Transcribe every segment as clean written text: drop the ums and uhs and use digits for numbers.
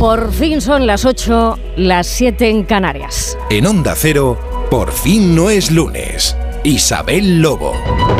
Por fin son las 8, las 7 en Canarias. En Onda Cero, por fin no es lunes. Isabel Lobo.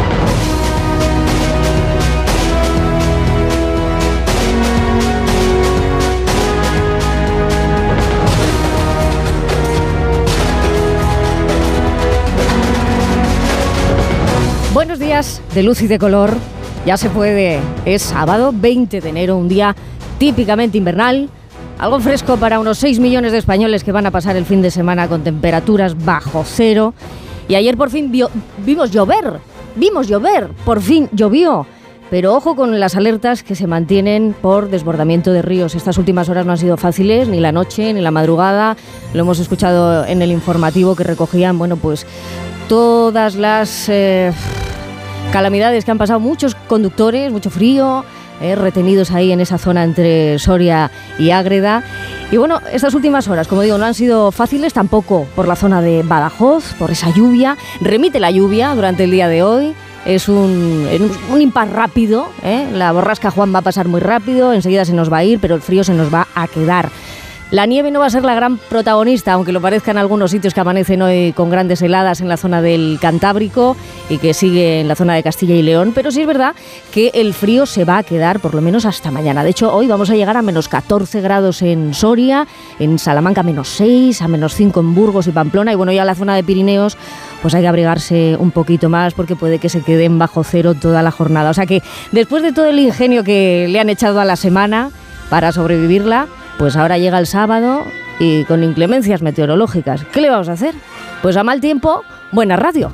Buenos días, de luz y de color. Ya se puede. Es sábado 20 de enero, un día típicamente invernal. Algo fresco para unos 6 millones de españoles que van a pasar el fin de semana con temperaturas bajo cero. Y ayer por fin vimos llover, por fin llovió. Pero ojo con las alertas que se mantienen por desbordamiento de ríos. Estas últimas horas no han sido fáciles, ni la noche, ni la madrugada. Lo hemos escuchado en el informativo que recogían, pues todas las calamidades que han pasado muchos conductores, mucho frío, retenidos ahí en esa zona entre Soria y Ágreda. Y estas últimas horas, como digo, no han sido fáciles tampoco por la zona de Badajoz, por esa lluvia. Remite la lluvia durante el día de hoy. Es un impas rápido, La borrasca Juan va a pasar muy rápido, enseguida se nos va a ir, pero el frío se nos va a quedar. La nieve no va a ser la gran protagonista, aunque lo parezca en algunos sitios que amanecen hoy con grandes heladas en la zona del Cantábrico y que sigue en la zona de Castilla y León, pero sí es verdad que el frío se va a quedar por lo menos hasta mañana. De hecho, hoy vamos a llegar a menos 14 grados en Soria, en Salamanca menos 6, a menos 5 en Burgos y Pamplona, y ya la zona de Pirineos pues hay que abrigarse un poquito más porque puede que se queden bajo cero toda la jornada. O sea que después de todo el ingenio que le han echado a la semana para sobrevivirla, pues ahora llega el sábado y con inclemencias meteorológicas. ¿Qué le vamos a hacer? Pues a mal tiempo, buena radio.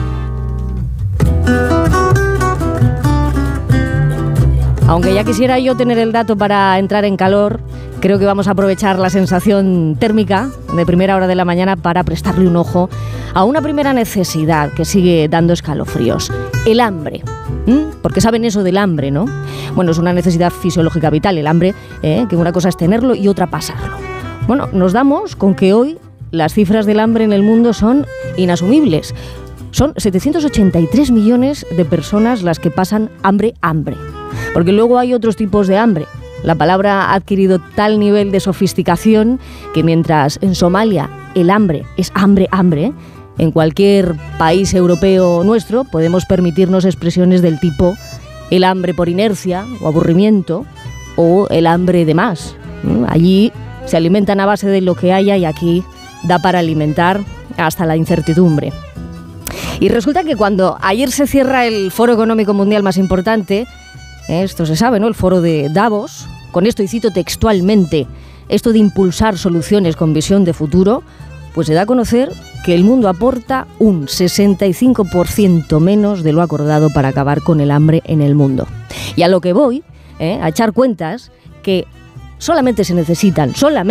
Aunque ya quisiera yo tener el dato para entrar en calor, creo que vamos a aprovechar la sensación térmica de primera hora de la mañana para prestarle un ojo a una primera necesidad que sigue dando escalofríos: el hambre. Porque saben eso del hambre, ¿no? Es una necesidad fisiológica vital, el hambre, que una cosa es tenerlo y otra pasarlo. Nos damos con que hoy las cifras del hambre en el mundo son inasumibles. Son 783 millones de personas las que pasan hambre. Porque luego hay otros tipos de hambre. La palabra ha adquirido tal nivel de sofisticación que mientras en Somalia el hambre es hambre, en cualquier país europeo nuestro podemos permitirnos expresiones del tipo el hambre por inercia o aburrimiento o el hambre de más. Allí se alimentan a base de lo que haya y aquí da para alimentar hasta la incertidumbre. Y resulta que cuando ayer se cierra el Foro Económico Mundial más importante, esto se sabe, ¿no? El foro de Davos, con esto y cito textualmente, esto de impulsar soluciones con visión de futuro, pues se da a conocer que el mundo aporta un 65% menos de lo acordado para acabar con el hambre en el mundo. Y a lo que voy, a echar cuentas, que solamente se necesitan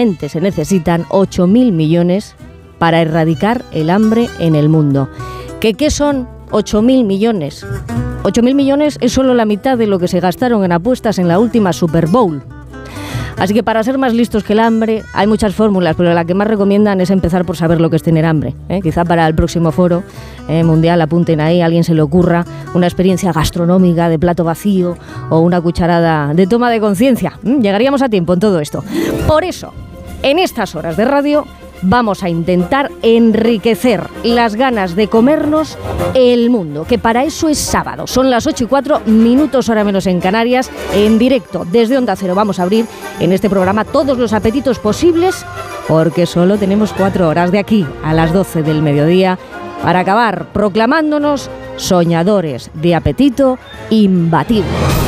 8.000 millones para erradicar el hambre en el mundo. ¿Qué son 8.000 millones? 8.000 millones es solo la mitad de lo que se gastaron en apuestas en la última Super Bowl. Así que para ser más listos que el hambre hay muchas fórmulas, pero la que más recomiendan es empezar por saber lo que es tener hambre. Quizá para el próximo foro mundial apunten ahí, a alguien se le ocurra una experiencia gastronómica de plato vacío o una cucharada de toma de conciencia. Llegaríamos a tiempo en todo esto. Por eso, en estas horas de radio vamos a intentar enriquecer las ganas de comernos el mundo, que para eso es sábado. Son las 8:04, hora menos en Canarias, en directo desde Onda Cero. Vamos a abrir en este programa todos los apetitos posibles, porque solo tenemos 4 horas de aquí a las 12 del mediodía para acabar proclamándonos soñadores de apetito imbatible.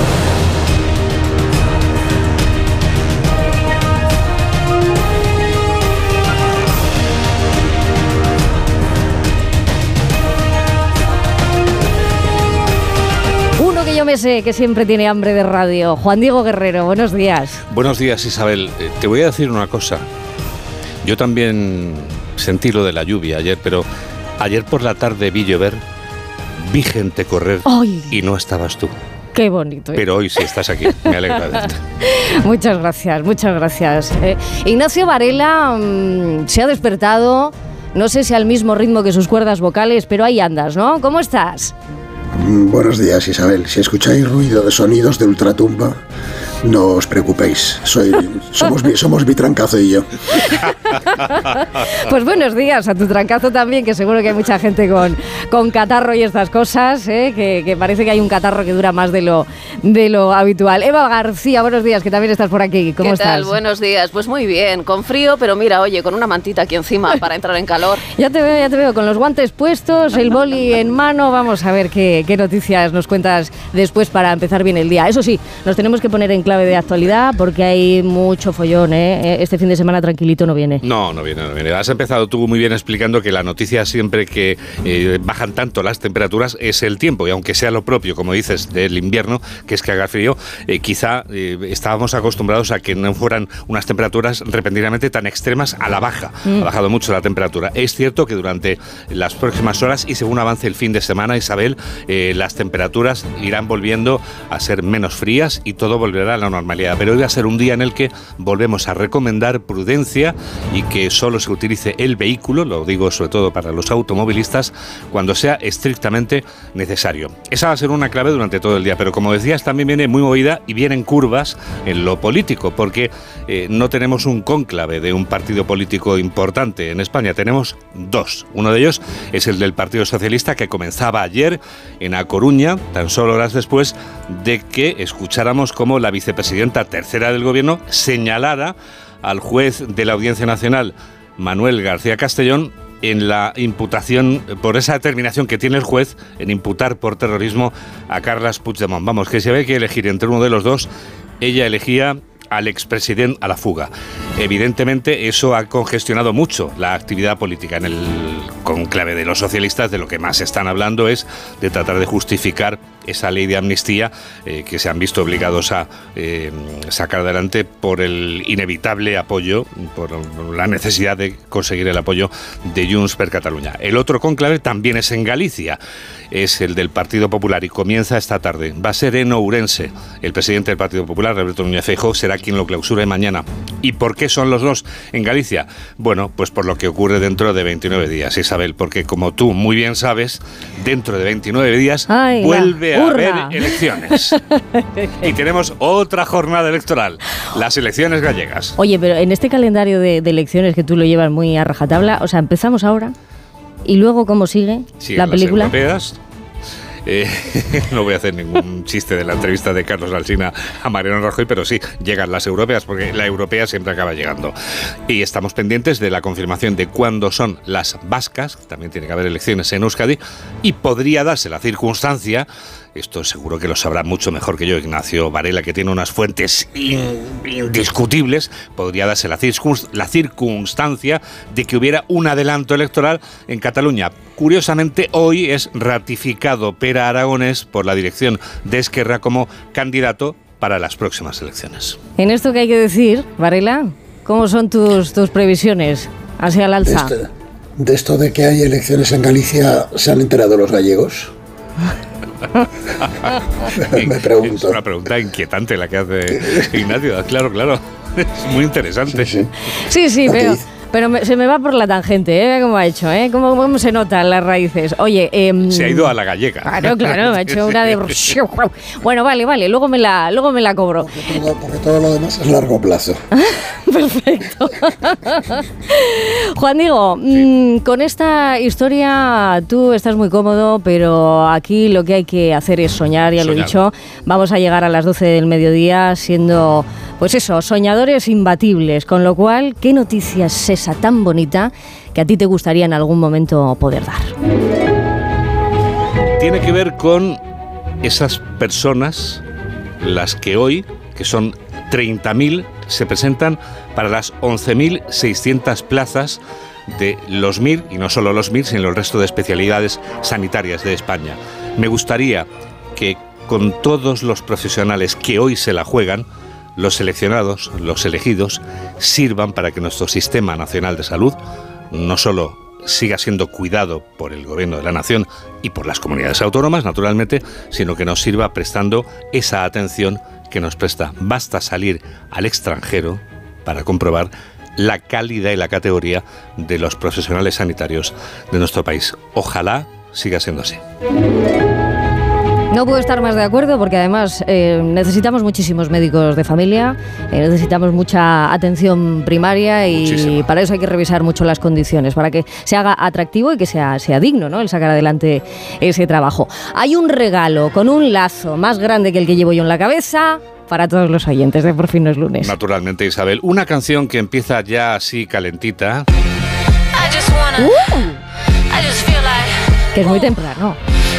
Yo me sé que siempre tiene hambre de radio. Juan Diego Guerrero, buenos días. Buenos días, Isabel. Te voy a decir una cosa. Yo también sentí lo de la lluvia ayer, pero ayer por la tarde vi llover, vi gente correr. ¡Ay! Y no estabas tú. Qué bonito. Pero hoy sí estás aquí, me alegra de esto. Muchas gracias. Ignacio Varela se ha despertado, no sé si al mismo ritmo que sus cuerdas vocales, pero ahí andas, ¿no? ¿Cómo estás? Buenos días, Isabel. Si escucháis ruido de sonidos de ultratumba, No os preocupéis, somos mi trancazo y yo. Pues buenos días a tu trancazo también, que seguro que hay mucha gente con catarro y estas cosas, que parece que hay un catarro que dura más de lo habitual. Eva García, buenos días, que también estás por aquí. ¿Cómo estás? ¿Qué tal? Buenos días. Pues muy bien, con frío, pero mira, oye, con una mantita aquí encima para entrar en calor. Ya te veo, con los guantes puestos, el boli en mano. Vamos a ver qué noticias nos cuentas después para empezar bien el día. Eso sí, nos tenemos que poner en clave de actualidad porque hay mucho follón, Este fin de semana tranquilito no viene. No viene. Has empezado tú muy bien explicando que la noticia siempre que bajan tanto las temperaturas es el tiempo, y aunque sea lo propio, como dices, del invierno, que es que haga frío, quizá estábamos acostumbrados a que no fueran unas temperaturas repentinamente tan extremas a la baja. Ha bajado mucho la temperatura. Es cierto que durante las próximas horas y según avance el fin de semana, Isabel, las temperaturas irán volviendo a ser menos frías y todo volverá a la normalidad. Pero hoy va a ser un día en el que volvemos a recomendar prudencia y que solo se utilice el vehículo, lo digo sobre todo para los automovilistas, cuando sea estrictamente necesario. Esa va a ser una clave durante todo el día, pero como decías, también viene muy movida y vienen curvas en lo político, porque no tenemos un cónclave de un partido político importante en España, tenemos dos. Uno de ellos es el del Partido Socialista, que comenzaba ayer en A Coruña, tan solo horas después de que escucháramos cómo la vicepresidenta tercera del Gobierno señalara al juez de la Audiencia Nacional, Manuel García Castellón, en la imputación, por esa determinación que tiene el juez en imputar por terrorismo a Carles Puigdemont. Vamos, que si había que elegir entre uno de los dos, ella elegía al expresidente a la fuga. Evidentemente eso ha congestionado mucho la actividad política. En el conclave de los socialistas de lo que más están hablando es de tratar de justificar esa ley de amnistía que se han visto obligados a sacar adelante por el inevitable apoyo, por la necesidad de conseguir el apoyo de Junts per Catalunya. El otro conclave también es en Galicia, es el del Partido Popular y comienza esta tarde. Va a ser en Ourense. El presidente del Partido Popular, Alberto Núñez Feijóo, será quien lo clausure mañana. ¿Y por qué son los dos en Galicia? Bueno, pues por lo que ocurre dentro de 29 días, Isabel, porque como tú muy bien sabes, dentro de 29 días vuelve a haber elecciones. Y tenemos otra jornada electoral, las elecciones gallegas. Oye, pero en este calendario de elecciones que tú lo llevas muy a rajatabla, o sea, empezamos ahora y luego ¿cómo sigue la película? Las europeas. No voy a hacer ningún chiste de la entrevista de Carlos Alsina a Mariano Rajoy, pero sí, llegan las europeas, porque la europea siempre acaba llegando. Y estamos pendientes de la confirmación de cuándo son las vascas, también tiene que haber elecciones en Euskadi, y podría darse la circunstancia, esto seguro que lo sabrá mucho mejor que yo Ignacio Varela, que tiene unas fuentes indiscutibles, podría darse la circunstancia de que hubiera un adelanto electoral en Cataluña. Curiosamente, hoy es ratificado Pere Aragonés por la dirección de Esquerra como candidato para las próximas elecciones. En esto que hay que decir, Varela, ¿cómo son tus previsiones hacia el alza? De esto de que hay elecciones en Galicia, ¿se han enterado los gallegos? Me pregunto. Es una pregunta inquietante la que hace Ignacio. Claro. Es muy interesante. Sí, pero se me va por la tangente, ¿Cómo ha hecho, ¿Cómo se notan las raíces? Oye, se ha ido a la gallega. Claro, ha hecho una de... Bueno, vale, luego me la cobro. Porque todo lo demás es largo plazo. Perfecto. Juan Diego, con esta historia tú estás muy cómodo, pero aquí lo que hay que hacer es soñar, ya lo he dicho. Vamos a llegar a las 12 del mediodía siendo, pues eso, soñadores imbatibles. Con lo cual, ¿qué noticia es esa tan bonita que a ti te gustaría en algún momento poder dar? Tiene que ver con esas personas, las que hoy, que son 30.000, se presentan para las 11.600 plazas de los MIR, y no solo los MIR, sino el resto de especialidades sanitarias de España. Me gustaría que con todos los profesionales que hoy se la juegan, los seleccionados, los elegidos, sirvan para que nuestro Sistema Nacional de Salud no solo siga siendo cuidado por el Gobierno de la Nación y por las comunidades autónomas, naturalmente, sino que nos sirva prestando esa atención que nos presta. Basta salir al extranjero para comprobar la calidad y la categoría de los profesionales sanitarios de nuestro país. Ojalá siga siendo así. No puedo estar más de acuerdo porque además necesitamos muchísimos médicos de familia, necesitamos mucha atención primaria y muchísima. Para eso hay que revisar mucho las condiciones, para que se haga atractivo y que sea digno, ¿no?, el sacar adelante ese trabajo. Hay un regalo con un lazo más grande que el que llevo yo en la cabeza para todos los oyentes de Por fin no es lunes. Naturalmente, Isabel. Una canción que empieza ya así calentita. Que es muy temprano.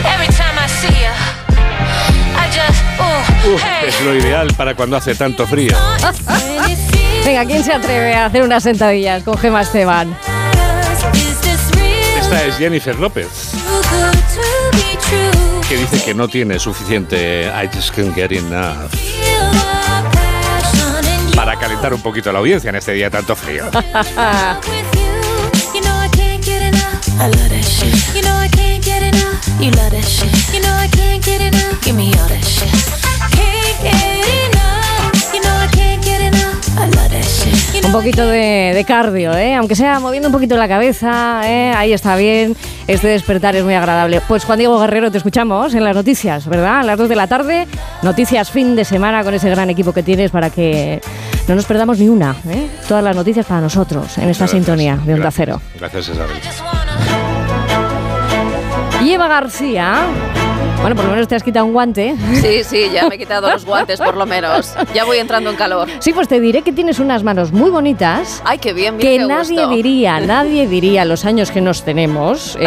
Es lo ideal para cuando hace tanto frío. Venga, ¿quién se atreve a hacer unas sentadillas con Gemma Esteban? Esta es Jennifer López, que dice que no tiene suficiente I just can't get enough para calentar un poquito a la audiencia en este día tanto frío. Un poquito de cardio, aunque sea moviendo un poquito la cabeza, ahí está bien. Este despertar es muy agradable. Pues Juan Diego Guerrero, te escuchamos en las noticias, ¿verdad? A las 2 de la tarde, noticias fin de semana con ese gran equipo que tienes para que no nos perdamos ni una. Todas las noticias para nosotros en esta sintonía de Onda Cero. Gracias, Isabel. Y Eva García... Bueno, por lo menos te has quitado un guante. Sí, ya me he quitado los guantes, por lo menos. Ya voy entrando en calor. Sí, pues te diré que tienes unas manos muy bonitas. Ay, qué bien, que nadie diría los años que nos tenemos,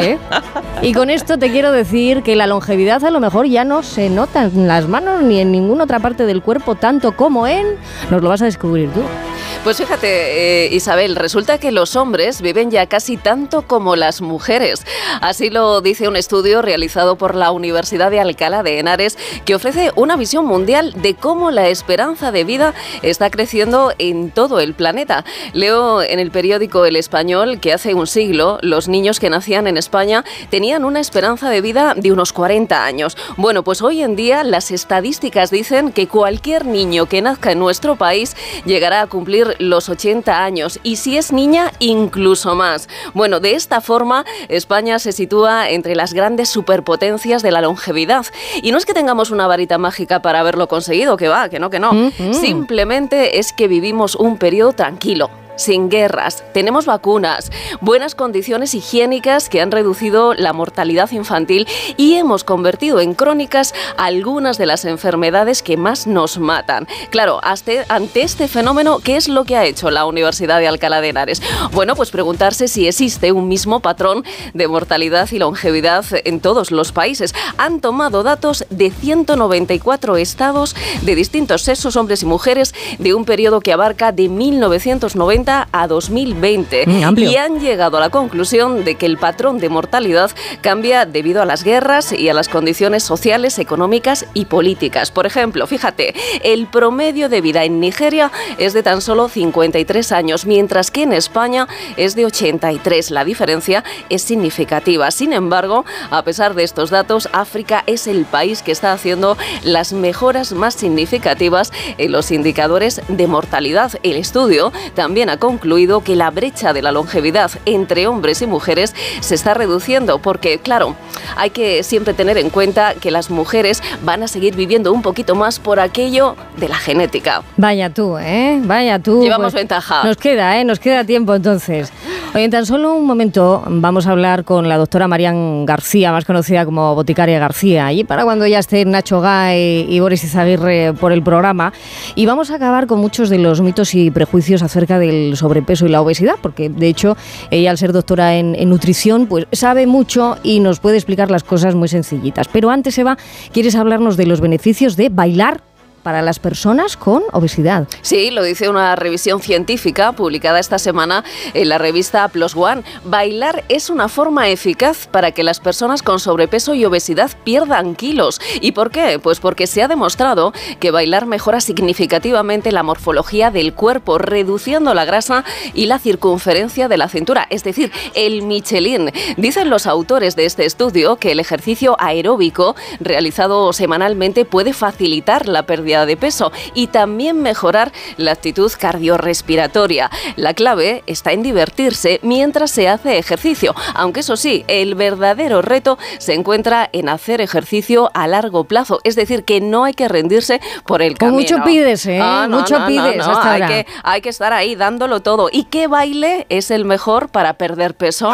Y con esto te quiero decir que la longevidad a lo mejor ya no se nota en las manos ni en ninguna otra parte del cuerpo, tanto como en... Nos lo vas a descubrir tú. Pues fíjate, Isabel, resulta que los hombres viven ya casi tanto como las mujeres. Así lo dice un estudio realizado por la Universidad de Alcalá de Henares, que ofrece una visión mundial de cómo la esperanza de vida está creciendo en todo el planeta. Leo en el periódico El Español que hace un siglo los niños que nacían en España tenían una esperanza de vida de unos 40 años. Bueno, pues hoy en día las estadísticas dicen que cualquier niño que nazca en nuestro país llegará a cumplir los 80 años y si es niña incluso más. Bueno, de esta forma España se sitúa entre las grandes superpotencias de la longevidad y no es que tengamos una varita mágica para haberlo conseguido, que no. Simplemente es que vivimos un periodo tranquilo, sin guerras, tenemos vacunas, buenas condiciones higiénicas que han reducido la mortalidad infantil y hemos convertido en crónicas algunas de las enfermedades que más nos matan. Claro, ante este fenómeno, ¿qué es lo que ha hecho la Universidad de Alcalá de Henares? Bueno, pues preguntarse si existe un mismo patrón de mortalidad y longevidad en todos los países. Han tomado datos de 194 estados de distintos sexos, hombres y mujeres, de un periodo que abarca de 1990 a 2020 y han llegado a la conclusión de que el patrón de mortalidad cambia debido a las guerras y a las condiciones sociales, económicas y políticas. Por ejemplo, fíjate, el promedio de vida en Nigeria es de tan solo 53 años, mientras que en España es de 83. La diferencia es significativa. Sin embargo, a pesar de estos datos, África es el país que está haciendo las mejoras más significativas en los indicadores de mortalidad. El estudio también ha concluido que la brecha de la longevidad entre hombres y mujeres se está reduciendo porque, claro, hay que siempre tener en cuenta que las mujeres van a seguir viviendo un poquito más por aquello de la genética. Vaya tú, Vaya tú. Llevamos ventaja. Nos queda tiempo entonces. Oye, en tan solo un momento vamos a hablar con la doctora Marian García, más conocida como Boticaria García, y para cuando ya estén Nacho Gay y Boris Izaguirre por el programa, y vamos a acabar con muchos de los mitos y prejuicios acerca del sobrepeso y la obesidad, porque de hecho ella, al ser doctora en nutrición, pues sabe mucho y nos puede explicar las cosas muy sencillitas. Pero antes, Eva, ¿quieres hablarnos de los beneficios de bailar para las personas con obesidad? Sí, lo dice una revisión científica publicada esta semana en la revista Plus One. Bailar es una forma eficaz para que las personas con sobrepeso y obesidad pierdan kilos. ¿Y por qué? Pues porque se ha demostrado que bailar mejora significativamente la morfología del cuerpo, reduciendo la grasa y la circunferencia de la cintura, es decir, el Michelin. Dicen los autores de este estudio que el ejercicio aeróbico realizado semanalmente puede facilitar la pérdida pérdida de peso y también mejorar la actitud cardiorrespiratoria. La clave está en divertirse mientras se hace ejercicio, aunque eso sí, el verdadero reto se encuentra en hacer ejercicio a largo plazo, es decir, que no hay que rendirse por el camino. Mucho pides, ¿eh? Mucho pides. Hay que estar ahí dándolo todo. ¿Y qué baile es el mejor para perder peso?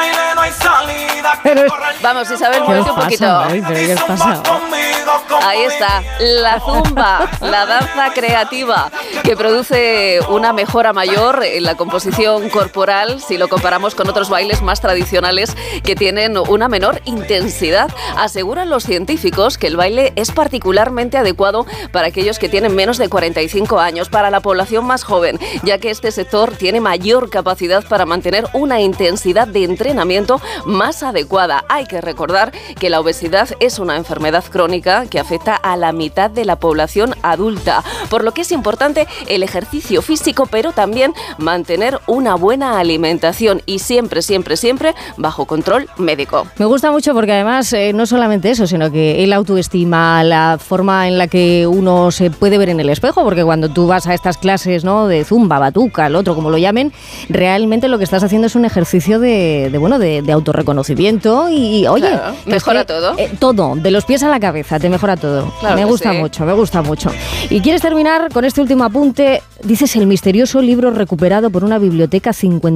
Vamos, Isabel, muévete un poquito. ¿Qué pasa? Ahí está, la zumba, la danza creativa, que produce una mejora mayor en la composición corporal si lo comparamos con otros bailes más tradicionales que tienen una menor intensidad. Aseguran los científicos que el baile es particularmente adecuado para aquellos que tienen menos de 45 años, para la población más joven, ya que este sector tiene mayor capacidad para mantener una intensidad de entrenamiento más adecuada. Hay que recordar que la obesidad es una enfermedad crónica que afecta a la mitad de la población adulta, por lo que es importante el ejercicio físico, pero también mantener una buena alimentación y siempre bajo control médico. Me gusta mucho porque además no solamente eso, sino que el autoestima, la forma en la que uno se puede ver en el espejo, porque cuando tú vas a estas clases, ¿no?, de zumba, batuca, el otro, como lo llamen, realmente lo que estás haciendo es un ejercicio de autorreconocimiento y oye, claro, mejora todo. Todo, de los pies a la cabeza, te mejora todo. Claro, me gusta mucho. Y quieres terminar con este último apunte, dices el misterioso libro recuperado por una biblioteca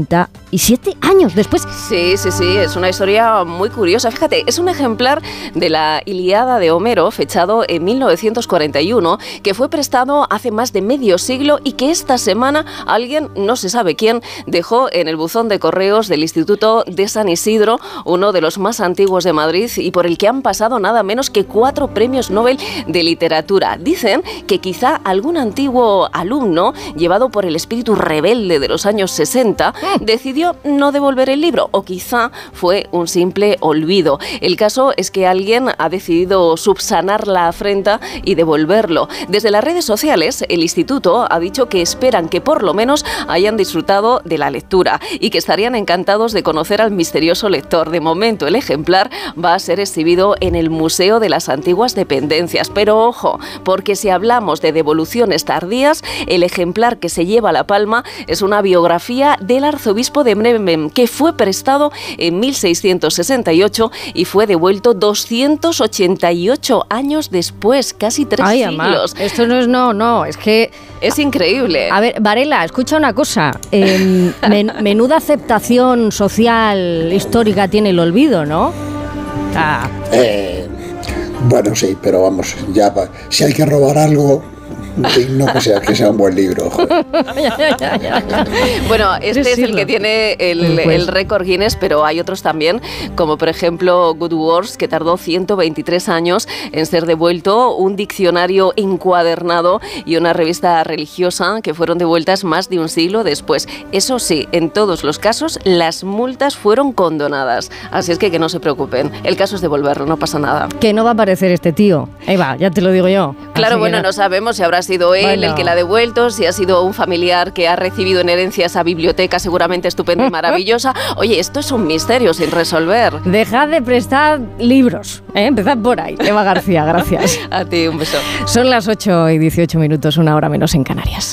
57 años después. Sí, es una historia muy curiosa. Fíjate, es un ejemplar de la Ilíada de Homero, fechado en 1941, que fue prestado hace más de medio siglo y que esta semana alguien, no se sabe quién, dejó en el buzón de correos del Instituto de San Isidro, uno de los más antiguos de Madrid y por el que han pasado nada menos que 4 premios Nobel de literatura. Dicen que quizá algún antiguo alumno, llevado por el espíritu rebelde de los años 60, decidió no devolver el libro, o quizá fue un simple olvido. El caso es que alguien ha decidido subsanar la afrenta y devolverlo. Desde las redes sociales, el instituto ha dicho que esperan que por lo menos hayan disfrutado de la lectura y que estarían encantados de conocer al misterioso lector. De momento, el ejemplar va a ser exhibido en el Museo de las Antiguas Dependencias. Pero ojo, porque si hablamos de devoluciones tardías, el ejemplar que se lleva la palma es una biografía del arzobispo de Bremen, que fue prestado en 1668 y fue devuelto 288 años después, casi 3 siglos. Amá, esto no, es que... Es increíble. A ver, Varela, escucha una cosa. Menuda aceptación social histórica tiene el olvido, ¿no? Bueno, sí, pero vamos, ya si hay que robar algo, no que sea un buen libro. Bueno, este es el que tiene el récord Guinness, pero hay otros también, como por ejemplo Good Words, que tardó 123 años en ser devuelto, un diccionario encuadernado y una revista religiosa que fueron devueltas más de un siglo después. Eso sí, en todos los casos las multas fueron condonadas, así es que no se preocupen, el caso es devolverlo, no pasa nada. Que no va a aparecer este tío, Eva, ya te lo digo yo. Claro, bueno, no sabemos si habrá sido él el que la ha devuelto, si ha sido un familiar que ha recibido en herencia esa biblioteca seguramente estupenda y maravillosa. Oye, esto es un misterio sin resolver. Dejad de prestar libros, empezad por ahí. Eva García, gracias. A ti, un beso. Son las 8:18, 1 hora menos en Canarias.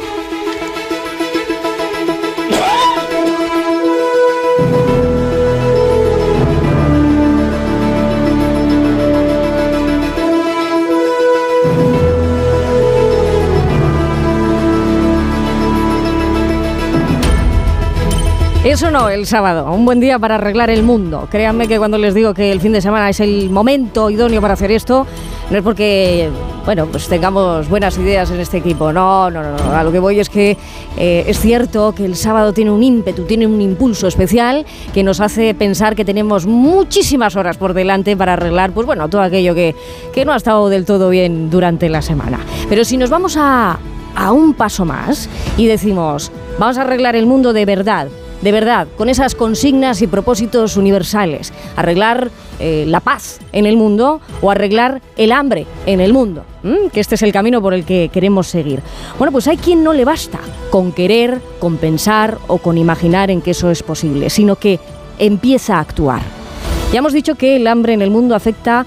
Eso no, el sábado, un buen día para arreglar el mundo. Créanme que cuando les digo que el fin de semana es el momento idóneo para hacer esto, no es porque, bueno, pues tengamos buenas ideas en este equipo. No, a lo que voy es que es cierto que el sábado tiene un ímpetu, tiene un impulso especial que nos hace pensar que tenemos muchísimas horas por delante para arreglar, pues bueno, todo aquello que no ha estado del todo bien durante la semana. Pero si nos vamos a un paso más y decimos, vamos a arreglar el mundo de verdad, con esas consignas y propósitos universales, arreglar la paz en el mundo o arreglar el hambre en el mundo, que este es el camino por el que queremos seguir. Bueno, pues hay quien no le basta con querer, con pensar o con imaginar en que eso es posible, sino que empieza a actuar. Ya hemos dicho que el hambre en el mundo afecta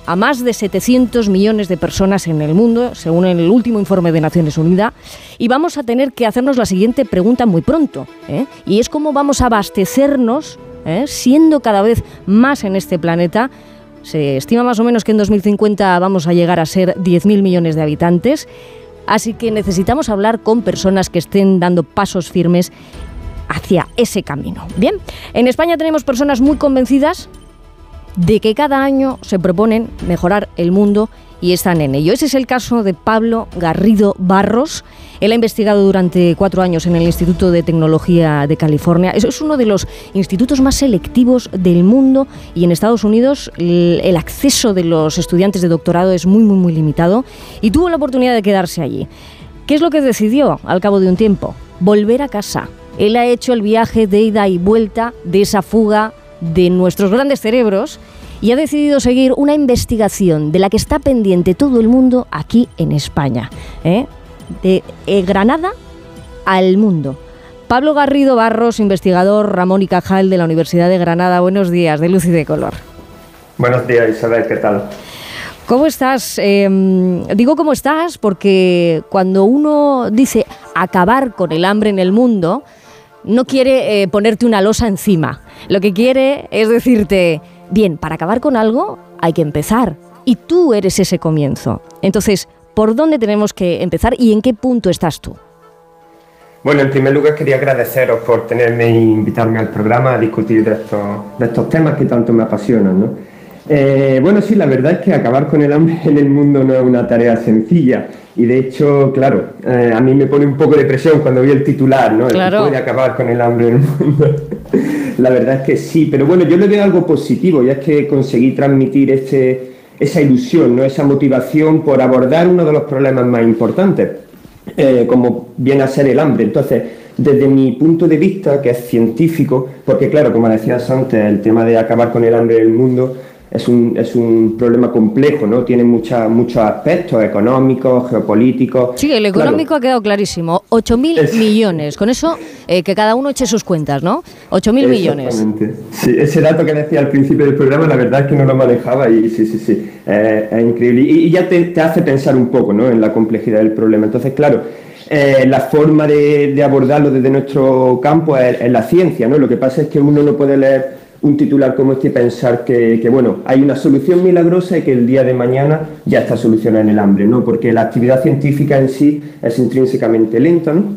a más de 700 millones de personas en el mundo, según el último informe de Naciones Unidas, y vamos a tener que hacernos la siguiente pregunta muy pronto, y es cómo vamos a abastecernos, siendo cada vez más en este planeta. Se estima más o menos que en 2050 vamos a llegar a ser 10.000 millones de habitantes, así que necesitamos hablar con personas que estén dando pasos firmes hacia ese camino. Bien, en España tenemos personas muy convencidas de que cada año se proponen mejorar el mundo y están en ello. Ese es el caso de Pablo Garrido Barros. Él ha investigado durante 4 años en el Instituto de Tecnología de California. Eso es uno de los institutos más selectivos del mundo, y en Estados Unidos el acceso de los estudiantes de doctorado es muy, muy, muy limitado, y tuvo la oportunidad de quedarse allí. ¿Qué es lo que decidió al cabo de un tiempo? Volver a casa. Él ha hecho el viaje de ida y vuelta de esa fuga de nuestros grandes cerebros y ha decidido seguir una investigación de la que está pendiente todo el mundo aquí en España, de Granada al mundo. Pablo Garrido Barros, investigador Ramón y Cajal de la Universidad de Granada. Buenos días, de Luz y de Color. Buenos días, Isabel, ¿qué tal? ¿Cómo estás? Digo cómo estás porque cuando uno dice acabar con el hambre en el mundo, no quiere ponerte una losa encima. Lo que quiere es decirte, bien, para acabar con algo hay que empezar. Y tú eres ese comienzo. Entonces, ¿por dónde tenemos que empezar y en qué punto estás tú? Bueno, en primer lugar quería agradeceros por tenerme e invitarme al programa a discutir de estos temas que tanto me apasionan, ¿no? Bueno, sí, la verdad es que acabar con el hambre en el mundo no es una tarea sencilla. Y de hecho, claro, a mí me pone un poco de presión cuando vi el titular, ¿no? Claro. El que puede acabar con el hambre en el mundo. La verdad es que sí, pero bueno, yo le veo algo positivo, y es que conseguí transmitir esa ilusión, ¿no? Esa motivación por abordar uno de los problemas más importantes, como viene a ser el hambre. Entonces, desde mi punto de vista, que es científico, porque claro, como decías antes, el tema de acabar con el hambre en el mundo es un problema complejo, ¿no? Tiene muchos aspectos económicos, geopolíticos. Sí, el económico ha quedado clarísimo. 8.000 millones. Con eso, que cada uno eche sus cuentas, ¿no? 8.000 millones. Exactamente. Sí, ese dato que decía al principio del programa, la verdad es que no lo manejaba y sí. Es increíble. Y ya te hace pensar un poco, ¿no? En la complejidad del problema. Entonces, claro, la forma de abordarlo desde nuestro campo es la ciencia, ¿no? Lo que pasa es que uno no puede leer un titular como este y pensar que bueno, hay una solución milagrosa y que el día de mañana ya está solucionada en el hambre, ¿no? Porque la actividad científica en sí es intrínsecamente lenta, ¿no?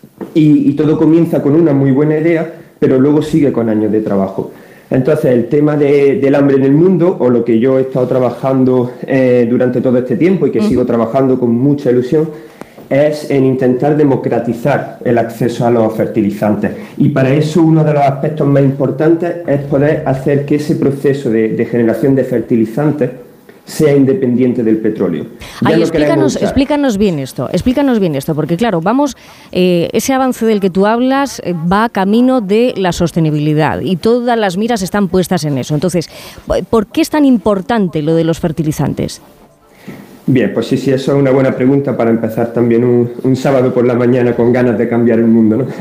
Y todo comienza con una muy buena idea, pero luego sigue con años de trabajo. Entonces, el tema del hambre en el mundo, o lo que yo he estado trabajando durante todo este tiempo y que sigo trabajando con mucha ilusión, es en intentar democratizar el acceso a los fertilizantes. Y para eso uno de los aspectos más importantes es poder hacer que ese proceso de generación de fertilizantes sea independiente del petróleo. Ay, explícanos bien esto, porque claro, ese avance del que tú hablas va camino de la sostenibilidad y todas las miras están puestas en eso. Entonces, ¿por qué es tan importante lo de los fertilizantes? Bien, pues sí, eso es una buena pregunta para empezar también un sábado por la mañana con ganas de cambiar el mundo, ¿no?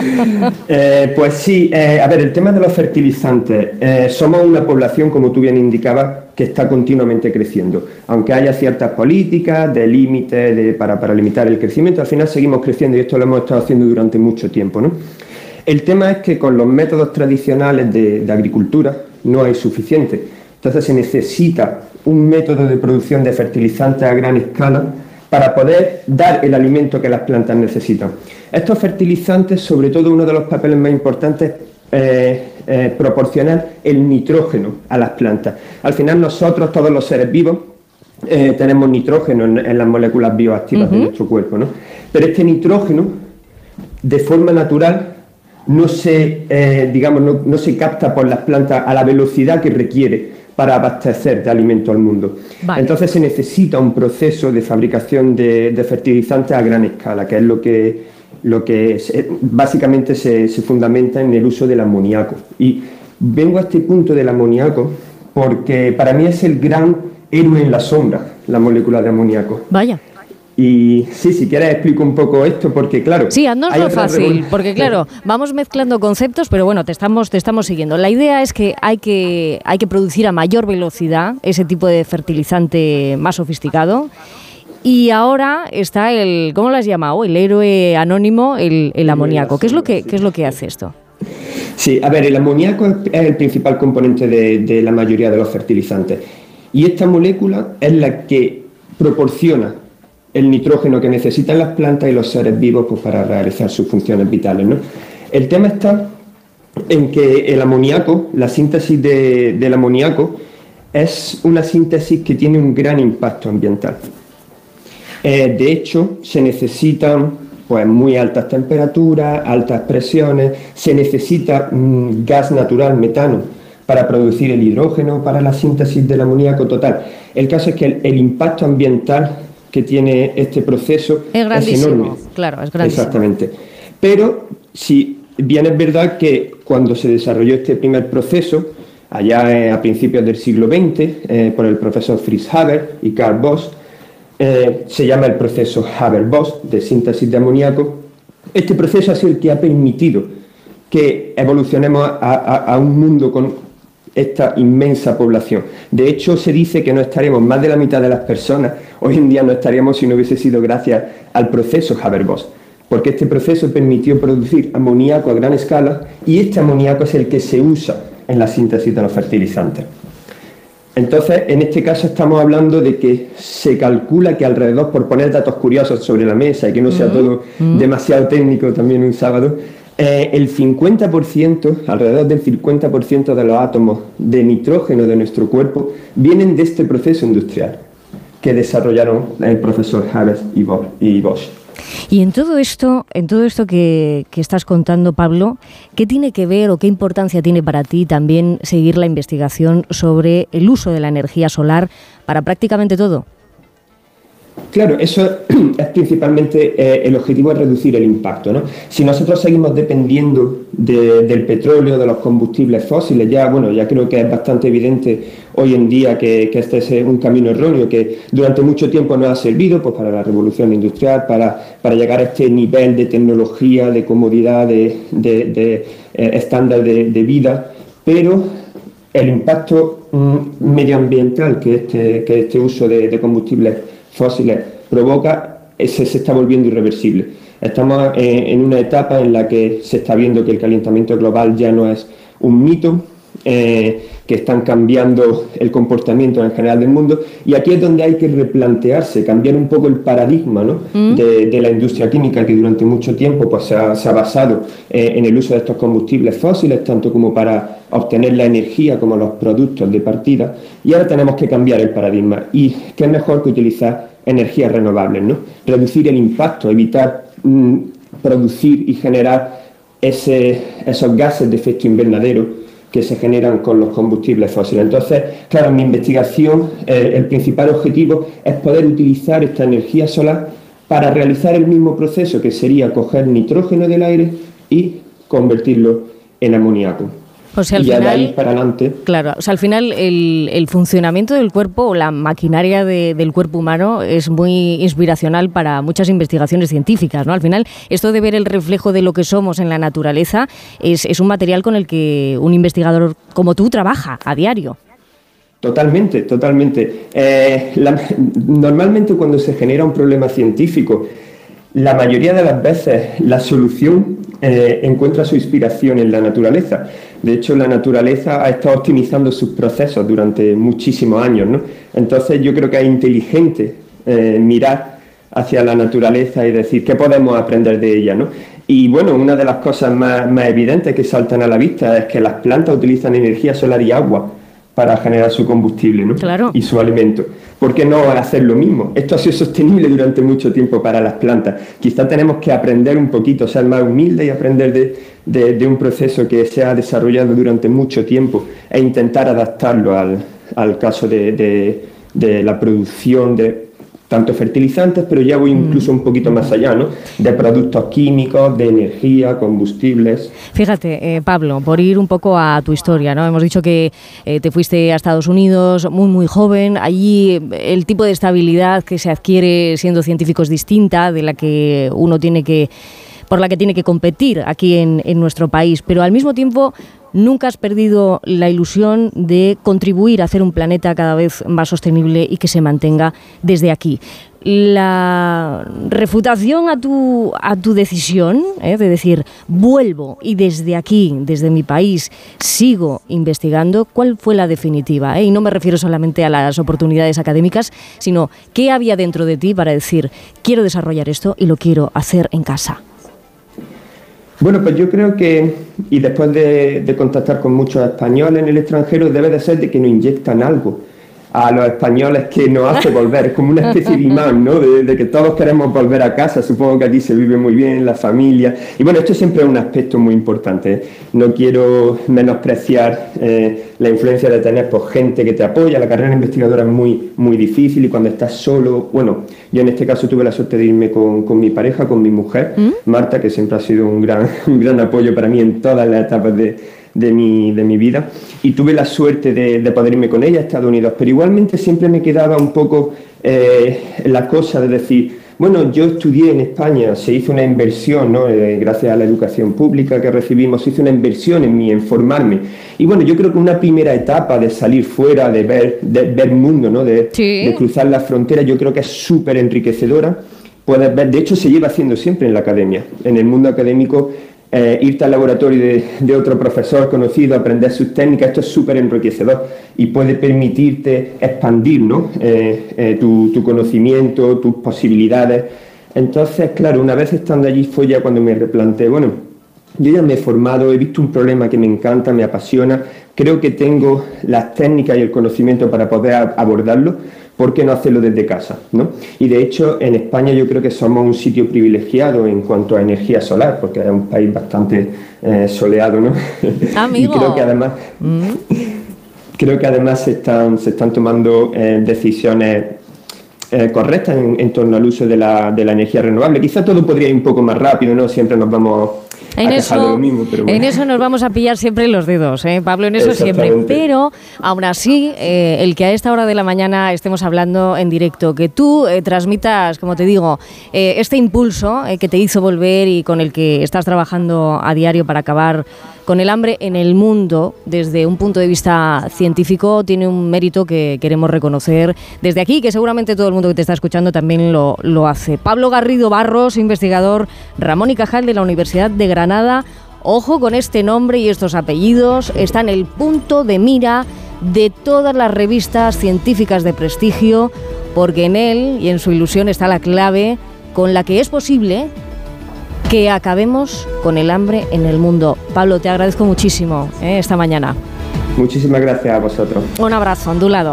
Pues sí, a ver, el tema de los fertilizantes. Somos una población, como tú bien indicabas, que está continuamente creciendo. Aunque haya ciertas políticas de límite para limitar el crecimiento, al final seguimos creciendo y esto lo hemos estado haciendo durante mucho tiempo, ¿no? El tema es que con los métodos tradicionales de agricultura no hay suficiente. Entonces se necesita un método de producción de fertilizantes a gran escala para poder dar el alimento que las plantas necesitan. Estos fertilizantes, sobre todo, uno de los papeles más importantes es proporcionar el nitrógeno a las plantas. Al final nosotros, todos los seres vivos, tenemos nitrógeno en las moléculas bioactivas de nuestro cuerpo, ¿no? Pero este nitrógeno, de forma natural, no se capta por las plantas a la velocidad que requiere para abastecer de alimento al mundo. Vale. Entonces se necesita un proceso de fabricación de fertilizantes a gran escala, que es lo que básicamente se fundamenta en el uso del amoníaco. Y vengo a este punto del amoníaco porque para mí es el gran héroe en la sombra, la molécula de amoníaco. Vaya. Y sí, si quieres explico un poco esto, porque claro... Sí, haznoslo fácil, porque claro, vamos mezclando conceptos, pero bueno, te estamos siguiendo. La idea es que hay que producir a mayor velocidad ese tipo de fertilizante más sofisticado. Y ahora está el, ¿cómo lo has llamado? El héroe anónimo, el amoníaco. ¿Qué es lo que hace esto? Sí, a ver, el amoníaco es el principal componente de la mayoría de los fertilizantes. Y esta molécula es la que proporciona el nitrógeno que necesitan las plantas y los seres vivos pues, para realizar sus funciones vitales, ¿no? El tema está en que el amoníaco, la síntesis del amoníaco, es una síntesis que tiene un gran impacto ambiental. De hecho, se necesitan pues, muy altas temperaturas, altas presiones, se necesita gas natural, metano, para producir el hidrógeno, para la síntesis del amoníaco total. El caso es que el impacto ambiental que tiene este proceso es enorme. Claro, es grandísimo. Exactamente. Pero si bien es verdad que cuando se desarrolló este primer proceso, allá a principios del siglo XX, por el profesor Fritz Haber y Carl Bosch, se llama el proceso Haber-Bosch de síntesis de amoníaco. Este proceso ha sido el que ha permitido que evolucionemos a un mundo con esta inmensa población. De hecho, se dice que no estaríamos, más de la mitad de las personas, hoy en día no estaríamos si no hubiese sido gracias al proceso Haber-Bosch, porque este proceso permitió producir amoníaco a gran escala y este amoníaco es el que se usa en la síntesis de los fertilizantes. Entonces, en este caso estamos hablando de que se calcula que alrededor, por poner datos curiosos sobre la mesa y que no sea todo demasiado técnico también un sábado, el 50%, alrededor del 50% de los átomos de nitrógeno de nuestro cuerpo vienen de este proceso industrial que desarrollaron el profesor Haber y Bosch. Y en todo esto que estás contando, Pablo, ¿qué tiene que ver o qué importancia tiene para ti también seguir la investigación sobre el uso de la energía solar para prácticamente todo? Claro, eso es principalmente el objetivo, es reducir el impacto, ¿no? Si nosotros seguimos dependiendo del petróleo, de los combustibles fósiles, ya creo que es bastante evidente hoy en día que este es un camino erróneo que durante mucho tiempo nos ha servido pues, para la revolución industrial, para llegar a este nivel de tecnología, de comodidad, de estándar de vida, pero el impacto medioambiental que este uso de combustibles fósiles provoca, se está volviendo irreversible. Estamos en una etapa en la que se está viendo que el calentamiento global ya no es un mito, que están cambiando el comportamiento en general del mundo, y aquí es donde hay que replantearse, cambiar un poco el paradigma, ¿no? de la industria química, que durante mucho tiempo pues, se ha basado en el uso de estos combustibles fósiles, tanto como para obtener la energía como los productos de partida, y ahora tenemos que cambiar el paradigma, y qué mejor que utilizar energías renovables, ¿no? Reducir el impacto, evitar producir y generar esos gases de efecto invernadero que se generan con los combustibles fósiles. Entonces, claro, en mi investigación el principal objetivo es poder utilizar esta energía solar para realizar el mismo proceso, que sería coger nitrógeno del aire y convertirlo en amoníaco. O sea, al y ya final, de ahí para adelante. Claro, o sea, al final el funcionamiento del cuerpo o la maquinaria del cuerpo humano es muy inspiracional para muchas investigaciones científicas, ¿no? Al final, esto de ver el reflejo de lo que somos en la naturaleza es un material con el que un investigador como tú trabaja a diario. Totalmente. Normalmente cuando se genera un problema científico, la mayoría de las veces la solución encuentra su inspiración en la naturaleza. De hecho, la naturaleza ha estado optimizando sus procesos durante muchísimos años, ¿no? Entonces yo creo que es inteligente mirar hacia la naturaleza y decir qué podemos aprender de ella, ¿no? Y bueno, una de las cosas más evidentes que saltan a la vista es que las plantas utilizan energía solar y agua para generar su combustible, ¿no? Claro. Y su alimento. ¿Por qué no hacer lo mismo? Esto ha sido sostenible durante mucho tiempo para las plantas. Quizá tenemos que aprender un poquito, ser más humildes y aprender de un proceso que se ha desarrollado durante mucho tiempo e intentar adaptarlo al caso de la producción tanto fertilizantes, pero ya voy incluso un poquito más allá, ¿no? De productos químicos, de energía, combustibles. Fíjate, Pablo, por ir un poco a tu historia, ¿no? Hemos dicho que te fuiste a Estados Unidos muy joven. Allí el tipo de estabilidad que se adquiere siendo científico es distinta de la que por la que tiene que competir aquí en nuestro país, pero al mismo tiempo nunca has perdido la ilusión de contribuir a hacer un planeta cada vez más sostenible y que se mantenga desde aquí. La refutación a tu decisión, de decir, vuelvo y desde aquí, desde mi país, sigo investigando, ¿cuál fue la definitiva? Y no me refiero solamente a las oportunidades académicas, sino qué había dentro de ti para decir, quiero desarrollar esto y lo quiero hacer en casa. Bueno, pues yo creo que, y después de contactar con muchos españoles en el extranjero, debe de ser de que nos inyectan algo a los españoles que nos hace volver, como una especie de imán, ¿no? De que todos queremos volver a casa. Supongo que aquí se vive muy bien, la familia. Y bueno, esto siempre es un aspecto muy importante, ¿eh? No quiero menospreciar la influencia de tener gente que te apoya. La carrera investigadora es muy difícil, y cuando estás solo, bueno, yo en este caso tuve la suerte de irme con mi pareja, con mi mujer, Marta, que siempre ha sido un gran apoyo para mí en todas las etapas de mi vida, y tuve la suerte de poder irme con ella a Estados Unidos, pero igualmente siempre me quedaba un poco la cosa de decir, bueno, yo estudié en España, se hizo una inversión, ¿no? Gracias a la educación pública que recibimos, se hizo una inversión en mí, en formarme, y bueno, yo creo que una primera etapa de salir fuera, de ver mundo, ¿no? De cruzar la frontera, yo creo que es súper enriquecedora. Puedes ver, de hecho se lleva haciendo siempre en la academia, en el mundo académico. Irte al laboratorio de otro profesor conocido, aprender sus técnicas, esto es súper enriquecedor y puede permitirte expandir, ¿no? Tu conocimiento, tus posibilidades. Entonces, claro, una vez estando allí fue ya cuando me replanteé, bueno, yo ya me he formado, he visto un problema que me encanta, me apasiona, creo que tengo las técnicas y el conocimiento para poder abordarlo. ¿Por qué no hacerlo desde casa, ¿no? Y de hecho, en España yo creo que somos un sitio privilegiado en cuanto a energía solar, porque es un país bastante soleado, ¿no? Amigo. Y creo que además se están tomando decisiones correctas en torno al uso de la energía renovable. Quizá todo podría ir un poco más rápido, ¿no? Siempre nos vamos en eso nos vamos a pillar siempre los dedos, Pablo, en eso siempre. Pero aún así, el que a esta hora de la mañana estemos hablando en directo, que tú transmitas, como te digo, este impulso que te hizo volver y con el que estás trabajando a diario para acabar con el hambre en el mundo, desde un punto de vista científico, tiene un mérito que queremos reconocer desde aquí, que seguramente todo el mundo que te está escuchando también lo hace. Pablo Garrido Barros, investigador Ramón y Cajal de la Universidad de Granada. Ojo con este nombre y estos apellidos, está en el punto de mira de todas las revistas científicas de prestigio, porque en él y en su ilusión está la clave con la que es posible que acabemos con el hambre en el mundo. Pablo, te agradezco muchísimo esta mañana. Muchísimas gracias a vosotros. Un abrazo, ondulado.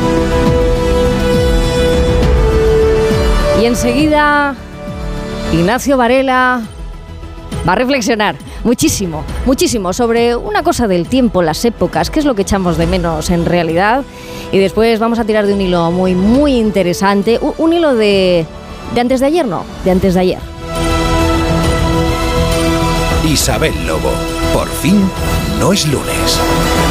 Y enseguida, Ignacio Varela va a reflexionar muchísimo sobre una cosa del tiempo, las épocas, qué es lo que echamos de menos en realidad. Y después vamos a tirar de un hilo muy interesante, un hilo de antes de ayer, no, de antes de ayer. Isabel Lobo, por fin no es lunes.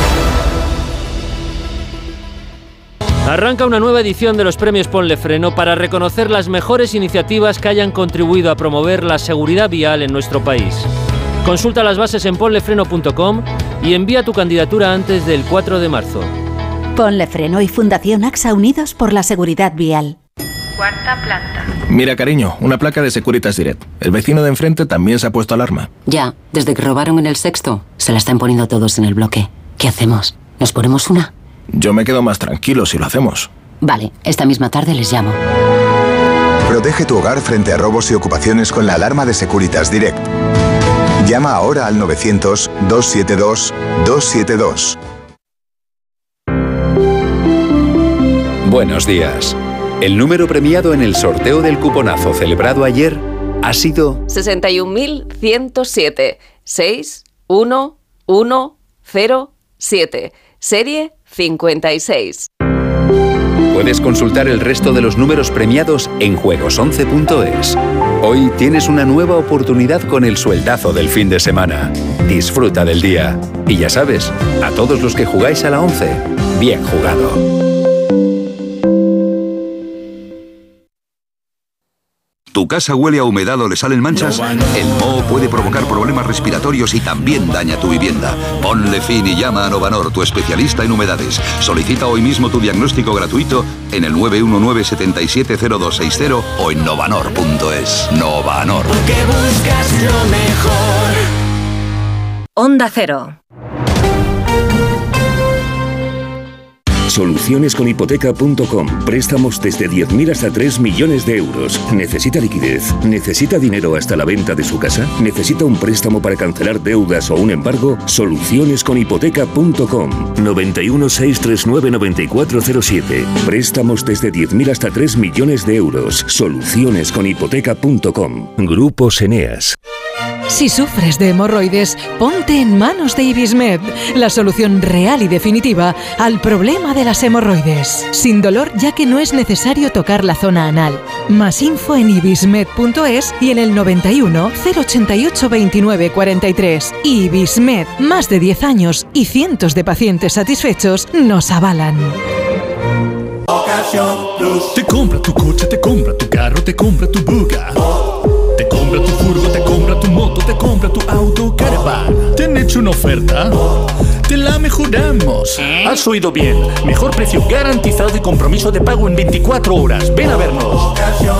Arranca una nueva edición de los premios Ponle Freno para reconocer las mejores iniciativas que hayan contribuido a promover la seguridad vial en nuestro país. Consulta las bases en ponlefreno.com y envía tu candidatura antes del 4 de marzo. Ponle Freno y Fundación AXA, unidos por la seguridad vial. Cuarta planta. Mira, cariño, una placa de Securitas Direct. El vecino de enfrente también se ha puesto alarma. Ya, desde que robaron en el sexto, se la están poniendo todos en el bloque. ¿Qué hacemos? ¿Nos ponemos una? Yo me quedo más tranquilo si lo hacemos. Vale, esta misma tarde les llamo. Protege tu hogar frente a robos y ocupaciones con la alarma de Securitas Direct. Llama ahora al 900-272-272. Buenos días. El número premiado en el sorteo del cuponazo celebrado ayer ha sido 61.107 61107, serie 56. Puedes consultar el resto de los números premiados en juegos11.es. Hoy tienes una nueva oportunidad con el sueldazo del fin de semana. Disfruta del día. Y ya sabes, a todos los que jugáis a la 11, bien jugado. ¿Tu casa huele a humedad o le salen manchas? El moho puede provocar problemas respiratorios y también daña tu vivienda. Ponle fin y llama a Novanor, tu especialista en humedades. Solicita hoy mismo tu diagnóstico gratuito en el 919-770260 o en novanor.es. Novanor. Porque buscas lo mejor. Onda Cero. Solucionesconhipoteca.com. Préstamos desde 10.000 hasta 3 millones de euros. ¿Necesita liquidez? ¿Necesita dinero hasta la venta de su casa? ¿Necesita un préstamo para cancelar deudas o un embargo? Solucionesconhipoteca.com. 91 639 9407. Préstamos desde 10.000 hasta 3 millones de euros. Solucionesconhipoteca.com. Grupos Eneas. Si sufres de hemorroides, ponte en manos de Ibismed, la solución real y definitiva al problema de las hemorroides. Sin dolor, ya que no es necesario tocar la zona anal. Más info en ibismed.es y en el 91 088 29 43. Ibismed, más de 10 años y cientos de pacientes satisfechos nos avalan. Te compra tu coche, te compra tu carro, te compra tu buga. Te compra tu furgo, te compra tu moto, te compra tu auto, caravana. ¿Te han hecho una oferta? Te la mejoramos. Has oído bien. Mejor precio garantizado y compromiso de pago en 24 horas. Ven a vernos.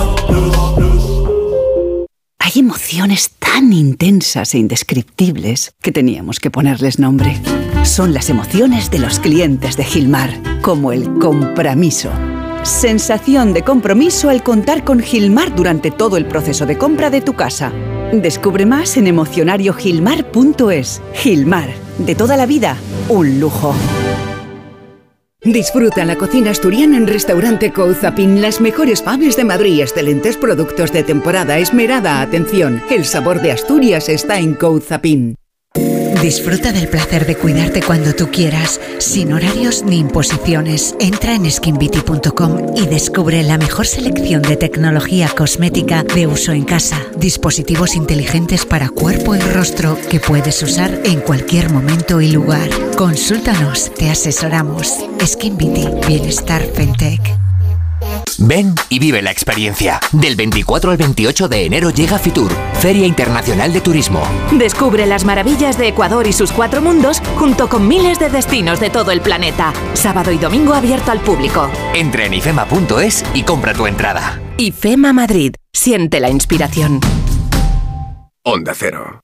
Hay emociones tan intensas e indescriptibles que teníamos que ponerles nombre. Son las emociones de los clientes de Gilmar, como el compromiso. Sensación de compromiso al contar con Gilmar durante todo el proceso de compra de tu casa. Descubre más en emocionariogilmar.es. Gilmar, de toda la vida, un lujo. Disfruta la cocina asturiana en Restaurante Couzapin. Las mejores faves de Madrid, excelentes productos de temporada, esmerada atención. El sabor de Asturias está en Couzapin. Disfruta del placer de cuidarte cuando tú quieras, sin horarios ni imposiciones. Entra en skinbeauty.com y descubre la mejor selección de tecnología cosmética de uso en casa. Dispositivos inteligentes para cuerpo y rostro que puedes usar en cualquier momento y lugar. Consúltanos, te asesoramos. Skin Beauty, bienestar Fentech. Ven y vive la experiencia. Del 24 al 28 de enero llega Fitur, Feria Internacional de Turismo. Descubre las maravillas de Ecuador y sus 4 mundos junto con miles de destinos de todo el planeta. Sábado y domingo abierto al público. Entra en ifema.es y compra tu entrada. IFEMA Madrid. Siente la inspiración. Onda Cero.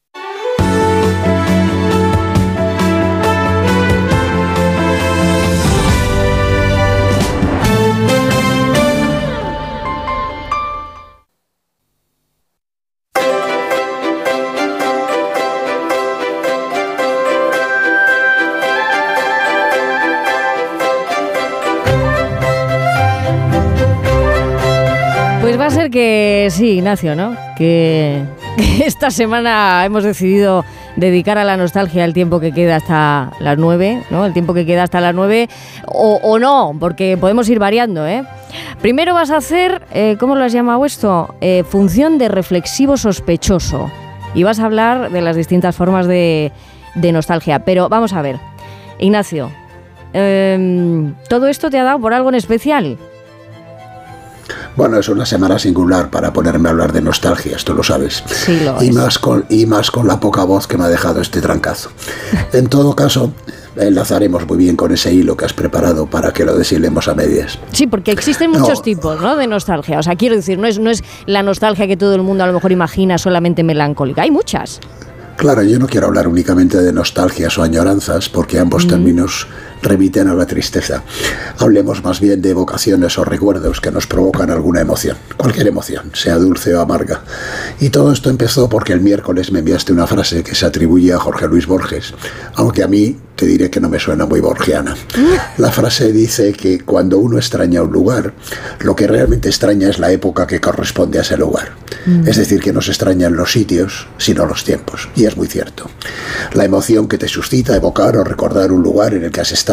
Pues va a ser que sí, Ignacio, ¿no? Que esta semana hemos decidido dedicar a la nostalgia el tiempo que queda hasta las 9, ¿no? El tiempo que queda hasta las 9 o no, porque podemos ir variando, ¿eh? Primero vas a hacer, ¿cómo lo has llamado esto? Función de reflexivo sospechoso. Y vas a hablar de las distintas formas de nostalgia. Pero vamos a ver, Ignacio, ¿todo esto te ha dado por algo en especial? Bueno, es una semana singular para ponerme a hablar de nostalgia, esto lo sabes. Sí, lo y es. más con la poca voz que me ha dejado este trancazo. En todo caso, enlazaremos muy bien con ese hilo que has preparado para que lo deshilemos a medias. Sí, porque existen muchos tipos, ¿no?, de nostalgia. O sea, quiero decir, no es la nostalgia que todo el mundo a lo mejor imagina solamente melancólica. Hay muchas. Claro, yo no quiero hablar únicamente de nostalgias o añoranzas, porque ambos términos remiten a la tristeza. Hablemos más bien de evocaciones o recuerdos que nos provocan alguna emoción, cualquier emoción, sea dulce o amarga. Y todo esto empezó porque el miércoles me enviaste una frase que se atribuye a Jorge Luis Borges, aunque a mí te diré que no me suena muy borgiana. La frase dice que cuando uno extraña un lugar, lo que realmente extraña es la época que corresponde a ese lugar. Es decir, que no se extrañan los sitios, sino los tiempos. Y es muy cierto. La emoción que te suscita evocar o recordar un lugar en el que has estado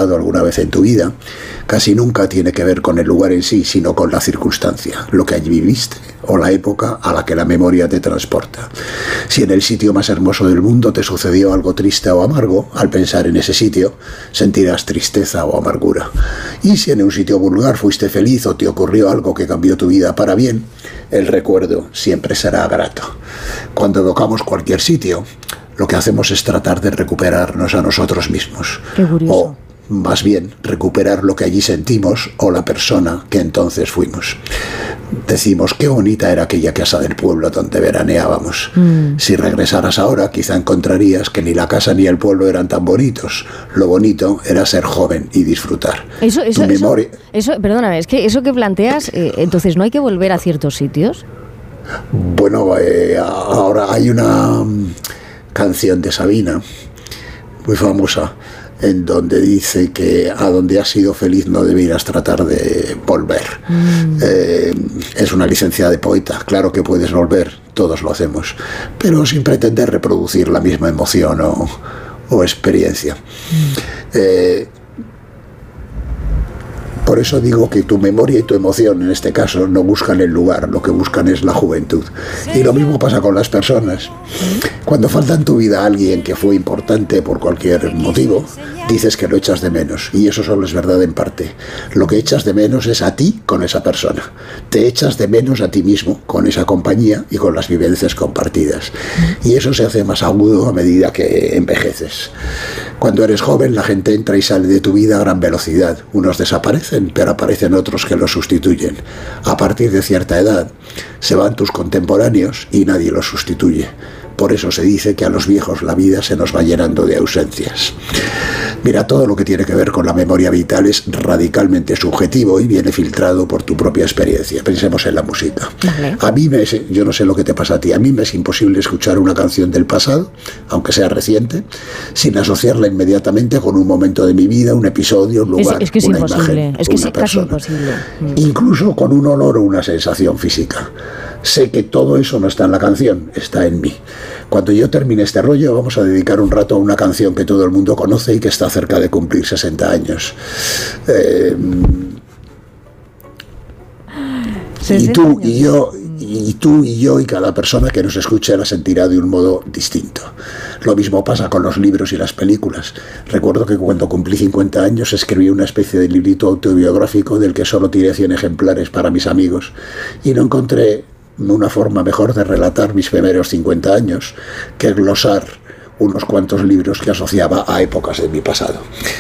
experimentado alguna vez en tu vida, casi nunca tiene que ver con el lugar en sí, sino con la circunstancia, lo que allí viviste o la época a la que la memoria te transporta. Si en el sitio más hermoso del mundo te sucedió algo triste o amargo, al pensar en ese sitio sentirás tristeza o amargura. Y si en un sitio vulgar fuiste feliz o te ocurrió algo que cambió tu vida para bien, el recuerdo siempre será grato. Cuando evocamos cualquier sitio, lo que hacemos es tratar de recuperarnos a nosotros mismos. Qué curioso. O, más bien, recuperar lo que allí sentimos o la persona que entonces fuimos. Decimos, qué bonita era aquella casa del pueblo donde veraneábamos. Si regresaras ahora, quizá encontrarías que ni la casa ni el pueblo eran tan bonitos. Lo bonito era ser joven y disfrutar. Perdóname, es que eso que planteas, entonces no hay que volver a ciertos sitios. Bueno, ahora hay una canción de Sabina muy famosa en donde dice que a donde has sido feliz no deberías tratar de volver. Es una licencia de poeta. Claro que puedes volver, todos lo hacemos, pero sin pretender reproducir la misma emoción o experiencia. Por eso digo que tu memoria y tu emoción, en este caso, no buscan el lugar, lo que buscan es la juventud. Y lo mismo pasa con las personas. Cuando falta en tu vida alguien que fue importante por cualquier motivo, dices que lo echas de menos. Y eso solo es verdad en parte. Lo que echas de menos es a ti con esa persona. Te echas de menos a ti mismo con esa compañía y con las vivencias compartidas. Y eso se hace más agudo a medida que envejeces. Cuando eres joven, la gente entra y sale de tu vida a gran velocidad. Unos desaparecen, pero aparecen otros que los sustituyen. A partir de cierta edad, se van tus contemporáneos y nadie los sustituye. Por eso se dice que a los viejos la vida se nos va llenando de ausencias. Mira, todo lo que tiene que ver con la memoria vital es radicalmente subjetivo y viene filtrado por tu propia experiencia. Pensemos en la música. Vale. A mí yo no sé lo que te pasa a ti, a mí me es imposible escuchar una canción del pasado, aunque sea reciente, sin asociarla inmediatamente con un momento de mi vida, un episodio, un lugar, es que es una imposible. imagen, Es que una es casi persona. imposible. Incluso con un olor o una sensación física. Sé que todo eso no está en la canción, está en mí. Cuando yo termine este rollo, vamos a dedicar un rato a una canción que todo el mundo conoce y que está cerca de cumplir 60 años. Y tú y yo y cada persona que nos escuche la sentirá de un modo distinto. Lo mismo pasa con los libros y las películas. Recuerdo que cuando cumplí 50 años escribí una especie de librito autobiográfico del que solo tiré 100 ejemplares para mis amigos y no encontré una forma mejor de relatar mis primeros 50 años que glosar unos cuantos libros que asociaba a épocas de mi pasado.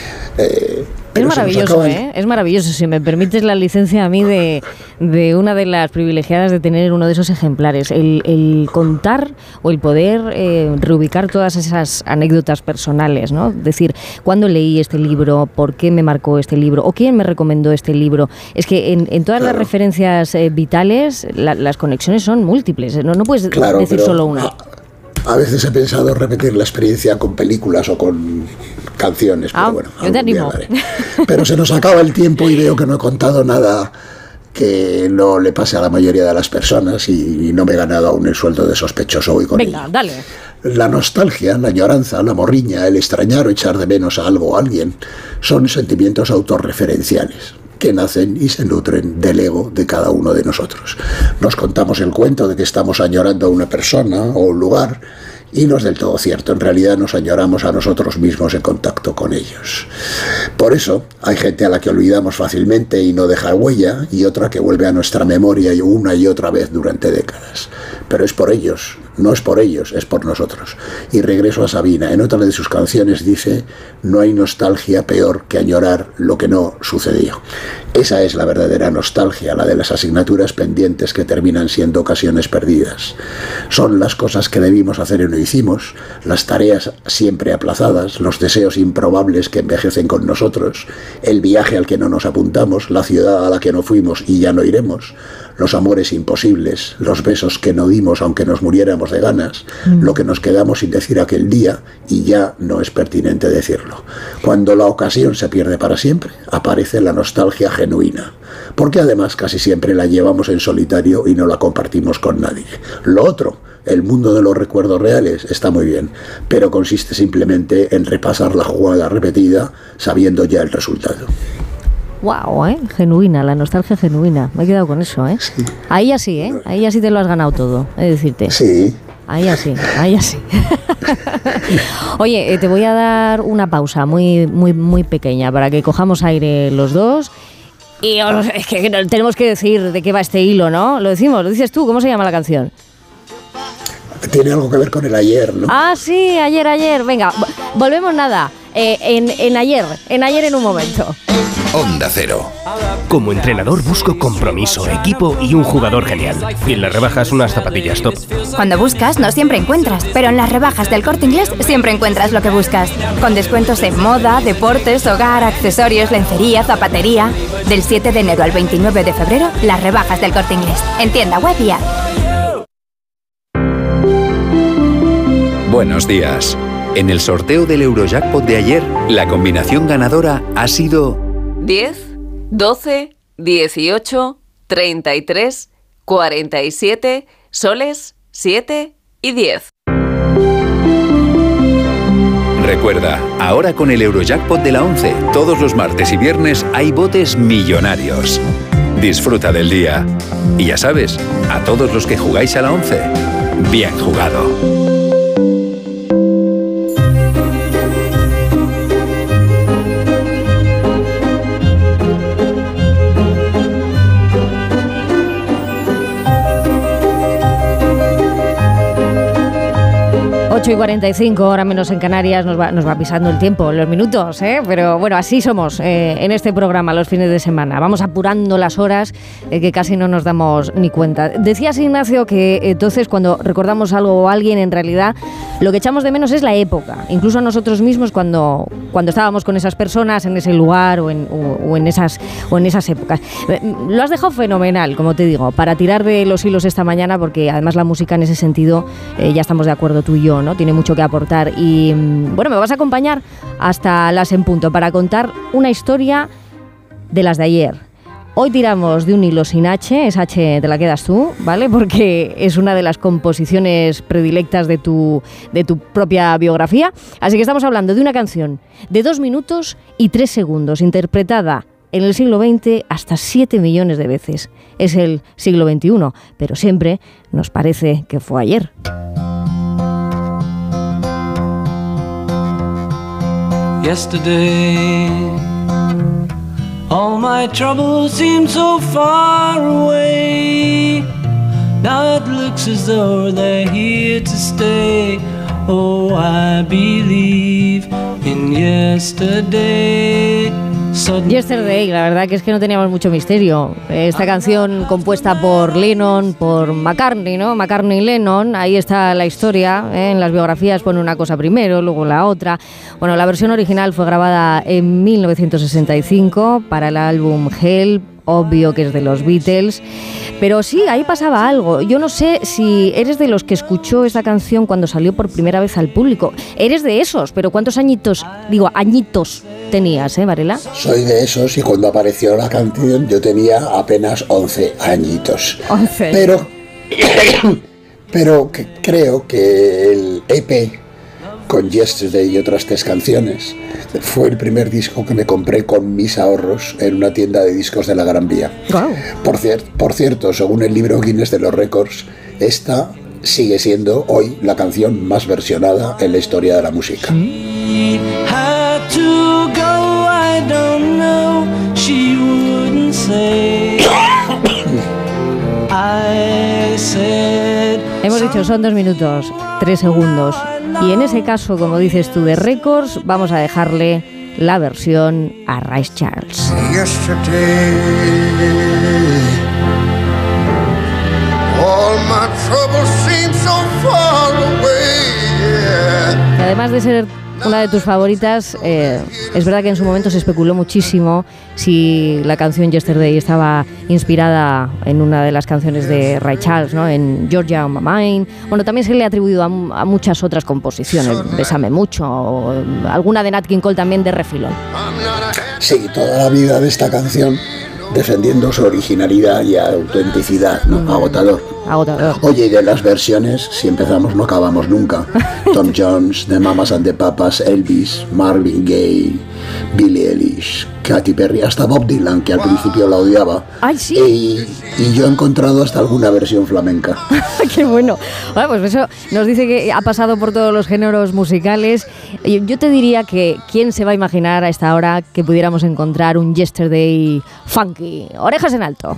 Es maravilloso, es maravilloso. Si me permites la licencia a mí de una de las privilegiadas de tener uno de esos ejemplares, el contar o el poder reubicar todas esas anécdotas personales, ¿no? Decir, ¿cuándo leí este libro? ¿Por qué me marcó este libro? ¿O quién me recomendó este libro? Es que en todas las referencias vitales las conexiones son múltiples, no puedes decir solo una. A veces he pensado repetir la experiencia con películas o con canciones, pero bueno, yo te animo. Pero se nos acaba el tiempo y veo que no he contado nada que no le pase a la mayoría de las personas y no me he ganado aún el sueldo de sospechoso hoy con Venga, ello. dale. La nostalgia, la añoranza, la morriña, el extrañar o echar de menos a algo o a alguien son sentimientos autorreferenciales que nacen y se nutren del ego de cada uno de nosotros. Nos contamos el cuento de que estamos añorando a una persona o un lugar y no es del todo cierto. En realidad nos añoramos a nosotros mismos en contacto con ellos. Por eso hay gente a la que olvidamos fácilmente y no deja huella y otra que vuelve a nuestra memoria una y otra vez durante décadas. Pero es por ellos, no es por ellos, es por nosotros. Y regreso a Sabina. En otra de sus canciones dice: no hay nostalgia peor que añorar lo que no sucedió. Esa es la verdadera nostalgia, la de las asignaturas pendientes que terminan siendo ocasiones perdidas. Son las cosas que debimos hacer y no hicimos, las tareas siempre aplazadas, los deseos improbables que envejecen con nosotros, el viaje al que no nos apuntamos, la ciudad a la que no fuimos y ya no iremos, los amores imposibles, los besos que no dimos aunque nos muriéramos de ganas, lo que nos quedamos sin decir aquel día y ya no es pertinente decirlo. Cuando la ocasión se pierde para siempre, aparece la nostalgia genuina, porque además casi siempre la llevamos en solitario y no la compartimos con nadie. Lo otro el mundo de los recuerdos reales, está muy bien, pero consiste simplemente en repasar la jugada repetida sabiendo ya el resultado. Wow, genuina, la nostalgia genuina. Me he quedado con eso, Sí. Ahí así, Ahí así te lo has ganado todo, es decirte. Sí. Ahí así. Oye, te voy a dar una pausa muy, muy, muy pequeña para que cojamos aire los dos. Y es que tenemos que decir de qué va este hilo, ¿no? Lo dices tú, ¿cómo se llama la canción? Tiene algo que ver con el ayer, ¿no? Ah, sí, ayer. Venga, volvemos nada. En ayer en un momento. Onda Cero. Como entrenador busco compromiso, equipo y un jugador genial. Y en las rebajas unas zapatillas top. Cuando buscas no siempre encuentras, pero en las rebajas del Corte Inglés siempre encuentras lo que buscas. Con descuentos en moda, deportes, hogar, accesorios, lencería, zapatería. Del 7 de enero al 29 de febrero, las rebajas del Corte Inglés. En tienda web y app. Buenos días. En el sorteo del Eurojackpot de ayer, la combinación ganadora ha sido 10, 12, 18, 33, 47, soles, 7 y 10. Recuerda, ahora con el Eurojackpot de la 11, todos los martes y viernes hay botes millonarios. Disfruta del día. Y ya sabes, a todos los que jugáis a la 11, bien jugado. 8:45, hora menos en Canarias, nos va pisando el tiempo, los minutos, pero bueno, así somos en este programa los fines de semana. Vamos apurando las horas que casi no nos damos ni cuenta. Decías, Ignacio, que entonces cuando recordamos algo o alguien, en realidad lo que echamos de menos es la época, incluso nosotros mismos cuando estábamos con esas personas en ese lugar o en esas épocas. Lo has dejado fenomenal, como te digo, para tirar de los hilos esta mañana, porque además la música en ese sentido, ya estamos de acuerdo tú y yo, ¿no? Tiene mucho que aportar y bueno, me vas a acompañar hasta las en punto para contar una historia de las de ayer. Hoy tiramos de un hilo sin H, esa H te la quedas tú, ¿vale? Porque es una de las composiciones predilectas de tu propia biografía. Así que estamos hablando de una canción de 2 minutos y 3 segundos, interpretada en el siglo XX hasta 7 millones de veces. Es el siglo XXI, pero siempre nos parece que fue ayer. Yesterday, all my troubles seem so far away. Now it looks as though they're here to stay. Oh, I believe in yesterday. Yesterday, la verdad que es que no teníamos mucho misterio. Esta canción compuesta por Lennon, por McCartney, ¿no? McCartney y Lennon, ahí está la historia, en las biografías pone una cosa primero, luego la otra. Bueno, la versión original fue grabada en 1965 para el álbum Help, obvio que es de los Beatles, pero sí, ahí pasaba algo. Yo no sé si eres de los que escuchó esta canción cuando salió por primera vez al público. Eres de esos, pero ¿cuántos añitos tenías, Varela? Soy de esos y cuando apareció la canción yo tenía apenas 11 añitos. 11. Pero creo que el EP con Yesterday y otras 3 canciones fue el primer disco que me compré con mis ahorros en una tienda de discos de la Gran Vía. Wow. Por cierto, según el libro Guinness de los récords, esta sigue siendo hoy la canción más versionada en la historia de la música. Hemos dicho, son 2 minutos, 3 segundos. Y en ese caso, como dices tú, de récords, vamos a dejarle la versión a Ray Charles. Yesterday, all my troubles seem so far away, yeah. Además de ser una de tus favoritas, es verdad que en su momento se especuló muchísimo si la canción Yesterday estaba inspirada en una de las canciones de Ray Charles, ¿no? En Georgia on My Mind. Bueno, también se le ha atribuido a muchas otras composiciones, Bésame Mucho, o alguna de Nat King Cole también de refilón. Sí, toda la vida de esta canción defendiendo su originalidad y autenticidad, ¿no? Agotador. Oye, y de las versiones, si empezamos no acabamos nunca. Tom Jones, The Mamas and the Papas, Elvis, Marvin Gaye, Billie Eilish, Katy Perry, hasta Bob Dylan, que al principio la odiaba. ¡Ay, sí! Y yo he encontrado hasta alguna versión flamenca. ¡Qué bueno! Bueno, pues eso nos dice que ha pasado por todos los géneros musicales. Yo te diría que ¿quién se va a imaginar a esta hora que pudiéramos encontrar un Yesterday funky? Orejas en alto.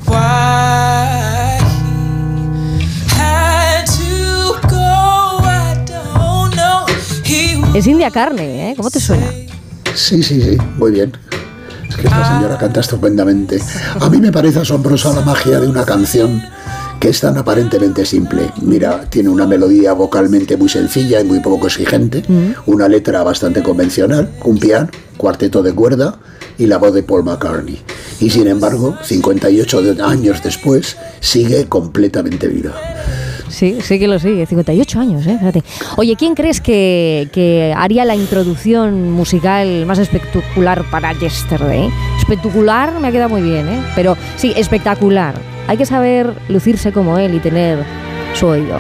Es India Carne, ¿eh? ¿Cómo te suena? Sí, muy bien. Es que esta señora canta estupendamente. A mí me parece asombrosa la magia de una canción que es tan aparentemente simple. Mira, tiene una melodía vocalmente muy sencilla y muy poco exigente, una letra bastante convencional, un piano, cuarteto de cuerda y la voz de Paul McCartney. Y sin embargo, 58 años después, sigue completamente viva. Sí que lo sigue, 58 años, fíjate. Oye, ¿quién crees que haría la introducción musical más espectacular para Yesterday? Espectacular me ha quedado muy bien, pero sí, espectacular. Hay que saber lucirse como él y tener su oído.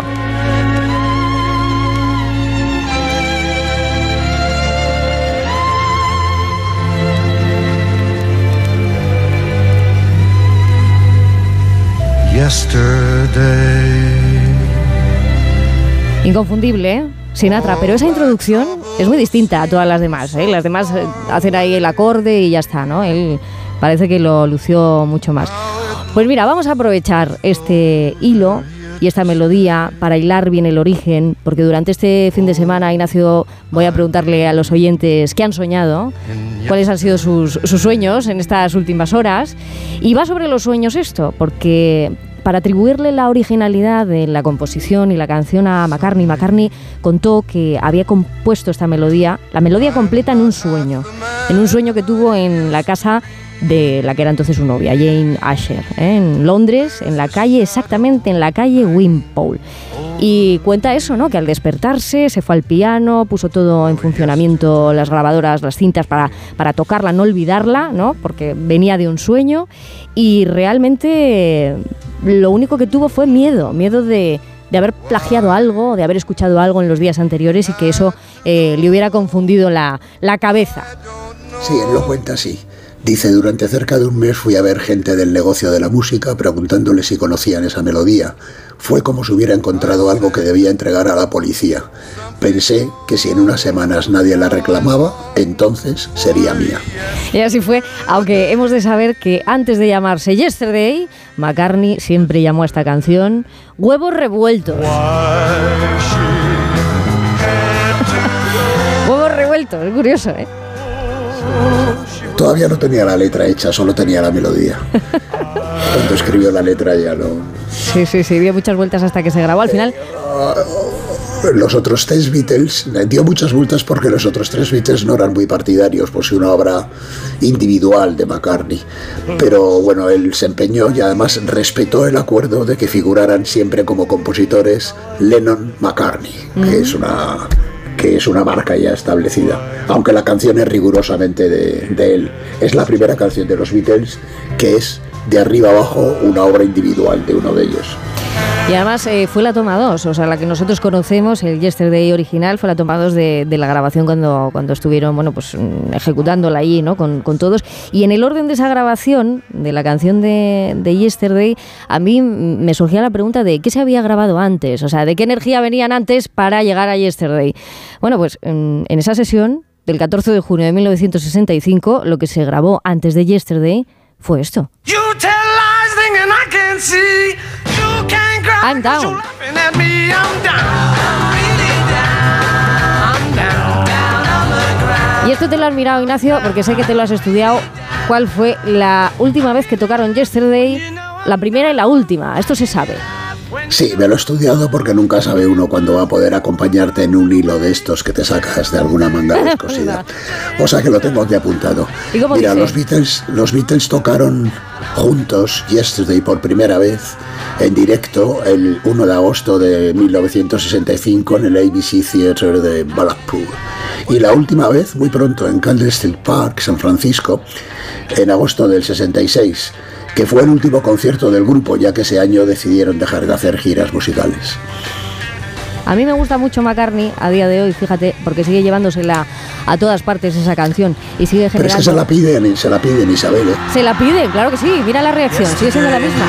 Yesterday. Inconfundible, Sinatra, pero esa introducción es muy distinta a todas las demás, Las demás hacen ahí el acorde y ya está, ¿no? Él parece que lo lució mucho más. Pues mira, vamos a aprovechar este hilo y esta melodía para hilar bien el origen, porque durante este fin de semana, Ignacio, voy a preguntarle a los oyentes qué han soñado, cuáles han sido sus sueños en estas últimas horas, y va sobre los sueños esto, porque para atribuirle la originalidad de la composición y la canción a McCartney, McCartney contó que había compuesto esta melodía, la melodía completa en un sueño que tuvo en la casa de la que era entonces su novia, Jane Asher, en Londres, exactamente en la calle Wimpole. Y cuenta eso, ¿no? Que al despertarse se fue al piano, puso todo en funcionamiento, las grabadoras, las cintas para tocarla, no olvidarla, ¿no? Porque venía de un sueño y realmente lo único que tuvo fue miedo de haber plagiado algo, de haber escuchado algo en los días anteriores y que eso le hubiera confundido la cabeza. Sí, él lo cuenta así. Dice, durante cerca de un mes fui a ver gente del negocio de la música preguntándole si conocían esa melodía. Fue como si hubiera encontrado algo que debía entregar a la policía. Pensé que si en unas semanas nadie la reclamaba, entonces sería mía. Y así fue, aunque hemos de saber que antes de llamarse Yesterday, McCartney siempre llamó a esta canción Huevos Revueltos. Huevos Revueltos, es curioso, ¿eh? Todavía no tenía la letra hecha, solo tenía la melodía. Cuando escribió la letra ya no... Sí, dio muchas vueltas hasta que se grabó al final. Los otros tres Beatles, dio muchas vueltas porque los otros tres Beatles no eran muy partidarios, pues una obra individual de McCartney. Pero bueno, él se empeñó y además respetó el acuerdo de que figuraran siempre como compositores Lennon-McCartney, que es una marca ya establecida, aunque la canción es rigurosamente de él. Es la primera canción de los Beatles que es de arriba abajo una obra individual de uno de ellos. Y además fue la toma 2, o sea, la que nosotros conocemos, el Yesterday original, fue la toma 2 de la grabación cuando estuvieron, bueno, pues ejecutándola allí, ¿no? Con todos. Y en el orden de esa grabación, de la canción de Yesterday, a mí me surgía la pregunta de qué se había grabado antes, o sea, de qué energía venían antes para llegar a Yesterday. Bueno, pues en esa sesión del 14 de junio de 1965, lo que se grabó antes de Yesterday fue esto. I'm down. Y esto te lo has mirado, Ignacio, porque sé que te lo has estudiado. ¿Cuál fue la última vez que tocaron Yesterday? La primera y la última, esto se sabe. Sí, me lo he estudiado porque nunca sabe uno cuándo va a poder acompañarte en un hilo de estos que te sacas de alguna manga descosida. O sea que lo tengo aquí apuntado. Mira, los Beatles tocaron juntos Yesterday por primera vez en directo el 1 de agosto de 1965 en el ABC Theatre de Blackpool. Y la última vez, muy pronto, en Candlestick Park, San Francisco, en agosto del 66. que fue el último concierto del grupo, ya que ese año decidieron dejar de hacer giras musicales. A mí me gusta mucho McCartney a día de hoy, fíjate, porque sigue llevándosela a todas partes esa canción y sigue generando... Pero es que se la piden, Isabel, ¿eh? Se la piden, claro que sí, mira la reacción, sigue siendo la misma.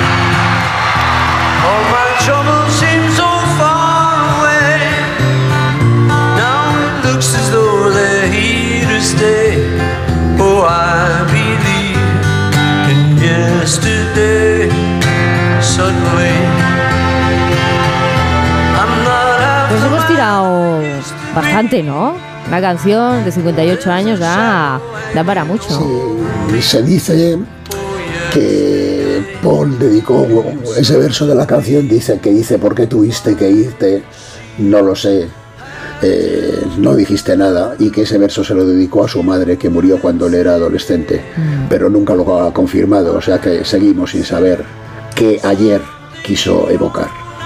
Pues hemos tirado bastante, ¿no? Una canción de 58 años da para mucho. Sí, se dice que Paul dedicó ese verso de la canción, dice ¿por qué tuviste que irte? No lo sé, no dijiste nada, y que ese verso se lo dedicó a su madre, que murió cuando él era adolescente, pero nunca lo ha confirmado, o sea que seguimos sin saber qué ayer quiso evocar.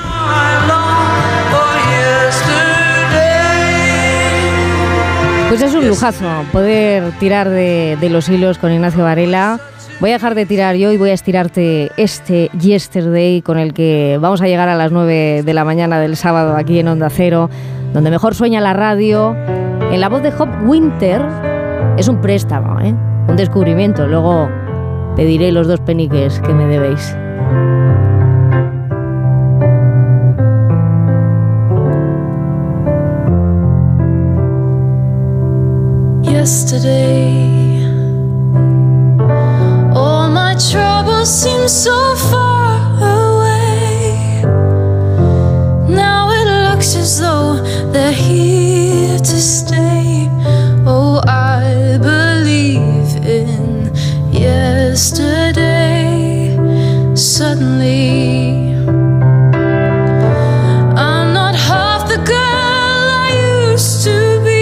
Pues es un lujazo poder tirar de los hilos con Ignacio Varela. Voy a dejar de tirar yo y voy a estirarte este Yesterday, con el que vamos a llegar a las 9 de la mañana del sábado aquí en Onda Cero, donde mejor sueña la radio. En la voz de Hop Winter es un préstamo, un descubrimiento. Luego pediré los 2 peniques que me debéis. Yesterday, all my troubles seem so far away. Now it looks as though they're here to stay. Oh, I believe in yesterday. Suddenly, I'm not half the girl I used to be.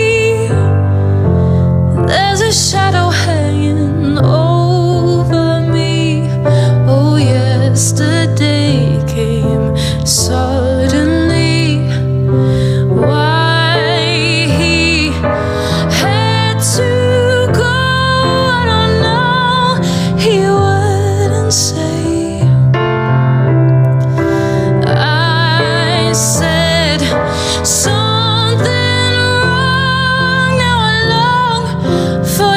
There's a shadow hanging over me. Oh, yesterday came suddenly. Why he had to go, I don't know. He wouldn't say. I said something wrong. Now I long for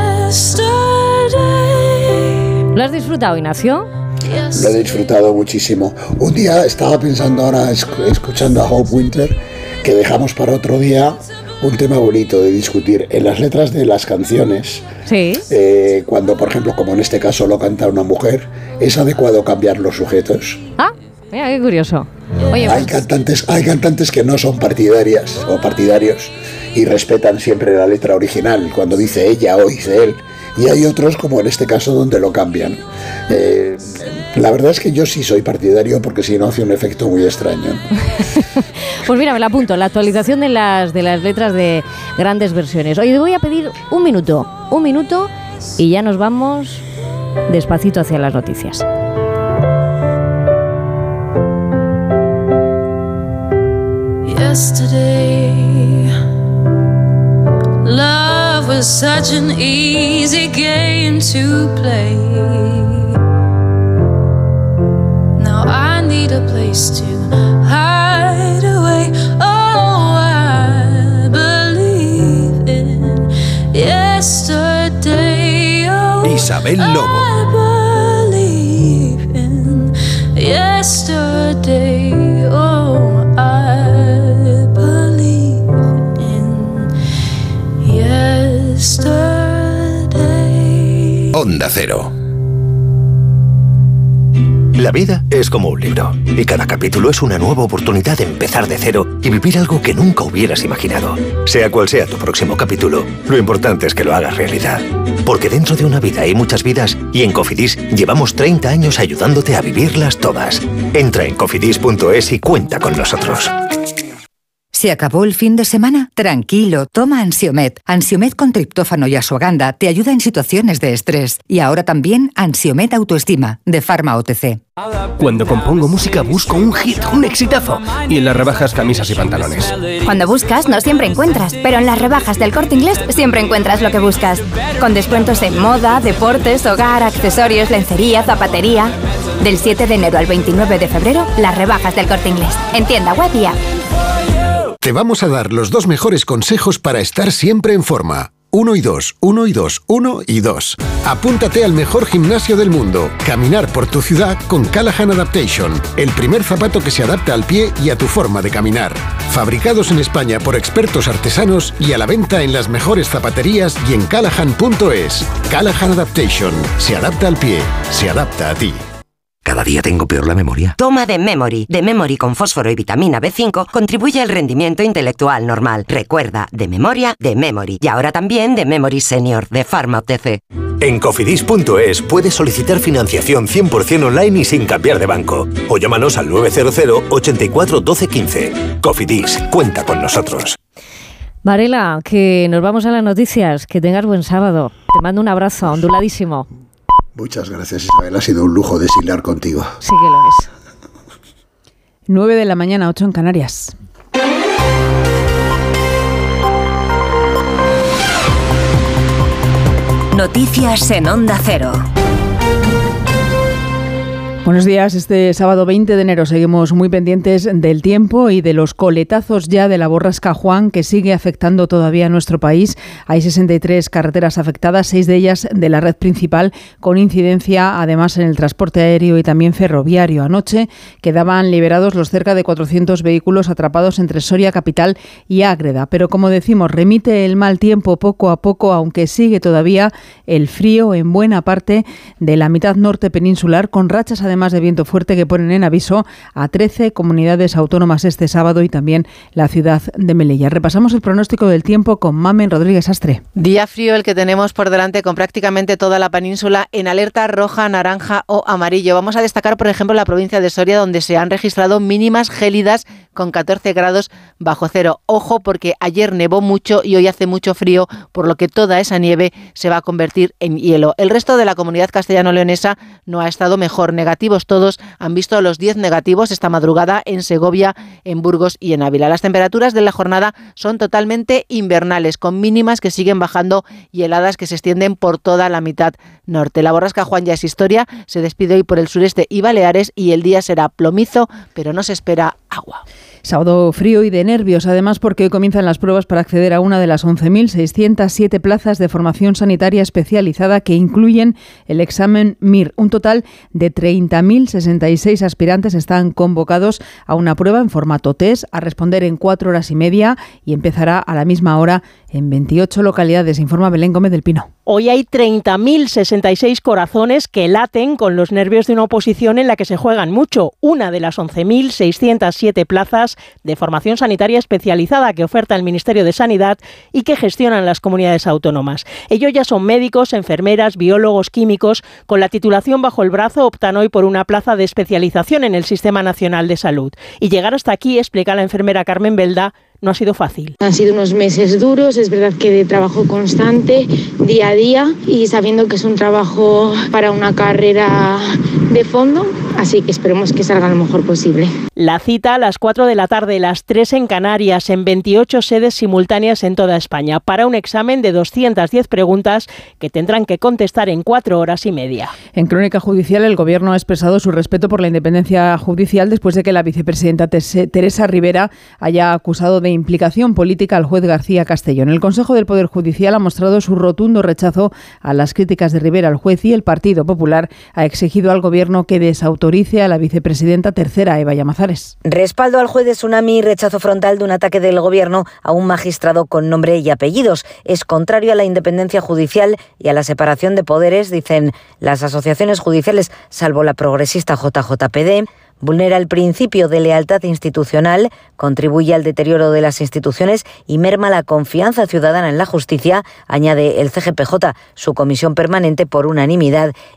yesterday. ¿Lo has disfrutado, Ignacio? Lo he disfrutado muchísimo. Un día estaba pensando ahora, escuchando a Hope Winter, que dejamos para otro día un tema bonito de discutir. En las letras de las canciones, sí. Cuando, por ejemplo, como en este caso lo canta una mujer, ¿es adecuado cambiar los sujetos? Ah, mira, qué curioso. Oye, hay cantantes que no son partidarias o partidarios y respetan siempre la letra original cuando dice ella o dice él. Y hay otros, como en este caso, donde lo cambian. La verdad es que yo sí soy partidario, porque si no hace un efecto muy extraño. Pues mira, me la apunto, la actualización de las letras de grandes versiones. Oye, te voy a pedir un minuto y ya nos vamos despacito hacia las noticias. Yesterday, love was such an easy game to play. Now I need a place to hide away. Oh, I believe in yesterday. Oh, Isabel Lobo. I believe in yesterday. Oh, I believe in yesterday. Onda Cero. La vida es como un libro, y cada capítulo es una nueva oportunidad de empezar de cero y vivir algo que nunca hubieras imaginado. Sea cual sea tu próximo capítulo, lo importante es que lo hagas realidad. Porque dentro de una vida hay muchas vidas, y en Cofidis llevamos 30 años ayudándote a vivirlas todas. Entra en cofidis.es y cuenta con nosotros. ¿Se acabó el fin de semana? Tranquilo, toma Ansiomed. Ansiomed con triptófano y asuaganda te ayuda en situaciones de estrés. Y ahora también Ansiomed Autoestima, de Pharma OTC. Cuando compongo música busco un hit, un exitazo. Y en las rebajas, camisas y pantalones. Cuando buscas, no siempre encuentras, pero en las rebajas del Corte Inglés siempre encuentras lo que buscas. Con descuentos en moda, deportes, hogar, accesorios, lencería, zapatería. Del 7 de enero al 29 de febrero, las rebajas del Corte Inglés. En tienda web y app. Te vamos a dar los 2 mejores consejos para estar siempre en forma. 1 y 2, 1 y 2, 1 y 2. Apúntate al mejor gimnasio del mundo. Caminar por tu ciudad con Callahan Adaptation, el primer zapato que se adapta al pie y a tu forma de caminar. Fabricados en España por expertos artesanos y a la venta en las mejores zapaterías y en callahan.es. Callahan Adaptation. Se adapta al pie, se adapta a ti. Cada día tengo peor la memoria. Toma de Memory. De Memory con fósforo y vitamina B5 contribuye al rendimiento intelectual normal. Recuerda, de memoria, de Memory. Y ahora también de Memory Senior, de Pharma OTC. En cofidis.es puedes solicitar financiación 100% online y sin cambiar de banco. O llámanos al 900 84 12 15. Cofidis, cuenta con nosotros. Varela, que nos vamos a las noticias. Que tengas buen sábado. Te mando un abrazo onduladísimo. Muchas gracias, Isabel. Ha sido un lujo deshilar contigo. Sí que lo es. 9 de la mañana, 8 en Canarias. Noticias en Onda Cero. Buenos días. Este sábado 20 de enero seguimos muy pendientes del tiempo y de los coletazos ya de la borrasca Juan, que sigue afectando todavía a nuestro país. Hay 63 carreteras afectadas, 6 de ellas de la red principal, con incidencia además en el transporte aéreo y también ferroviario. Anoche quedaban liberados los cerca de 400 vehículos atrapados entre Soria capital y Ágreda. Pero como decimos, remite el mal tiempo poco a poco, aunque sigue todavía el frío en buena parte de la mitad norte peninsular, con rachas además de viento fuerte que ponen en aviso a 13 comunidades autónomas este sábado y también la ciudad de Melilla. Repasamos el pronóstico del tiempo con Mamen Rodríguez Astre. Día frío el que tenemos por delante, con prácticamente toda la península en alerta roja, naranja o amarillo. Vamos a destacar, por ejemplo, la provincia de Soria, donde se han registrado mínimas gélidas con 14 grados bajo cero. Ojo, porque ayer nevó mucho y hoy hace mucho frío, por lo que toda esa nieve se va a convertir en hielo. El resto de la comunidad castellano-leonesa no ha estado mejor. Negativos todos, han visto los 10 negativos esta madrugada en Segovia, en Burgos y en Ávila. Las temperaturas de la jornada son totalmente invernales, con mínimas que siguen bajando y heladas que se extienden por toda la mitad norte. La borrasca Juan ya es historia, se despide hoy por el sureste y Baleares y el día será plomizo, pero no se espera agua. Sábado frío y de nervios, además, porque hoy comienzan las pruebas para acceder a una de las 11.607 plazas de formación sanitaria especializada que incluyen el examen MIR. Un total de 30.066 aspirantes están convocados a una prueba en formato test, a responder en 4 horas y media, y empezará a la misma hora en 28 localidades, informa Belén Gómez del Pino. Hoy hay 30.066 corazones que laten con los nervios de una oposición en la que se juegan mucho. Una de las 11.607 plazas de formación sanitaria especializada que oferta el Ministerio de Sanidad y que gestionan las comunidades autónomas. Ellos ya son médicos, enfermeras, biólogos, químicos. Con la titulación bajo el brazo optan hoy por una plaza de especialización en el Sistema Nacional de Salud. Y llegar hasta aquí, explica la enfermera Carmen Belda, no ha sido fácil. Han sido unos meses duros, es verdad que de trabajo constante, día a día, y sabiendo que es un trabajo para una carrera de fondo, así que esperemos que salga lo mejor posible. La cita a las 4 de la tarde, las 3 en Canarias, en 28 sedes simultáneas en toda España, para un examen de 210 preguntas que tendrán que contestar en 4 horas y media. En Crónica Judicial, el Gobierno ha expresado su respeto por la independencia judicial después de que la vicepresidenta Teresa Rivera haya acusado de implicación política al juez García Castellón. El Consejo del Poder Judicial ha mostrado su rotundo rechazo a las críticas de Rivera al juez y el Partido Popular ha exigido al Gobierno que desautorice a la vicepresidenta tercera, Eva Llamazares. Respaldo al juez de Tsunami y rechazo frontal de un ataque del Gobierno a un magistrado con nombre y apellidos. Es contrario a la independencia judicial y a la separación de poderes, dicen las asociaciones judiciales, salvo la progresista JJPD. Vulnera el principio de lealtad institucional, contribuye al deterioro de las instituciones y merma la confianza ciudadana en la justicia, añade el CGPJ, su comisión permanente por unanimidad, y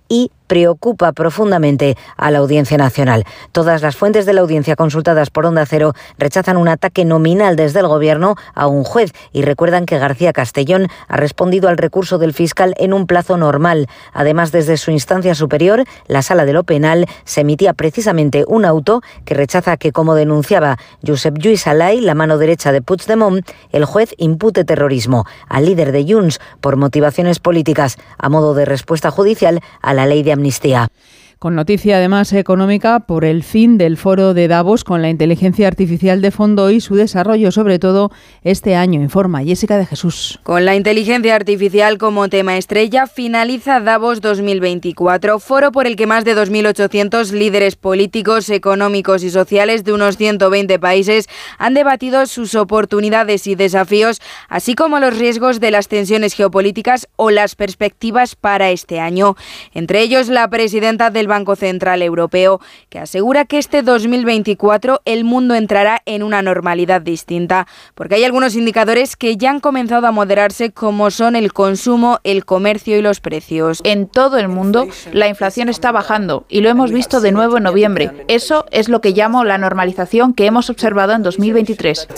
preocupa profundamente a la Audiencia Nacional. Todas las fuentes de la audiencia consultadas por Onda Cero rechazan un ataque nominal desde el Gobierno a un juez y recuerdan que García Castellón ha respondido al recurso del fiscal en un plazo normal. Además, desde su instancia superior, la Sala de lo Penal, se emitía precisamente un auto que rechaza que, como denunciaba Josep Lluís Alay, la mano derecha de Puigdemont, el juez impute terrorismo al líder de Junts por motivaciones políticas, a modo de respuesta judicial a la ley de amnistía. Con noticia además económica por el fin del foro de Davos con la inteligencia artificial de fondo y su desarrollo sobre todo este año, informa Jessica de Jesús. Con la inteligencia artificial como tema estrella finaliza Davos 2024, foro por el que más de 2.800 líderes políticos, económicos y sociales de unos 120 países han debatido sus oportunidades y desafíos, así como los riesgos de las tensiones geopolíticas o las perspectivas para este año. Entre ellos, la presidenta del Banco Central Europeo, que asegura que este 2024 el mundo entrará en una normalidad distinta, porque hay algunos indicadores que ya han comenzado a moderarse, como son el consumo, el comercio y los precios. En todo el mundo, la inflación está bajando y lo hemos visto de nuevo en noviembre. Eso es lo que llamo la normalización que hemos observado en 2023.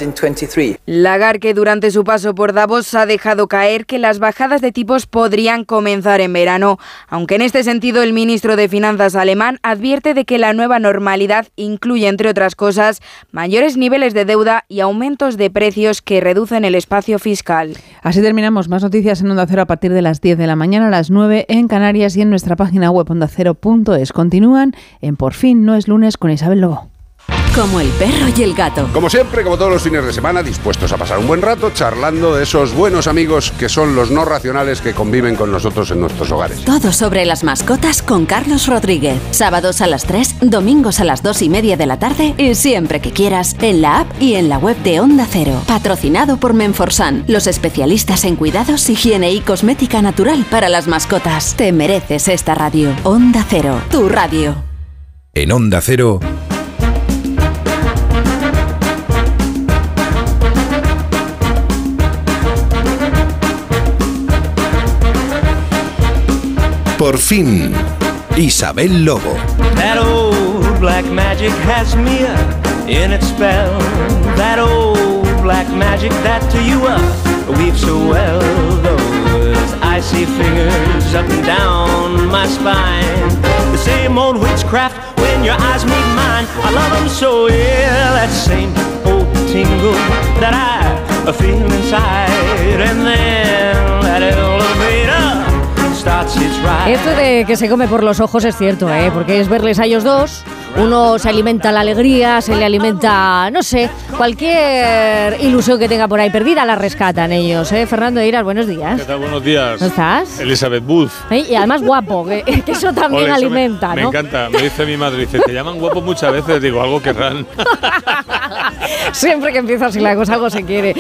Lagarde, que durante su paso por Davos ha dejado caer que las bajadas de tipos podrían comenzar en verano, aunque en este sentido el ministro de Finanzas alemán advierte de que la nueva normalidad incluye, entre otras cosas, mayores niveles de deuda y aumentos de precios que reducen el espacio fiscal. Así terminamos. Más noticias en Onda Cero a partir de las 10 de la mañana, a las 9 en Canarias y en nuestra página web ondacero.es. Continúan en Por fin no es lunes con Isabel Lobo. Como el perro y el gato. Como siempre, como todos los fines de semana, dispuestos a pasar un buen rato charlando de esos buenos amigos que son los no racionales que conviven con nosotros en nuestros hogares. Todo sobre las mascotas con Carlos Rodríguez. Sábados a las 3, domingos a las 2:30 de la tarde y siempre que quieras en la app y en la web de Onda Cero. Patrocinado por Menforsan, los especialistas en cuidados, higiene y cosmética natural para las mascotas. Te mereces esta radio. Onda Cero, tu radio. En Onda Cero... Por fin, Isabel Lobo. That old black magic has me in its spell. That old black magic that to you weaves so well. Those icy fingers up and down my spine. The same old witchcraft when your eyes meet mine. I love them so, yeah. That same old tingle that I feel inside. And then that elevator. Esto de que se come por los ojos es cierto, porque es verles a ellos dos. Uno se alimenta la alegría, se le alimenta, no sé, cualquier ilusión que tenga por ahí perdida la rescatan ellos. Fernando Eiras, buenos días. ¿Qué tal? Buenos días. ¿Cómo estás? Elizabeth Booth. Y además guapo, que eso también Ole, alimenta, me ¿no? Me encanta, me dice mi madre, dice, te llaman guapo muchas veces, digo, algo querrán. Siempre que empieza así la cosa, algo se quiere.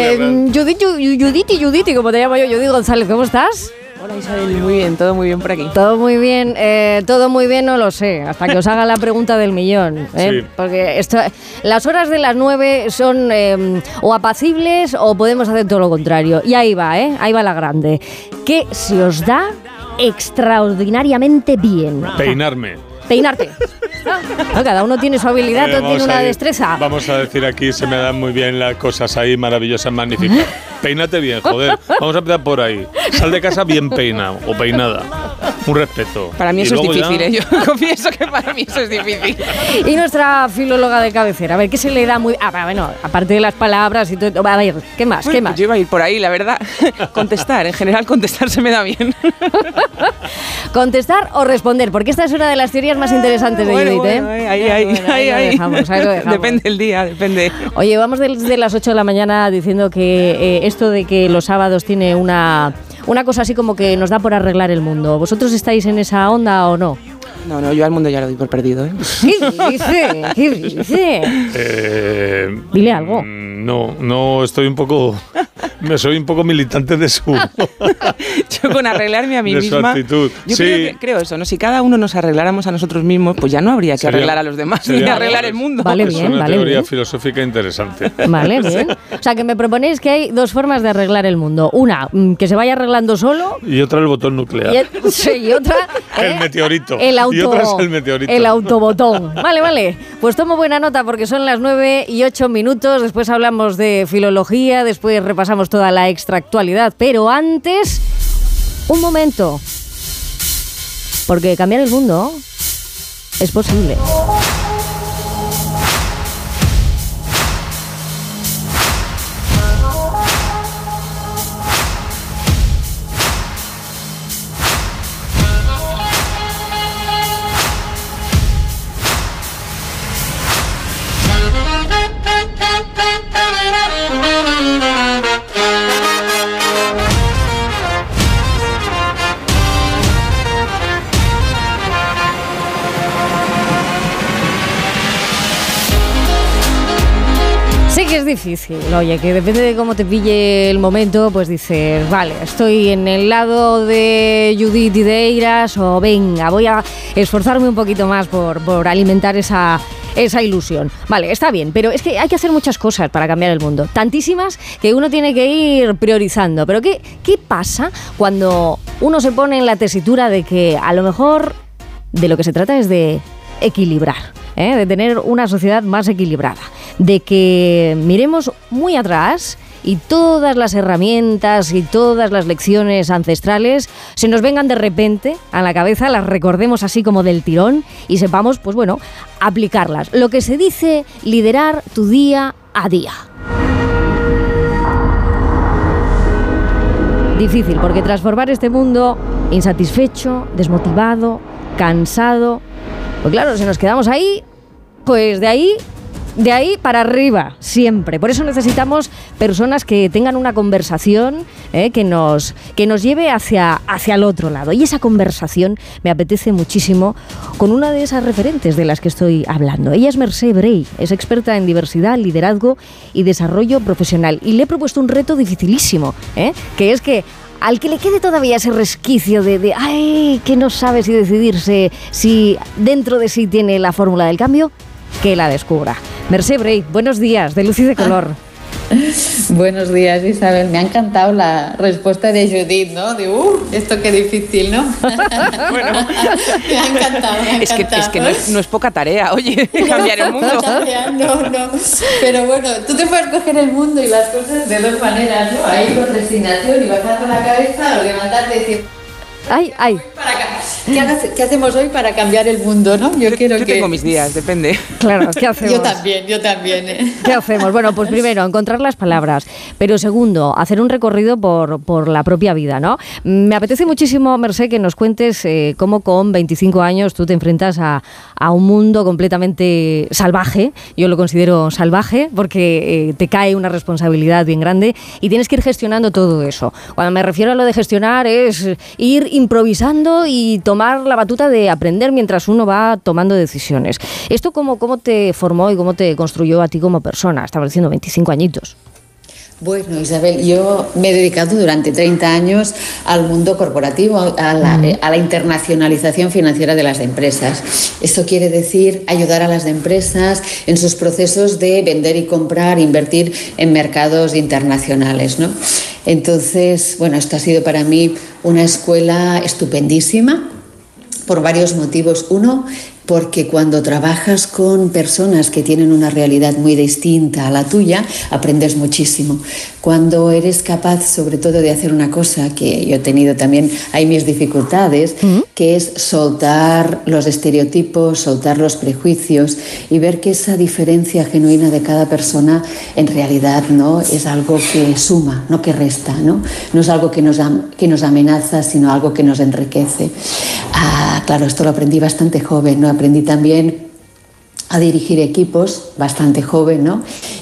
Judith, como te llamo yo, Judith González, ¿cómo estás? Hola Isabel, muy bien, todo muy bien por aquí. Todo muy bien, no lo sé, hasta que os haga la pregunta del millón. Sí. Porque las horas de las 9 son o apacibles o podemos hacer todo lo contrario. Y ahí va la grande. ¿Qué se os da extraordinariamente bien? Peinarte. No, cada uno tiene su habilidad, todo tiene una destreza. Vamos a decir aquí, se me dan muy bien las cosas ahí maravillosas, magníficas. Peínate bien, joder. Vamos a empezar por ahí. Sal de casa bien peinado o peinada. Un respeto. Para mí eso es difícil, Yo confieso que para mí eso es difícil. Y nuestra filóloga de cabecera, a ver, ¿qué se le da muy...? Bueno, aparte de las palabras y todo... A ver, ¿qué más? Bueno, ¿qué más? Yo iba a ir por ahí, la verdad. Contestar, en general contestar se me da bien. Contestar o responder, porque esta es una de las teorías más interesantes de Judith, Ahí lo dejamos. Depende el día, depende. Oye, vamos desde las 8 de la mañana diciendo que esto de que los sábados tiene una cosa así como que nos da por arreglar el mundo. ¿Vosotros estáis en esa onda o no? No, yo al mundo ya lo doy por perdido, ¿Qué dice? Dile algo. No, estoy un poco Me soy un poco militante de su... Yo con arreglarme a mí misma... De su actitud. Yo creo eso, ¿no? Si cada uno nos arregláramos a nosotros mismos, pues ya no habría que arreglar a los demás ni arreglar el mundo. Vale, bien, es una vale, teoría bien. filosófica interesante. Vale, bien. O sea, que me proponéis que hay dos formas de arreglar el mundo. Una, que se vaya arreglando solo. Y otra, el botón nuclear. Y otra... el meteorito. Y otra es el meteorito. El autobotón. Vale. Pues tomo buena nota porque son las 9:08. Después hablamos de filología, después repasamos toda la extractualidad. Pero antes, un momento. Porque cambiar el mundo es posible. Sí que es difícil, oye, que depende de cómo te pille el momento, pues dices, vale, estoy en el lado de Judith y de Eiras, o venga, voy a esforzarme un poquito más por alimentar esa ilusión. Vale, está bien, pero es que hay que hacer muchas cosas para cambiar el mundo. Tantísimas que uno tiene que ir priorizando. Pero ¿qué pasa cuando uno se pone en la tesitura de que a lo mejor de lo que se trata es de equilibrar? De tener una sociedad más equilibrada, de que miremos muy atrás y todas las herramientas y todas las lecciones ancestrales se nos vengan de repente a la cabeza, las recordemos así como del tirón y sepamos, pues bueno, aplicarlas. Lo que se dice liderar tu día a día. Difícil, porque transformar este mundo insatisfecho, desmotivado, cansado, pues claro, si nos quedamos ahí, pues de ahí para arriba, siempre. Por eso necesitamos personas que tengan una conversación que nos lleve hacia el otro lado. Y esa conversación me apetece muchísimo con una de esas referentes de las que estoy hablando. Ella es Mercè Bray, es experta en diversidad, liderazgo y desarrollo profesional. Y le he propuesto un reto dificilísimo, que es que al que le quede todavía ese resquicio de ay, que no sabe si decidirse, si dentro de sí tiene la fórmula del cambio, que la descubra. Mercè Bray, buenos días, de Luz y de Color. Buenos días, Isabel. Me ha encantado la respuesta de Judith, ¿no? De, esto qué difícil, ¿no? Bueno, me ha encantado. Es que no es poca tarea, oye, cambiar el mundo. No. Pero bueno, tú te puedes coger el mundo y las cosas de dos maneras, ¿no? Ahí con resignación y bajando la cabeza o levantarte y decir... Ay. ¿Qué hacemos hoy para cambiar el mundo, no? Yo tengo mis días, depende. Claro, ¿qué hacemos? Yo también. ¿Qué hacemos? Bueno, pues primero, encontrar las palabras. Pero segundo, hacer un recorrido por la propia vida, ¿no? Me apetece muchísimo, Mercè, que nos cuentes cómo con 25 años tú te enfrentas a un mundo completamente salvaje. Yo lo considero salvaje porque te cae una responsabilidad bien grande y tienes que ir gestionando todo eso. Cuando me refiero a lo de gestionar es ir improvisando y tomar la batuta de aprender mientras uno va tomando decisiones. ¿Esto cómo te formó y cómo te construyó a ti como persona? Estamos diciendo 25 añitos. Bueno, Isabel, yo me he dedicado durante 30 años al mundo corporativo, a la internacionalización financiera de las empresas. Esto quiere decir ayudar a las empresas en sus procesos de vender y comprar, invertir en mercados internacionales, ¿no? Entonces, bueno, esto ha sido para mí una escuela estupendísima por varios motivos. Uno, porque cuando trabajas con personas que tienen una realidad muy distinta a la tuya, aprendes muchísimo. Cuando eres capaz, sobre todo, de hacer una cosa que yo he tenido también, hay mis dificultades, que es soltar los estereotipos, soltar los prejuicios y ver que esa diferencia genuina de cada persona en realidad no es algo que suma, no que resta, no es algo que nos amenaza, sino algo que nos enriquece. Claro, esto lo aprendí bastante joven, ¿no? Aprendí también a dirigir equipos bastante joven, ¿no?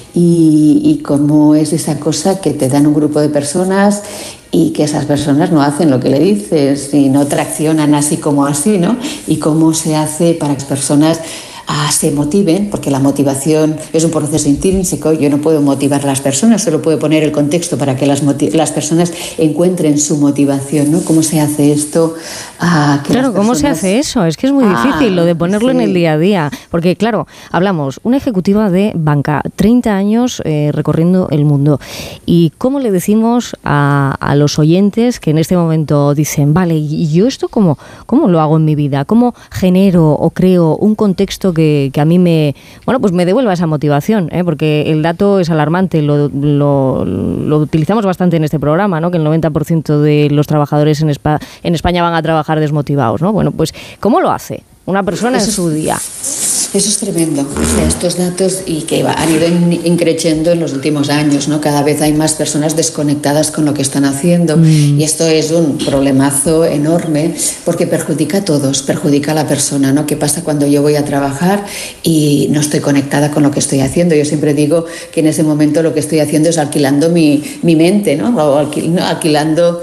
Y cómo es esa cosa que te dan un grupo de personas y que esas personas no hacen lo que le dices y no traccionan así como así, ¿no? Y cómo se hace para que las personas se motiven, porque la motivación es un proceso intrínseco. Yo no puedo motivar a las personas, solo puedo poner el contexto para que las personas encuentren su motivación, ¿no? ¿Cómo se hace esto? Claro, ¿cómo se hace eso? Es que es muy difícil lo de ponerlo en el día a día, porque claro, hablamos, una ejecutiva de banca, 30 años recorriendo el mundo, y ¿cómo le decimos a los oyentes que en este momento dicen, vale, ¿y yo esto cómo lo hago en mi vida? ¿Cómo genero o creo un contexto que a mí me devuelva esa motivación? Porque el dato es alarmante, lo utilizamos bastante en este programa, ¿no? Que el 90% de los trabajadores en España van a trabajar desmotivados, ¿no? Bueno, pues ¿cómo lo hace una persona en su día? Eso es tremendo. O sea, estos datos y que han ido increciendo en los últimos años, ¿no? Cada vez hay más personas desconectadas con lo que están haciendo y esto es un problemazo enorme porque perjudica a todos, perjudica a la persona, ¿no? ¿Qué pasa cuando yo voy a trabajar y no estoy conectada con lo que estoy haciendo? Yo siempre digo que en ese momento lo que estoy haciendo es alquilando mi mente, ¿no? O alquilando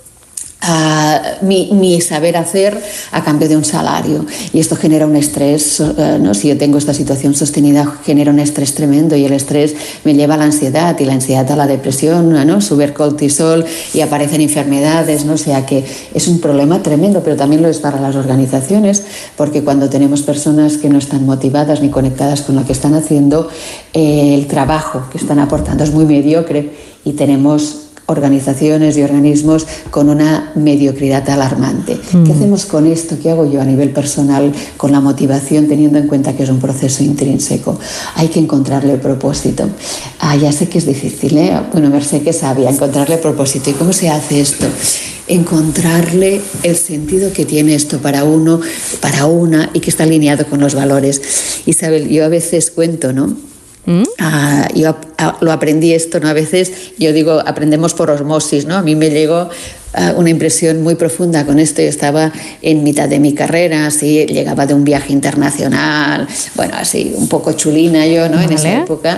mi saber hacer a cambio de un salario, y esto genera un estrés, ¿no? Si yo tengo esta situación sostenida, genera un estrés tremendo, y el estrés me lleva a la ansiedad, y la ansiedad a la depresión, ¿no? Sube el cortisol y aparecen enfermedades, ¿no? O sea que es un problema tremendo, pero también lo es para las organizaciones, porque cuando tenemos personas que no están motivadas ni conectadas con lo que están haciendo, el trabajo que están aportando es muy mediocre, y tenemos organizaciones y organismos con una mediocridad alarmante. ¿Qué hacemos con esto? ¿Qué hago yo a nivel personal con la motivación, teniendo en cuenta que es un proceso intrínseco? Hay que encontrarle propósito. Ya sé que es difícil, ¿eh? Bueno, Mercé que sabia, encontrarle propósito. ¿Y cómo se hace esto? Encontrarle el sentido que tiene esto para uno, para una, y que está alineado con los valores. Isabel, yo a veces cuento, ¿no? Yo lo aprendí esto, ¿no? A veces yo digo, aprendemos por osmosis, ¿no? A mí me llegó una impresión muy profunda con esto. Yo estaba en mitad de mi carrera, así, llegaba de un viaje internacional, bueno, así, un poco chulina yo, ¿no? En esa época.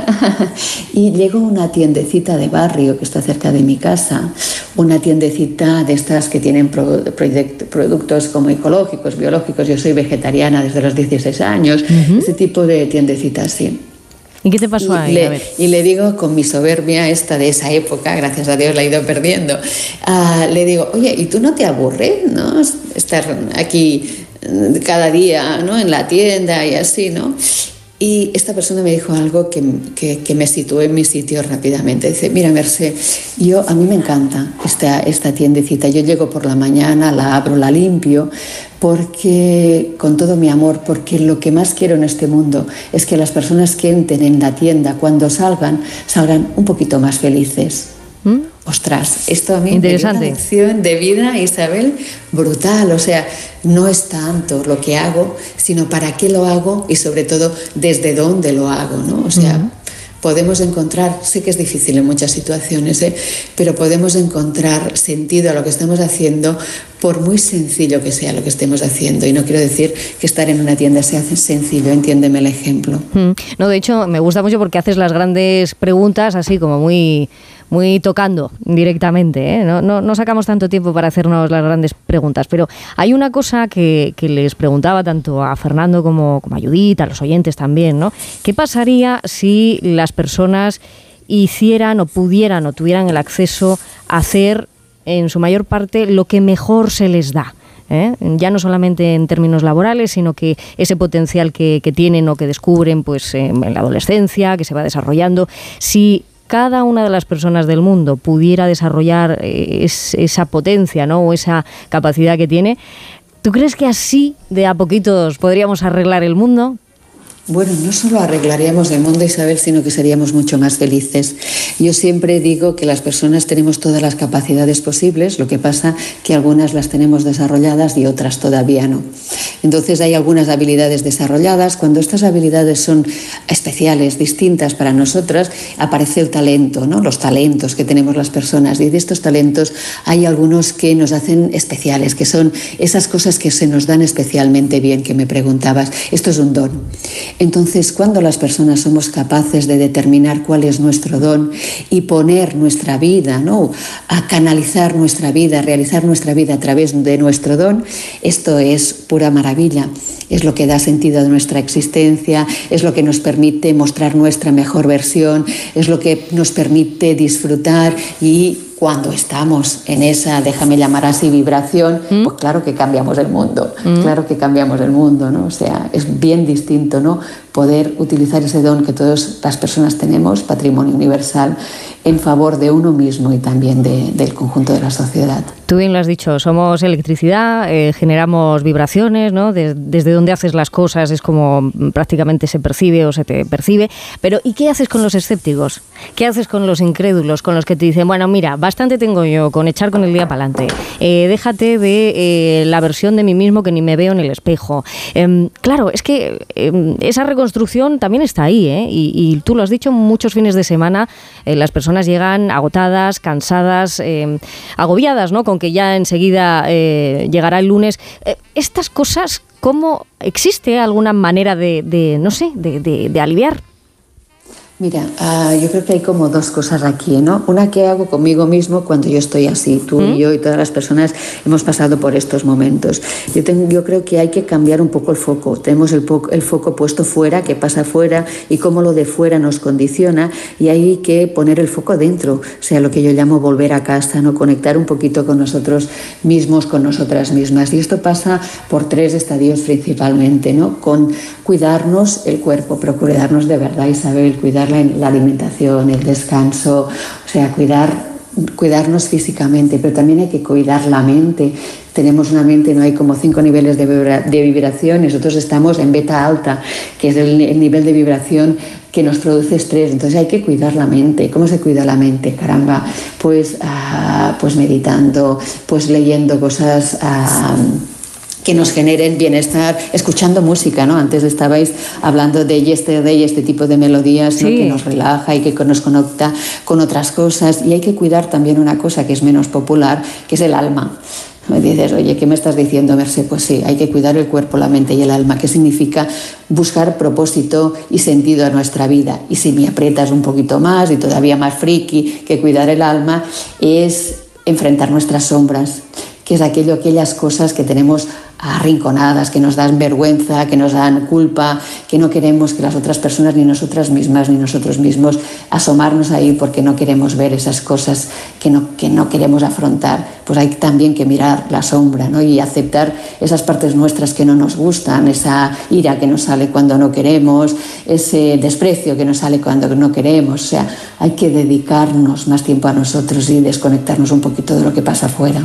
Y llegó una tiendecita de barrio que está cerca de mi casa, una tiendecita de estas que tienen productos como ecológicos, biológicos. Yo soy vegetariana desde los 16 años, ese tipo de tiendecita así. ¿Y qué te pasó ahí? Y le digo, con mi soberbia esta de esa época, gracias a Dios la he ido perdiendo, le digo, oye, ¿y tú no te aburres, no? Estar aquí cada día, ¿no? En la tienda y así, ¿no? Y esta persona me dijo algo que me situó en mi sitio rápidamente. Dice, mira, Mercé, a mí me encanta esta tiendecita. Yo llego por la mañana, la abro, la limpio, porque con todo mi amor, porque lo que más quiero en este mundo es que las personas que entren en la tienda, cuando salgan un poquito más felices. Ostras, esto a mí me dio una lección de vida, Isabel, brutal. O sea, no es tanto lo que hago, sino para qué lo hago y sobre todo desde dónde lo hago, ¿no? O sea, podemos encontrar, sé que es difícil en muchas situaciones, pero podemos encontrar sentido a lo que estamos haciendo por muy sencillo que sea lo que estemos haciendo. Y no quiero decir que estar en una tienda sea sencillo, entiéndeme el ejemplo. No, de hecho, me gusta mucho porque haces las grandes preguntas así como muy tocando directamente, ¿eh? No sacamos tanto tiempo para hacernos las grandes preguntas, pero hay una cosa que les preguntaba tanto a Fernando como a Judith, a los oyentes también, ¿no? ¿Qué pasaría si las personas hicieran o pudieran o tuvieran el acceso a hacer en su mayor parte lo que mejor se les da? Ya no solamente en términos laborales, sino que ese potencial que tienen o que descubren pues en la adolescencia, que se va desarrollando, si cada una de las personas del mundo pudiera desarrollar esa potencia, ¿no? O esa capacidad que tiene, ¿tú crees que así de a poquitos podríamos arreglar el mundo? Bueno, no solo arreglaríamos el mundo, Isabel, sino que seríamos mucho más felices. Yo siempre digo que las personas tenemos todas las capacidades posibles, lo que pasa que algunas las tenemos desarrolladas y otras todavía no. Entonces hay algunas habilidades desarrolladas. Cuando estas habilidades son especiales, distintas para nosotras, aparece el talento, ¿no? Los talentos que tenemos las personas. Y de estos talentos hay algunos que nos hacen especiales, que son esas cosas que se nos dan especialmente bien, que me preguntabas. Esto es un don. Entonces, cuando las personas somos capaces de determinar cuál es nuestro don y poner nuestra vida, ¿no?, a canalizar nuestra vida, a realizar nuestra vida a través de nuestro don, esto es pura maravilla. Es lo que da sentido a nuestra existencia, es lo que nos permite mostrar nuestra mejor versión, es lo que nos permite disfrutar, y cuando estamos en esa, déjame llamar así, vibración, pues claro que cambiamos el mundo, claro que cambiamos el mundo, ¿no? O sea, es bien distinto, ¿no?, poder utilizar ese don que todas las personas tenemos, patrimonio universal, en favor de uno mismo y también del conjunto de la sociedad. Tú bien lo has dicho, somos electricidad, generamos vibraciones, ¿no? Desde donde haces las cosas es como prácticamente se percibe o se te percibe. Pero ¿y qué haces con los escépticos? ¿Qué haces con los incrédulos, con los que te dicen, bueno, mira, bastante tengo yo con echar con el día para adelante, déjate de la versión de mí mismo que ni me veo en el espejo? Claro, es que esa reconstrucción también está ahí, ¿eh? Y tú lo has dicho, muchos fines de semana las personas llegan agotadas, cansadas, agobiadas, ¿no?, con que ya enseguida llegará el lunes. Estas cosas, ¿cómo existe alguna manera de aliviar? Mira, yo creo que hay como dos cosas aquí, ¿no? Una que hago conmigo mismo cuando yo estoy así. Tú y yo y todas las personas hemos pasado por estos momentos. Yo creo que hay que cambiar un poco el foco. Tenemos el foco puesto fuera, qué pasa fuera y cómo lo de fuera nos condiciona, y hay que poner el foco dentro, o sea, lo que yo llamo volver a casa, ¿no? Conectar un poquito con nosotros mismos, con nosotras mismas. Y esto pasa por 3 estadios principalmente, ¿no? Con cuidarnos el cuerpo, pero cuidarnos de verdad, Isabel, cuidar la alimentación, el descanso, o sea, cuidarnos físicamente, pero también hay que cuidar la mente. Tenemos una mente, no hay como 5 niveles de vibración, nosotros estamos en beta alta, que es el nivel de vibración que nos produce estrés. Entonces hay que cuidar la mente. ¿Cómo se cuida la mente? Caramba, pues meditando, pues leyendo cosas que nos generen bienestar, escuchando música, ¿no? Antes estabais hablando de yesterday, este tipo de melodías, sí, ¿no?, que nos relaja y que nos conecta con otras cosas. Y hay que cuidar también una cosa que es menos popular, que es el alma. Me dices, oye, ¿qué me estás diciendo, Mercé? Pues sí, hay que cuidar el cuerpo, la mente y el alma. ¿Qué significa? Buscar propósito y sentido a nuestra vida. Y si me aprietas un poquito más y todavía más friki que cuidar el alma, es enfrentar nuestras sombras, que es aquellas cosas que tenemos arrinconadas, que nos dan vergüenza, que nos dan culpa, que no queremos que las otras personas, ni nosotras mismas, ni nosotros mismos, asomarnos ahí porque no queremos ver esas cosas que no queremos afrontar. Pues hay también que mirar la sombra, ¿no?, y aceptar esas partes nuestras que no nos gustan, esa ira que nos sale cuando no queremos, ese desprecio que nos sale cuando no queremos. O sea, hay que dedicarnos más tiempo a nosotros y desconectarnos un poquito de lo que pasa afuera.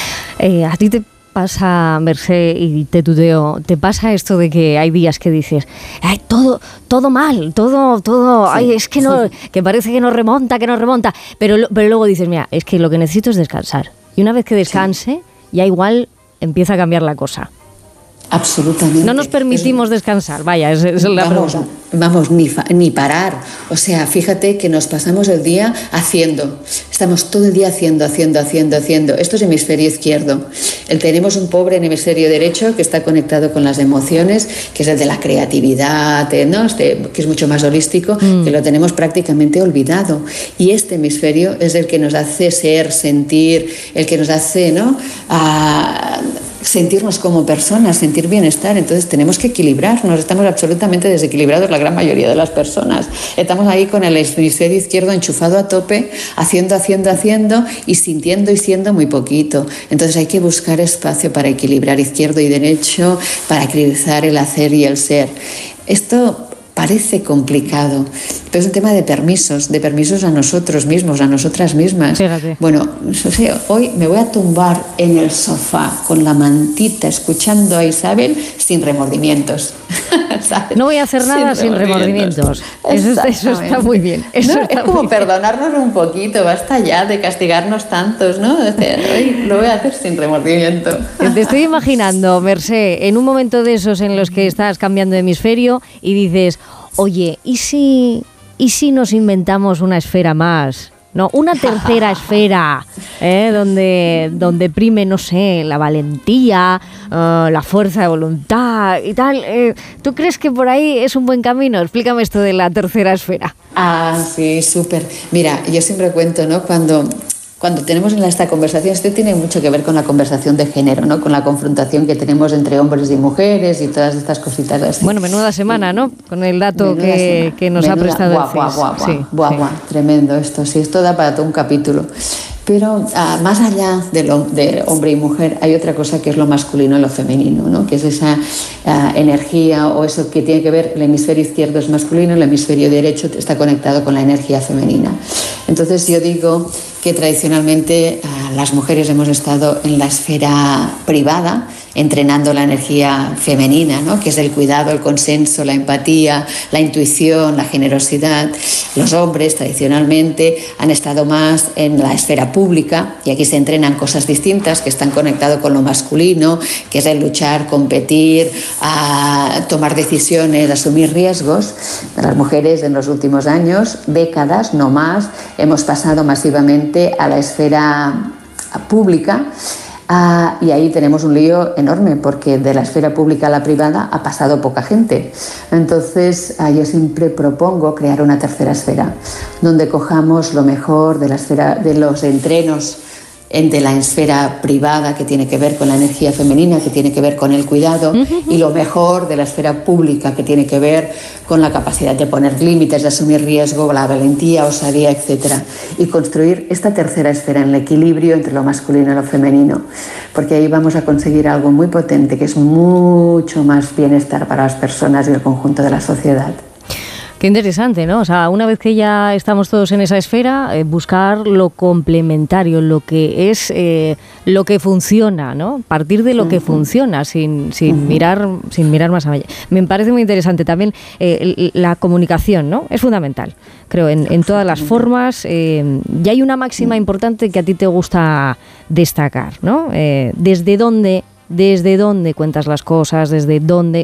¿A ti te pasa, Mercé, y te tuteo, te pasa esto de que hay días que dices, ay, todo mal, todo, sí, ay, es que no, que parece que no remonta, pero luego dices, mira, es que lo que necesito es descansar, y una vez que descanse, ya igual empieza a cambiar la cosa? Absolutamente. No nos permitimos descansar, vaya, es la pregunta. Vamos, ni parar. O sea, fíjate que nos pasamos el día haciendo. Estamos todo el día haciendo. Esto es hemisferio izquierdo. Tenemos un pobre en hemisferio derecho que está conectado con las emociones, que es el de la creatividad, ¿no? Que es mucho más holístico, que lo tenemos prácticamente olvidado. Y este hemisferio es el que nos hace ser, sentir, el que nos hace, ¿no?, sentirnos como personas, sentir bienestar. Entonces tenemos que equilibrarnos. Estamos absolutamente desequilibrados la gran mayoría de las personas. Estamos ahí con el hemisferio izquierdo enchufado a tope, haciendo y sintiendo y siendo muy poquito. Entonces hay que buscar espacio para equilibrar izquierdo y derecho, para equilibrar el hacer y el ser. Esto parece complicado, pero es un tema de permisos a nosotros mismos, a nosotras mismas. Fíjate. Bueno, o sea, hoy me voy a tumbar en el sofá con la mantita escuchando a Isabel sin remordimientos. ¿Sabes? No voy a hacer nada sin remordimientos. Eso está muy bien. Eso ¿no? está es como muy perdonarnos un poquito, basta ya de castigarnos tantos, ¿no? Hoy lo voy a hacer sin remordimiento. Te estoy imaginando, Mercé, en un momento de esos en los que estás cambiando de hemisferio y dices, oye, ¿y si nos inventamos una esfera más No, una tercera esfera, donde prime, no sé, la valentía, la fuerza de voluntad y tal. ¿Tú crees que por ahí es un buen camino? Explícame esto de la tercera esfera. Ah, sí, súper. Mira, yo siempre cuento, ¿no? Cuando tenemos esta conversación, esto tiene mucho que ver con la conversación de género, ¿no? Con la confrontación que tenemos entre hombres y mujeres y todas estas cositas así. Bueno, menuda semana, ¿no? Con el dato que nos ha prestado el CIS. Tremendo esto. Sí, esto da para todo un capítulo. Pero más allá de hombre y mujer, hay otra cosa que es lo masculino y lo femenino, ¿no? Que es esa energía o eso que tiene que ver, el hemisferio izquierdo es masculino, el hemisferio derecho está conectado con la energía femenina. Entonces yo digo que tradicionalmente las mujeres hemos estado en la esfera privada, entrenando la energía femenina, ¿no? Que es el cuidado, el consenso, la empatía, la intuición, la generosidad. Los hombres tradicionalmente han estado más en la esfera pública y aquí se entrenan cosas distintas que están conectadas con lo masculino, que es el luchar, competir, tomar decisiones, asumir riesgos. Las mujeres en los últimos años, décadas, no más, hemos pasado masivamente a la esfera pública. Y ahí tenemos un lío enorme porque de la esfera pública a la privada ha pasado poca gente. Entonces yo siempre propongo crear una tercera esfera donde cojamos lo mejor de la esfera de los entrenos de la esfera privada, que tiene que ver con la energía femenina, que tiene que ver con el cuidado, y lo mejor de la esfera pública, que tiene que ver con la capacidad de poner límites, de asumir riesgo, la valentía, osadía, etc. Y construir esta tercera esfera en el equilibrio entre lo masculino y lo femenino, porque ahí vamos a conseguir algo muy potente, que es mucho más bienestar para las personas y el conjunto de la sociedad. Qué interesante, ¿no? O sea, una vez que ya estamos todos en esa esfera, buscar lo complementario, lo que es lo que funciona, ¿no? Partir de lo que funciona, sin mirar más allá. Me parece muy interesante también la comunicación, ¿no? Es fundamental, creo, en todas las formas. Y hay una máxima importante que a ti te gusta destacar, ¿no? ¿Desde dónde cuentas las cosas? ¿Desde dónde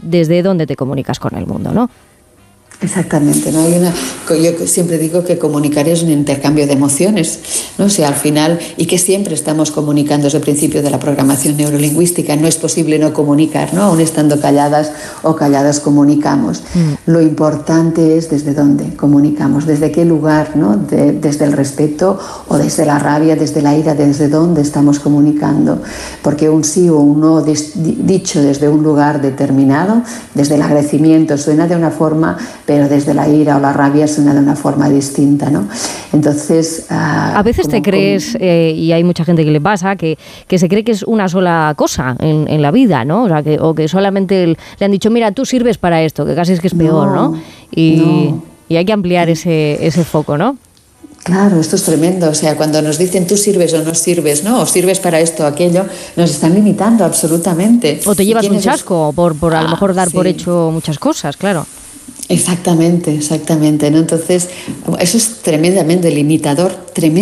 te comunicas con el mundo, ¿no? Exactamente, ¿no? Yo siempre digo que comunicar es un intercambio de emociones, ¿no? O sea, al final, y que siempre estamos comunicando desde el principio de la programación neurolingüística, no es posible no comunicar, ¿no? Aún estando calladas o calladas comunicamos. Lo importante es desde dónde comunicamos, desde qué lugar, ¿no? Desde el respeto o desde la rabia, desde la ira, desde dónde estamos comunicando, porque un sí o un no dicho desde un lugar determinado, desde el agradecimiento suena de una forma, pero desde la ira o la rabia suena de una forma distinta, ¿no? Entonces... a veces te crees, y hay mucha gente que le pasa, que se cree que es una sola cosa en la vida, ¿no? O que solamente le han dicho, mira, tú sirves para esto, que casi es que es peor, ¿no? Y hay que ampliar ese foco, ¿no? Claro, esto es tremendo. O sea, cuando nos dicen tú sirves o no sirves, ¿no? O sirves para esto o aquello, nos están limitando absolutamente. O te llevas un chasco por a lo mejor dar por hecho muchas cosas, claro. Exactamente, ¿no? Entonces, eso es tremendamente limitador,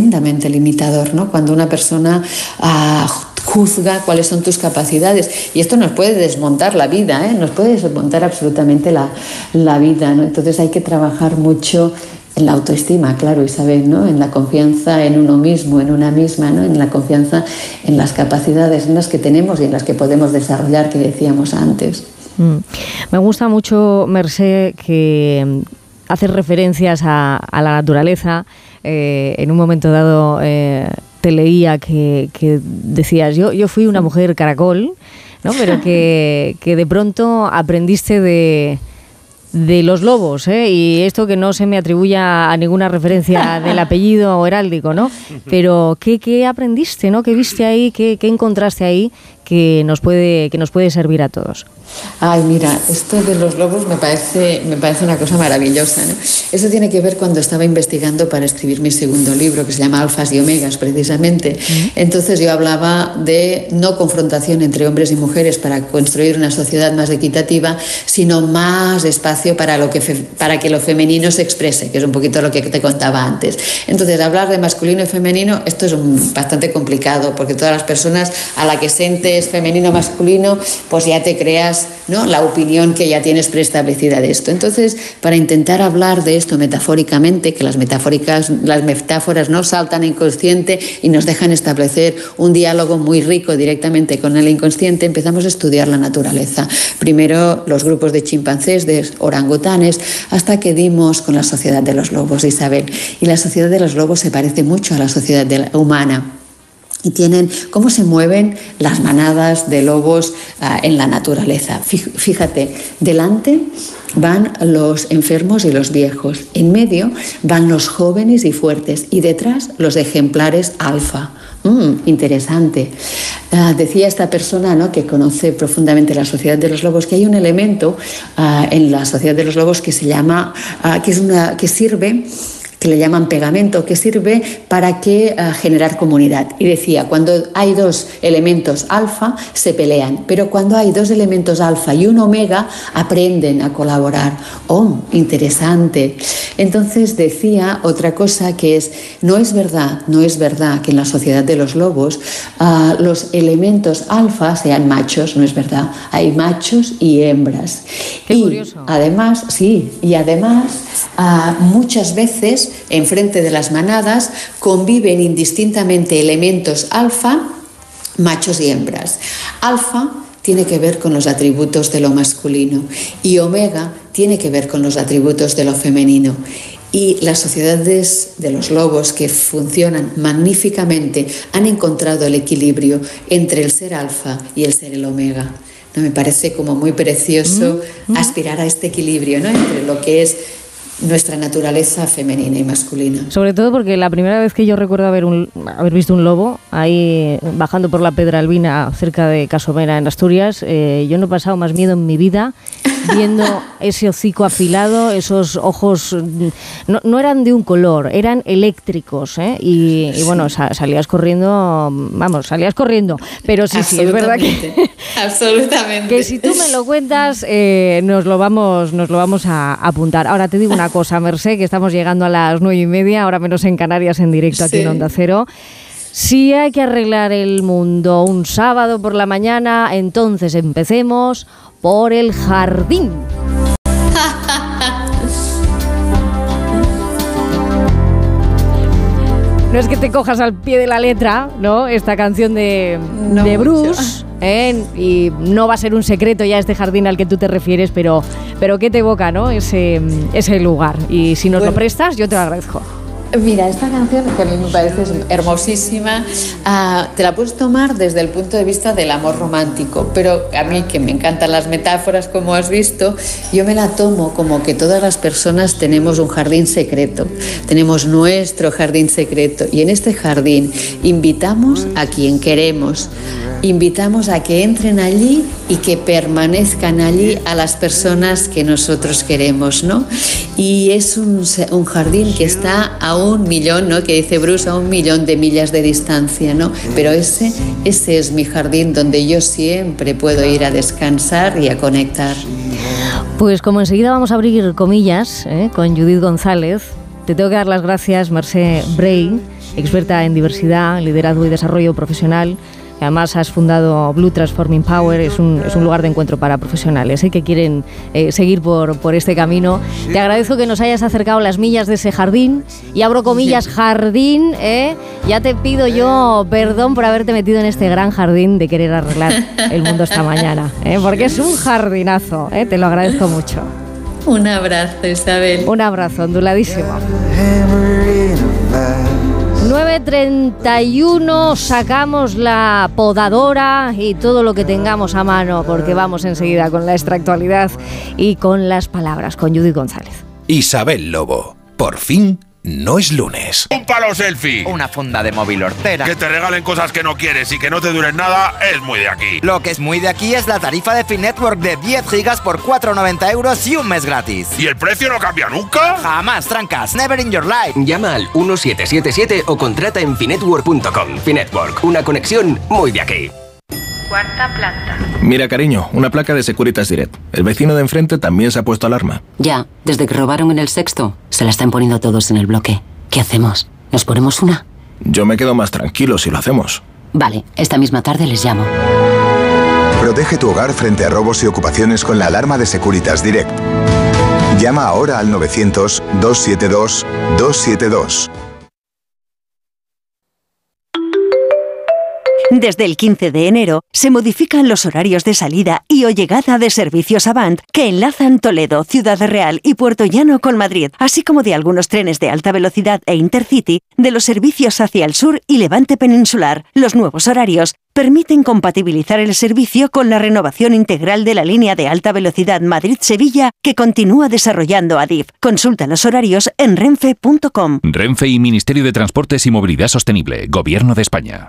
¿no? Cuando una persona juzga cuáles son tus capacidades. Y esto nos puede desmontar la vida, ¿eh? Nos puede desmontar absolutamente la vida, ¿no? Entonces hay que trabajar mucho en la autoestima, claro, Isabel, ¿no? En la confianza en uno mismo, en una misma, ¿no? En la confianza en las capacidades en las que tenemos y en las que podemos desarrollar, que decíamos antes. Me gusta mucho, Mercè, que haces referencias a la naturaleza. En un momento dado te leía que decías, yo fui una mujer caracol, ¿no? Pero que de pronto aprendiste de los lobos, y esto que no se me atribuya a ninguna referencia del apellido o heráldico, ¿no? Pero ¿qué aprendiste, ¿no? ¿Qué viste ahí? ¿Qué encontraste ahí que nos puede servir a todos? Ay, mira, esto de los lobos me parece una cosa maravillosa, ¿no? Eso tiene que ver cuando estaba investigando para escribir mi segundo libro, que se llama Alfas y Omegas, precisamente. Entonces yo hablaba de no confrontación entre hombres y mujeres para construir una sociedad más equitativa, sino más espacio para que lo femenino se exprese, que es un poquito lo que te contaba antes. Entonces, hablar de masculino y femenino, esto es bastante complicado, porque todas las personas a la que sientes femenino o masculino, pues ya te creas cambias, ¿no?, la opinión que ya tienes preestablecida de esto. Entonces, para intentar hablar de esto metafóricamente, que las metáforas no saltan inconsciente y nos dejan establecer un diálogo muy rico directamente con el inconsciente, empezamos a estudiar la naturaleza. Primero los grupos de chimpancés, de orangutanes, hasta que dimos con la sociedad de los lobos, Isabel. Y la sociedad de los lobos se parece mucho a la sociedad humana. Y tienen cómo se mueven las manadas de lobos en la naturaleza. Fíjate, delante van los enfermos y los viejos, en medio van los jóvenes y fuertes y detrás los ejemplares alfa. Interesante. Decía esta persona, ¿no?, que conoce profundamente la sociedad de los lobos, que hay un elemento en la sociedad de los lobos que se llama, que le llaman pegamento, que sirve para generar comunidad. Y decía, cuando hay dos elementos alfa, se pelean, pero cuando hay dos elementos alfa y un omega, aprenden a colaborar. ¡Oh, interesante! Entonces decía otra cosa que es, no es verdad que en la sociedad de los lobos los elementos alfa sean machos, no es verdad. Hay machos y hembras. Qué curioso. Además, muchas veces enfrente de las manadas conviven indistintamente elementos alfa, machos y hembras. Alfa tiene que ver con los atributos de lo masculino y omega tiene que ver con los atributos de lo femenino. Y las sociedades de los lobos, que funcionan magníficamente, han encontrado el equilibrio entre el ser alfa y el ser el omega. ¿No? Me parece como muy precioso aspirar a este equilibrio, ¿no?, entre lo que es nuestra naturaleza femenina y masculina. Sobre todo porque la primera vez que yo recuerdo haber visto un lobo ahí bajando por la Pedralbina cerca de Casomera en Asturias, yo no he pasado más miedo en mi vida viendo ese hocico afilado, esos ojos no eran de un color, eran eléctricos, y bueno, salías corriendo, pero sí, es verdad que absolutamente, que si tú me lo cuentas nos lo vamos a apuntar. Ahora te digo una cosa, Mercé, que estamos llegando a las 9:30, ahora menos en Canarias, en directo aquí en Onda Cero. Si hay que arreglar el mundo un sábado por la mañana, entonces empecemos por el jardín. No es que te cojas al pie de la letra, ¿no?, esta canción de Bruce, y no va a ser un secreto ya este jardín al que tú te refieres, pero ¿qué te evoca, no?, ese lugar? Y si nos lo prestas, yo te lo agradezco. Mira, esta canción, que a mí me parece hermosísima, te la puedes tomar desde el punto de vista del amor romántico, pero a mí, que me encantan las metáforas, como has visto, yo me la tomo como que todas las personas tenemos un jardín secreto, tenemos nuestro jardín secreto, y en este jardín invitamos a quien queremos, invitamos a que entren allí y que permanezcan allí a las personas que nosotros queremos, ¿no? Y es un jardín que está a 1.000.000, ¿no?, que dice Bruce, a 1.000.000 de millas de distancia, ¿no? Pero ese es mi jardín donde yo siempre puedo ir a descansar y a conectar. Pues como enseguida vamos a abrir comillas con Judith González, te tengo que dar las gracias, Mercé Bray, experta en diversidad, liderazgo y desarrollo profesional. Además has fundado Blue Transforming Power, es un lugar de encuentro para profesionales que quieren seguir por este camino. Te agradezco que nos hayas acercado las millas de ese jardín, y abro comillas, jardín, ya te pido yo perdón por haberte metido en este gran jardín de querer arreglar el mundo esta mañana, porque es un jardinazo, te lo agradezco mucho. Un abrazo, Isabel. Un abrazo, onduladísimo. 9:31, sacamos la podadora y todo lo que tengamos a mano, porque vamos enseguida con la extractualidad y con las palabras, con Judith González. Isabel Lobo, por fin no es lunes. Un palo selfie, una funda de móvil hortera, que te regalen cosas que no quieres y que no te duren nada, es muy de aquí. Lo que es muy de aquí es la tarifa de Finetwork de 10 gigas por 4,90 € y un mes gratis. ¿Y el precio no cambia nunca? Jamás, trancas, never in your life. Llama al 1777 o contrata en finetwork.com. Finetwork, una conexión muy de aquí. Cuarta planta. Mira, cariño, una placa de Securitas Direct. El vecino de enfrente también se ha puesto alarma. Ya, desde que robaron en el sexto, se la están poniendo todos en el bloque. ¿Qué hacemos? ¿Nos ponemos una? Yo me quedo más tranquilo si lo hacemos. Vale, esta misma tarde les llamo. Protege tu hogar frente a robos y ocupaciones con la alarma de Securitas Direct. Llama ahora al 900-272-272. Desde el 15 de enero se modifican los horarios de salida y o llegada de servicios Avant que enlazan Toledo, Ciudad Real y Puerto Llano con Madrid, así como de algunos trenes de alta velocidad e Intercity de los servicios hacia el sur y Levante Peninsular. Los nuevos horarios permiten compatibilizar el servicio con la renovación integral de la línea de alta velocidad Madrid-Sevilla que continúa desarrollando Adif. Consulta los horarios en renfe.com. Renfe y Ministerio de Transportes y Movilidad Sostenible, Gobierno de España.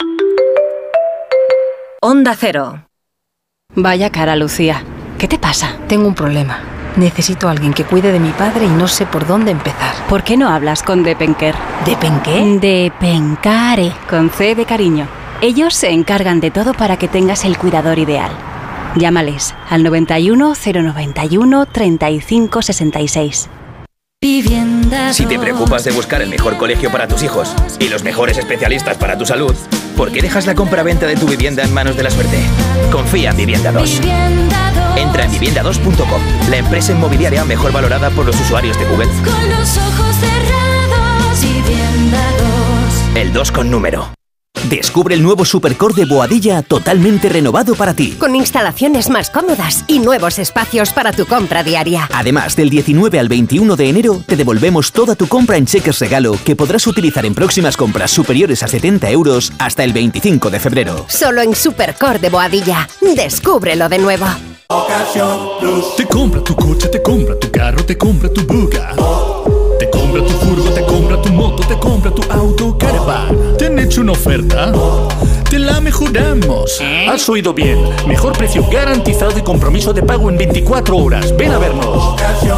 Onda Cero. Vaya cara, Lucía. ¿Qué te pasa? Tengo un problema. Necesito a alguien que cuide de mi padre y no sé por dónde empezar. ¿Por qué no hablas con Depenker? ¿Depenqué? Depencare, con C de cariño. Ellos se encargan de todo para que tengas el cuidador ideal. Llámales al 91 091 35 66. Si te preocupas de buscar el mejor colegio para tus hijos y los mejores especialistas para tu salud, ¿por qué dejas la compra-venta de tu vivienda en manos de la suerte? Confía en Vivienda 2. Entra en vivienda2.com, la empresa inmobiliaria mejor valorada por los usuarios de Google. Con los ojos cerrados, Vivienda 2. El 2 con número. Descubre el nuevo Supercore de Boadilla totalmente renovado para ti. Con instalaciones más cómodas y nuevos espacios para tu compra diaria. Además, del 19 al 21 de enero te devolvemos toda tu compra en cheques regalo que podrás utilizar en próximas compras superiores a 70 euros hasta el 25 de febrero. Solo en Supercore de Boadilla. Descúbrelo de nuevo. Ocasión Plus. Te compra tu coche, te compra tu carro, te compra tu buga. Te compra tu furgo, te compra tu moto, te compra tu auto Caravan. ¿Te han hecho una oferta? Te la mejoramos. Has oído bien. Mejor precio garantizado y compromiso de pago en 24 horas. Ven a vernos.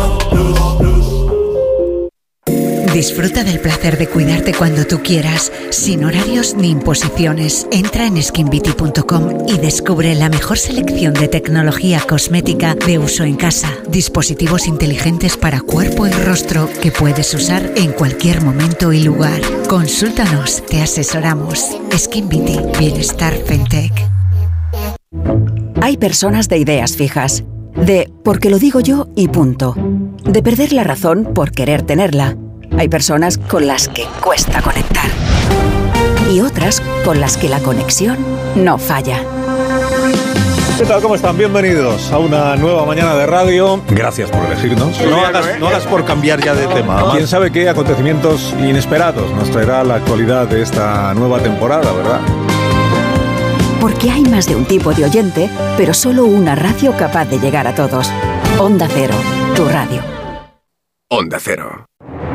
Disfruta del placer de cuidarte cuando tú quieras, sin horarios ni imposiciones. Entra en skinbeauty.com y descubre la mejor selección de tecnología cosmética de uso en casa. Dispositivos inteligentes para cuerpo y rostro que puedes usar en cualquier momento y lugar. Consúltanos, te asesoramos. Skin Beauty, bienestar Fentech. Hay personas de ideas fijas, de porque lo digo yo y punto, de perder la razón por querer tenerla. Hay personas con las que cuesta conectar y otras con las que la conexión no falla. ¿Qué tal? ¿Cómo están? Bienvenidos a una nueva mañana de radio. Gracias por elegirnos. No hagas por cambiar ya de tema. Quién sabe qué acontecimientos inesperados nos traerá la actualidad de esta nueva temporada, ¿verdad? Porque hay más de un tipo de oyente, pero solo una radio capaz de llegar a todos. Onda Cero, tu radio. Onda Cero.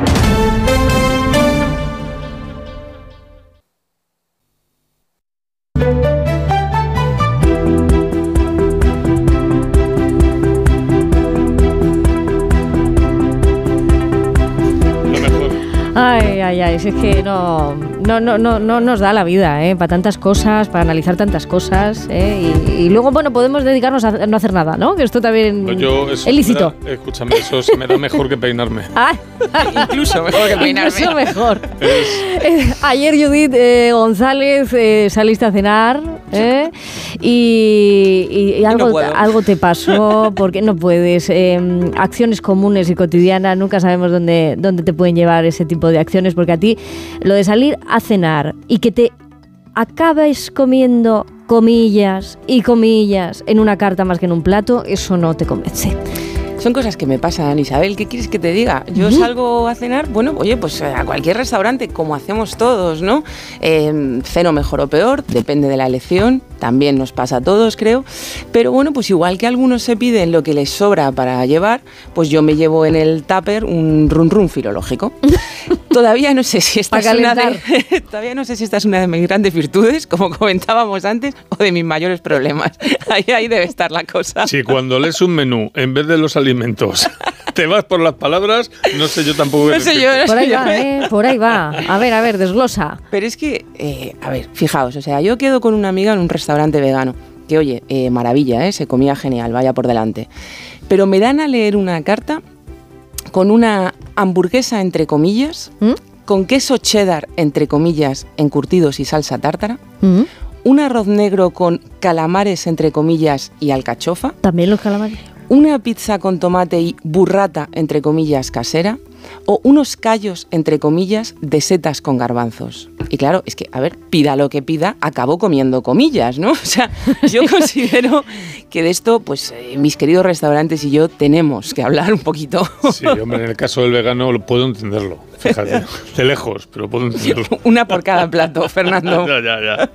Ay, si es que no nos da la vida, para tantas cosas, para analizar tantas cosas, y luego, bueno, podemos dedicarnos a no hacer nada, ¿no? Que esto también es lícito. Escúchame, eso se me da mejor que peinarme. Incluso mejor que peinarme. Incluso mejor. Ayer, Judith González, saliste a cenar, y algo te pasó, porque no puedes. Acciones comunes y cotidianas, nunca sabemos dónde te pueden llevar ese tipo de acciones, porque a ti lo de salir a cenar y que te acabes comiendo comillas y comillas en una carta más que en un plato, eso no te convence. Son cosas que me pasan, Isabel. ¿Qué quieres que te diga? Yo salgo a cenar, bueno, oye, pues a cualquier restaurante, como hacemos todos, ¿no? Ceno mejor o peor, depende de la elección. También nos pasa a todos, creo. Pero bueno, pues igual que algunos se piden lo que les sobra para llevar, pues yo me llevo en el tupper un run run filológico. Todavía no sé si esta es una de mis grandes virtudes, como comentábamos antes, o de mis mayores problemas. Ahí debe estar la cosa. Si cuando lees un menú, en vez de los alimentos, te vas por las palabras, no sé yo tampoco. Por ahí va. A ver, desglosa. Pero es que, a ver, fijaos, o sea, yo quedo con una amiga en un restaurante vegano, que oye, maravilla, se comía genial, vaya por delante. Pero me dan a leer una carta con una hamburguesa, entre comillas, con queso cheddar, entre comillas, encurtidos y salsa tártara, un arroz negro con calamares, entre comillas, y alcachofa. ¿También los calamares? Una pizza con tomate y burrata, entre comillas, casera. O unos callos, entre comillas, de setas con garbanzos. Y claro, es que, a ver, pida lo que pida, acabo comiendo comillas, ¿no? O sea, yo considero que de esto, pues, mis queridos restaurantes y yo tenemos que hablar un poquito. Sí, hombre, en el caso del vegano puedo entenderlo, fíjate, de lejos, pero puedo entenderlo. Una por cada plato, Fernando. Ya.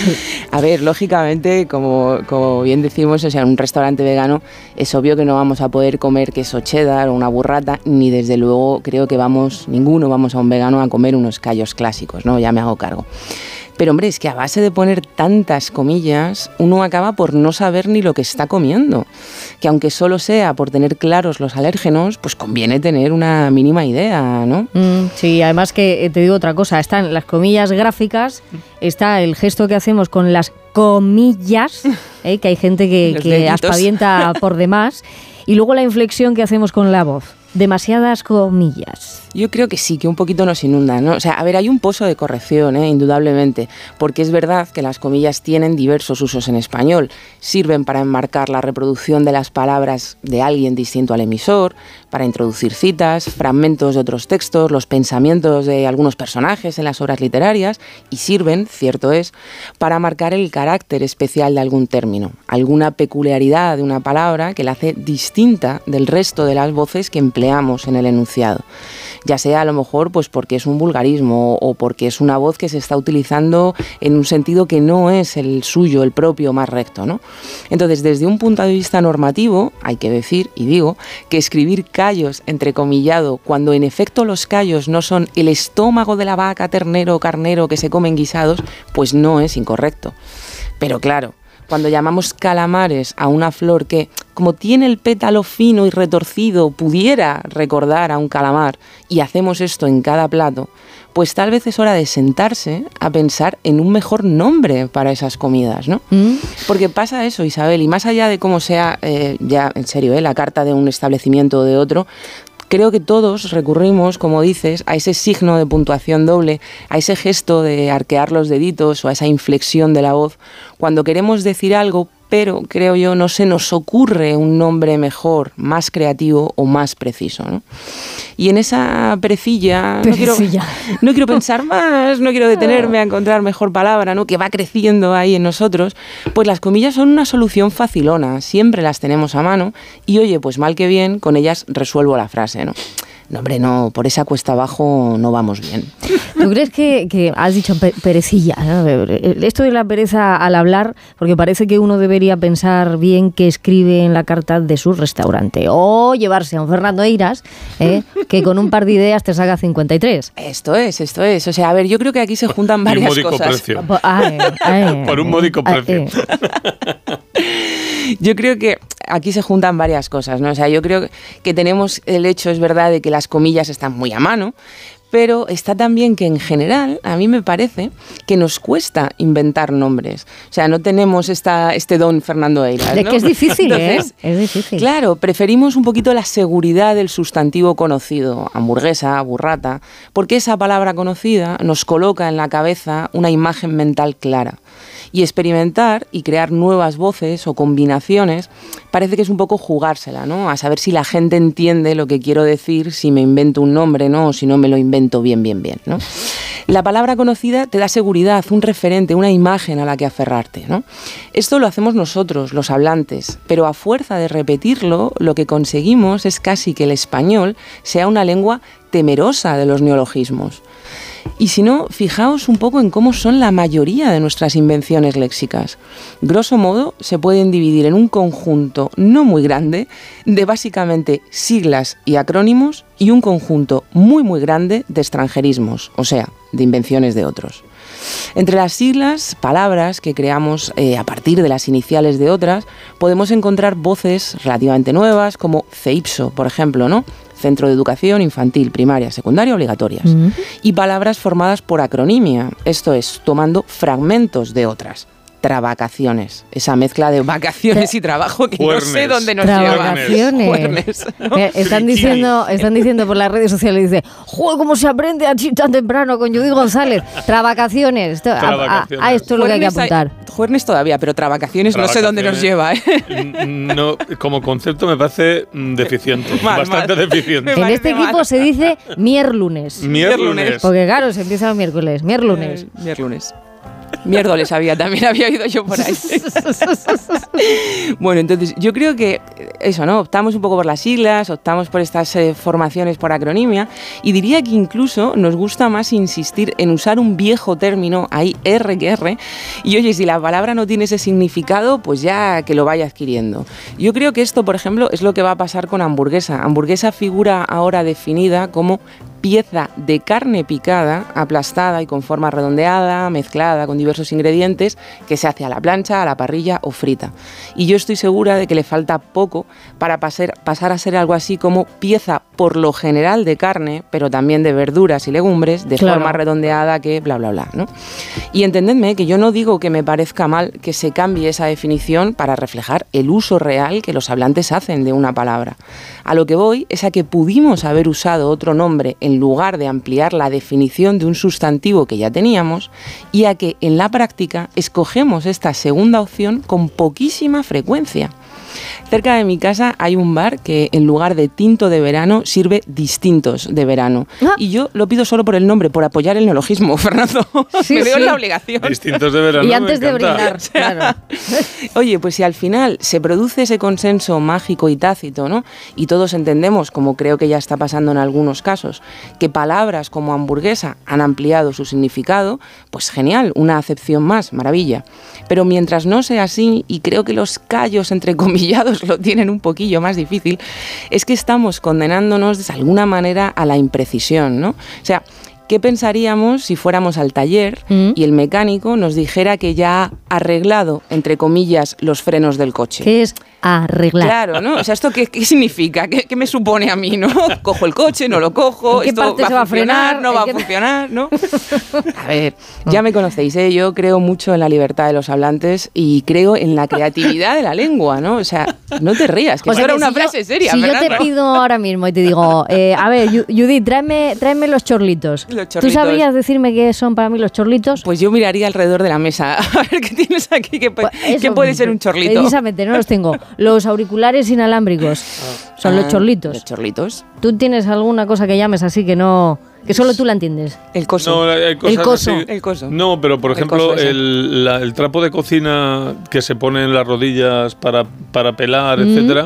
A ver, lógicamente, como bien decimos, o sea, en un restaurante vegano es obvio que no vamos a poder comer queso cheddar o una burrata, ni desde luego creo que ninguno vamos a un vegano a comer unos callos clásicos, ¿no? Ya me hago cargo. Pero hombre, es que a base de poner tantas comillas, uno acaba por no saber ni lo que está comiendo. Que aunque solo sea por tener claros los alérgenos, pues conviene tener una mínima idea, ¿no? Sí, además que te digo otra cosa, están las comillas gráficas, está el gesto que hacemos con las comillas, que hay gente que aspavienta por demás, y luego la inflexión que hacemos con la voz. Demasiadas comillas. Yo creo que sí, que un poquito nos inunda, ¿no? O sea, a ver, hay un pozo de corrección, indudablemente, porque es verdad que las comillas tienen diversos usos en español. Sirven para enmarcar la reproducción de las palabras de alguien distinto al emisor, para introducir citas, fragmentos de otros textos, los pensamientos de algunos personajes en las obras literarias, y sirven, cierto es, para marcar el carácter especial de algún término, alguna peculiaridad de una palabra que la hace distinta del resto de las voces que empleamos en el enunciado. Ya sea a lo mejor pues porque es un vulgarismo o porque es una voz que se está utilizando en un sentido que no es el suyo, el propio, más recto, ¿no? Entonces, desde un punto de vista normativo, hay que decir, y digo, que escribir callos entrecomillado, cuando en efecto los callos no son el estómago de la vaca, ternero o carnero que se comen guisados, pues no es incorrecto. Pero claro, cuando llamamos calamares a una flor que, como tiene el pétalo fino y retorcido, pudiera recordar a un calamar, y hacemos esto en cada plato, pues tal vez es hora de sentarse a pensar en un mejor nombre para esas comidas, ¿no? Porque pasa eso, Isabel, y más allá de cómo sea, ya en serio, la carta de un establecimiento o de otro, creo que todos recurrimos, como dices, a ese signo de puntuación doble, a ese gesto de arquear los deditos o a esa inflexión de la voz, cuando queremos decir algo, pero creo yo no se nos ocurre un nombre mejor, más creativo o más preciso, ¿no? Y en esa perecilla no quiero pensar más, no quiero detenerme a encontrar mejor palabra, ¿no? Que va creciendo ahí en nosotros, pues las comillas son una solución facilona, siempre las tenemos a mano y oye, pues mal que bien, con ellas resuelvo la frase, ¿no? No, hombre, no, por esa cuesta abajo no vamos bien. ¿Tú crees que has dicho perecilla, ¿no? Esto de la pereza al hablar, porque parece que uno debería pensar bien qué escribe en la carta de su restaurante, o llevarse a un Fernando Eiras, que con un par de ideas te saca 53. Esto es. O sea, a ver, yo creo que aquí se juntan varias cosas. Precio. Por un módico precio. Yo creo que aquí se juntan varias cosas, ¿no? O sea, yo creo que tenemos el hecho, es verdad, de que las comillas están muy a mano, pero está también que en general, a mí me parece que nos cuesta inventar nombres. O sea, no tenemos este don Fernando Eiras, ¿no? Es que es difícil, entonces, es difícil. Claro, preferimos un poquito la seguridad del sustantivo conocido, hamburguesa, burrata, porque esa palabra conocida nos coloca en la cabeza una imagen mental clara. Y experimentar y crear nuevas voces o combinaciones parece que es un poco jugársela, ¿no? A saber si la gente entiende lo que quiero decir, si me invento un nombre, ¿no? O si no me lo invento bien, ¿no? La palabra conocida te da seguridad, un referente, una imagen a la que aferrarte, ¿no? Esto lo hacemos nosotros, los hablantes, pero a fuerza de repetirlo, lo que conseguimos es casi que el español sea una lengua temerosa de los neologismos. Y si no, fijaos un poco en cómo son la mayoría de nuestras invenciones léxicas. Grosso modo, se pueden dividir en un conjunto no muy grande de básicamente siglas y acrónimos y un conjunto muy grande de extranjerismos, o sea, de invenciones de otros. Entre las siglas, palabras que creamos a partir de las iniciales de otras, podemos encontrar voces relativamente nuevas como CEIPSO, por ejemplo, ¿no? Centro de Educación Infantil, Primaria, Secundaria, Obligatorias. Y palabras formadas por acronimia, esto es, tomando fragmentos de otras. Travacaciones. Esa mezcla de vacaciones y trabajo que no sé dónde nos lleva. Juernes, ¿no? Están diciendo por las redes sociales, dice, ¡joder, cómo se aprende así tan temprano con Judith González! Travacaciones. A esto es lo que hay que apuntar. Juernes todavía, pero travacaciones no sé dónde nos lleva. No, como concepto me parece deficiente, bastante deficiente. En este equipo se dice mierlunes. Mierlunes. Porque claro, se empieza los miércoles. Mierlunes. Mierlunes. Miércoles también había oído yo por ahí. Bueno, entonces yo creo que eso, ¿no? Optamos un poco por las siglas, optamos por estas formaciones por acronimia, y diría que incluso nos gusta más insistir en usar un viejo término, ahí R que R, y oye, si la palabra no tiene ese significado, pues ya que lo vaya adquiriendo. Yo creo que esto, por ejemplo, es lo que va a pasar con hamburguesa. Hamburguesa figura ahora definida como pieza de carne picada, aplastada y con forma redondeada, mezclada con diversos ingredientes, que se hace a la plancha, a la parrilla o frita. Y yo estoy segura de que le falta poco para pasar a ser algo así como pieza por lo general de carne, pero también de verduras y legumbres, de forma redondeada que bla, bla, bla, ¿no? Y entendedme que yo no digo que me parezca mal que se cambie esa definición para reflejar el uso real que los hablantes hacen de una palabra. A lo que voy es a que pudimos haber usado otro nombre en lugar de ampliar la definición de un sustantivo que ya teníamos, y a que en la práctica escogemos esta segunda opción con poquísima frecuencia. Cerca de mi casa hay un bar que en lugar de tinto de verano sirve distintos de verano. Y yo lo pido solo por el nombre, por apoyar el neologismo, Fernando. Me veo en la obligación. Distintos de verano. Y antes de brindar, claro. Oye, pues si al final se produce ese consenso mágico y tácito, ¿no? Y todos entendemos, como creo que ya está pasando en algunos casos, que palabras como hamburguesa han ampliado su significado, pues genial, una acepción más, maravilla. Pero mientras no sea así, y creo que los callos entrecomillados lo tienen un poquillo más difícil, es que estamos condenándonos de alguna manera a la imprecisión, ¿no? O sea, ¿qué pensaríamos si fuéramos al taller y el mecánico nos dijera que ya ha arreglado, entre comillas, los frenos del coche? ¿Qué es arreglar? Claro, ¿no? O sea, ¿esto qué significa? ¿Qué me supone a mí, no? ¿Cojo el coche, no lo cojo? ¿En qué parte se va a frenar? ¿No va a funcionar? ¿No? A ver, ya me conocéis, ¿eh? Yo creo mucho en la libertad de los hablantes y creo en la creatividad de la lengua, ¿no? O sea, no te rías, que eso era una frase seria, Si Fernando. yo te pido ahora mismo y te digo, a ver, Judith, tráeme los chorlitos. ¿Tú sabrías decirme qué son para mí los chorlitos? Pues yo miraría alrededor de la mesa a ver qué tienes aquí, qué puede ser un chorlito. Precisamente, no los tengo. Los auriculares inalámbricos son los chorlitos. Los chorlitos. ¿Tú tienes alguna cosa que llames así que no, que solo tú la entiendes? El coso. No, hay cosas el coso. Así. El coso. No, pero por ejemplo, el trapo de cocina que se pone en las rodillas para pelar, etcétera.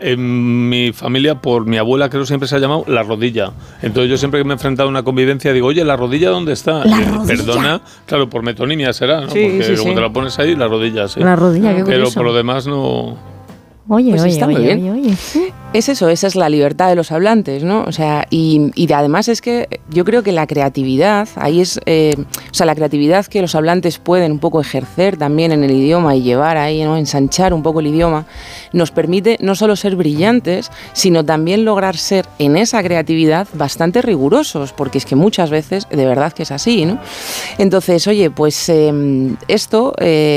En mi familia, por mi abuela, creo siempre se ha llamado la rodilla. Entonces yo siempre que me he enfrentado a una convivencia digo, oye, ¿la rodilla dónde está? Perdona, claro, por metonimia será, ¿no? Sí, porque sí, como sí. te la pones ahí, la rodilla, sí. La rodilla, qué curioso. Pero por lo demás no... Oye, pues está muy bien. Oye. Es eso, esa es la libertad de los hablantes, ¿no? O sea, y además es que yo creo que la creatividad, ahí es, o sea, la creatividad que los hablantes pueden un poco ejercer también en el idioma y llevar ahí, ¿no? Ensanchar un poco el idioma, nos permite no solo ser brillantes, sino también lograr ser en esa creatividad bastante rigurosos, porque es que muchas veces de verdad que es así, ¿no? Entonces, oye, pues esto...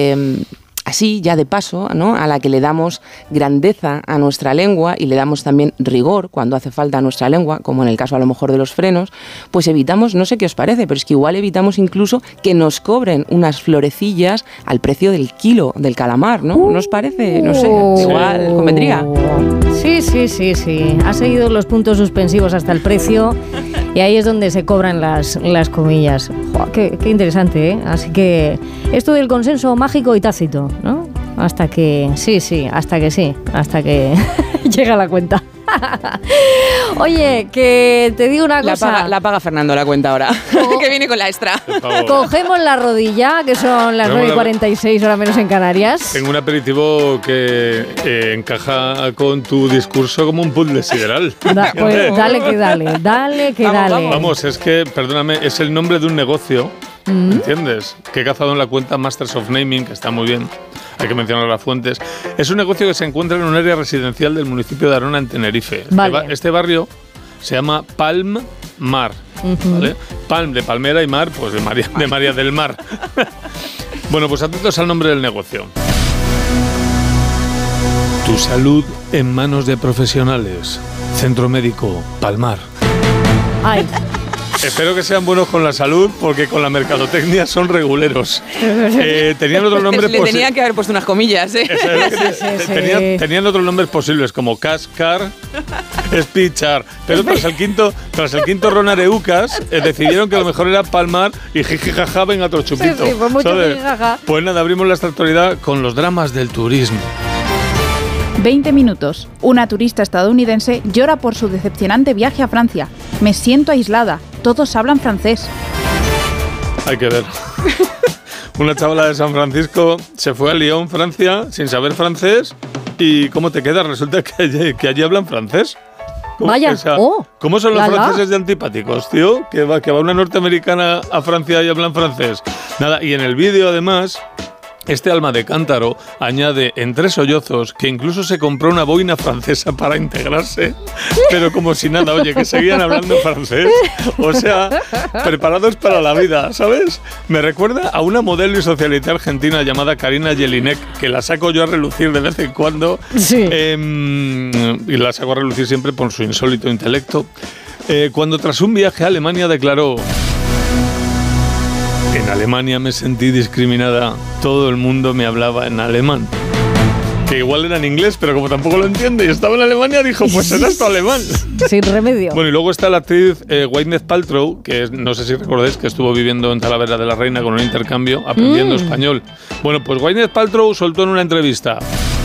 así, ya de paso, ¿no? A la que le damos grandeza a nuestra lengua y le damos también rigor cuando hace falta a nuestra lengua, como en el caso a lo mejor de los frenos, pues evitamos, no sé qué os parece, pero es que igual evitamos incluso que nos cobren unas florecillas al precio del kilo del calamar, ¿no? ¿No os parece? No sé, igual convendría. Sí. Ha seguido los puntos suspensivos hasta el precio y ahí es donde se cobran las comillas. ¡Joder, qué interesante, ¿eh? Así que esto del consenso mágico y tácito, ¿no? Hasta que hasta que llega la cuenta. Oye, que te digo una cosa. La paga Fernando la cuenta ahora, que viene con la extra. Cogemos la rodilla, que son las 9:46, hora menos en Canarias. Tengo un aperitivo que encaja con tu discurso como un puzzle sideral. Pues dale que dale. Vamos, es que, perdóname, es el nombre de un negocio, ¿entiendes? Que he cazado en la cuenta Masters of Naming, que está muy bien. Hay que mencionar las fuentes. Es un negocio que se encuentra en un área residencial del municipio de Arona, en Tenerife. Vale. Este barrio se llama Palm Mar, ¿vale? Palm de palmera y mar, pues de María del Mar. Bueno, pues atentos al nombre del negocio. Tu salud en manos de profesionales. Centro Médico Palmar. Ay. Espero que sean buenos con la salud, porque con la mercadotecnia son reguleros. Tenían otros nombres Le tenía que haber puesto unas comillas, ¿eh? Tenían otros nombres posibles, como Cascar, Spichar. Pero tras el quinto Ronareucas, decidieron que lo mejor era Palmar y jijijaja, venga otro chupito. Sí, pues mucho jijijaja. Pues nada, abrimos la actualidad con los dramas del turismo. 20 minutos. Una turista estadounidense llora por su decepcionante viaje a Francia. Me siento aislada. Todos hablan francés. Hay que ver. Una chavala de San Francisco se fue a Lyon, Francia, sin saber francés. ¿Y cómo te queda? Resulta que allí hablan francés. Vaya, o sea, ¿cómo son los franceses de antipáticos, tío? Que va una norteamericana a Francia y hablan francés. Nada, y en el vídeo, además, este alma de cántaro añade entre sollozos que incluso se compró una boina francesa para integrarse, pero como si nada, oye, que seguían hablando francés. O sea, preparados para la vida, ¿sabes? Me recuerda a una modelo y socialite argentina llamada Karina Jelinek, que la saco yo a relucir de vez en cuando. Sí. Y la saco a relucir siempre por su insólito intelecto. Cuando tras un viaje a Alemania declaró: en Alemania me sentí discriminada, todo el mundo me hablaba en alemán. Que igual era en inglés, pero como tampoco lo entiende y estaba en Alemania, dijo, pues será esto alemán. Sin remedio. Bueno, y luego está la actriz Gwyneth Paltrow, que no sé si recordáis que estuvo viviendo en Talavera de la Reina con un intercambio, aprendiendo español. Bueno, pues Gwyneth Paltrow soltó en una entrevista: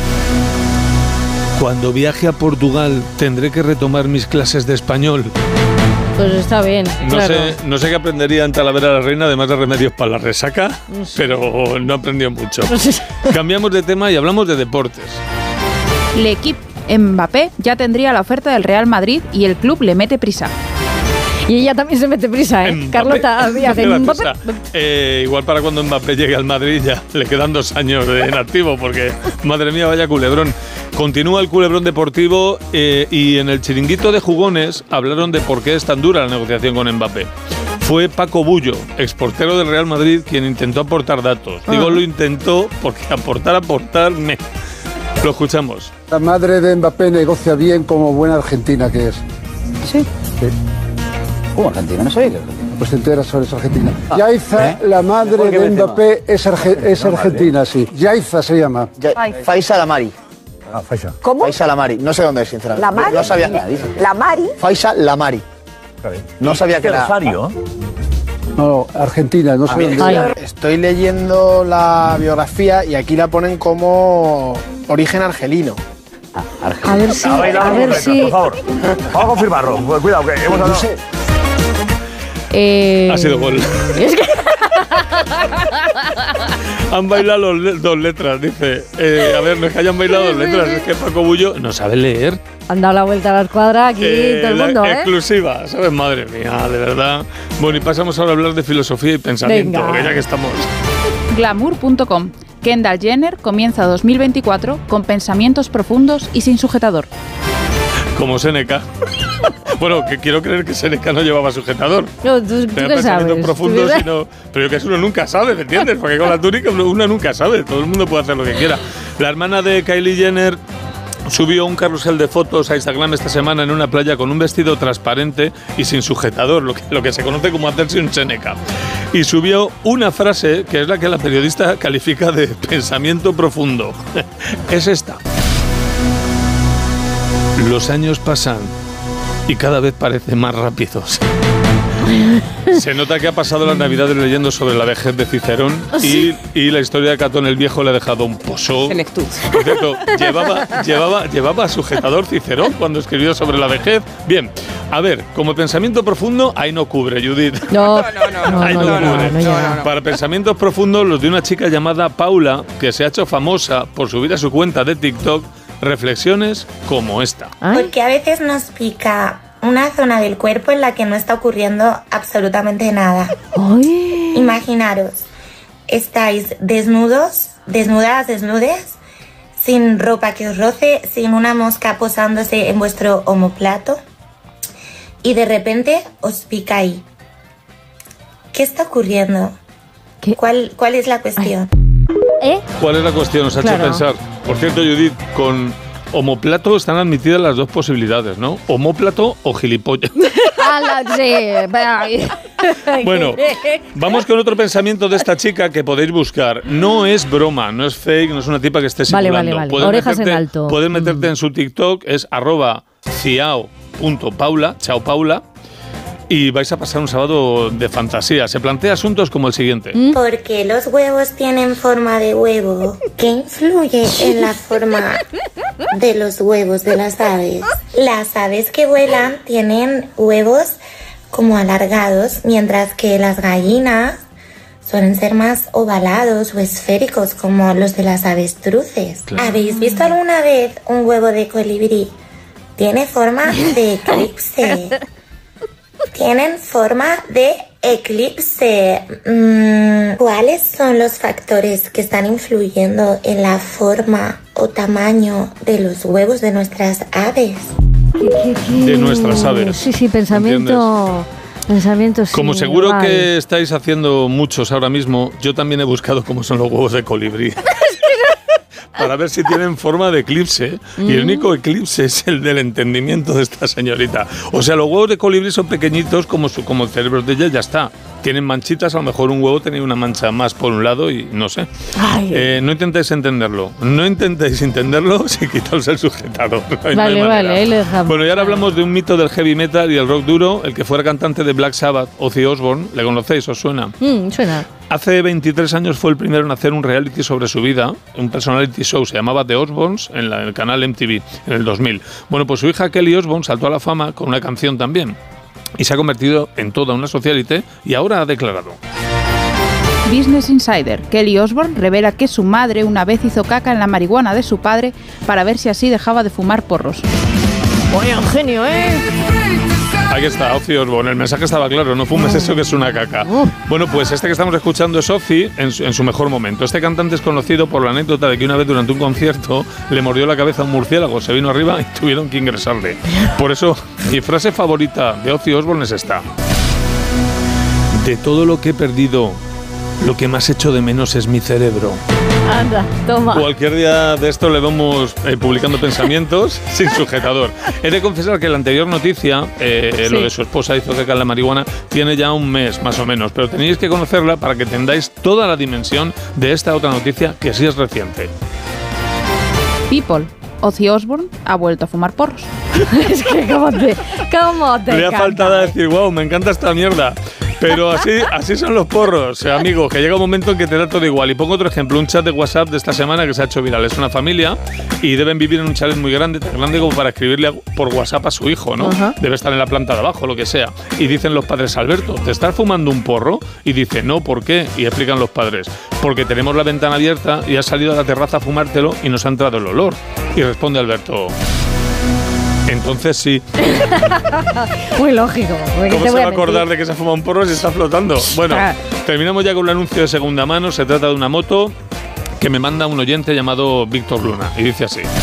cuando viaje a Portugal tendré que retomar mis clases de español. Pues está bien, claro. No sé qué aprendería en Talavera de la Reina, además de remedios para la resaca, pero no aprendió mucho. Cambiamos de tema y hablamos de deportes. L'Equipe. Mbappé ya tendría la oferta del Real Madrid y el club le mete prisa. Y ella también se mete prisa, ¿eh? Mbappé. Carlota Díaz. Mbappé. Igual para cuando Mbappé llegue al Madrid ya le quedan 2 años en activo, porque madre mía, vaya culebrón. Continúa el culebrón deportivo y en el chiringuito de jugones hablaron de por qué es tan dura la negociación con Mbappé. Fue Paco Bullo, exportero del Real Madrid, quien intentó aportar datos. Digo lo intentó porque aportar, Lo escuchamos. La madre de Mbappé negocia bien como buena argentina que es. ¿Sí? Sí. ¿Cómo argentina? No sabía que era argentina. Pues te enteras sobre eso, argentina. Yaiza, la madre de Mbappé, es argentina, sí. Yaiza se llama. Faiza Lamari. Ah, Faiza. ¿Cómo? Faiza Lamari. No sé dónde es, sinceramente. ¿Lamari? No sabía. ¿Lamari? Faiza Lamari. No sabía que era. Rosario. No, Argentina, no sé dónde. Estoy leyendo la biografía y aquí la ponen como origen argelino. A ver si... Por favor, vamos a confirmarlo. Cuidado, que hemos hablado. Ha sido gol. Es que... Han bailado 2 letras, dice. A ver, no es que hayan bailado 2 letras, es que Paco Bullo no sabe leer. Han dado la vuelta a la escuadra aquí todo el mundo, exclusiva, ¿sabes? Madre mía, de verdad. Bueno, y pasamos ahora a hablar de filosofía y pensamiento, ya que estamos. Glamour.com. Kendall Jenner comienza 2024 con pensamientos profundos y sin sujetador. Como Seneca. Bueno, que quiero creer que Seneca no llevaba sujetador. No, ¿tú qué sabes? Profundos, pero que eso uno nunca sabe, ¿me entiendes? Porque con la túnica uno nunca sabe, todo el mundo puede hacer lo que quiera. La hermana de Kylie Jenner subió un carrusel de fotos a Instagram esta semana en una playa con un vestido transparente y sin sujetador, lo que se conoce como hacerse un Seneca. Y subió una frase que es la que la periodista califica de pensamiento profundo. Es esta: los años pasan y cada vez parecen más rápidos. Se nota que ha pasado las Navidades leyendo sobre la vejez de Cicerón y la historia de Catón el Viejo le ha dejado un pozo. Por cierto, llevaba sujetador Cicerón cuando escribió sobre la vejez. Bien, a ver, como pensamiento profundo, ahí no cubre, Judith. No. Para pensamientos profundos, los de una chica llamada Paula, que se ha hecho famosa por subir a su cuenta de TikTok reflexiones como esta. Porque a veces nos pica una zona del cuerpo en la que no está ocurriendo absolutamente nada. ¡Ay! Imaginaros, estáis desnudas, desnudes, sin ropa que os roce, sin una mosca posándose en vuestro omoplato, y de repente os pica ahí. ¿Qué está ocurriendo? ¿Cuál es la cuestión? Ay. ¿Cuál es la cuestión? Os ha hecho pensar. Por cierto, Judith, con omóplato están admitidas las dos posibilidades, ¿no? Omóplato o gilipollas. Bueno, vamos con otro pensamiento de esta chica que podéis buscar. No es broma, no es fake, no es una tipa que esté simulando. Vale. Orejas en alto. Puedes meterte en su TikTok, es @ciao.paula, chao Paula, y vais a pasar un sábado de fantasía. Se plantea asuntos como el siguiente. Porque los huevos tienen forma de huevo. ¿Qué influye en la forma de los huevos de las aves? Las aves que vuelan tienen huevos como alargados, mientras que las gallinas suelen ser más ovalados o esféricos como los de las avestruces. Claro. ¿Habéis visto alguna vez un huevo de colibrí? Tiene forma de eclipse. Tienen forma de eclipse. ¿Cuáles son los factores que están influyendo en la forma o tamaño de los huevos de nuestras aves? De nuestras aves. Sí, pensamiento, sí. Como seguro que estáis haciendo muchos ahora mismo, yo también he buscado cómo son los huevos de colibrí. Para ver si tienen forma de eclipse. Y el único eclipse es el del entendimiento de esta señorita. O sea, los huevos de colibrí son pequeñitos como el cerebro de ella, ya está. Tienen manchitas, a lo mejor un huevo tenía una mancha más por un lado y no sé. No intentéis entenderlo. No intentéis entenderlo sin quitaros el sujetador. Vale, ahí le dejamos. Bueno, y ahora hablamos de un mito del heavy metal y el rock duro, el que fuera cantante de Black Sabbath, Ozzy Osbourne. ¿Le conocéis? ¿Os suena? Suena. Hace 23 años fue el primero en hacer un reality sobre su vida, un personality show, se llamaba The Osbournes, en el canal MTV, en el 2000. Bueno, pues su hija Kelly Osbourne saltó a la fama con una canción también y se ha convertido en toda una socialite y ahora ha declarado. Business Insider. Kelly Osbourne revela que su madre una vez hizo caca en la marihuana de su padre para ver si así dejaba de fumar porros. ¡Vaya genio, Ahí está, Ozzy Osbourne. El mensaje estaba claro, no fumes eso que es una caca. Bueno, pues este que estamos escuchando es Ozzy en su mejor momento. Este cantante es conocido por la anécdota de que una vez durante un concierto le mordió la cabeza a un murciélago, se vino arriba y tuvieron que ingresarle. Por eso, mi frase favorita de Ozzy Osbourne es esta. De todo lo que he perdido, lo que más echo de menos es mi cerebro. Anda, toma. Cualquier día de esto le vamos publicando pensamientos sin sujetador. He de confesar que la anterior noticia, lo de su esposa hizo caca en la marihuana, tiene ya un mes más o menos, pero tenéis que conocerla para que entendáis toda la dimensión de esta otra noticia que sí es reciente. People. Ozzy Osbourne ha vuelto a fumar porros. Es que ¿cómo te le ha faltado decir, wow, me encanta esta mierda. Pero así son los porros, amigo, que llega un momento en que te da todo igual. Y pongo otro ejemplo, un chat de WhatsApp de esta semana que se ha hecho viral. Es una familia y deben vivir en un chalet muy grande, tan grande como para escribirle por WhatsApp a su hijo, ¿no? Debe estar en la planta de abajo, lo que sea. Y dicen los padres, Alberto, ¿te estás fumando un porro? Y dice, no, ¿por qué? Y explican los padres, porque tenemos la ventana abierta y has salido a la terraza a fumártelo y nos ha entrado el olor. Y responde Alberto, entonces sí. Muy lógico. ¿Cómo se va a acordar de que se ha fumado un porro si está flotando? Bueno, terminamos ya con un anuncio de segunda mano. Se trata de una moto que me manda un oyente llamado Víctor Luna. Y dice así.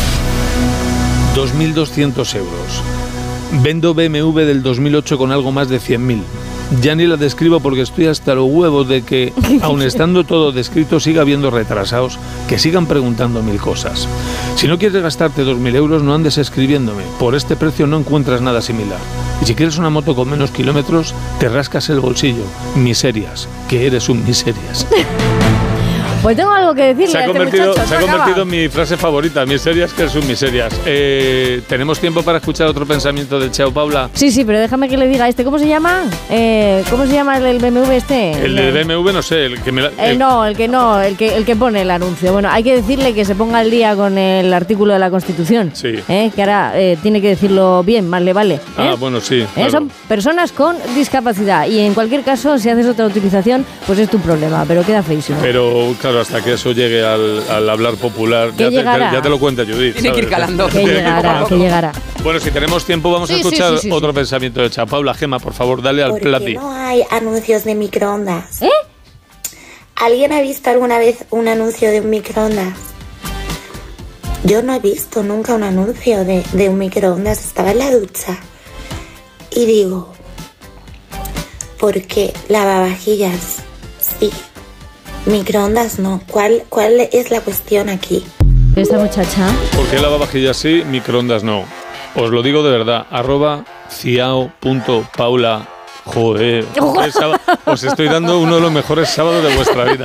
2.200 euros. Vendo BMW del 2008 con algo más de 100.000. Ya ni la describo porque estoy hasta los huevos de que, aun estando todo descrito, siga habiendo retrasados que sigan preguntando 1000 cosas. Si no quieres gastarte 2.000 euros, no andes escribiéndome. Por este precio no encuentras nada similar. Y si quieres una moto con menos kilómetros, te rascas el bolsillo. Miserias, que eres un miserias. Pues tengo algo que decirle se ha convertido en mi frase favorita, miserias que son miserias. ¿Tenemos tiempo para escuchar otro pensamiento del Chao Paula? Sí, pero déjame que le diga ¿cómo se llama? ¿Cómo se llama el BMW este? El de BMW no sé, el que pone el anuncio. Bueno, hay que decirle que se ponga al día con el artículo de la Constitución. Sí. Que ahora tiene que decirlo bien, más le vale. Bueno, sí. Claro. Son personas con discapacidad y en cualquier caso, si haces otra utilización, pues es tu problema, pero queda feísimo. Pero claro, hasta que eso llegue al hablar popular, ya te lo cuenta Judith. Tiene que ir calando. Que llegará. Bueno, si tenemos tiempo vamos a escuchar otro pensamiento de Chao Paula. Gema, por favor, dale al plati. ¿Por qué no hay anuncios de microondas? ¿Alguien ha visto alguna vez un anuncio de un microondas? Yo no he visto nunca un anuncio de un microondas. Estaba en la ducha y digo, ¿por qué lavavajillas sí? Microondas no. ¿Cuál es la cuestión aquí? Esta muchacha. ¿Por qué lavavajillas sí, microondas no? Os lo digo de verdad. @ciao.paula. Joder, os estoy dando uno de los mejores sábados de vuestra vida.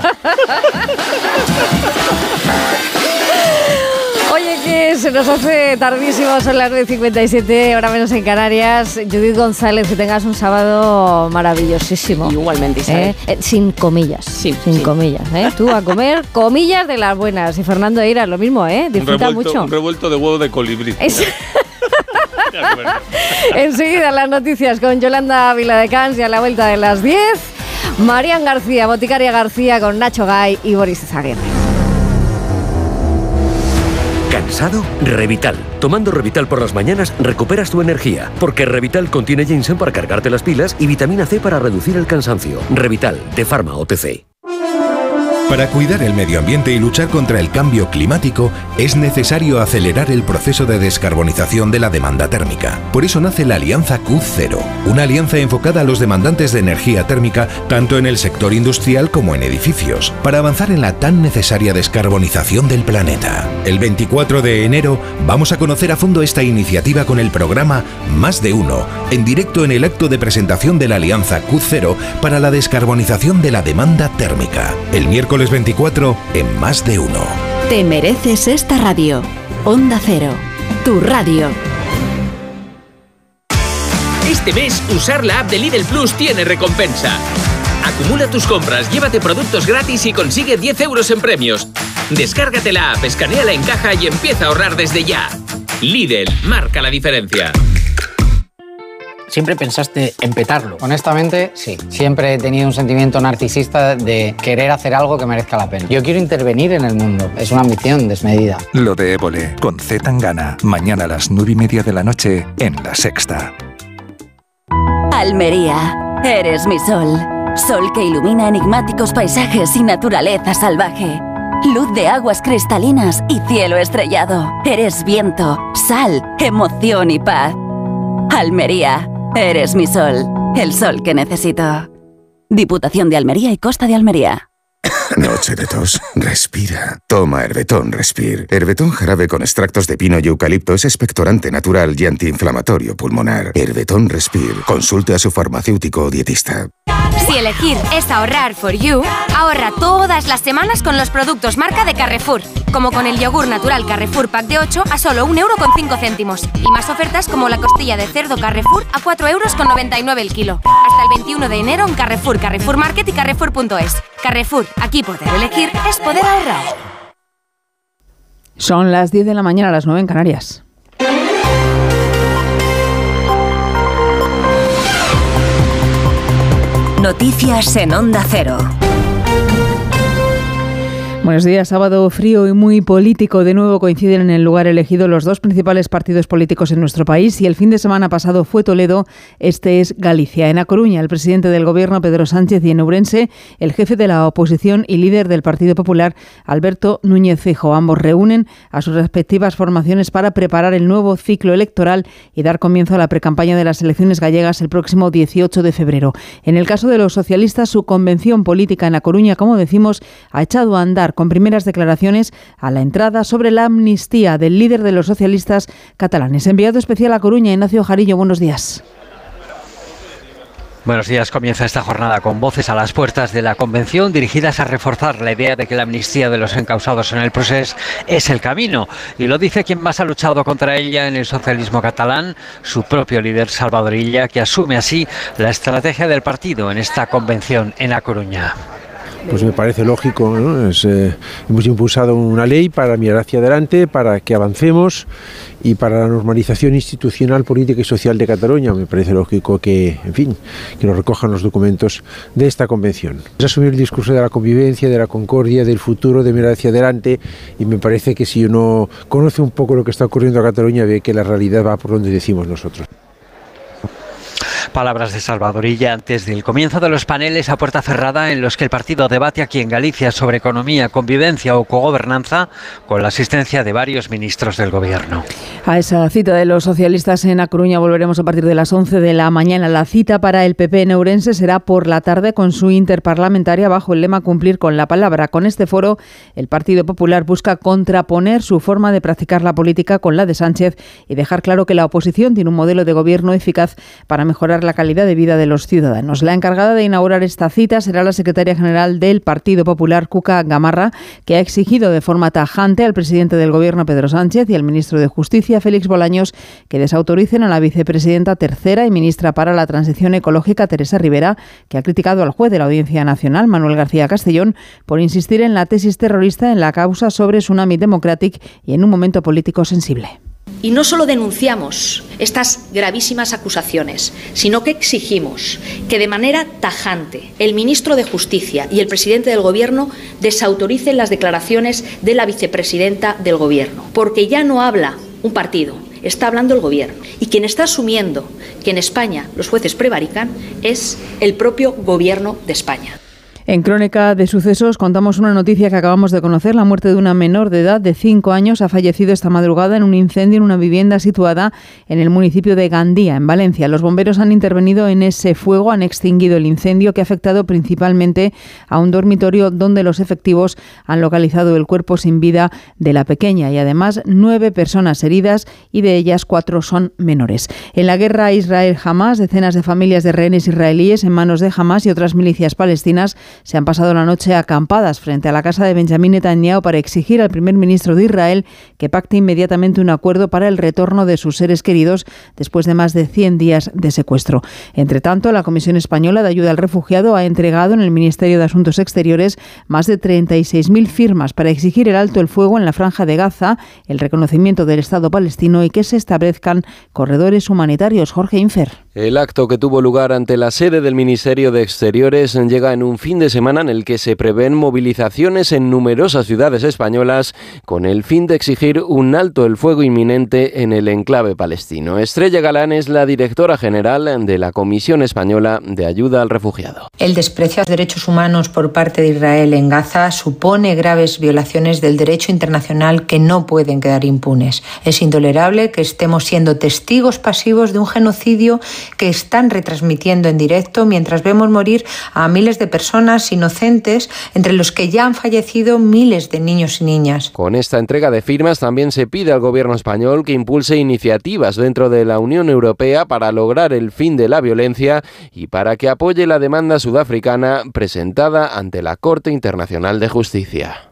Oye, que se nos hace tardísimo, son las 9:57, hora menos en Canarias. Judith González, que tengas un sábado maravillosísimo. Igualmente, Isabel. Sin comillas. Sí. Comillas, Tú a comer comillas de las buenas. Y Fernando Eira, lo mismo, Disfruta mucho. Un revuelto de huevo de colibrí. Enseguida las noticias con Yolanda Viladecans y a la vuelta de las 10, Marian García, Boticaria García con Nacho Gay y Boris Izaguirre. ¿Cansado? Revital. Tomando Revital por las mañanas recuperas tu energía, porque Revital contiene ginseng para cargarte las pilas y vitamina C para reducir el cansancio. Revital, de Pharma OTC. Para cuidar el medio ambiente y luchar contra el cambio climático, es necesario acelerar el proceso de descarbonización de la demanda térmica. Por eso nace la Alianza Q0, una alianza enfocada a los demandantes de energía térmica, tanto en el sector industrial como en edificios, para avanzar en la tan necesaria descarbonización del planeta. El 24 de enero vamos a conocer a fondo esta iniciativa con el programa Más de Uno, en directo en el acto de presentación de la Alianza Q0 para la descarbonización de la demanda térmica. El miércoles 24 en Más de Uno. Te mereces esta radio. Onda Cero, tu radio. Este mes, usar la app de Lidl Plus tiene recompensa. Acumula tus compras, llévate productos gratis y consigue 10 euros en premios. Descárgate la app, escanéala en caja y empieza a ahorrar desde ya. Lidl, marca la diferencia. ¿Siempre pensaste en petarlo? Honestamente, sí. Siempre he tenido un sentimiento narcisista de querer hacer algo que merezca la pena. Yo quiero intervenir en el mundo. Es una ambición desmedida. Lo de Évole, con Z Tangana. Mañana a las 9:30 de la noche en La Sexta. Almería, eres mi sol. Sol que ilumina enigmáticos paisajes y naturaleza salvaje. Luz de aguas cristalinas y cielo estrellado. Eres viento, sal, emoción y paz. Almería. Eres mi sol, el sol que necesito. Diputación de Almería y Costa de Almería. Noche de tos. Respira. Toma Herbetón Respir. Herbetón jarabe con extractos de pino y eucalipto es expectorante natural y antiinflamatorio pulmonar. Herbetón Respir. Consulte a su farmacéutico o dietista. Si elegir es ahorrar for you, ahorra todas las semanas con los productos marca de Carrefour, como con el yogur natural Carrefour Pack de 8 a solo 1,05 €. Y más ofertas como la costilla de cerdo Carrefour a 4,99 € el kilo. Hasta el 21 de enero en Carrefour, Carrefour Market y Carrefour.es. Carrefour, aquí poder elegir es poder ahorrar. Son las 10 de la mañana, las 9 en Canarias. Noticias en Onda Cero. Buenos días. Sábado frío y muy político. De nuevo coinciden en el lugar elegido los dos principales partidos políticos en nuestro país y el fin de semana pasado fue Toledo, este es Galicia. En A Coruña, el presidente del Gobierno, Pedro Sánchez, y en Ourense, el jefe de la oposición y líder del Partido Popular, Alberto Núñez Feijóo. Ambos reúnen a sus respectivas formaciones para preparar el nuevo ciclo electoral y dar comienzo a la precampaña de las elecciones gallegas el próximo 18 de febrero. En el caso de los socialistas, su convención política en A Coruña, como decimos, ha echado a andar con primeras declaraciones a la entrada sobre la amnistía del líder de los socialistas catalanes. Enviado especial a Coruña, Ignacio Jarillo, buenos días. Buenos días. Comienza esta jornada con voces a las puertas de la convención dirigidas a reforzar la idea de que la amnistía de los encausados en el procés es el camino. Y lo dice quien más ha luchado contra ella en el socialismo catalán, su propio líder Salvador Illa, que asume así la estrategia del partido en esta convención en A Coruña. Pues me parece lógico, ¿no? Hemos impulsado una ley para mirar hacia adelante, para que avancemos y para la normalización institucional, política y social de Cataluña. Me parece lógico que, en fin, que lo recojan los documentos de esta convención. Es asumir el discurso de la convivencia, de la concordia, del futuro, de mirar hacia adelante, y me parece que si uno conoce un poco lo que está ocurriendo en Cataluña, ve que la realidad va por donde decimos nosotros. Palabras de Salvador Illa antes del comienzo de los paneles a puerta cerrada en los que el partido debate aquí en Galicia sobre economía, convivencia o cogobernanza con la asistencia de varios ministros del Gobierno. A esa cita de los socialistas en A Coruña volveremos a partir de las 11 de la mañana. La cita para el PP en Ourense será por la tarde con su interparlamentaria bajo el lema Cumplir con la palabra. Con este foro, el Partido Popular busca contraponer su forma de practicar la política con la de Sánchez y dejar claro que la oposición tiene un modelo de gobierno eficaz para mejorar la calidad de vida de los ciudadanos. La encargada de inaugurar esta cita será la secretaria general del Partido Popular, Cuca Gamarra, que ha exigido de forma tajante al presidente del Gobierno, Pedro Sánchez, y al ministro de Justicia, Félix Bolaños, que desautoricen a la vicepresidenta tercera y ministra para la Transición Ecológica, Teresa Rivera, que ha criticado al juez de la Audiencia Nacional, Manuel García Castellón, por insistir en la tesis terrorista en la causa sobre Tsunami Democratic y en un momento político sensible. Y no solo denunciamos estas gravísimas acusaciones, sino que exigimos que de manera tajante el ministro de Justicia y el presidente del Gobierno desautoricen las declaraciones de la vicepresidenta del Gobierno, porque ya no habla un partido, está hablando el Gobierno. Y quien está asumiendo que en España los jueces prevarican es el propio Gobierno de España. En Crónica de Sucesos contamos una noticia que acabamos de conocer. La muerte de una menor de edad de 5 años ha fallecido esta madrugada en un incendio en una vivienda situada en el municipio de Gandía, en Valencia. Los bomberos han intervenido en ese fuego, han extinguido el incendio que ha afectado principalmente a un dormitorio donde los efectivos han localizado el cuerpo sin vida de la pequeña y además 9 personas heridas y de ellas 4 son menores. En la guerra Israel-Hamás, decenas de familias de rehenes israelíes en manos de Hamás y otras milicias palestinas se han pasado la noche acampadas frente a la casa de Benjamín Netanyahu para exigir al primer ministro de Israel que pacte inmediatamente un acuerdo para el retorno de sus seres queridos después de más de 100 días de secuestro. Entre tanto, la Comisión Española de Ayuda al Refugiado ha entregado en el Ministerio de Asuntos Exteriores más de 36.000 firmas para exigir el alto el fuego en la Franja de Gaza, el reconocimiento del Estado palestino y que se establezcan corredores humanitarios. Jorge Infer. El acto que tuvo lugar ante la sede del Ministerio de Exteriores llega en un fin de semana en el que se prevén movilizaciones en numerosas ciudades españolas con el fin de exigir un alto el fuego inminente en el enclave palestino. Estrella Galán es la directora general de la Comisión Española de Ayuda al Refugiado. El desprecio a los derechos humanos por parte de Israel en Gaza supone graves violaciones del derecho internacional que no pueden quedar impunes. Es intolerable que estemos siendo testigos pasivos de un genocidio que están retransmitiendo en directo mientras vemos morir a miles de personas inocentes, entre los que ya han fallecido miles de niños y niñas. Con esta entrega de firmas también se pide al gobierno español que impulse iniciativas dentro de la Unión Europea para lograr el fin de la violencia y para que apoye la demanda sudafricana presentada ante la Corte Internacional de Justicia.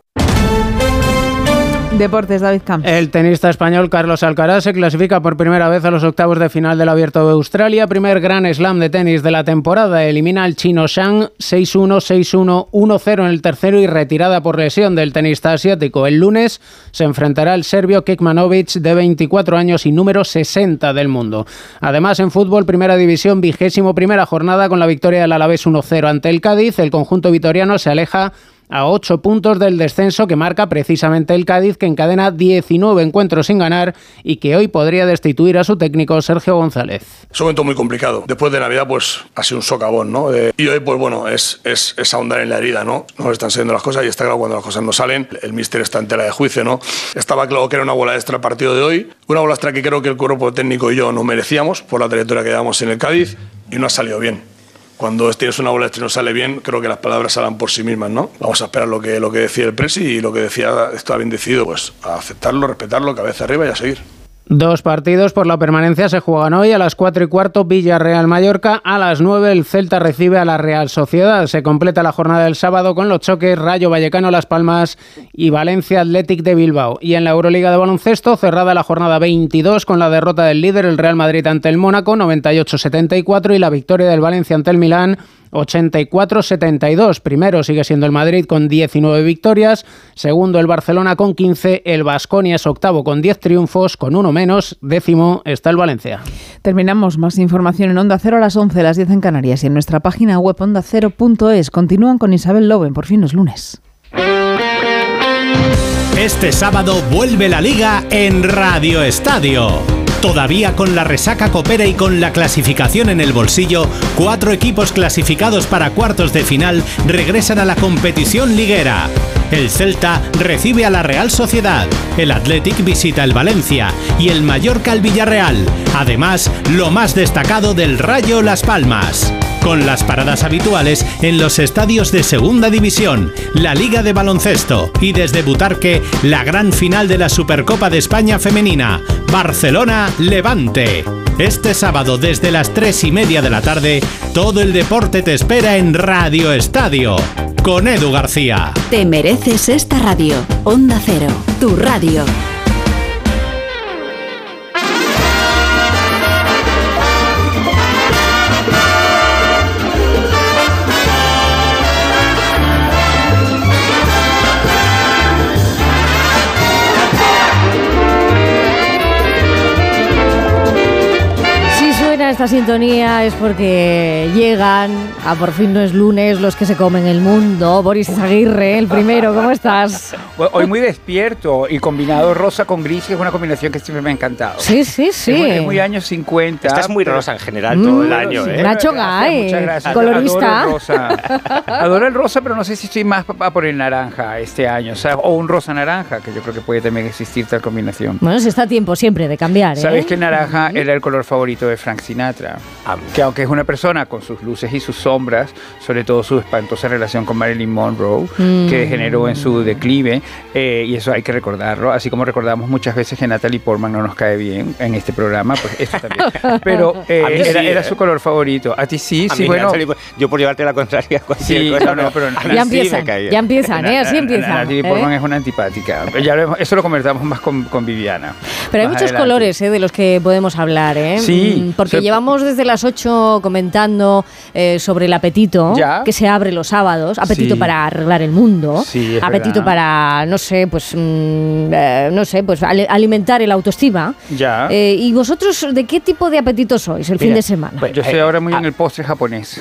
Deportes, David Camps. El tenista español Carlos Alcaraz se clasifica por primera vez a los octavos de final del Abierto de Australia. Primer Grand Slam de tenis de la temporada. Elimina al chino Zhang 6-1, 6-1, 1-0 en el tercero y retirada por lesión del tenista asiático. El lunes se enfrentará al serbio Kekmanovic, de 24 años y número 60 del mundo. Además, en fútbol, Primera División, 21ª jornada con la victoria del Alavés 1-0 ante el Cádiz. El conjunto vitoriano se aleja a 8 puntos del descenso que marca precisamente el Cádiz, que encadena 19 encuentros sin ganar y que hoy podría destituir a su técnico Sergio González. Es un momento muy complicado. Después de Navidad, pues ha sido un socavón, ¿no? Y hoy, pues bueno, es ahondar en la herida, ¿no? No están saliendo las cosas y está claro cuando las cosas no salen. El míster está en tela de juicio, ¿no? Estaba claro que era una bola extra el partido de hoy. Una bola extra que creo que el cuerpo técnico y yo no merecíamos por la trayectoria que llevamos en el Cádiz y no ha salido bien. Cuando tienes una bola extra y no sale bien, creo que las palabras salen por sí mismas, ¿no? Vamos a esperar lo que decía el presi y lo que decía está bien decidido, pues a aceptarlo, respetarlo, cabeza arriba y a seguir. 2 partidos por la permanencia se juegan hoy. A las 4:15 Villarreal-Mallorca, a las 9 el Celta recibe a la Real Sociedad. Se completa la jornada del sábado con los choques Rayo Vallecano-Las Palmas y Valencia Athletic de Bilbao. Y en la Euroliga de baloncesto, cerrada la jornada 22 con la derrota del líder, el Real Madrid, ante el Mónaco, 98-74, y la victoria del Valencia ante el Milán, 84-72. Primero sigue siendo el Madrid con 19 victorias, segundo el Barcelona con 15, el Baskonia es octavo con 10 triunfos, con uno menos, décimo está el Valencia. Terminamos. Más información en Onda Cero a las 11, las 10 en Canarias y en nuestra página web ondacero.es. Continúan con Isabel Loven, por fin es lunes. Este sábado vuelve la Liga en Radio Estadio. Todavía con la resaca copera y con la clasificación en el bolsillo, 4 equipos clasificados para cuartos de final regresan a la competición liguera. El Celta recibe a la Real Sociedad, el Athletic visita el Valencia y el Mallorca al Villarreal. Además, lo más destacado del Rayo Las Palmas. Con las paradas habituales en los estadios de Segunda División, la Liga de Baloncesto y desde Butarque, la gran final de la Supercopa de España Femenina, Barcelona-Levante. Este sábado desde las 3:30 de la tarde, todo el deporte te espera en Radio Estadio, con Edu García. Te mereces esta radio. Onda Cero, tu radio. Esta sintonía es porque llegan a Por fin no es lunes los que se comen el mundo. Boris Izaguirre, el primero, ¿cómo estás? Hoy muy despierto y combinado rosa con gris, que es una combinación que siempre me ha encantado. Sí. Es muy años 50. Estás muy rosa en general todo el año, ¿eh? Nacho Gay, muchas gracias. colorista. Adoro el rosa, pero no sé si estoy más por el naranja este año, ¿sabes? O un rosa naranja, que yo creo que puede también existir tal combinación. Bueno, se está a tiempo siempre de cambiar, ¿eh? ¿Sabes que el naranja era el color favorito de Frank Sinatra? Que aunque es una persona con sus luces y sus sombras, sobre todo su espantosa relación con Marilyn Monroe, que generó en su declive, y eso hay que recordarlo, así como recordamos muchas veces que Natalie Portman no nos cae bien en este programa, pues eso también. Pero era su color favorito. A ti sí, a mí, bueno. Natalie, yo por llevarte la contraria a cualquier cosa. Pero ya empiezan, así empiezan. Natalie Portman es una antipática. Eso lo conversamos más con Viviana. Pero hay muchos adelante. Colores de los que podemos hablar, ¿eh? Sí. Porque llevamos desde las 8 comentando sobre el apetito, que se abre los sábados, apetito para arreglar el mundo, apetito para, alimentar el autoestima. ¿Y vosotros de qué tipo de apetito sois el fin de semana? Pues, yo estoy ahora muy en el postre japonés.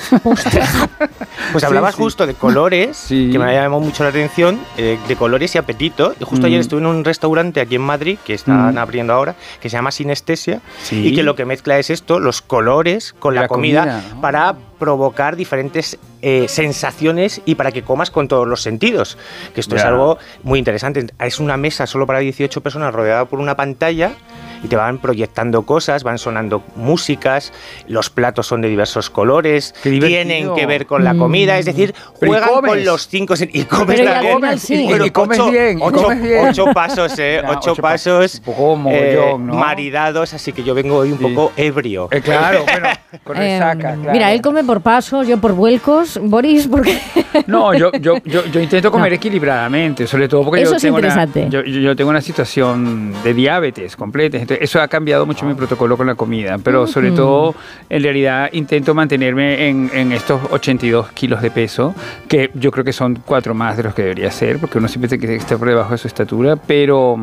Pues hablabas justo de colores, que me ha llamado mucho la atención, de colores y apetito. Y justo ayer estuve en un restaurante aquí en Madrid, que están abriendo ahora, que se llama Sinestesia, y que lo que mezcla es esto, los colores con la comida, ¿no? Para provocar diferentes sensaciones y para que comas con todos los sentidos, que esto es algo muy interesante. Es una mesa solo para 18 personas rodeada por una pantalla y te van proyectando cosas, van sonando músicas, los platos son de diversos colores, tienen que ver con la comida, es decir, juegan con los 5 y comes también. Y comes bien. 8 pasos, 8 pasos mogollón, ¿no? maridados, así que yo vengo hoy un poco ebrio. Claro, bueno, con resaca, claro. Mira, él come por pasos, yo por vuelcos. Boris, ¿por qué? No, yo intento comer equilibradamente, sobre todo porque eso yo tengo una situación de diabetes completa. Eso ha cambiado mucho mi protocolo con la comida, pero sobre todo, en realidad, intento mantenerme en estos 82 kilos de peso, que yo creo que son 4 más de los que debería ser, porque uno siempre tiene que estar por debajo de su estatura, pero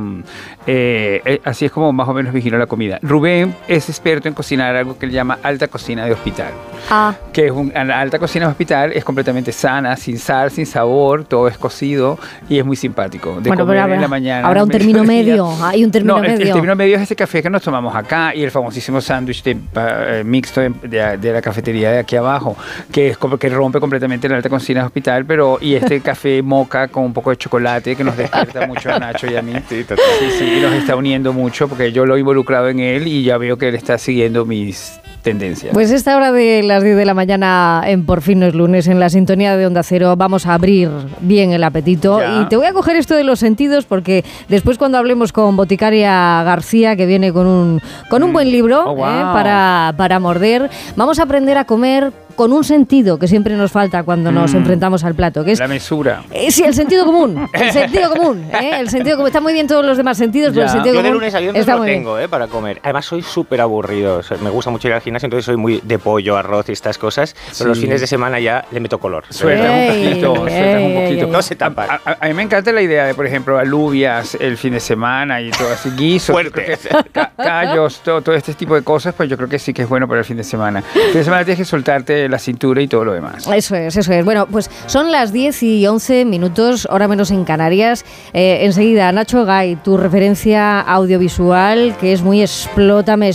así es como más o menos vigilo la comida. Rubén es experto en cocinar algo que él llama alta cocina de hospital. Que es la alta cocina de hospital es completamente sana, sin sal, sin sabor, todo es cocido y es muy simpático de comer en la mañana. Habrá un término medio, hay un término medio. El término medio es ese café que nos tomamos acá y el famosísimo sándwich mixto de la cafetería de aquí abajo, que es como que rompe completamente la alta cocina de hospital, y este café moca con un poco de chocolate que nos despierta mucho a Nacho y a mí. Y nos está uniendo mucho porque yo lo he involucrado en él y ya veo que él está siguiendo mis tendencias. Pues esta hora de las 10 de la mañana en Por fin no es lunes, en la sintonía de Onda Cero, vamos a abrir bien el apetito. Y te voy a coger esto de los sentidos porque después cuando hablemos con Boticaria García, que viene con un buen libro para morder, vamos a aprender a comer con un sentido que siempre nos falta cuando nos enfrentamos al plato, que es la mesura. Sí, el sentido común. El sentido común. El sentido común. Está muy bien todos los demás sentidos, pero el sentido común. Yo de lunes a viernes lo tengo para comer. Además, soy súper aburrido. O sea, me gusta mucho ir al gimnasio, entonces soy muy de pollo, arroz y estas cosas, pero los fines de semana ya le meto color. Sueltas un poquito. No se tapa. A mí me encanta la idea de, por ejemplo, alubias el fin de semana y todo así, guisos, callos, todo este tipo de cosas, pues yo creo que sí que es bueno para el fin de semana. El fin de semana tienes que soltarte la cintura y todo lo demás. Eso es. Bueno, pues son las 10:11, hora menos en Canarias. Enseguida, Nacho Gay, tu referencia audiovisual, que es muy explótame.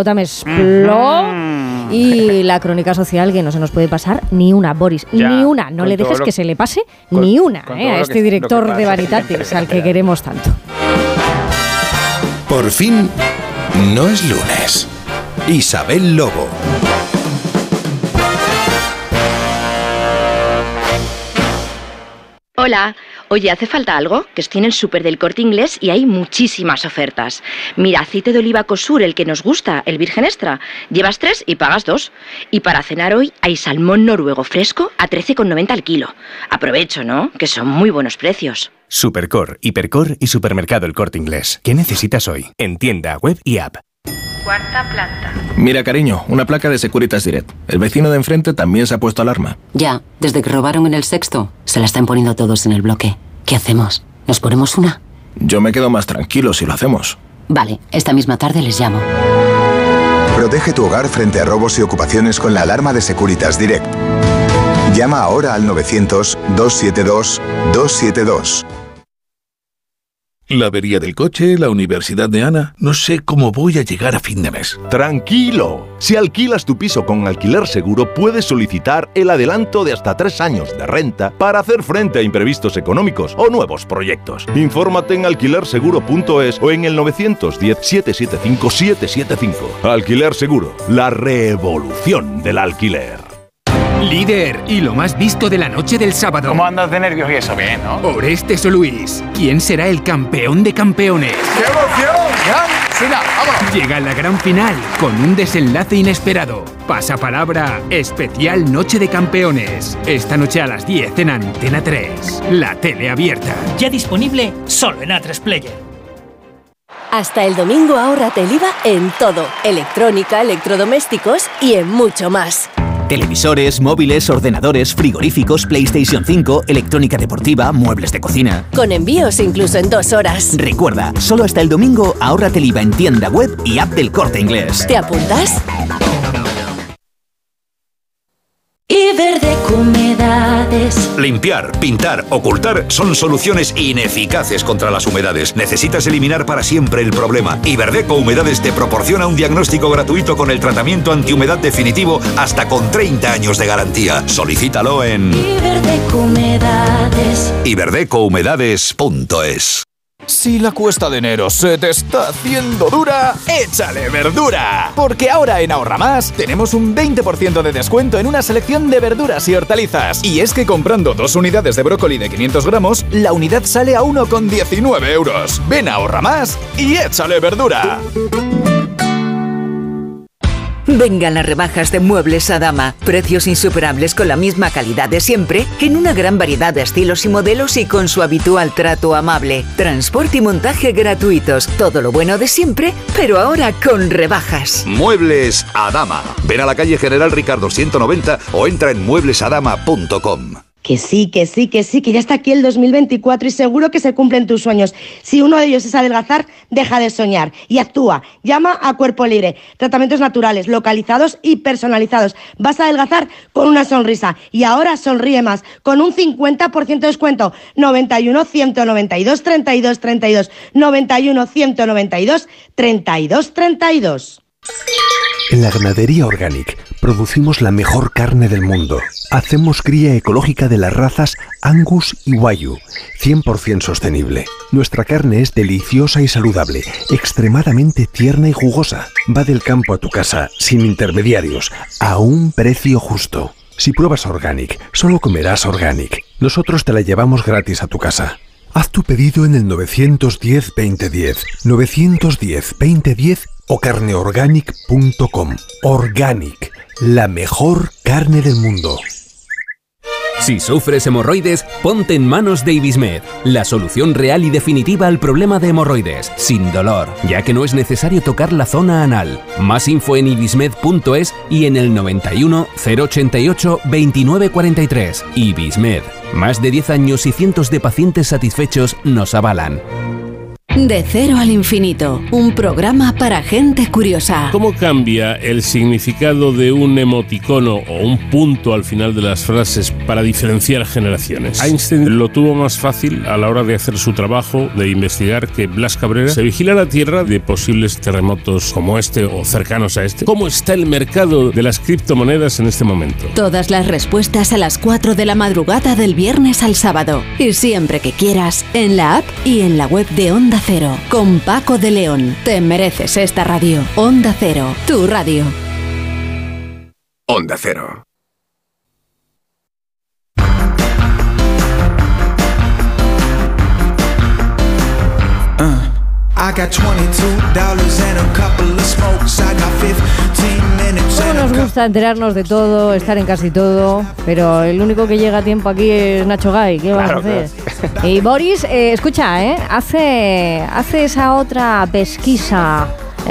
Y la crónica social, que no se nos puede pasar ni una, Boris, ni una. No le dejes que se le pase ni una a este director de Vanitatis, al que queremos tanto. Por fin, no es lunes. Isabel Lobo. Hola, oye, ¿hace falta algo? Que estoy en el súper del Corte Inglés y hay muchísimas ofertas. Mira, aceite de oliva Cosur, el que nos gusta, el virgen extra. Llevas 3 y pagas 2. Y para cenar hoy hay salmón noruego fresco a 13,90 al kilo. Aprovecho, ¿no? Que son muy buenos precios. Supercor, Hipercor y Supermercado El Corte Inglés. ¿Qué necesitas hoy? En tienda, web y app. Cuarta planta. Mira, cariño, una placa de Securitas Direct. El vecino de enfrente también se ha puesto alarma. Ya, desde que robaron en el sexto, se la están poniendo todos en el bloque. ¿Qué hacemos? ¿Nos ponemos una? Yo me quedo más tranquilo si lo hacemos. Vale, esta misma tarde les llamo. Protege tu hogar frente a robos y ocupaciones con la alarma de Securitas Direct. Llama ahora al 900-272-272. La avería del coche, la universidad de Ana... No sé cómo voy a llegar a fin de mes. ¡Tranquilo! Si alquilas tu piso con Alquiler Seguro, puedes solicitar el adelanto de hasta 3 años de renta para hacer frente a imprevistos económicos o nuevos proyectos. Infórmate en alquilerseguro.es o en el 910-775-775. Alquiler Seguro, la revolución del alquiler. Líder y lo más visto de la noche del sábado. ¿Cómo andas de nervios y eso? Bien, ¿no? Orestes o Luis. ¿Quién será el campeón de campeones? ¡Qué emoción! ¡Venga, vámonos! Llega la gran final con un desenlace inesperado. Pasapalabra especial Noche de Campeones. Esta noche a las 10 en Antena 3. La tele abierta. Ya disponible solo en A3 Player. Hasta el domingo ahórrate el IVA en todo. Electrónica, electrodomésticos y en mucho más. Televisores, móviles, ordenadores, frigoríficos, PlayStation 5, electrónica deportiva, muebles de cocina. Con envíos incluso en 2 horas. Recuerda, solo hasta el domingo ahórrate el IVA en tienda web y app del Corte Inglés. ¿Te apuntas? Iberdeco Humedades. Limpiar, pintar, ocultar son soluciones ineficaces contra las humedades. Necesitas eliminar para siempre el problema. Iberdeco Humedades te proporciona un diagnóstico gratuito con el tratamiento antihumedad definitivo hasta con 30 años de garantía. Solicítalo en Iberdeco Humedades. iberdecohumedades.es. Si la cuesta de enero se te está haciendo dura, ¡échale verdura! Porque ahora en Ahorra Más tenemos un 20% de descuento en una selección de verduras y hortalizas. Y es que comprando 2 unidades de brócoli de 500 gramos, la unidad sale a 1,19 euros. Ven a Ahorra Más y échale verdura. Vengan las rebajas de Muebles Adama. Precios insuperables con la misma calidad de siempre, en una gran variedad de estilos y modelos y con su habitual trato amable. Transporte y montaje gratuitos. Todo lo bueno de siempre, pero ahora con rebajas. Muebles Adama. Ven a la calle General Ricardo 190 o entra en mueblesadama.com. Que sí, que ya está aquí el 2024 y seguro que se cumplen tus sueños. Si uno de ellos es adelgazar, deja de soñar y actúa. Llama a Cuerpo Libre. Tratamientos naturales, localizados y personalizados. Vas a adelgazar con una sonrisa. Y ahora sonríe más, con un 50% de descuento. 91 192 32 32. 91 192 32 32. En la Ganadería Organic producimos la mejor carne del mundo. Hacemos cría ecológica de las razas Angus y Wagyu, 100% sostenible. Nuestra carne es deliciosa y saludable, extremadamente tierna y jugosa. Va del campo a tu casa, sin intermediarios, a un precio justo. Si pruebas Organic, solo comerás Organic. Nosotros te la llevamos gratis a tu casa. Haz tu pedido en el 910-2010, 910-2010 o carneorganic.com. Organic, la mejor carne del mundo. Si sufres hemorroides, ponte en manos de Ibismed, la solución real y definitiva al problema de hemorroides, sin dolor, ya que no es necesario tocar la zona anal. Más info en ibismed.es y en el 91 088 2943. Ibismed. Más de 10 años y cientos de pacientes satisfechos nos avalan. De cero al infinito, un programa para gente curiosa. ¿Cómo cambia el significado de un emoticono o un punto al final de las frases para diferenciar generaciones? Einstein lo tuvo más fácil a la hora de hacer su trabajo de investigar que Blas Cabrera. Se vigila la Tierra de posibles terremotos como este o cercanos a este. ¿Cómo está el mercado de las criptomonedas en este momento? Todas las respuestas a las 4 de la madrugada del viernes al sábado. Y siempre que quieras, en la app y en la web de Onda Cero, con Paco de León. Te mereces esta radio. Onda Cero, tu radio. Onda Cero. ¿Cómo nos gusta enterarnos de todo, estar en casi todo? Pero el único que llega a tiempo aquí es Nacho Gay. ¿Qué vas a hacer? Claro. Y Boris, escucha, hace esa otra pesquisa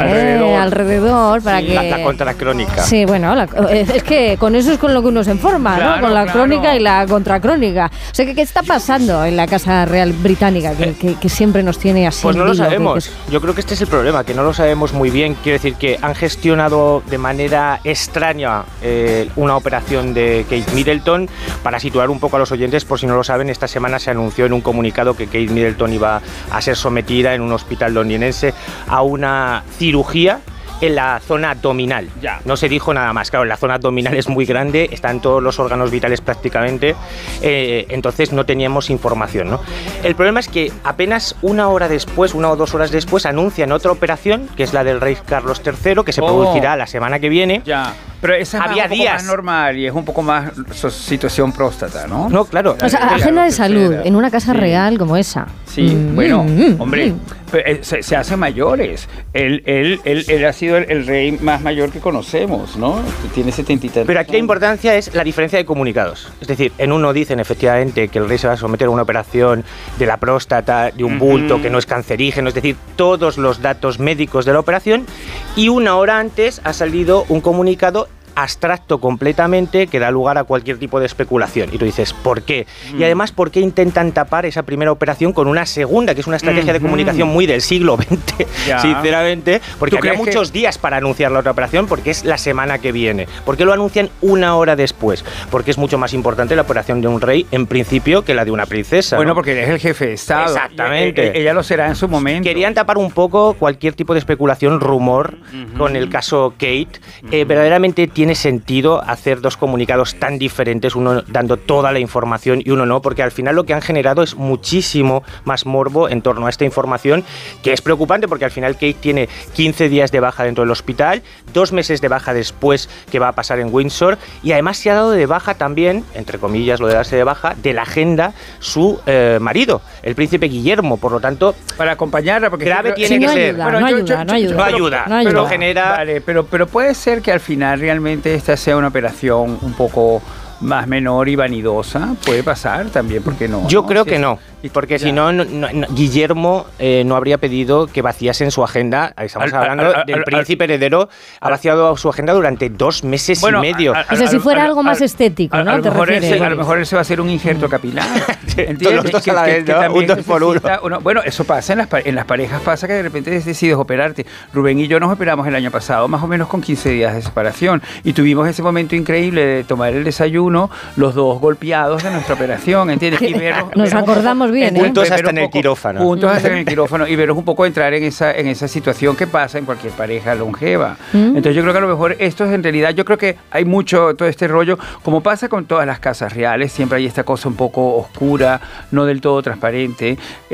alrededor para que... La contracrónica. Sí, bueno, es que con eso es con lo que uno se informa, claro, ¿no? Con la crónica y la contracrónica. O sea, ¿qué está pasando en la Casa Real Británica? Que siempre nos tiene así. Pues no lo sabemos. Yo creo que este es el problema, que no lo sabemos muy bien. Quiero decir que han gestionado de manera extraña una operación de Kate Middleton. Para situar un poco a los oyentes, por si no lo saben, esta semana se anunció en un comunicado que Kate Middleton iba a ser sometida en un hospital londinense a una cirugía en la zona abdominal. Ya. No se dijo nada más. Claro, la zona abdominal es muy grande, están todos los órganos vitales prácticamente, entonces no teníamos información, ¿no? El problema es que apenas una o 2 horas después anuncian otra operación, que es la del rey Carlos III, que se producirá la semana que viene. Ya. Pero esa es un poco más normal y es un poco más situación próstata, ¿no? No, claro. O sea, agenda de salud en una casa real como esa. Sí, bueno, hombre, se hacen mayores. Él ha sido el rey más mayor que conocemos, ¿no? Tiene 70 y tantos. Pero aquí la importancia es la diferencia de comunicados. Es decir, en uno dicen efectivamente que el rey se va a someter a una operación de la próstata, de un bulto que no es cancerígeno, es decir, todos los datos médicos de la operación, y una hora antes ha salido un comunicado abstracto completamente que da lugar a cualquier tipo de especulación. Y tú dices, ¿por qué? Y además, ¿por qué intentan tapar esa primera operación con una segunda, que es una estrategia de comunicación muy del siglo XX, sinceramente? Porque había muchos días para anunciar la otra operación, porque es la semana que viene. ¿Por qué lo anuncian una hora después? Porque es mucho más importante la operación de un rey, en principio, que la de una princesa. Bueno, ¿no? Porque él es el jefe de Estado. Exactamente. Ella lo será en su momento. Querían tapar un poco cualquier tipo de especulación, rumor, con el caso Kate. Verdaderamente tiene sentido hacer dos comunicados tan diferentes, uno dando toda la información y uno no, porque al final lo que han generado es muchísimo más morbo en torno a esta información, que es preocupante porque al final Kate tiene 15 días de baja dentro del hospital, 2 meses de baja después que va a pasar en Windsor, y además se ha dado de baja también, entre comillas lo de darse de baja, de la agenda su marido, el príncipe Guillermo, por lo tanto... Para acompañarla, porque... Grave tiene que ser. No ayuda. Pero genera... Vale, pero puede ser que al final realmente esta sea una operación un poco más menor y vanidosa. Puede pasar también, ¿por qué no? Yo creo que no, porque si no, Guillermo no habría pedido que vaciasen su agenda. Estamos hablando del príncipe heredero, ha vaciado su agenda durante 2 meses y medio. O sea, si fuera algo más estético, ¿no? A lo mejor él se va a hacer un injerto capilar. ¿Entiendes? Los dos a la vez, ¿no? Un 2 por 1. Bueno, eso pasa en las parejas, pasa que de repente decides operarte. Rubén y yo nos operamos el año pasado, más o menos con 15 días de separación, y tuvimos ese momento increíble de tomar el desayuno, los dos golpeados de nuestra operación, ¿entiendes? Y nos acordamos bien, juntos hasta en el quirófano. Juntos hasta en el quirófano, y veros un poco entrar en esa situación que pasa en cualquier pareja longeva. Entonces yo creo que a lo mejor esto es en realidad, yo creo que hay mucho todo este rollo, como pasa con todas las casas reales, siempre hay esta cosa un poco oscura, no del todo transparente,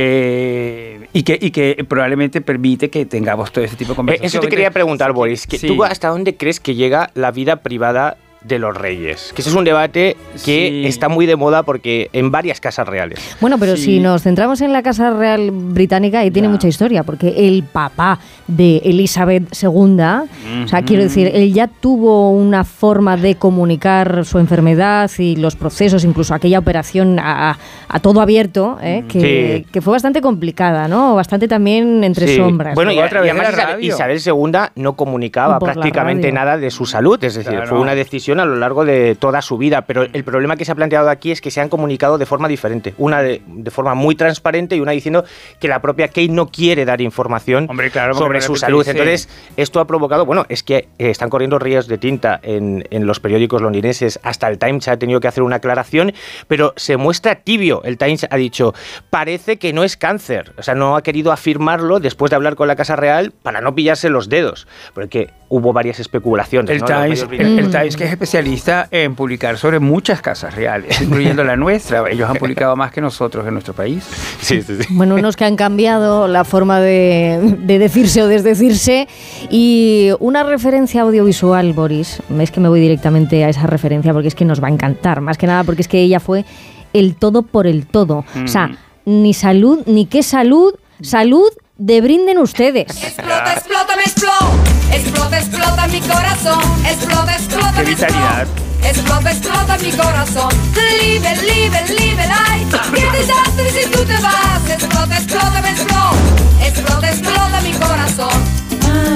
y que probablemente permite que tengamos todo ese tipo de conversaciones. Eso te quería preguntar, Boris, ¿tú hasta dónde crees que llega la vida privada de los reyes? Que ese es un debate que está muy de moda porque en varias casas reales. Bueno, pero si nos centramos en la Casa Real Británica, ahí tiene mucha historia, porque el papá de Elizabeth II, o sea, quiero decir, él ya tuvo una forma de comunicar su enfermedad y los procesos, incluso aquella operación a todo abierto, que fue bastante complicada, ¿no? Bastante también entre sombras. Bueno, y además Isabel II no comunicaba prácticamente nada de su salud, es decir, fue una decisión a lo largo de toda su vida, pero el problema que se ha planteado aquí es que se han comunicado de forma diferente, una de forma muy transparente y una diciendo que la propia Kate no quiere dar información sobre su salud. Entonces, esto ha provocado, bueno, es que están corriendo ríos de tinta en los periódicos londinenses, hasta el Times ha tenido que hacer una aclaración, pero se muestra tibio. El Times ha dicho, parece que no es cáncer, o sea, no ha querido afirmarlo después de hablar con la Casa Real para no pillarse los dedos, porque hubo varias especulaciones. El Times, que es especialista en publicar sobre muchas casas reales, incluyendo la nuestra. Ellos han publicado más que nosotros en nuestro país. Sí. Bueno, unos que han cambiado la forma de decirse o desdecirse. Y una referencia audiovisual, Boris, es que me voy directamente a esa referencia porque es que nos va a encantar, más que nada porque es que ella fue el todo por el todo. O sea, ni salud, ni qué salud de brinden ustedes. Explota, explota, me explota. Explota, explota mi corazón. Explota, explota, qué vitalidad. Explota, explota mi corazón. Liebe, light. Qué desastre si tú te vas. Explota, explota, me explota. Explota, explota mi corazón.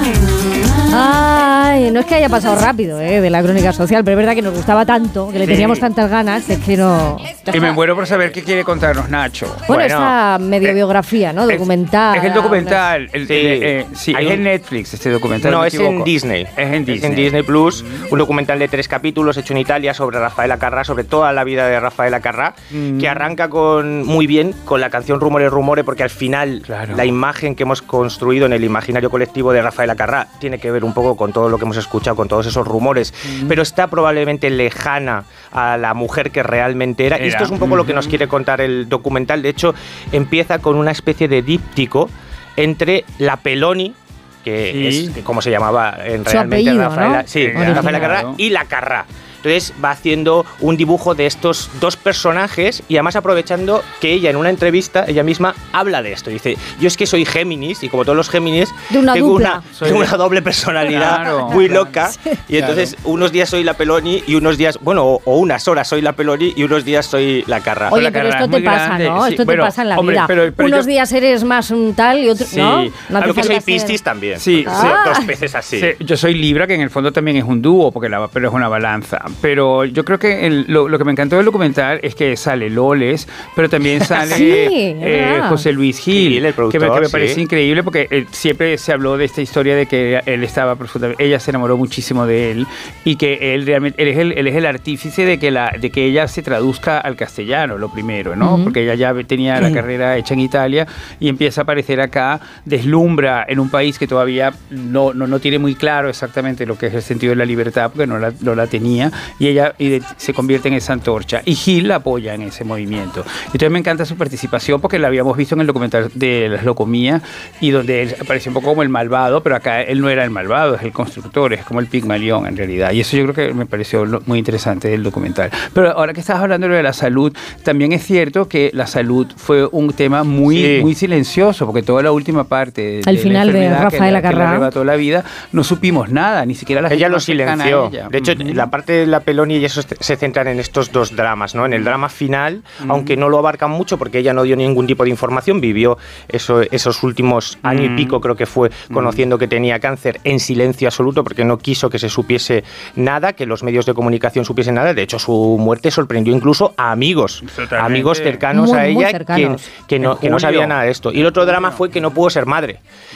Ay, no es que haya pasado rápido de la crónica social, pero es verdad que nos gustaba tanto, que le teníamos tantas ganas, es que no... Y me muero por saber qué quiere contarnos Nacho. Bueno, esta medio biografía, ¿no? Documental. Es el documental. Es en Netflix este documental. No, es en Disney. Es en Disney Plus, un documental de 3 capítulos hecho en Italia sobre Rafael Acarrá, sobre toda la vida de Rafael Acarrá, que arranca muy bien con la canción Rumore, Rumore, porque al final la imagen que hemos construido en el imaginario colectivo de Rafael Acarrá tiene que ver un poco con todo lo que hemos escuchado, con todos esos rumores, pero está probablemente lejana a la mujer que realmente era. Y esto es un poco lo que nos quiere contar el documental. De hecho, empieza con una especie de díptico entre la Peloni, que es como se llamaba realmente apellido, Rafaela, ¿no? Rafael Acarrá, y la Carrá. Entonces va haciendo un dibujo de estos dos personajes y además aprovechando que ella en una entrevista, ella misma habla de esto. Dice, yo es que soy Géminis y como todos los Géminis tengo una doble personalidad muy loca y entonces unos días soy la Peloni y unos días, o unas horas soy la Peloni y unos días soy la Carrá. Oye, pero esto te pasa, ¿no? Esto te pasa en la vida. Pero unos días eres más un tal y otros, ¿no? A lo que soy Piscis también. Dos peces así. Yo soy Libra, que en el fondo también es un dúo, pero es una balanza. Pero yo creo que lo que me encantó del documental es que sale Loles, pero también sale José Luis Gil, el productor, que me parece increíble porque siempre se habló de esta historia de que él estaba profundamente, ella se enamoró muchísimo de él y que él realmente él es el artífice de que ella se traduzca al castellano, lo primero, ¿no? Porque ella ya tenía la carrera hecha en Italia y empieza a aparecer acá, deslumbra en un país que todavía no tiene muy claro exactamente lo que es el sentido de la libertad, porque no la tenía. Y ella se convierte en esa antorcha. Y Gil la apoya en ese movimiento. Entonces me encanta su participación porque la habíamos visto en el documental de Las Locomías y donde él aparece un poco como el malvado, pero acá él no era el malvado, es el constructor, es como el Pigmalión en realidad. Y eso yo creo que me pareció muy interesante del documental. Pero ahora que estabas hablando de la salud, también es cierto que la salud fue un tema muy silencioso, porque toda la última parte al final de Rafael Acarrá, que le arrebató la vida, no supimos nada, ni siquiera la gente. Ella lo silenció. De hecho, la parte de la Peloni y eso se centran en estos dos dramas, ¿no? En el drama final, aunque no lo abarcan mucho porque ella no dio ningún tipo de información, vivió esos últimos año y pico, creo que fue, conociendo que tenía cáncer en silencio absoluto porque no quiso que se supiese nada, que los medios de comunicación supiesen nada. De hecho, su muerte sorprendió incluso a amigos cercanos a ella que no sabían nada de esto. Y el otro drama fue que no pudo ser madre.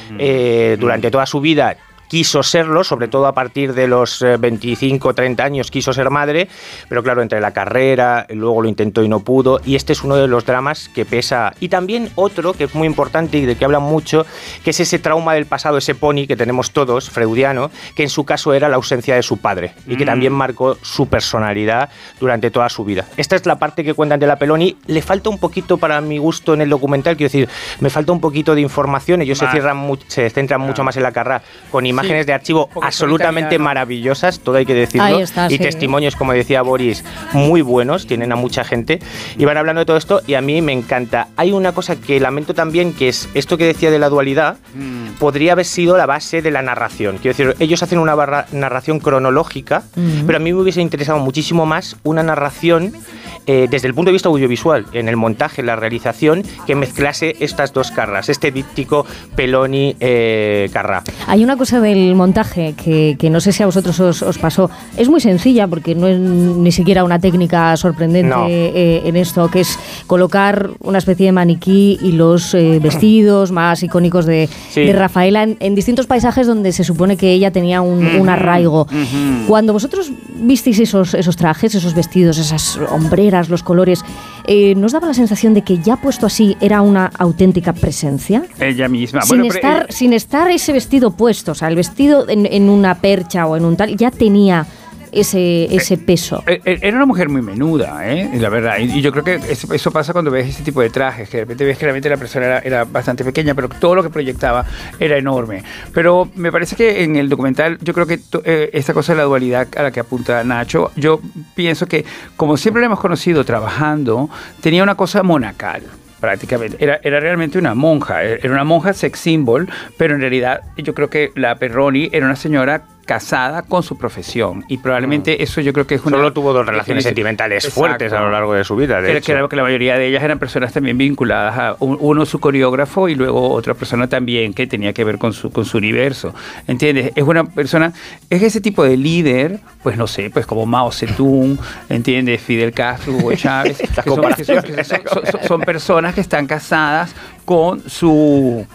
Durante toda su vida quiso serlo, sobre todo a partir de los 25 30 años quiso ser madre, pero claro, entre la carrera, luego lo intentó y no pudo, y este es uno de los dramas que pesa. Y también otro que es muy importante y de que hablan mucho, que es ese trauma del pasado, ese pony que tenemos todos, freudiano, que en su caso era la ausencia de su padre, y que también marcó su personalidad durante toda su vida. Esta es la parte que cuentan de la Peloni. Le falta un poquito, para mi gusto, en el documental, quiero decir, me falta un poquito de información. Ellos se centran mucho más en la Acarrá, con imágenes imágenes de archivo absolutamente maravillosas, todo hay que decirlo. Ahí está, y sí. testimonios, como decía Boris, muy buenos, tienen a mucha gente. Y van hablando de todo esto y a mí me encanta. Hay una cosa que lamento también, que es esto que decía de la dualidad, podría haber sido la base de la narración. Quiero decir, ellos hacen una narración cronológica, pero a mí me hubiese interesado muchísimo más una narración desde el punto de vista audiovisual, en el montaje, en la realización, que mezclase estas dos Carras, este díptico Peloni-Carrà. Hay una cosa del montaje que no sé si a vosotros os pasó. Es muy sencilla porque no es ni siquiera una técnica sorprendente en esto, que es colocar una especie de maniquí y los vestidos más icónicos de Rafaela en distintos paisajes donde se supone que ella tenía un arraigo. Cuando vosotros visteis esos trajes, esos vestidos, esas hombreras, los colores, ¿nos daba la sensación de que ya puesto así era una auténtica presencia? Ella misma. Sin estar ese vestido puesto, o sea, el vestido en una percha o en un tal, ya tenía ese peso. Era una mujer muy menuda, la verdad. Y yo creo que eso pasa cuando ves este tipo de trajes, que de repente ves que realmente la persona era bastante pequeña, pero todo lo que proyectaba era enorme. Pero me parece que en el documental, yo creo que esta cosa de la dualidad a la que apunta Nacho, yo pienso que, como siempre la hemos conocido trabajando, tenía una cosa monacal. Prácticamente, era realmente una monja, era una monja sex symbol, pero en realidad yo creo que la Perroni era una señora casada con su profesión, y probablemente eso yo creo que es una... Solo tuvo dos relaciones sentimentales fuertes a lo largo de su vida, de hecho. Creo que la mayoría de ellas eran personas también vinculadas a uno, su coreógrafo, y luego otra persona también que tenía que ver con su universo, ¿entiendes? Es una persona, es ese tipo de líder, pues no sé, pues como Mao Zedong, ¿entiendes? Fidel Castro, Hugo Chávez, son personas que están casadas con su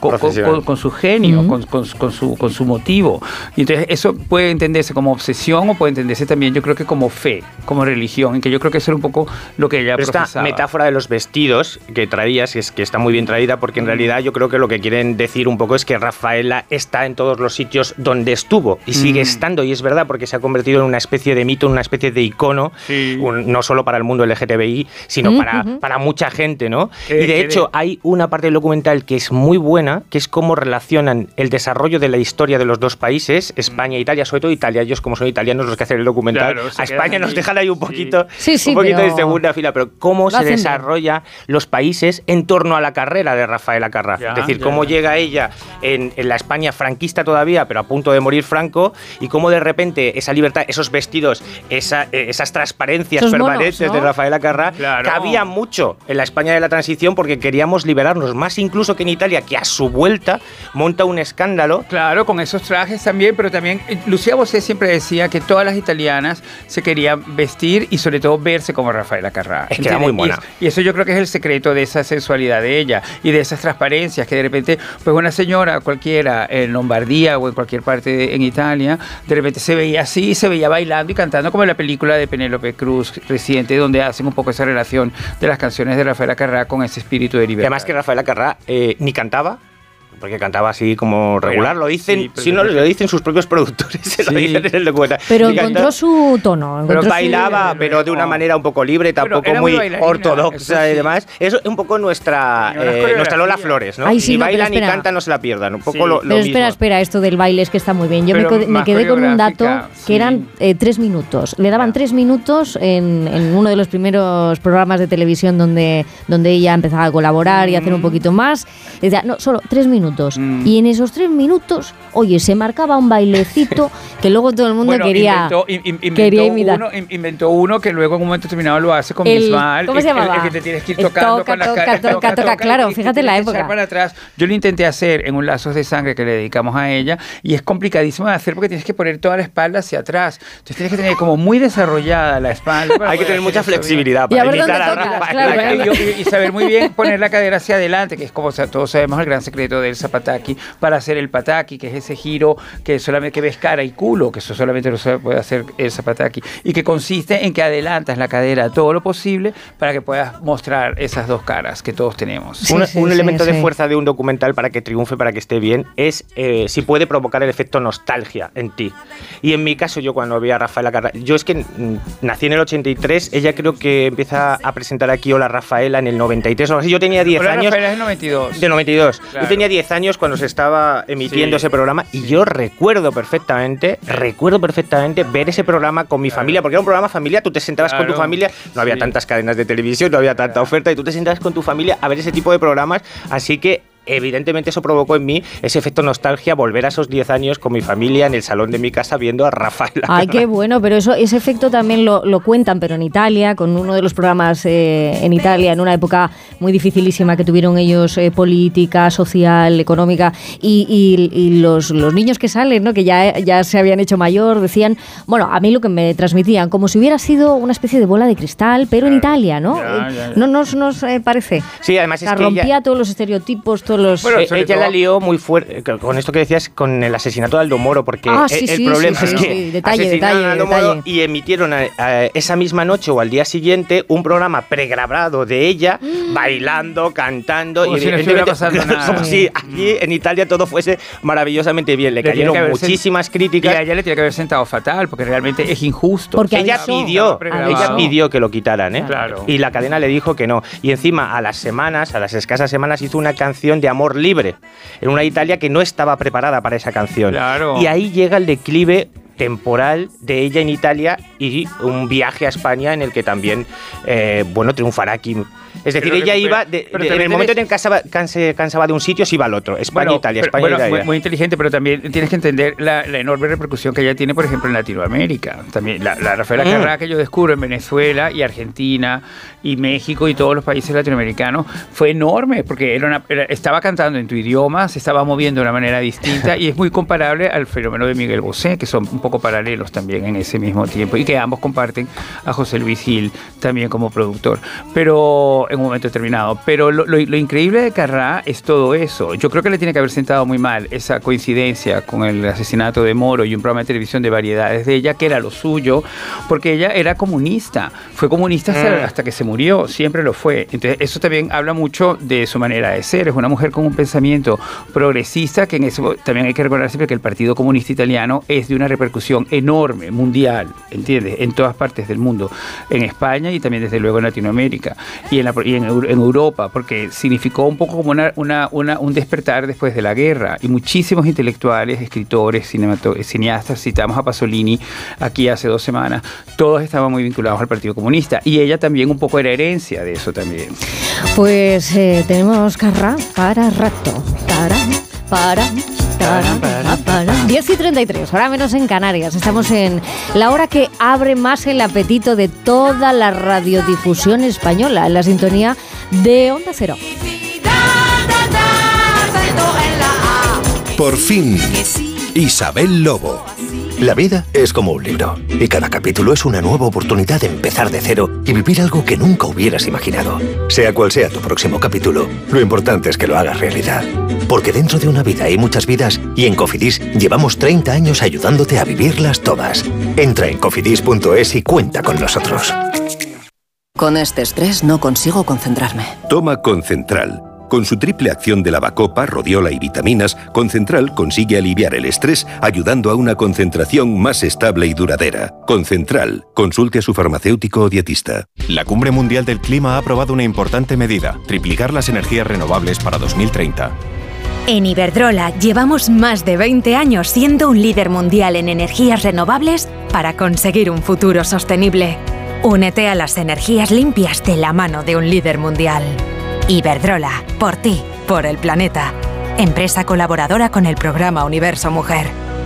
genio, con su motivo. Y entonces eso puede entenderse como obsesión o puede entenderse también, yo creo que como fe, como religión, en que yo creo que eso era un poco lo que ella profesaba. Esta metáfora de los vestidos que traías, es que está muy bien traída, porque en realidad yo creo que lo que quieren decir un poco es que Rafaela está en todos los sitios donde estuvo y sigue estando, y es verdad, porque se ha convertido en una especie de mito, en una especie de icono, no solo para el mundo LGTBI, sino para mucha gente, ¿no? Y de hecho hay una parte del documental que es muy buena, que es cómo relacionan el desarrollo de la historia de los dos países, España e Italia, sobre todo Italia. Ellos, como son italianos los que hacen el documental, a España nos dejan ahí un poquito, de segunda fila, pero cómo se desarrolla los países en torno a la carrera de Rafaela Carrà. Es decir, cómo llega ella en la España franquista todavía, pero a punto de morir Franco, y cómo de repente esa libertad, esos vestidos, esas transparencias permanentes, ¿no?, de Rafaela Carrà, cabía mucho en la España de la transición, porque queríamos liberarnos, más incluso que en Italia, que a su vuelta monta un escándalo. Claro, con esos trajes también, pero también Lucía Bosé siempre decía que todas las italianas se querían vestir y sobre todo verse como Rafaela Carrà. Es que era muy buena. Y eso yo creo que es el secreto de esa sensualidad de ella y de esas transparencias, que de repente, pues una señora cualquiera en Lombardía o en cualquier parte en Italia, de repente se veía así, se veía bailando y cantando, como en la película de Penélope Cruz reciente, donde hacen un poco esa relación de las canciones de Rafaela Carrà con ese espíritu de libertad. Además que Rafaela Carrà ni cantaba, porque cantaba así como regular, lo dicen, lo dicen sus propios productores, lo dicen en el documental. Pero encontró su tono. Bailaba, pero de una manera un poco libre, tampoco muy ortodoxa y demás. Eso es un poco nuestra Lola Flores, ¿no? Ay, si bailan y cantan, no se la pierdan. Un poco lo mismo. Espera, esto del baile es que está muy bien. Yo me quedé con un dato que eran 3 minutos. Le daban 3 minutos en uno de los primeros programas de televisión donde ella empezaba a colaborar y a hacer un poquito más. Decía, no, solo 3 minutos. Y en esos 3 minutos, oye, se marcaba un bailecito que luego todo el mundo quería imitar. Inventó uno que luego en un momento determinado lo hace con Bisbal. ¿Cómo se llamaba? El que te tienes que ir tocando con la cara. Toca, claro, fíjate la época. Para atrás. Yo lo intenté hacer en un Lazos de Sangre que le dedicamos a ella, y es complicadísimo de hacer porque tienes que poner toda la espalda hacia atrás. Entonces tienes que tener como muy desarrollada la espalda. Hay que tener mucha flexibilidad para imitar a Rafaela. Y saber muy bien poner la cadera hacia adelante, que es como todos sabemos el gran secreto del zapataki, para hacer el pataki, que es ese giro que solamente ves cara y culo, que eso solamente lo puede hacer el zapataki, y que consiste en que adelantas la cadera todo lo posible para que puedas mostrar esas dos caras que todos tenemos. Un elemento de fuerza de un documental para que triunfe, para que esté bien, es si puede provocar el efecto nostalgia en ti. Y en mi caso, yo cuando vi a Rafaela Carrà, yo es que nací en el 83, ella creo que empieza a presentar aquí Hola Rafaela en el 93 o así. Yo tenía 10 años. Rafaela es el 92. Del 92. Claro. Yo tenía 10 10 años cuando se estaba emitiendo ese programa y yo recuerdo perfectamente ver ese programa con mi familia, porque era un programa familiar, tú te sentabas con tu familia, no había tantas cadenas de televisión, no había tanta oferta y tú te sentabas con tu familia a ver ese tipo de programas, así que evidentemente eso provocó en mí ese efecto nostalgia, volver a esos 10 años con mi familia en el salón de mi casa viendo a Rafael. Ay, qué bueno, pero ese efecto también lo cuentan, pero en Italia, con uno de los programas en Italia, en una época muy dificilísima que tuvieron ellos, política, social, económica, y los niños que salen, ¿no?, que ya se habían hecho mayor, decían, bueno, a mí lo que me transmitían, como si hubiera sido una especie de bola de cristal, pero en Italia, ¿no? ¿No nos parece? Sí, además es que rompía todos los estereotipos, todos los... Bueno, ella la lió muy fuerte con esto que decías, con el asesinato de Aldo Moro, porque el problema es que asesinaron a Aldo Moro y emitieron esa misma noche o al día siguiente un programa pregrabado de ella bailando, cantando, como y si no estuviera pasando nada. Como si aquí en Italia todo fuese maravillosamente bien. Le cayeron muchísimas críticas. Y a ella le tiene que haber sentado fatal, porque realmente es injusto. Porque ella pidió que lo quitaran, ¿eh? Claro. Y la cadena le dijo que no. Y encima, a las escasas semanas, hizo una canción de amor libre en una Italia que no estaba preparada para esa canción. Claro. Y ahí llega el declive temporal de ella en Italia y un viaje a España en el que también, triunfará aquí. Es decir, ella iba, en el momento en que se cansaba de un sitio, se iba al otro. España, Italia, España, Italia. Muy inteligente, pero también tienes que entender la enorme repercusión que ella tiene, por ejemplo, en Latinoamérica. También la Rafaela Carrá que yo descubro en Venezuela y Argentina y México y todos los países latinoamericanos fue enorme, porque estaba cantando en tu idioma, se estaba moviendo de una manera distinta y es muy comparable al fenómeno de Miguel Bosé, que son un poco paralelos también en ese mismo tiempo y que ambos comparten a José Luis Gil también como productor. Pero en un momento determinado. Pero lo increíble de Carrá es todo eso. Yo creo que le tiene que haber sentado muy mal esa coincidencia con el asesinato de Moro y un programa de televisión de variedades de ella, que era lo suyo, porque ella era comunista. Fue comunista hasta que se murió. Siempre lo fue. Entonces, eso también habla mucho de su manera de ser. Es una mujer con un pensamiento progresista, que en eso también hay que recordar siempre que el Partido Comunista Italiano es de una repercusión enorme, mundial, ¿entiendes? En todas partes del mundo. En España y también desde luego en Latinoamérica. Y en Europa, porque significó un poco como un despertar después de la guerra, y muchísimos intelectuales, escritores, cineastas, citamos a Pasolini aquí hace 2 semanas, todos estaban muy vinculados al Partido Comunista, y ella también un poco era herencia de eso también. Pues tenemos Carrá para rato, para 10:33, ahora menos en Canarias. Estamos en la hora que abre más el apetito de toda la radiodifusión española, en la sintonía de Onda Cero. Por fin, Isabel Lobo. La vida es como un libro, y cada capítulo es una nueva oportunidad de empezar de cero y vivir algo que nunca hubieras imaginado. Sea cual sea tu próximo capítulo, lo importante es que lo hagas realidad. Porque dentro de una vida hay muchas vidas, y en Cofidis llevamos 30 años ayudándote a vivirlas todas. Entra en cofidis.es y cuenta con nosotros. Con este estrés no consigo concentrarme. Toma Concentral. Con su triple acción de lavacopa, rodiola y vitaminas, Concentral consigue aliviar el estrés ayudando a una concentración más estable y duradera. Concentral. Consulte a su farmacéutico o dietista. La Cumbre Mundial del Clima ha aprobado una importante medida: triplicar las energías renovables para 2030. En Iberdrola llevamos más de 20 años siendo un líder mundial en energías renovables para conseguir un futuro sostenible. Únete a las energías limpias de la mano de un líder mundial. Iberdrola, por ti, por el planeta. Empresa colaboradora con el programa Universo Mujer.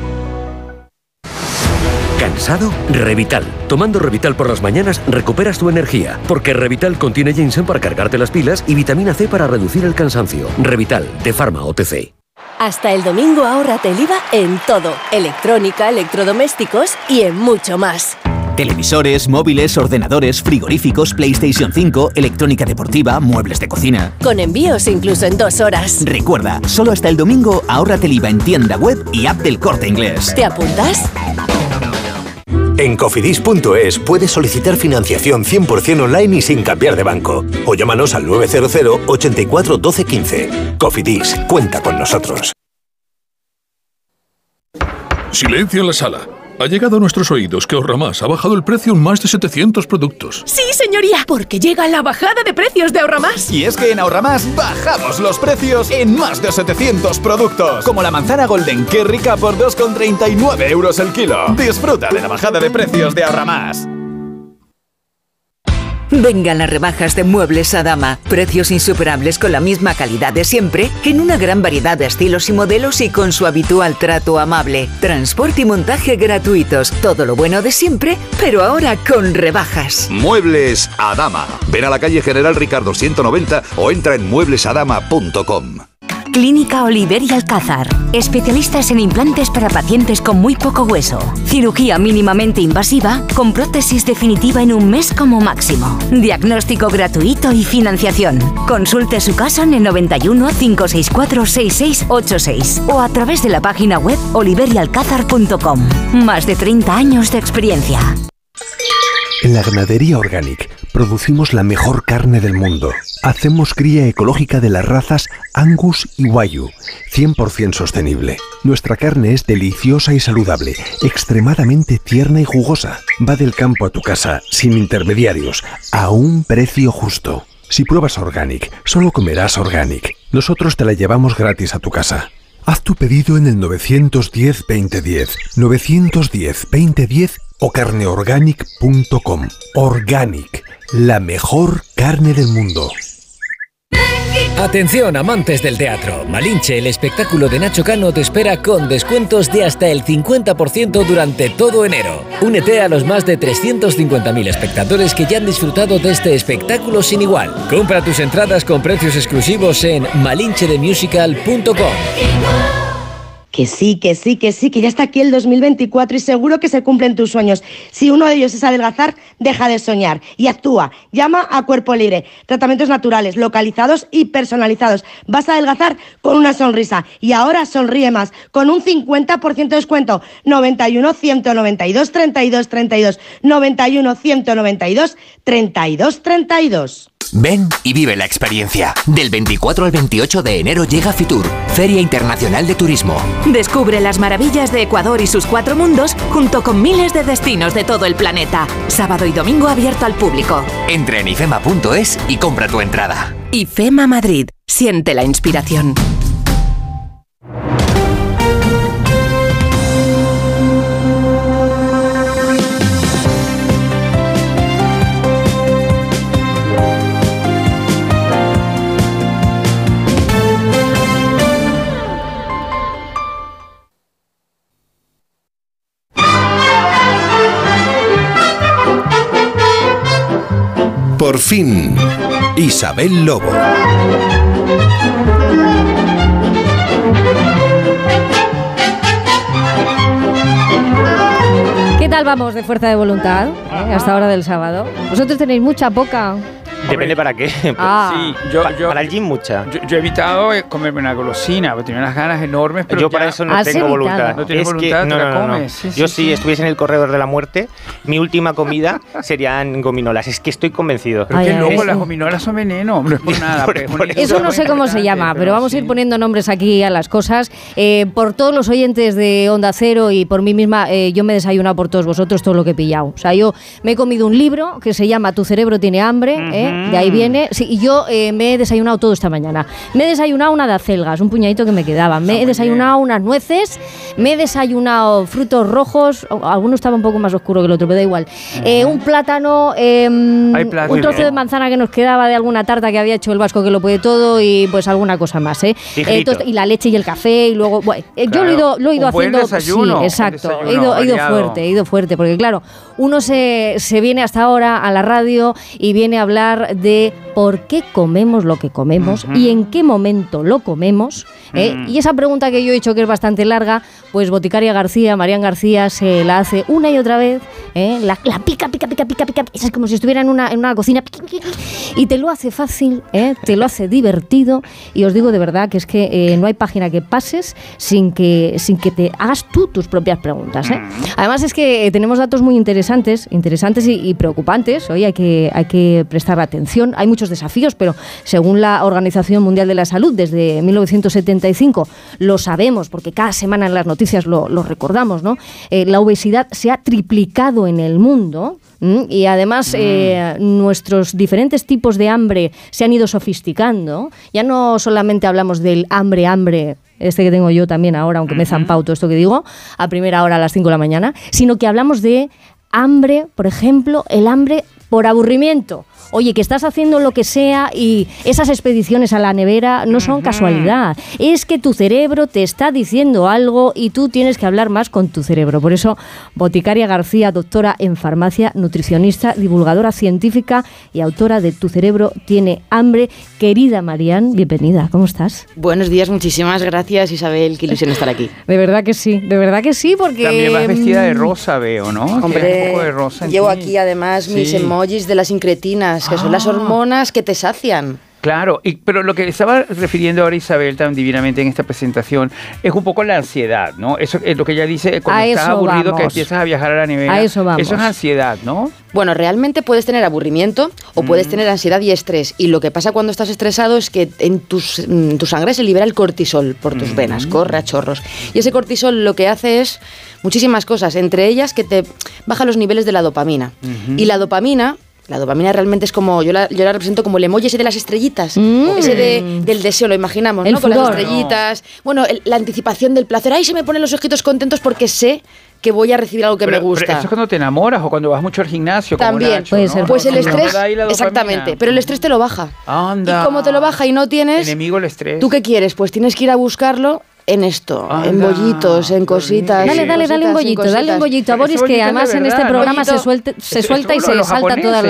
¿Cansado? Revital. Tomando Revital por las mañanas recuperas tu energía, porque Revital contiene ginseng para cargarte las pilas y vitamina C para reducir el cansancio. Revital, de Pharma OTC. Hasta el domingo ahórrate el IVA en todo: electrónica, electrodomésticos y en mucho más. Televisores, móviles, ordenadores, frigoríficos, PlayStation 5, electrónica deportiva, muebles de cocina. Con envíos incluso en 2 horas. Recuerda, solo hasta el domingo ahórrate el IVA en tienda web y app del Corte Inglés. ¿Te apuntas? En cofidis.es puedes solicitar financiación 100% online y sin cambiar de banco. O llámanos al 900 84 12 15. Cofidis, cuenta con nosotros. Silencio en la sala. Ha llegado a nuestros oídos que Ahorramás ha bajado el precio en más de 700 productos. Sí, señoría, porque llega la bajada de precios de Ahorramás. Y es que en Ahorramás bajamos los precios en más de 700 productos. Como la manzana Golden, que rica por 2,39 euros el kilo. Disfruta de la bajada de precios de Ahorramás. Vengan las rebajas de Muebles Adama. Precios insuperables con la misma calidad de siempre, en una gran variedad de estilos y modelos y con su habitual trato amable. Transporte y montaje gratuitos. Todo lo bueno de siempre, pero ahora con rebajas. Muebles Adama. Ven a la calle General Ricardo 190 o entra en mueblesadama.com. Clínica Oliver y Alcázar. Especialistas en implantes para pacientes con muy poco hueso. Cirugía mínimamente invasiva con prótesis definitiva en un mes como máximo. Diagnóstico gratuito y financiación. Consulte su caso en el 91 564 6686 o a través de la página web oliverialcázar.com. Más de 30 años de experiencia. En la Ganadería Organic producimos la mejor carne del mundo. Hacemos cría ecológica de las razas Angus y Wagyu, 100% sostenible. Nuestra carne es deliciosa y saludable, extremadamente tierna y jugosa. Va del campo a tu casa, sin intermediarios, a un precio justo. Si pruebas Organic, solo comerás Organic. Nosotros te la llevamos gratis a tu casa. Haz tu pedido en el 910-2010, 910-2010 o carneorganic.com. Organic, la mejor carne del mundo. Atención, amantes del teatro. Malinche, el espectáculo de Nacho Cano, te espera con descuentos de hasta el 50% durante todo enero. Únete a los más de 350.000 espectadores que ya han disfrutado de este espectáculo sin igual. Compra tus entradas con precios exclusivos en malinchethemusical.com. Que sí, que ya está aquí el 2024 y seguro que se cumplen tus sueños. Si uno de ellos es adelgazar, deja de soñar y actúa. Llama a Cuerpo Libre. Tratamientos naturales, localizados y personalizados. Vas a adelgazar con una sonrisa y ahora sonríe más, con un 50% de descuento. 91 192 32 32. 91 192 32 32. Ven y vive la experiencia. Del 24 al 28 de enero llega Fitur, Feria Internacional de Turismo. Descubre las maravillas de Ecuador y sus 4 mundos junto con miles de destinos de todo el planeta. Sábado y domingo abierto al público. Entra en ifema.es y compra tu entrada. IFEMA Madrid. Siente la inspiración. Por fin, Isabel Lobo. ¿Qué tal vamos de fuerza de voluntad hasta ahora del sábado? ¿Vosotros tenéis mucha, poca? Depende para qué. Sí, para el gym mucha. Yo he evitado comerme una golosina, porque tenía unas ganas enormes, pero yo para eso no tengo voluntad. No tienes voluntad, no, te la no, comes. No. Yo si estuviese en el corredor de la muerte, mi última comida serían gominolas. Es que estoy convencido. Pero qué loco, las gominolas son veneno, no es por nada. Eso no sé cómo se llama, pero vamos a ir poniendo nombres aquí a las cosas. Por todos los oyentes de Onda Cero y por mí misma, yo me he desayunado por todos vosotros todo lo que he pillado. O sea, yo me he comido un libro que se llama Tu cerebro tiene hambre, de ahí viene. Sí, y yo me he desayunado todo esta mañana. Me he desayunado una de acelgas, un puñadito que me quedaba. Me he desayunado unas nueces, me he desayunado frutos rojos, alguno estaba un poco más oscuro que el otro, pero da igual. Un plátano, un trozo de manzana que nos quedaba de alguna tarta que había hecho el Vasco que lo puede todo y pues alguna cosa más. Y la leche y el café y luego... Bueno, claro, yo lo he ido haciendo... Desayuno, sí, exacto. He ido fuerte, porque claro, uno se viene hasta ahora a la radio y viene a hablar de por qué comemos lo que comemos y en qué momento lo comemos. Y esa pregunta que yo he hecho, que es bastante larga, pues Boticaria García, Marian García, se la hace una y otra vez. La pica. Es como si estuviera en una cocina. Y te lo hace fácil, te lo hace divertido. Y os digo de verdad que es que no hay página que pases sin que te hagas tú tus propias preguntas. Además es que tenemos datos muy interesantes y preocupantes. Hoy hay que prestar atención. Hay muchos muchos desafíos, pero según la Organización Mundial de la Salud, desde 1975, lo sabemos, porque cada semana en las noticias lo recordamos, ¿no? La obesidad se ha triplicado en el mundo. Y además nuestros diferentes tipos de hambre se han ido sofisticando. Ya no solamente hablamos del hambre, este que tengo yo también ahora, aunque me he zampado todo esto que digo, a primera hora a las 5 de la mañana, sino que hablamos de hambre, por ejemplo, el hambre por aburrimiento. Oye, que estás haciendo lo que sea y esas expediciones a la nevera no son casualidad. Es que tu cerebro te está diciendo algo y tú tienes que hablar más con tu cerebro. Por eso, Boticaria García, doctora en farmacia, nutricionista, divulgadora científica y autora de Tu cerebro tiene hambre. Querida Marian, bienvenida. ¿Cómo estás? Buenos días, muchísimas gracias, Isabel. Qué ilusión estar aquí. De verdad que sí, porque... También vas vestida de rosa, veo, ¿no? Hombre, un poco de rosa llevo aquí además mis emojis de la sincretina, que son las hormonas que te sacian. Claro, pero lo que estaba refiriendo ahora Isabel tan divinamente en esta presentación es un poco la ansiedad, ¿no? Eso es lo que ella dice cuando estás aburrido, vamos, que empiezas a viajar a la nevera. A eso vamos. Eso es ansiedad, ¿no? Bueno, realmente puedes tener aburrimiento o puedes tener ansiedad y estrés. Y lo que pasa cuando estás estresado es que en tu sangre se libera el cortisol por tus venas, corre a chorros. Y ese cortisol lo que hace es muchísimas cosas, entre ellas que te baja los niveles de la dopamina. Y la dopamina realmente es como, yo la represento como el emoji ese de las estrellitas, ese del deseo, lo imaginamos, ¿no? Con las estrellitas, bueno, la anticipación del placer. Ahí se me ponen los ojitos contentos porque sé que voy a recibir algo que me gusta. Pero eso es cuando te enamoras o cuando vas mucho al gimnasio. También, como Nacho, puede ¿no? ser. Pues el estrés, exactamente, pero el estrés te lo baja. Anda. Y como te lo baja y no tienes... Enemigo el estrés. ¿Tú qué quieres? Pues tienes que ir a buscarlo en esto, en bollitos, en cositas. Dale un bollito a Boris, que además en este programa se suelta y se salta todas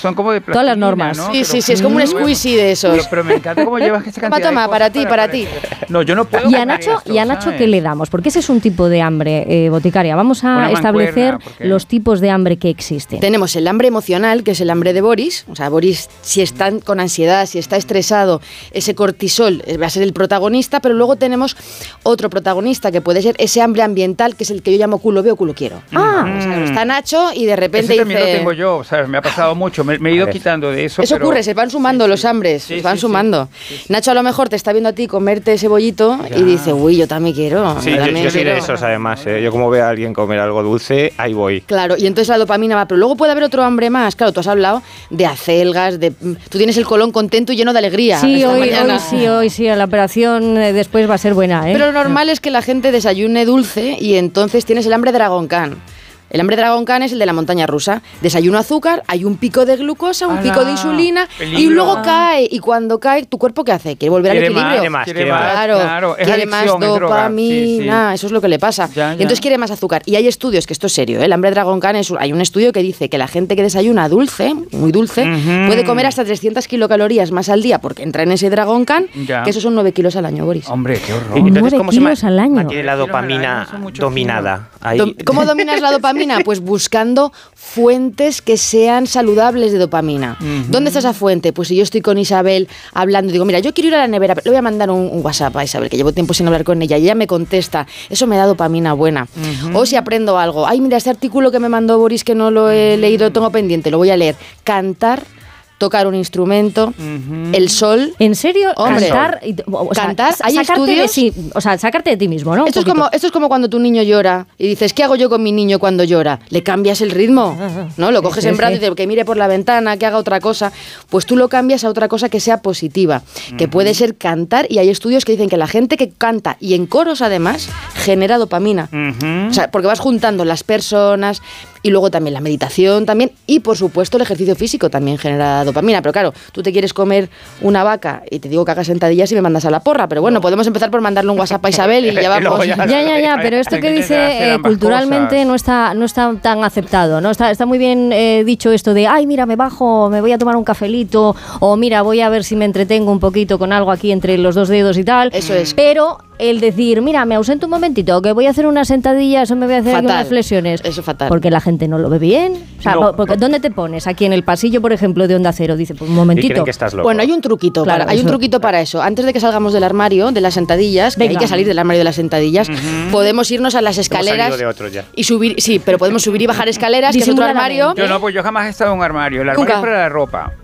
las normas. ¿No? Sí, es como un squeezy de esos. Pero me encanta cómo llevas esta cantidad Toma, para ti. No, yo no puedo. ¿Y a Nacho qué le damos? Porque ese es un tipo de hambre, Boticaria. Vamos a establecer los tipos de hambre que existen. Tenemos el hambre emocional, que es el hambre de Boris. O sea, Boris, si está con ansiedad, si está estresado, ese cortisol va a ser el protagonista, pero luego tenemos otro protagonista que puede ser ese hambre ambiental, que es el que yo llamo culo veo, culo quiero. O sea, está Nacho y de repente ese también lo tengo yo, o sea, me ha pasado mucho, me he ido quitando de eso. Eso ocurre, se van sumando los hambres, se van sumando. Nacho a lo mejor te está viendo a ti comerte ese bollito y dice, uy, yo también quiero. Sí, yo soy de esos además, yo como veo a alguien comer algo dulce, ahí voy. Claro, y entonces la dopamina va, pero luego puede haber otro hambre más. Claro, tú has hablado de acelgas, tú tienes el colon contento y lleno de alegría. Sí, hoy sí, la operación después va a ser buena, Pero lo normal es que la gente desayune dulce y entonces tienes el hambre Dragon Khan. El hambre Dragon Khan es el de la montaña rusa. Desayuno azúcar, hay un pico de glucosa, un pico de insulina y luego cae. Y cuando cae, ¿tu cuerpo qué hace? ¿Quiere volver al equilibrio? Quiere más. Claro, quiere más dopamina. Eso es lo que le pasa. Y entonces quiere más azúcar. Y hay estudios, que esto es serio, el hambre Dragon Khan hay un estudio que dice que la gente que desayuna dulce, muy dulce, puede comer hasta 300 kilocalorías más al día porque entra en ese Dragon Khan, que esos son 9 kilos al año, Boris. Hombre, qué horror. Entonces, ¿cómo 9 kilos al año? mantiene la dopamina dominada? ¿Cómo dominas la dopamina? Pues buscando fuentes que sean saludables de dopamina. ¿Dónde está esa fuente? Pues si yo estoy con Isabel hablando, digo, mira, yo quiero ir a la nevera, le voy a mandar un WhatsApp a Isabel, que llevo tiempo sin hablar con ella, y ella me contesta, eso me da dopamina buena. O si aprendo algo, ay, mira, este artículo que me mandó Boris, que no lo he leído, lo tengo pendiente, lo voy a leer. Cantar, tocar un instrumento, el sol. ¿En serio? Hombre, cantar, hay estudios. Sacarte de ti mismo, ¿no? Esto es como cuando tu niño llora y dices, ¿qué hago yo con mi niño cuando llora? Le cambias el ritmo, ¿no? Lo coges en brazos y dices, que mire por la ventana, que haga otra cosa. Pues tú lo cambias a otra cosa que sea positiva, que puede ser cantar, y hay estudios que dicen que la gente que canta, y en coros además, genera dopamina. O sea, porque vas juntando las personas. Y luego también la meditación también, y por supuesto el ejercicio físico también genera dopamina. Pero claro, tú te quieres comer una vaca y te digo que hagas sentadillas y me mandas a la porra. Pero bueno, podemos empezar por mandarle un WhatsApp a Isabel y ya vamos. Ya, pero esto que dice culturalmente no está tan aceptado, ¿no? Está muy bien dicho esto de, ay, mira, me bajo, me voy a tomar un cafelito, o mira, voy a ver si me entretengo un poquito con algo aquí entre los dos dedos y tal. Eso es. Pero el decir, mira, me ausento un momentito, que voy a hacer unas sentadillas o me voy a hacer unas flexiones. Eso es fatal. Porque la gente no lo ve bien. O sea, porque ¿dónde te pones? Aquí en el pasillo, por ejemplo, de Onda Cero. Dice, pues un momentito. Y creen que estás loco. Bueno, hay un truquito. Claro, hay un truquito para eso. Antes de que salgamos del armario, de las sentadillas, que hay que salir del armario de las sentadillas, podemos irnos a las escaleras de otro ya. y subir. Sí, pero podemos subir y bajar escaleras, que es otro armario. Yo jamás he estado en un armario. El armario es para la ropa.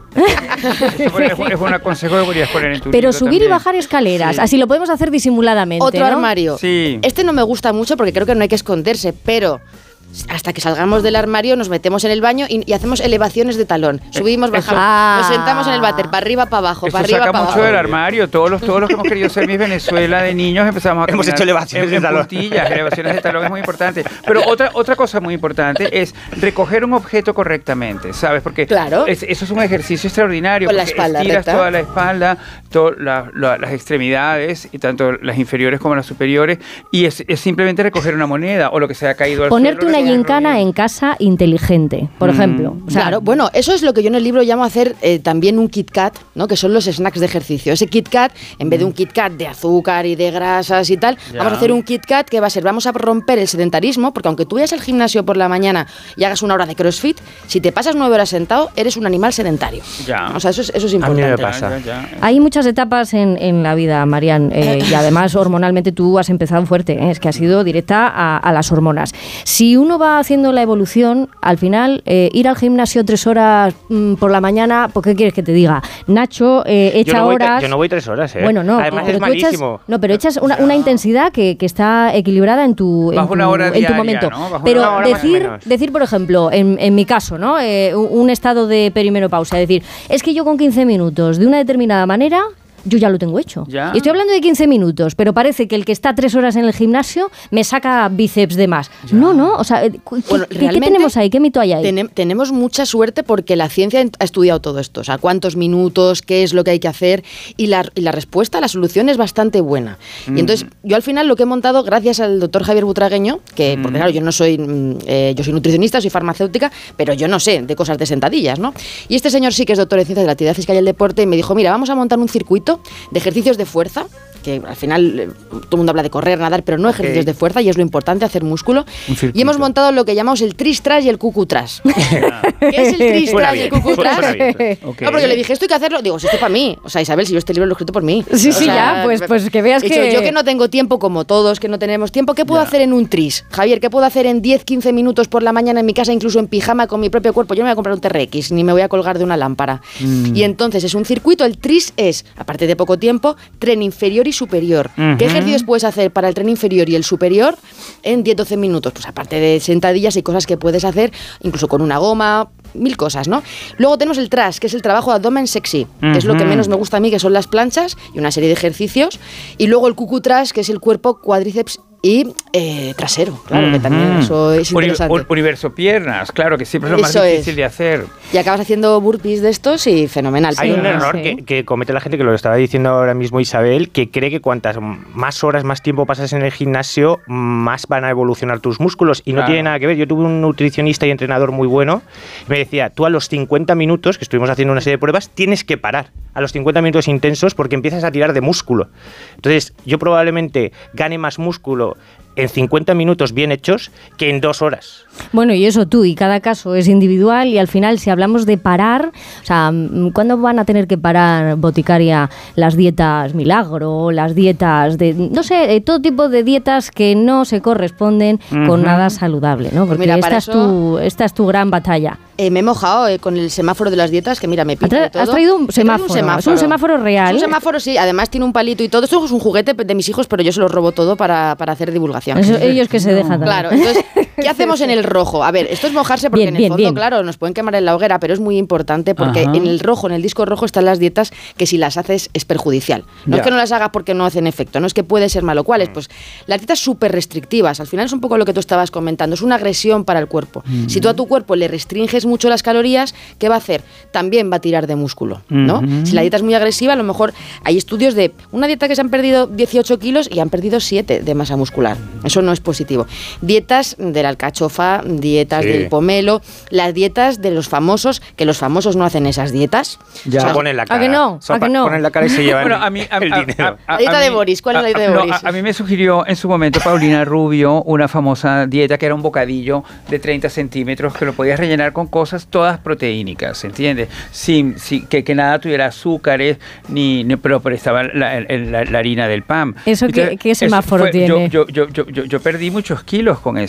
Es un consejo que podrías poner en tu Pero libro subir también. y bajar escaleras, así lo podemos hacer disimuladamente, Otro ¿no? armario. Sí. Este no me gusta mucho porque creo que no hay que esconderse, pero hasta que salgamos del armario nos metemos en el baño y hacemos elevaciones de talón. Subimos, bajamos, nos sentamos en el váter, para arriba, para abajo, Eso para arriba, saca para mucho abajo. del armario. Todos los que hemos querido ser Miss Venezuela de niños empezamos a Hemos caminar hecho elevaciones de talón. puntillas. Elevaciones de talón es muy importante. Pero otra cosa muy importante es recoger un objeto correctamente, ¿sabes? Porque Claro. eso es un ejercicio extraordinario. Con la porque espalda estiras recta. toda la espalda, todas las extremidades, y tanto las inferiores como las superiores, y es simplemente recoger una moneda o lo que se ha caído al Ponerte suelo. una gincana en casa inteligente, por ejemplo. O sea, Claro, bueno, eso es lo que yo en el libro llamo hacer también un Kit Kat, ¿no? Que son los snacks de ejercicio. Ese Kit Kat, en vez de un Kit Kat de azúcar y de grasas y tal, Ya. vamos a hacer un Kit Kat que va a ser, vamos a romper el sedentarismo, porque aunque tú vayas al gimnasio por la mañana y hagas una hora de CrossFit, si te pasas 9 horas sentado, eres un animal sedentario. Ya. O sea, eso es A mí importante. me pasa. hay muchas etapas en la vida, Marian, y además hormonalmente tú has empezado fuerte, es que has ido directa a las hormonas. Si uno va haciendo la evolución, al final ir al gimnasio 3 horas por la mañana, ¿por qué quieres que te diga? Nacho echa horas... Yo no voy 3 horas, ¿eh? Bueno, no, Además pero es tú echas, malísimo. no, pero echas una intensidad que está equilibrada en tu, Bajo una hora en tu diaria, momento. ¿no? Bajo Pero una hora más o menos. decir, por ejemplo, en mi caso, ¿no? Un estado de perimenopausia, decir, es que yo con 15 minutos, de una determinada manera, yo ya lo tengo hecho. ¿Ya? Y estoy hablando de 15 minutos, pero parece que el que está 3 horas en el gimnasio me saca bíceps de más. No, o sea, Bueno, ¿qué realmente tenemos ahí? ¿Qué mito hay ahí? Tenemos mucha suerte porque la ciencia ha estudiado todo esto, o sea, cuántos minutos, qué es lo que hay que hacer, y la respuesta, la solución es bastante buena. Y entonces, yo al final lo que he montado, gracias al doctor Javier Butragueño, que, porque claro, yo no soy, yo soy nutricionista, soy farmacéutica, pero yo no sé de cosas de sentadillas, ¿no? Y este señor sí que es doctor en ciencias de la actividad física y el deporte, y me dijo, mira, vamos a montar un circuito de ejercicios de fuerza, que al final todo el mundo habla de correr, nadar, pero no ejercicios de fuerza, y es lo importante, hacer músculo. Y hemos montado lo que llamamos el tris-tras y el cucu-tras. ¿Qué es el tris-tras y el cucu-tras? No, porque le dije, esto hay que hacerlo. Digo, si esto es para mí. O sea, Isabel, si yo este libro lo he escrito por mí. Sí, O sea, ya, pues que veas he que... dicho, yo que no tengo tiempo, como todos, que no tenemos tiempo, ¿qué puedo hacer en un tris? Javier, ¿qué puedo hacer en 10-15 minutos por la mañana en mi casa, incluso en pijama con mi propio cuerpo? Yo no me voy a comprar un TRX, ni me voy a colgar de una lámpara. Y entonces es un circuito, el tris es, aparte de poco tiempo, tren inferior y superior. ¿Qué ejercicios puedes hacer para el tren inferior y el superior en 10-12 minutos? Pues aparte de sentadillas y cosas que puedes hacer, incluso con una goma, 1000 cosas, ¿no? Luego tenemos el tras, que es el trabajo de abdomen sexy, que es lo que menos me gusta a mí, que son las planchas y una serie de ejercicios. Y luego el cucu tras, que es el cuerpo, cuádriceps y trasero, claro, que también eso es interesante. Universo piernas, claro, que siempre es lo más Eso difícil de hacer. Y acabas haciendo burpees de estos y fenomenal. Hay un error Sí. que comete la gente, que lo estaba diciendo ahora mismo Isabel, que cree que cuantas más horas, más tiempo pasas en el gimnasio, más van a evolucionar tus músculos. Y no Claro. tiene nada que ver. Yo tuve un nutricionista y entrenador muy bueno. Y me decía, tú a los 50 minutos, que estuvimos haciendo una serie de pruebas, tienes que parar. A los 50 minutos intensos, porque empiezas a tirar de músculo. Entonces, yo probablemente gane más músculo en 50 minutos bien hechos que en 2 horas. Bueno, y eso tú, y cada caso es individual, y al final, si hablamos de parar, o sea, ¿cuándo van a tener que parar, boticaria, las dietas milagro, las dietas de, no sé, todo tipo de dietas que no se corresponden con nada saludable, ¿no? Pues Porque mira, esta, para esta es tu gran batalla. Me he mojado con el semáforo de las dietas, que mira, me pinta de todo. Has traído un He traído semáforo. Es un semáforo real. Es un semáforo, sí. Además tiene un palito y todo. Esto es un juguete de mis hijos, pero yo se los robo todo para hacer divulgación. Ellos que se dejan también. Claro, entonces, ¿qué hacemos en el rojo? A ver, esto es mojarse porque Bien, en el fondo, bien. claro, nos pueden quemar en la hoguera, pero es muy importante porque en el rojo, en el disco rojo, están las dietas que si las haces es perjudicial. No es que no las hagas porque no hacen efecto, no es que puede ser malo. ¿Cuáles? Pues las dietas súper restrictivas. Al final es un poco lo que tú estabas comentando, es una agresión para el cuerpo. Si tú a tu cuerpo le restringes mucho las calorías, ¿qué va a hacer? También va a tirar de músculo, ¿no? Si la dieta es muy agresiva, a lo mejor hay estudios de una dieta que se han perdido 18 kilos y han perdido 7 de masa muscular. Eso no es positivo. Dietas de la alcachofa, dietas del pomelo, las dietas de los famosos, que los famosos no hacen esas dietas. Ya. O sea, Ponen la cara. ¿A que no? ¿A que no? Ponen la cara y se llevan Bueno, el dinero. La dieta de Boris, ¿cuál es la dieta de Boris? A mí me sugirió en su momento Paulina Rubio una famosa dieta que era un bocadillo de 30 centímetros que lo podías rellenar con cosas todas proteínicas, ¿entiendes? Sin que nada tuviera azúcares, pero estaba la harina del pan. ¿Eso qué semáforo tiene? Yo perdí muchos kilos con esa dieta. Claro,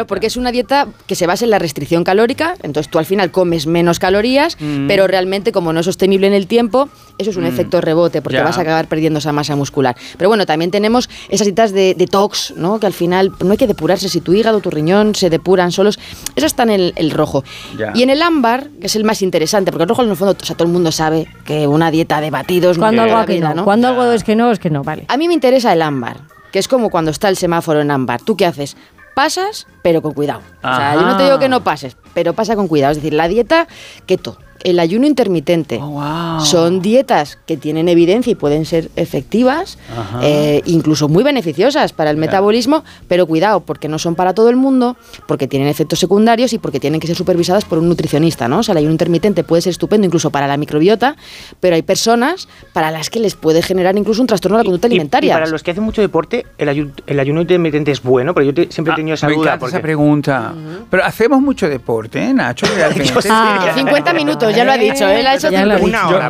porque es una dieta que se basa en la restricción calórica, entonces tú al final comes menos calorías, pero realmente como no es sostenible en el tiempo, eso es un efecto rebote, porque vas a acabar perdiendo esa masa muscular. Pero bueno, también tenemos esas dietas de detox, ¿no? Que al final no hay que depurarse, si tu hígado, tu riñón se depuran solos, esas están en el rojo. Y en el ámbar, que es el más interesante, porque el rojo en el fondo, o sea, todo el mundo sabe que una dieta de batidos... Cuando algo que no, cuando algo es que no, vale. A mí me interesa el ámbar, que es como cuando está el semáforo en ámbar. ¿Tú qué haces? Pasas, pero con cuidado. O sea, yo no te digo que no pases, pero pasa con cuidado. Es decir, la dieta keto, el ayuno intermitente, son dietas que tienen evidencia y pueden ser efectivas, incluso muy beneficiosas para el metabolismo, pero cuidado, porque no son para todo el mundo, porque tienen efectos secundarios y porque tienen que ser supervisadas por un nutricionista, ¿no? O sea, el ayuno intermitente puede ser estupendo incluso para la microbiota, pero hay personas para las que les puede generar incluso un trastorno de la conducta alimentaria. Y para los que hacen mucho deporte, el ayuno intermitente es bueno, pero yo siempre he tenido esa duda. Me encanta esa pregunta. Pero hacemos mucho deporte, ¿eh, Nacho? Realmente. 50 minutos. Ya lo ha dicho, él ha hecho una hora.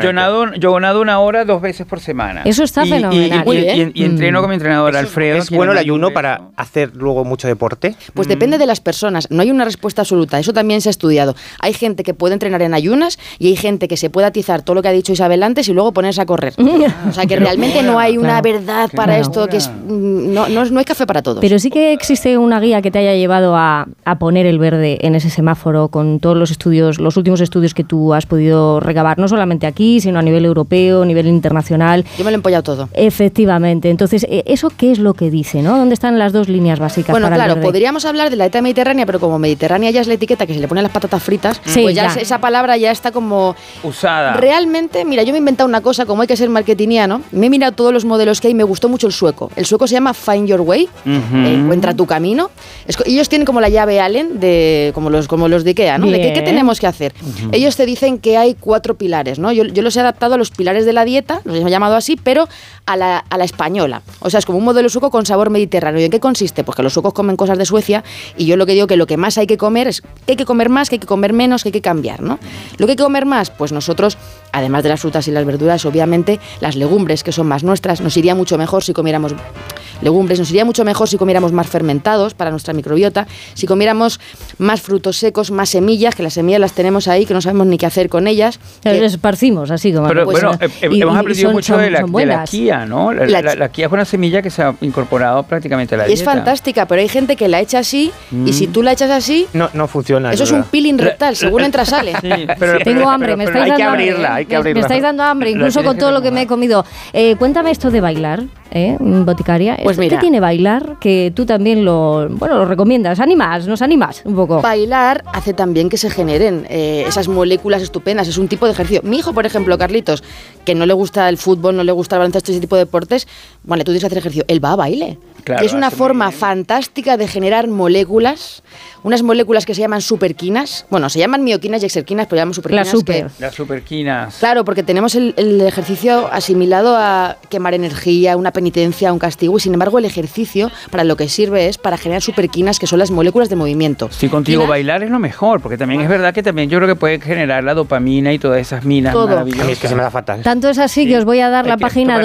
Yo nado 1 hora 2 veces por semana. Eso está fenomenal. Y entreno con mi entrenador Alfredo. ¿Es bueno el ayuno para hacer luego mucho deporte? Pues depende de las personas. No hay una respuesta absoluta. Eso también se ha estudiado. Hay gente que puede entrenar en ayunas y hay gente que se puede atizar todo lo que ha dicho Isabel antes y luego ponerse a correr. O sea que realmente no hay una verdad para esto, que es, no hay café para todos. Pero sí que existe una guía que te haya llevado a poner el verde en ese semáforo con todos los estudios, los últimos estudios que tú has podido recabar, no solamente aquí, sino a nivel europeo, a nivel internacional. Yo me lo he empollado todo. Efectivamente. Entonces, ¿eso qué es lo que dice, no? ¿Dónde están las dos líneas básicas para el verde? Podríamos hablar de la dieta mediterránea, pero como mediterránea ya es la etiqueta que se le pone a las patatas fritas, pues ya esa palabra ya está como... usada. Realmente, mira, yo me he inventado una cosa, como hay que ser marketingiano, me he mirado todos los modelos que hay y me gustó mucho el sueco. El sueco se llama Find Your Way, encuentra tu camino. Ellos tienen como la llave Allen, como los de Ikea, ¿no? De qué tenemos que hacer. Ellos te dicen que hay 4 pilares, ¿no? Yo los he adaptado a los pilares de la dieta, los he llamado así, pero a la española. O sea, es como un modelo sueco con sabor mediterráneo. ¿Y en qué consiste? Pues que los suecos comen cosas de Suecia y yo lo que digo que lo que más hay que comer es que hay que comer más, que hay que comer menos, que hay que cambiar, ¿no? Lo que hay que comer más, pues nosotros, además de las frutas y las verduras, obviamente, las legumbres, que son más nuestras, nos iría mucho mejor si comiéramos legumbres, nos iría mucho mejor si comiéramos más fermentados para nuestra microbiota, si comiéramos más frutos secos, más semillas, que las semillas las tenemos ahí, que no sabemos ni qué hacer con ellas. Las esparcimos así como... Pero pues, bueno, hemos aprendido mucho de la quía, ¿no? La quía es una semilla que se ha incorporado prácticamente a la dieta. Es fantástica, pero hay gente que la echa así y si tú la echas así... No funciona. Eso es un peeling rectal, según entra sale. Sí, tengo hambre, me estáis dando hambre. Hay que abrirla. Me estáis dando hambre, incluso con todo lo que me he comido. Cuéntame esto de bailar, boticaria. Pues mira, ¿qué tiene bailar? Que tú también lo recomiendas. ¿Nos animas un poco? Bailar hace también que se generen esas moléculas estupendas. Es un tipo de ejercicio. Mi hijo, por ejemplo, Carlitos, que no le gusta el fútbol, no le gusta el baloncesto, ese tipo de deportes, bueno, tú tienes que hacer ejercicio. Él va a baile. Claro, es una forma fantástica de generar moléculas, unas moléculas que se llaman superquinas. Bueno, se llaman mioquinas y exerquinas, pero llaman superquinas. Las superquinas. Claro, porque tenemos el ejercicio asimilado a quemar energía, una penitencia, un castigo, y sin embargo el ejercicio para lo que sirve es para generar superquinas, que son las moléculas de movimiento. Sí, contigo bailar es lo mejor, porque también es verdad que también yo creo que puede generar la dopamina y todas esas minas maravillosas. A mí es que se me da fatal. Tanto es así que os voy a dar la página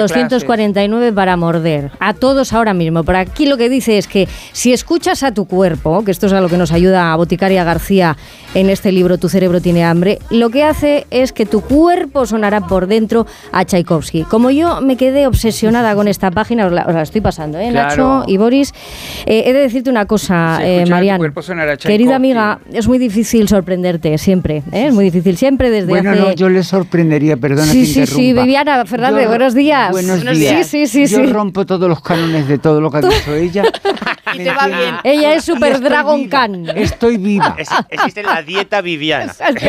249 para morder. A todos ahora mismo. Por aquí lo que dice es que si escuchas a tu cuerpo, que esto es a lo que nos ayuda a Boticaria García en este libro Tu cerebro tiene hambre, lo que hace es que tu cuerpo sonará por dentro a Tchaikovsky. Como yo me quedé obsesionada con esta página, os la estoy pasando, claro. Nacho y Boris, he de decirte una cosa, Marian, querida amiga, es muy difícil sorprenderte siempre, es muy difícil siempre desde hace... Bueno, yo le sorprendería, perdona que interrumpa. Sí, Viviana Fernández, buenos días. Buenos días. Sí. Yo rompo todos los cánones de todo lo que ha dicho ella. Y te va bien. Ella es super Dragon Khan. Estoy viva. Existe la dieta Viviana.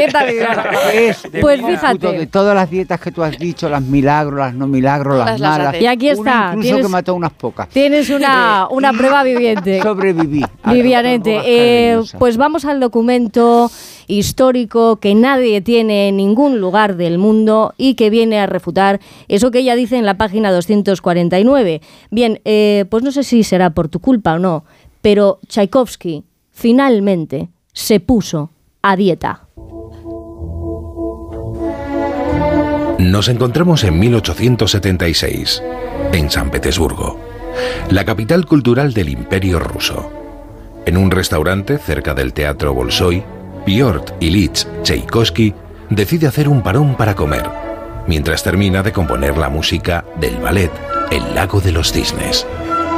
Pues fíjate. De todas las dietas que tú has dicho, las milagros, las no milagros, las malas. Y aquí está. Incluso que mató unas pocas. Tienes una prueba viviente. Sobreviví. Vivianete. Pues vamos al documento histórico que nadie tiene en ningún lugar del mundo y que viene a refutar eso que ella dice en la página 249. Bien, pues no sé si será por tu culpa o no, pero Tchaikovsky finalmente se puso a dieta. Nos encontramos en 1876, en San Petersburgo, la capital cultural del Imperio Ruso. En un restaurante cerca del Teatro Bolshoi, Piotr Ilich Tchaikovsky decide hacer un parón para comer, mientras termina de componer la música del ballet El lago de los cisnes.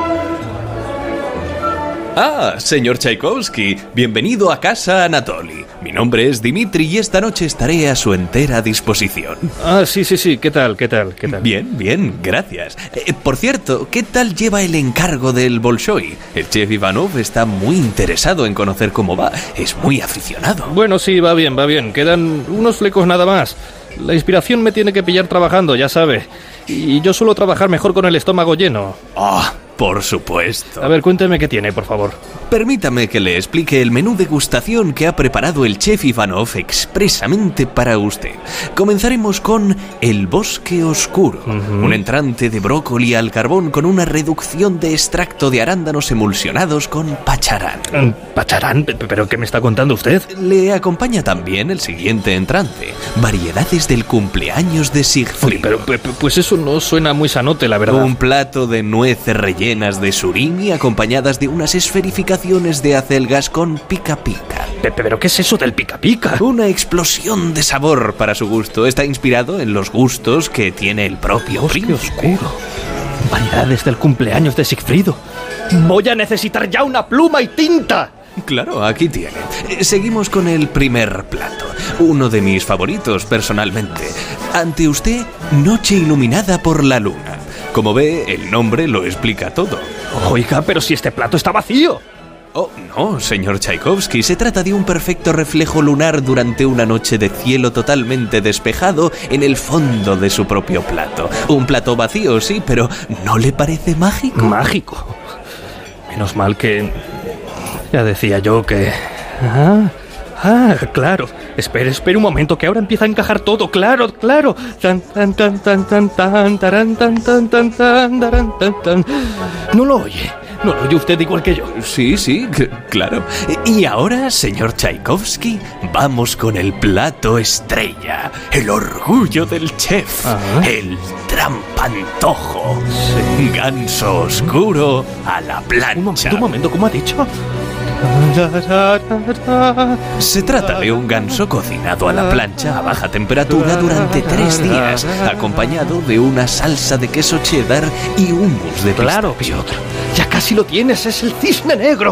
Ah, señor Tchaikovsky, bienvenido a casa Anatoly. Mi nombre es Dimitri y esta noche estaré a su entera disposición. Ah, sí, ¿qué tal? Bien, gracias. Por cierto, ¿qué tal lleva el encargo del Bolshoi? El chef Ivanov está muy interesado en conocer cómo va. Es muy aficionado. Bueno, sí, va bien. Quedan unos flecos nada más. La inspiración me tiene que pillar trabajando, ya sabe. Y yo suelo trabajar mejor con el estómago lleno. Ah, por supuesto. A ver, cuénteme qué tiene, por favor. Permítame que le explique el menú degustación que ha preparado el chef Ivanov expresamente para usted. Comenzaremos con el bosque oscuro, un entrante de brócoli al carbón con una reducción de extracto de arándanos emulsionados con pacharán. ¿Pacharán? ¿Pero qué me está contando usted? Le acompaña también el siguiente entrante, variedades del cumpleaños de Siegfried. Pero pues eso no suena muy sanote, la verdad. Un plato de nueces rellenas de surimi acompañadas de unas esferificaciones de acelgas con pica pica. ¿Pero qué es eso del pica pica? Una explosión de sabor para su gusto. Está inspirado en los gustos que tiene el propio príncipe. Oscuro. Variedades del cumpleaños de Siegfried. Voy a necesitar ya una pluma y tinta. Claro, aquí tiene. Seguimos con el primer plato. Uno de mis favoritos, personalmente. Ante usted, Noche iluminada por la luna. Como ve, el nombre lo explica todo. Oiga, pero si este plato está vacío. Oh, no, señor Tchaikovsky. Se trata de un perfecto reflejo lunar durante una noche de cielo totalmente despejado en el fondo de su propio plato. Un plato vacío, sí, pero ¿no le parece mágico? Mágico. Menos mal que... Ya decía yo que... claro. Espere un momento, que ahora empieza a encajar todo. Claro. Tan, tan, tan, tan, tan, tan, taran, tan, tan, tan, tan, taran, tan, tan. ¿No lo oye? ¿No lo oye usted igual que yo? Sí, claro. Y ahora, señor Tchaikovsky, vamos con el plato estrella. El orgullo del chef. El trampantojo. Sí. Ganso oscuro a la plancha. Un momento, ¿cómo ha dicho? Se trata de un ganso cocinado a la plancha a baja temperatura durante 3 días, acompañado de una salsa de queso cheddar y hummus de pistacho. Claro, Piotr, ya casi lo tienes, es el cisne negro,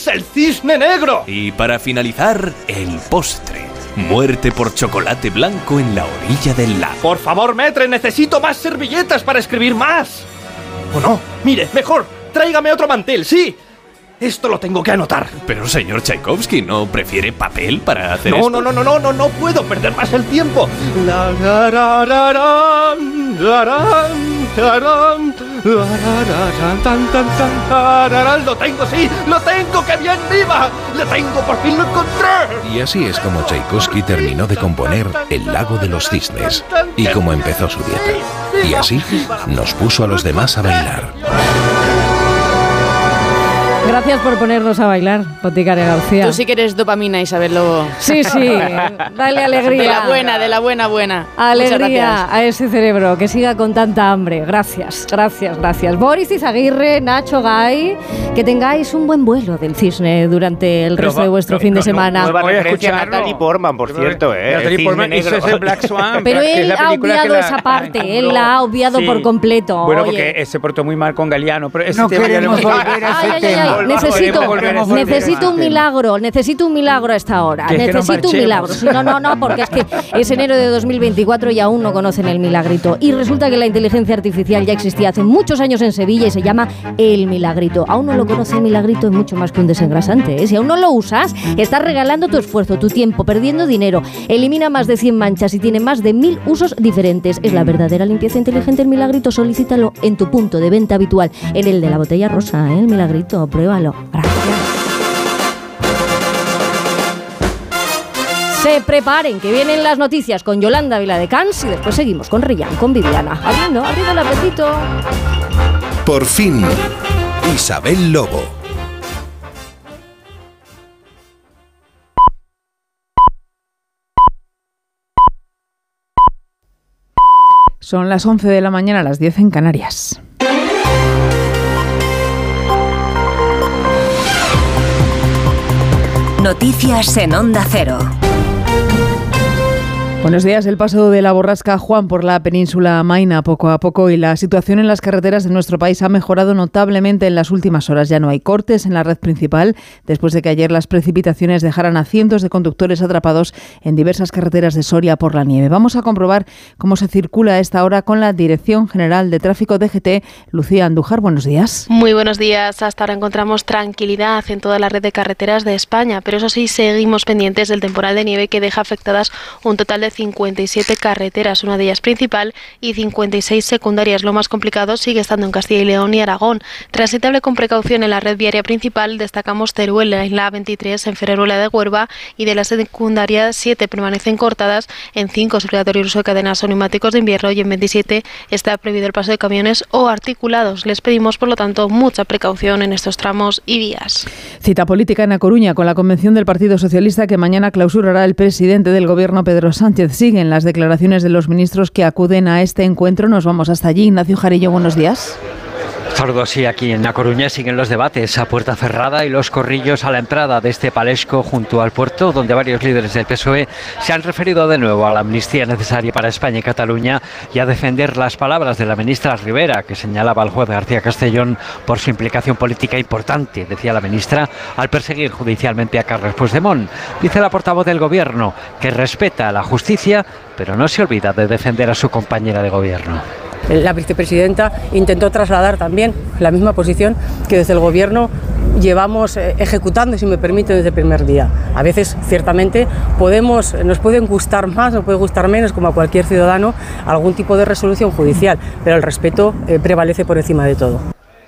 Y para finalizar, el postre. Muerte por chocolate blanco en la orilla del lago. Por favor, maître, necesito más servilletas para escribir más. ¿O no? Mire, mejor, tráigame otro mantel, sí. Esto lo tengo que anotar. Pero, señor Tchaikovsky, ¿no prefiere papel para hacer esto? No puedo perder más el tiempo. Lo tengo, sí, lo tengo, que bien viva. Lo tengo, por fin lo encontré. Y así es como Tchaikovsky terminó de componer El lago de los cisnes y como empezó su dieta. Y así nos puso a los demás a bailar. Gracias por ponernos a bailar, Boticaria García. Tú sí que eres dopamina, Isabel Lobo. Sí, dale alegría. De la buena. Alegría a ese cerebro, que siga con tanta hambre. Gracias. Boris Izaguirre, Nacho Gay, que tengáis un buen vuelo del cisne durante el resto de vuestro fin de semana. Nueva referencia a Natalie Portman, por cierto, Natalie Portman hizo ese Black Swan. Pero él ha obviado esa parte, él la ha obviado por completo. Bueno, porque se portó muy mal con Galeano, pero ese no tema queremos volver a ese tema. Necesito un milagro a esta hora. Necesito un milagro. Sí, no, porque es que es enero de 2024 y aún no conocen el milagrito. Y resulta que la inteligencia artificial ya existía hace muchos años en Sevilla y se llama El Milagrito. Aún no lo conoce el milagrito, es mucho más que un desengrasante, ¿eh? Si aún no lo usas, estás regalando tu esfuerzo, tu tiempo, perdiendo dinero. Elimina más de 100 manchas y tiene más de 1000 usos diferentes. Es la verdadera limpieza inteligente El Milagrito. Solicítalo en tu punto de venta habitual, en el de la botella rosa, ¿eh? El Milagrito, pruébalo. Gracias. Se preparen, que vienen las noticias con Yolanda Viladecans y después seguimos con Rillán, con Viviana. Abriendo el apetito. Por fin, Isabel Lobo. Son las 11 de la mañana, las 10 en Canarias. Noticias en Onda Cero. Buenos días. El paso de la borrasca Juan por la península amaina poco a poco y la situación en las carreteras de nuestro país ha mejorado notablemente en las últimas horas. Ya no hay cortes en la red principal después de que ayer las precipitaciones dejaran a cientos de conductores atrapados en diversas carreteras de Soria por la nieve. Vamos a comprobar cómo se circula a esta hora con la Dirección General de Tráfico DGT. Lucía Andújar, buenos días. Muy buenos días. Hasta ahora encontramos tranquilidad en toda la red de carreteras de España, pero eso sí, seguimos pendientes del temporal de nieve que deja afectadas un total de 57 carreteras, una de ellas principal y 56 secundarias. Lo más complicado sigue estando en Castilla y León y Aragón. Transitable con precaución en la red viaria principal, destacamos Teruel en la A23 en Ferreruela de Huerva y de la secundaria 7 permanecen cortadas, en 5 es obligatorio el uso de cadenas o neumáticos de invierno y en 27 está prohibido el paso de camiones o articulados. Les pedimos, por lo tanto, mucha precaución en estos tramos y vías. Cita política en A Coruña con la convención del Partido Socialista que mañana clausurará el presidente del Gobierno, Pedro Sánchez. Siguen las declaraciones de los ministros que acuden a este encuentro. Nos vamos hasta allí. Ignacio Jarillo, buenos días. Sordo, sí, aquí en A Coruña siguen los debates a puerta cerrada y los corrillos a la entrada de este palesco junto al puerto, donde varios líderes del PSOE se han referido de nuevo a la amnistía necesaria para España y Cataluña y a defender las palabras de la ministra Rivera, que señalaba al juez García Castellón por su implicación política importante, decía la ministra, al perseguir judicialmente a Carles Puigdemont. Dice la portavoz del Gobierno que respeta la justicia, pero no se olvida de defender a su compañera de gobierno. La vicepresidenta intentó trasladar también la misma posición que desde el Gobierno llevamos ejecutando, si me permite, desde el primer día. A veces, ciertamente, nos pueden gustar más, nos puede gustar menos, como a cualquier ciudadano, algún tipo de resolución judicial, pero el respeto prevalece por encima de todo.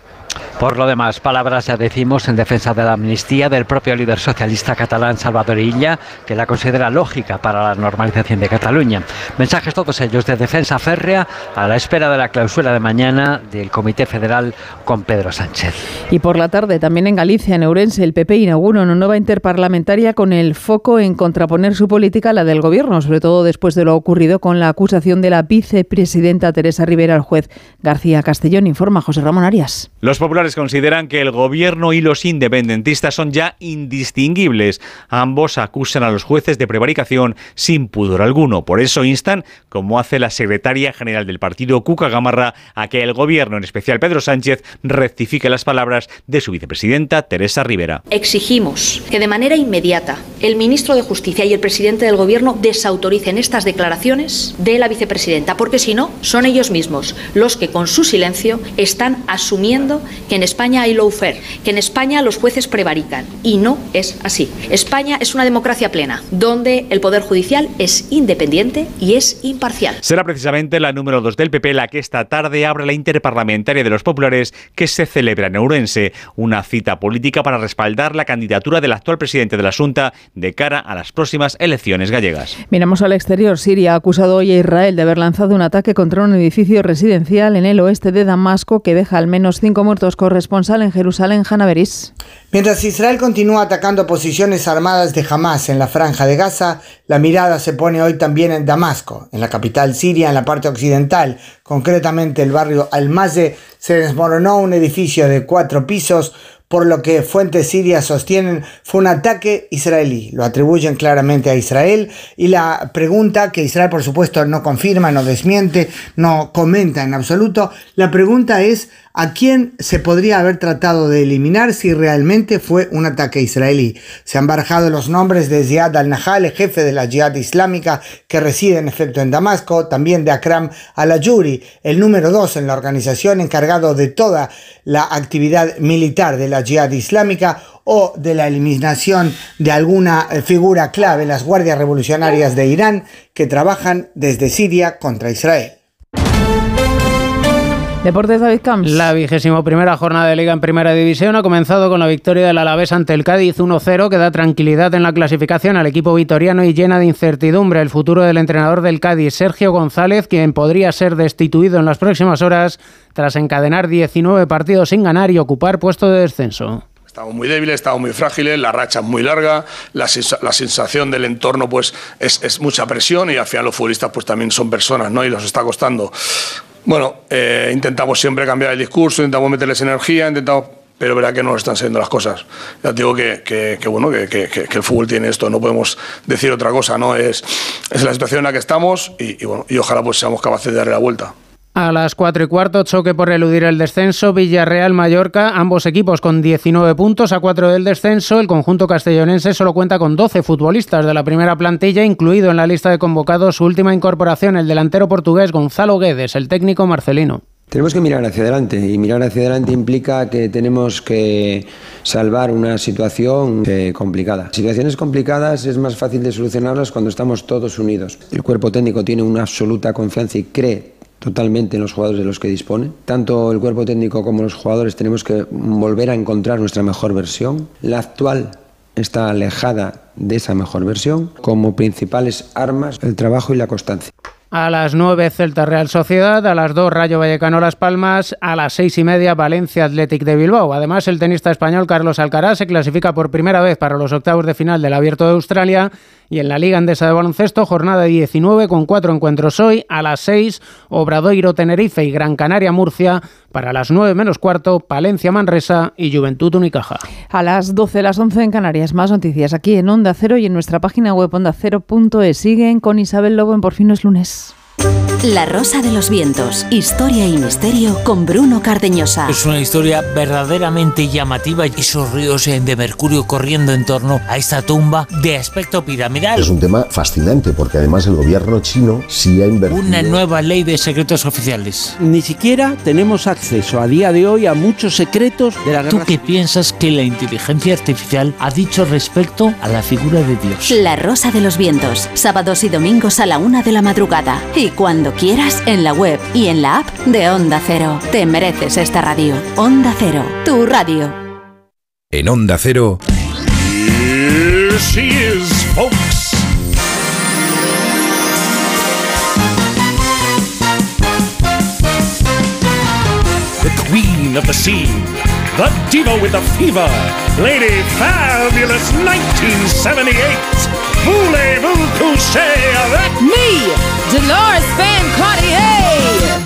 Por lo demás, palabras ya decimos en defensa de la amnistía del propio líder socialista catalán Salvador Illa, que la considera lógica para la normalización de Cataluña. Mensajes todos ellos de defensa férrea a la espera de la clausura de mañana del Comité Federal con Pedro Sánchez. Y por la tarde, también en Galicia, en Ourense, el PP inaugura una nueva interparlamentaria con el foco en contraponer su política a la del Gobierno, sobre todo después de lo ocurrido con la acusación de la vicepresidenta Teresa Rivera al juez García Castellón. Informa José Ramón Arias. Los populares consideran que el Gobierno y los independentistas son ya indistinguibles. Ambos acusan a los jueces de prevaricación sin pudor alguno. Por eso instan, como hace la secretaria general del partido, Cuca Gamarra, a que el Gobierno, en especial Pedro Sánchez, rectifique las palabras de su vicepresidenta Teresa Rivera. Exigimos que de manera inmediata el ministro de Justicia y el presidente del Gobierno desautoricen estas declaraciones de la vicepresidenta, porque si no, son ellos mismos los que con su silencio están asumiendo que en España hay lawfare, que en España los jueces prevarican, y no es así. España es una democracia plena, donde el Poder Judicial es independiente y es imparcial. Será precisamente la número 2 del PP la que esta tarde abre la interparlamentaria de los populares que se celebra en Ourense, una cita política para respaldar la candidatura del actual presidente de la Xunta de cara a las próximas elecciones gallegas. Miramos al exterior. Siria ha acusado hoy a Israel de haber lanzado un ataque contra un edificio residencial en el oeste de Damasco que deja al menos 5 muertos. Corresponsal en Jerusalén, Hanna Beris. Mientras Israel continúa atacando posiciones armadas de Hamas en la franja de Gaza, la mirada se pone hoy también en Damasco, en la capital siria, en la parte occidental, concretamente el barrio Al-Mazeh. Se desmoronó un edificio de 4 pisos, por lo que fuentes sirias sostienen fue un ataque israelí. Lo atribuyen claramente a Israel y la pregunta, que Israel por supuesto no confirma, no desmiente, no comenta en absoluto, la pregunta es ¿a quién se podría haber tratado de eliminar si realmente fue un ataque israelí? Se han barajado los nombres de Ziad al-Nahal, el jefe de la Jihad Islámica que reside en efecto en Damasco, también de Akram al-Ayuri, el número 2 en la organización encargado de toda la actividad militar de la Jihad Islámica o de la eliminación de alguna figura clave, las guardias revolucionarias de Irán que trabajan desde Siria contra Israel. Deportes, David Camps. La 21ª jornada de Liga en Primera División ha comenzado con la victoria del Alavés ante el Cádiz 1-0, que da tranquilidad en la clasificación al equipo vitoriano y llena de incertidumbre el futuro del entrenador del Cádiz, Sergio González, quien podría ser destituido en las próximas horas tras encadenar 19 partidos sin ganar y ocupar puesto de descenso. Estamos muy débiles, estamos muy frágiles, la racha es muy larga, la sensación del entorno pues es mucha presión y al final los futbolistas pues también son personas, ¿no? Y los está costando. Bueno, intentamos siempre cambiar el discurso, intentamos meterles energía, intentamos pero verá que no nos están saliendo las cosas. Ya te digo que el fútbol tiene esto, no podemos decir otra cosa, ¿no? Es la situación en la que estamos y ojalá pues seamos capaces de darle la vuelta. A las 4:15, choque por eludir el descenso, Villarreal-Mallorca, ambos equipos con 19 puntos, a 4 del descenso. El conjunto castellonense solo cuenta con 12 futbolistas de la primera plantilla, incluido en la lista de convocados su última incorporación, el delantero portugués Gonzalo Guedes, el técnico marcelino. Tenemos que mirar hacia adelante, y mirar hacia adelante implica que tenemos que salvar una situación complicada. Situaciones complicadas es más fácil de solucionarlas cuando estamos todos unidos. El cuerpo técnico tiene una absoluta confianza y cree totalmente en los jugadores de los que dispone. Tanto el cuerpo técnico como los jugadores tenemos que volver a encontrar nuestra mejor versión. La actual está alejada de esa mejor versión. Como principales armas, el trabajo y la constancia. A las 9, Celta Real Sociedad, a las 2, Rayo Vallecano Las Palmas, a las 6:30, Valencia Athletic de Bilbao. Además, el tenista español Carlos Alcaraz se clasifica por primera vez para los octavos de final del Abierto de Australia. Y en la Liga Endesa de Baloncesto, jornada 19 con 4 encuentros hoy. A las 6, Obradoiro Tenerife y Gran Canaria Murcia. Para las 9 menos cuarto, Palencia Manresa y Juventud Unicaja. A las 12, las 11 en Canarias. Más noticias aquí en Onda Cero y en nuestra página web ondacero.es. Siguen con Isabel Lobo en Por fin no es lunes. La Rosa de los Vientos, historia y misterio con Bruno Cardeñosa. Es una historia verdaderamente llamativa, esos ríos de mercurio corriendo en torno a esta tumba de aspecto piramidal. Es un tema fascinante porque además el gobierno chino sí ha invertido. Una nueva ley de secretos oficiales. Ni siquiera tenemos acceso a día de hoy a muchos secretos de la guerra. ¿Tú qué piensas que la inteligencia artificial ha dicho respecto a la figura de Dios? La Rosa de los Vientos, sábados y domingos a la 1 de la madrugada. Y cuando quieras, en la web y en la app de Onda Cero. Te mereces esta radio. Onda Cero, tu radio. En Onda Cero. Here she is, folks. The queen of the scene, the diva with the fever, Lady Fabulous 1978. Voulez-vous coucher avec me, Dolores Van Cartier?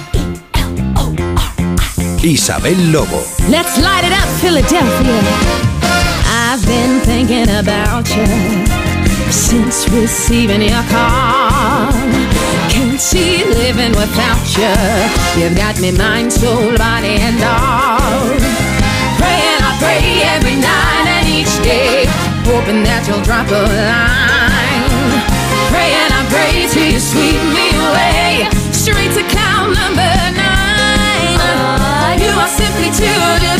Isabel Lobo. Let's light it up, Philadelphia. I've been thinking about you since receiving your call. Can't see living without you. You've got me mind, soul, body and all. Praying I pray every night and each day, hoping that you'll drop a line. Praying I pray till you sweep me away, straight to cloud number 9. You are simply too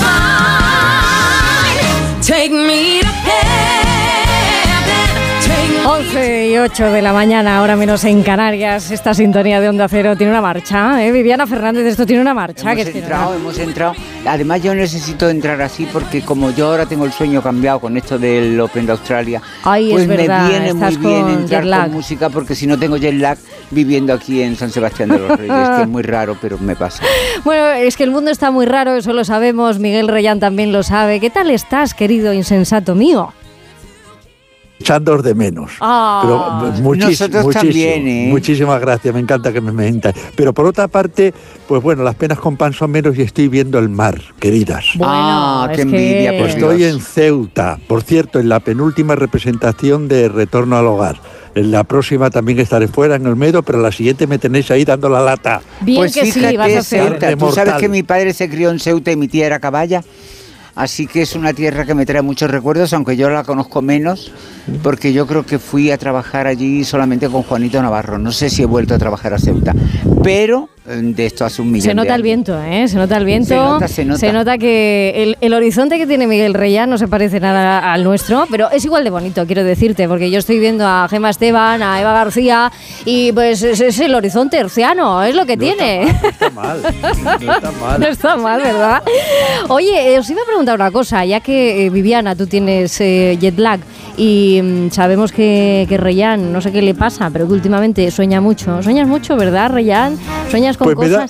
divine. Take me to heaven, take me 11:08 de la mañana, ahora menos en Canarias. Esta sintonía de Onda Cero tiene una marcha, ¿eh? Viviana Fernández, esto tiene una marcha. Hemos entrado. Además, yo necesito entrar así porque como yo ahora tengo el sueño cambiado con esto del Open de Australia, ay, pues es verdad, me viene muy bien entrar jet lag. con música porque si no tengo jet lag viviendo aquí en San Sebastián de los Reyes, que es muy raro, pero me pasa. Bueno, es que el mundo está muy raro, eso lo sabemos, Miguel Reyán también lo sabe. ¿Qué tal estás, querido insensato mío? Echándoos de menos. Ah, pero nosotros también, ¿eh? Muchísimas gracias, me encanta que me mentan. Pero por otra parte, pues bueno, las penas con pan son menos y estoy viendo el mar, queridas. Bueno, qué envidia. Pues estoy en Ceuta, por cierto, en la penúltima representación de Retorno al Hogar. En la próxima también estaré fuera en Olmedo, pero la siguiente me tenéis ahí dando la lata. Bien, pues que fíjate, sí, vas a hacer. Ceuta. Tú sabes que mi padre se crió en Ceuta y mi tía era caballa. Así que es una tierra que me trae muchos recuerdos, aunque yo la conozco menos, porque yo creo que fui a trabajar allí solamente con Juanito Navarro. No sé si he vuelto a trabajar a Ceuta, pero de esto hace un millón de años. Se nota el viento, ¿eh? Se nota el viento. Se nota. Se nota que el horizonte que tiene Miguel Reyán no se parece nada al nuestro, pero es igual de bonito, quiero decirte, porque yo estoy viendo a Gemma Esteban, a Eva García, y pues es el horizonte herciano, es lo que tiene. No está mal. No está mal, ¿verdad? Oye, os iba a preguntar una cosa, ya que Viviana, tú tienes jet lag y sabemos que Reyán, no sé qué le pasa, pero que últimamente sueña mucho. ¿Sueñas mucho, verdad, Reyán? ¿Sueñas con pues cosas?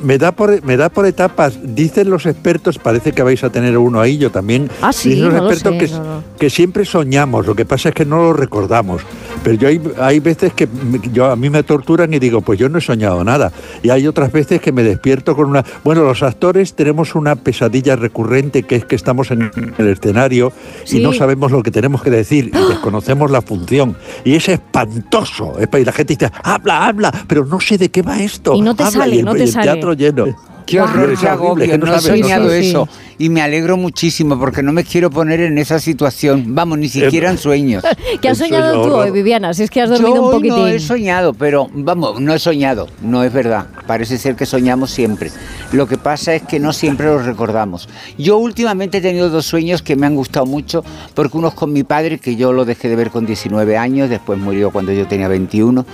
me da por etapas. Dicen los expertos, parece que vais a tener uno ahí, yo también. Sí, dicen los no expertos que siempre soñamos, lo que pasa es que no lo recordamos. Pero hay veces que a mí me torturan y digo, pues yo no he soñado nada. Y hay otras veces que me despierto con una... Bueno, los actores tenemos una pesadilla recurrente, que es que estamos en el escenario y no sabemos lo que tenemos que decir y desconocemos la función. Y es espantoso. Y la gente dice, habla, pero no sé de qué va esto. Y no te sale, y el teatro lleno. Qué horror, qué agobio, no he soñado eso. Y me alegro muchísimo porque no me quiero poner en esa situación. Vamos, ni siquiera en sueños. ¿Qué has soñado tú hoy, Viviana? Si es que has dormido un poquitín. No he soñado, pero vamos, no he soñado. No es verdad. Parece ser que soñamos siempre. Lo que pasa es que no siempre los recordamos. Yo últimamente he tenido 2 sueños que me han gustado mucho, porque uno es con mi padre, que yo lo dejé de ver con 19 años, después murió cuando yo tenía 21.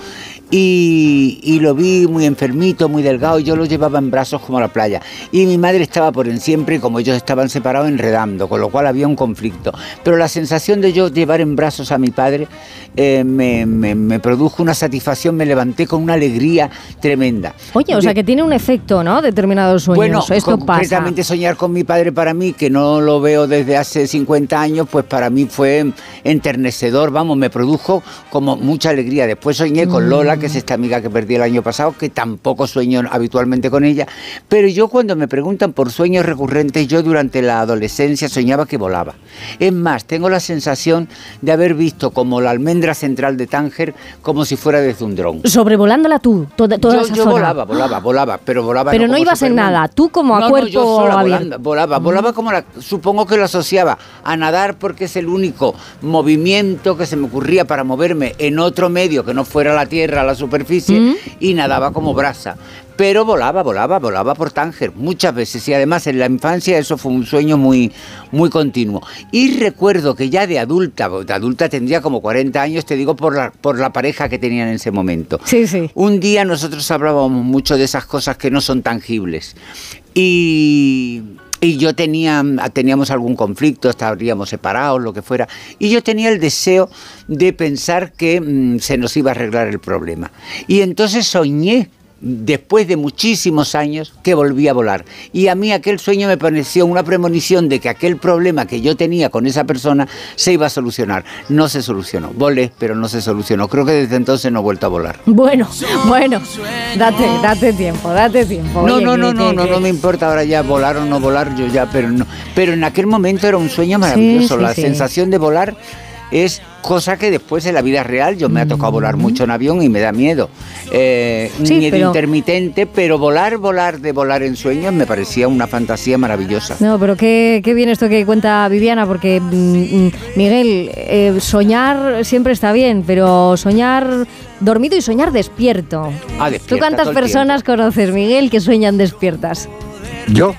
Y lo vi muy enfermito, muy delgado, y yo lo llevaba en brazos como a la playa. Y mi madre estaba por en siempre, y como ellos estaban separados, enredando, con lo cual había un conflicto. Pero la sensación de yo llevar en brazos a mi padre me produjo una satisfacción, me levanté con una alegría tremenda. Oye, o sea que tiene un efecto, ¿no? Determinados sueños. Bueno, esto concretamente pasa. soñar con mi padre para mí, que no lo veo desde hace 50 años, pues para mí fue enternecedor, vamos, me produjo como mucha alegría. Después soñé con Lola, que es esta amiga que perdí el año pasado, que tampoco sueño habitualmente con ella, pero yo cuando me preguntan por sueños recurrentes, yo durante la adolescencia soñaba que volaba. Es más, tengo la sensación de haber visto como la almendra central de Tánger, como si fuera desde un dron. Sobrevolándola tú, toda esa yo zona. volaba, pero volaba. Pero no ibas en nada, tú como a cuerpo yo sola abierto. Volaba como supongo que lo asociaba a nadar, porque es el único movimiento que se me ocurría para moverme en otro medio que no fuera la tierra, la superficie, y nadaba como brasa. Pero volaba por Tánger muchas veces, y además en la infancia eso fue un sueño muy, muy continuo. Y recuerdo que ya de adulta tendría como 40 años, te digo por la pareja que tenía en ese momento. Sí, sí. Un día nosotros hablábamos mucho de esas cosas que no son tangibles. Y yo teníamos algún conflicto, estaríamos separados, lo que fuera, y yo tenía el deseo de pensar que se nos iba a arreglar el problema. Y entonces soñé, después de muchísimos años, que volví a volar. Y a mí aquel sueño me pareció una premonición de que aquel problema que yo tenía con esa persona se iba a solucionar. No se solucionó. Volé, pero no se solucionó. Creo que desde entonces no he vuelto a volar. Bueno, date tiempo. Oye, no me importa ahora ya volar o no volar, yo ya, pero no. Pero en aquel momento era un sueño maravilloso. La sensación de volar es cosa que después en la vida real yo me ha tocado volar mucho en avión y me da miedo. Miedo intermitente, pero volar en sueños me parecía una fantasía maravillosa. No, pero qué bien esto que cuenta Viviana, porque Miguel, soñar siempre está bien, pero soñar dormido y soñar despierto. ¿Tú cuántas personas conoces, Miguel, que sueñan despiertas? Yo.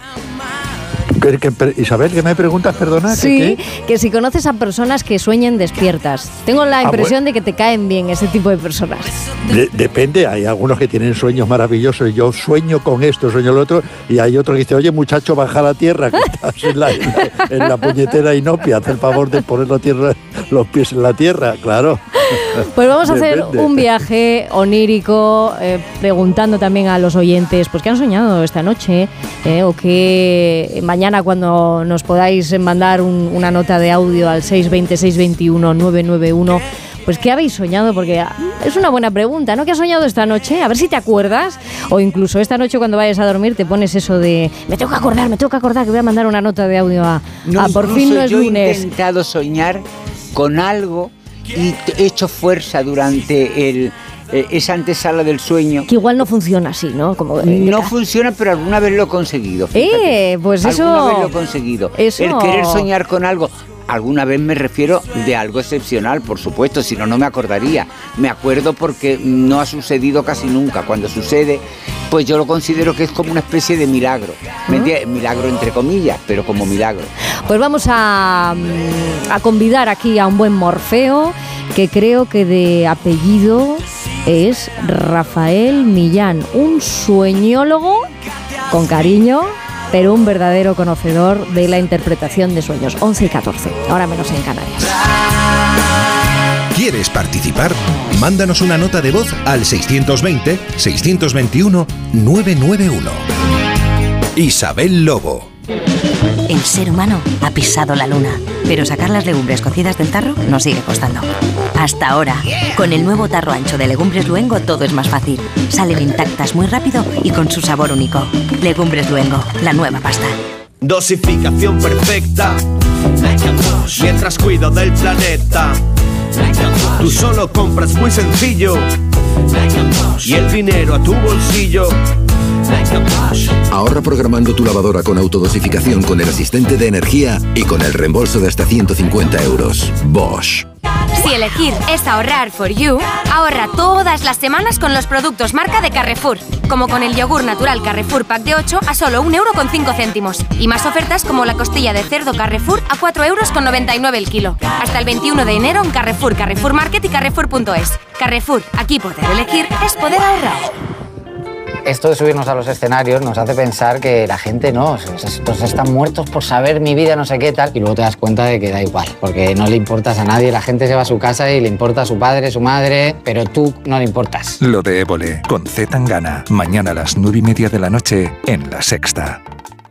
Isabel, ¿qué me preguntas? Perdona. Sí, que si conoces a personas que sueñen despiertas. Tengo la impresión de que te caen bien ese tipo de personas. Depende, hay algunos que tienen sueños maravillosos. Yo sueño con esto, sueño lo otro, y hay otro que dice, oye muchacho, baja a la tierra, que estás en la puñetera inopia, haz el favor de poner los pies en la tierra, claro. Pues vamos a hacer un viaje onírico, preguntando también a los oyentes, pues qué han soñado esta noche, o que mañana, cuando nos podáis mandar una nota de audio al 620-621-991, pues ¿qué habéis soñado? Porque es una buena pregunta, ¿no? ¿Qué has soñado esta noche? A ver si te acuerdas, o incluso esta noche cuando vayas a dormir te pones eso de me tengo que acordar que voy a mandar una nota de audio a por fin no es lunes. Yo he intentado soñar con algo y he hecho fuerza durante esa antesala del sueño. Que igual no funciona así, ¿no? No funciona, pero alguna vez lo he conseguido. Pues eso. Alguna vez lo he conseguido. Eso. El querer soñar con algo. Alguna vez me refiero de algo excepcional, por supuesto, si no, no me acordaría. Me acuerdo porque no ha sucedido casi nunca. Cuando sucede, pues yo lo considero que es como una especie de milagro. Milagro entre comillas, pero como milagro. Pues vamos a convidar aquí a un buen Morfeo, que creo que de apellido es Rafael Millán, un sueñólogo con cariño, pero un verdadero conocedor de la interpretación de sueños. 11 y 14, ahora menos en Canarias. ¿Quieres participar? Mándanos una nota de voz al 620-621-991. Isabel Lobo. El ser humano ha pisado la luna, pero sacar las legumbres cocidas del tarro nos sigue costando. Hasta ahora, con el nuevo tarro ancho de Legumbres Luengo todo es más fácil. Salen intactas muy rápido y con su sabor único. Legumbres Luengo, la nueva pasta. Dosificación perfecta, mientras cuido del planeta. Tú solo compras muy sencillo y el dinero a tu bolsillo. Ahorra programando tu lavadora con autodosificación con el asistente de energía y con el reembolso de hasta 150 euros. Bosch. Si elegir es ahorrar for you, ahorra todas las semanas con los productos marca de Carrefour, como con el yogur natural Carrefour Pack de 8 a solo 1,05 €. Y más ofertas como la costilla de cerdo Carrefour a 4,99 € el kilo. Hasta el 21 de enero en Carrefour, Carrefour Market y Carrefour.es. Carrefour, aquí poder elegir es poder ahorrar. Esto de subirnos a los escenarios nos hace pensar que la gente no, estos están muertos por saber mi vida, no sé qué tal, y luego te das cuenta de que da igual, porque no le importas a nadie, la gente se va a su casa y le importa a su padre, su madre, pero tú no le importas. Lo de Évole, con C. Tangana, mañana a las 9:30 de la noche en La Sexta.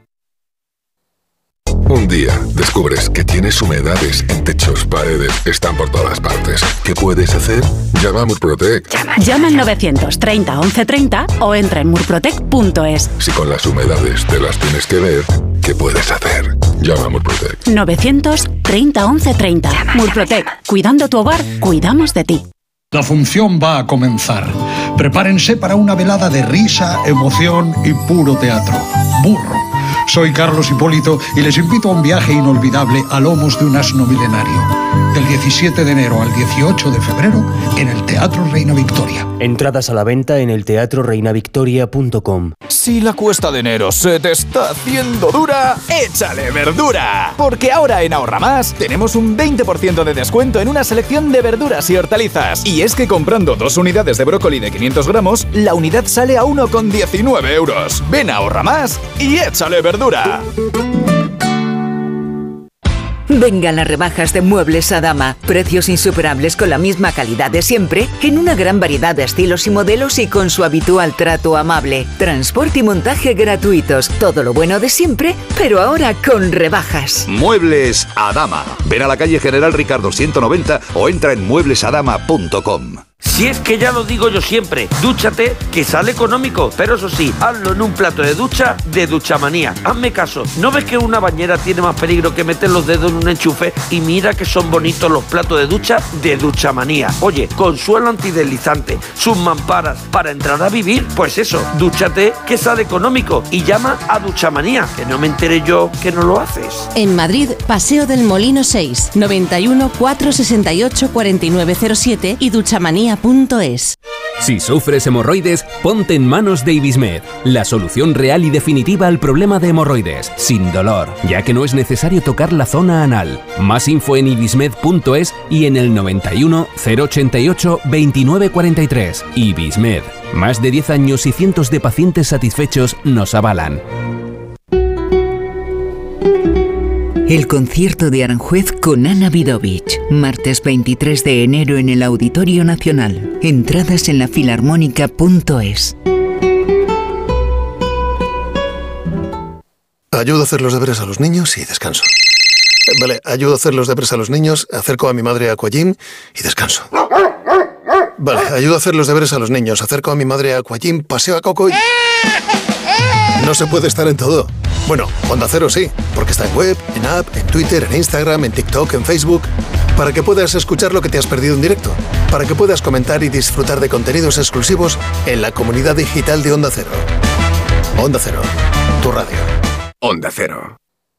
Un día descubres que tienes humedades en techos, paredes, están por todas partes. ¿Qué puedes hacer? Llama a Murprotec. Llama al 930 1130 o entra en murprotec.es. Si con las humedades te las tienes que ver, ¿qué puedes hacer? Llama a Murprotec. 930 1130. Murprotec. Cuidando tu hogar, cuidamos de ti. La función va a comenzar. Prepárense para una velada de risa, emoción y puro teatro. Burro. Soy Carlos Hipólito y les invito a un viaje inolvidable a lomos de un asno milenario. Del 17 de enero al 18 de febrero en el Teatro Reina Victoria. Entradas a la venta en el teatroreinavictoria.com. Si la cuesta de enero se te está haciendo dura, échale verdura. Porque ahora en Ahorra Más tenemos un 20% de descuento en una selección de verduras y hortalizas. Y es que comprando 2 unidades de brócoli de 500 gramos, la unidad sale a 1,19 €. Ven a Ahorra Más y échale verdura. Vengan las rebajas de Muebles Adama. Precios insuperables con la misma calidad de siempre, en una gran variedad de estilos y modelos y con su habitual trato amable. Transporte y montaje gratuitos. Todo lo bueno de siempre, pero ahora con rebajas. Muebles Adama. Ven a la calle General Ricardo 190 o entra en mueblesadama.com. Si es que ya lo digo yo siempre, dúchate que sale económico, pero eso sí, hazlo en un plato de ducha de Duchamanía. Hazme caso, ¿no ves que una bañera tiene más peligro que meter los dedos en un enchufe? Y mira que son bonitos los platos de ducha de Duchamanía. Oye, con suelo antideslizante, sus mamparas para entrar a vivir, pues eso, dúchate que sale económico y llama a Duchamanía, que no me enteré yo que no lo haces. En Madrid, Paseo del Molino 6, 91 468 4907 y Duchamanía.es. Si sufres hemorroides, ponte en manos de Ibismed, la solución real y definitiva al problema de hemorroides, sin dolor, ya que no es necesario tocar la zona anal. Más info en ibismed.es y en el 91 088 2943. Ibismed, más de 10 años y cientos de pacientes satisfechos nos avalan. El concierto de Aranjuez con Ana Vidovich. Martes 23 de enero en el Auditorio Nacional. Entradas en lafilarmónica.es. Ayudo a hacer los deberes a los niños y descanso. Vale, ayudo a hacer los deberes a los niños, acerco a mi madre a Aquagym y descanso. Vale, ayudo a hacer los deberes a los niños, acerco a mi madre a Aquagym, paseo a Coco y... No se puede estar en todo. Bueno, Onda Cero sí, porque está en web, en app, en Twitter, en Instagram, en TikTok, en Facebook, para que puedas escuchar lo que te has perdido en directo, para que puedas comentar y disfrutar de contenidos exclusivos en la comunidad digital de Onda Cero. Onda Cero, tu radio. Onda Cero.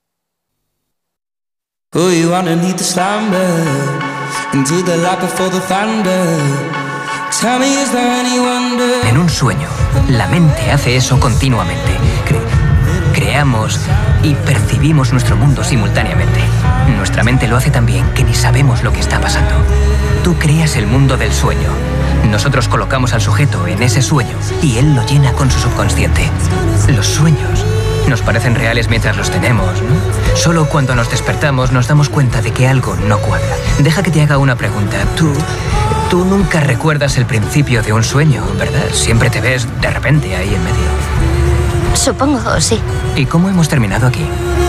En un sueño, la mente hace eso continuamente. Creamos y percibimos nuestro mundo simultáneamente. Nuestra mente lo hace tan bien que ni sabemos lo que está pasando. Tú creas el mundo del sueño. Nosotros colocamos al sujeto en ese sueño y él lo llena con su subconsciente. Los sueños nos parecen reales mientras los tenemos, ¿no? Solo cuando nos despertamos nos damos cuenta de que algo no cuadra. Deja que te haga una pregunta. Tú nunca recuerdas el principio de un sueño, ¿verdad? Siempre te ves de repente ahí en medio. Supongo, sí. ¿Y cómo hemos terminado aquí?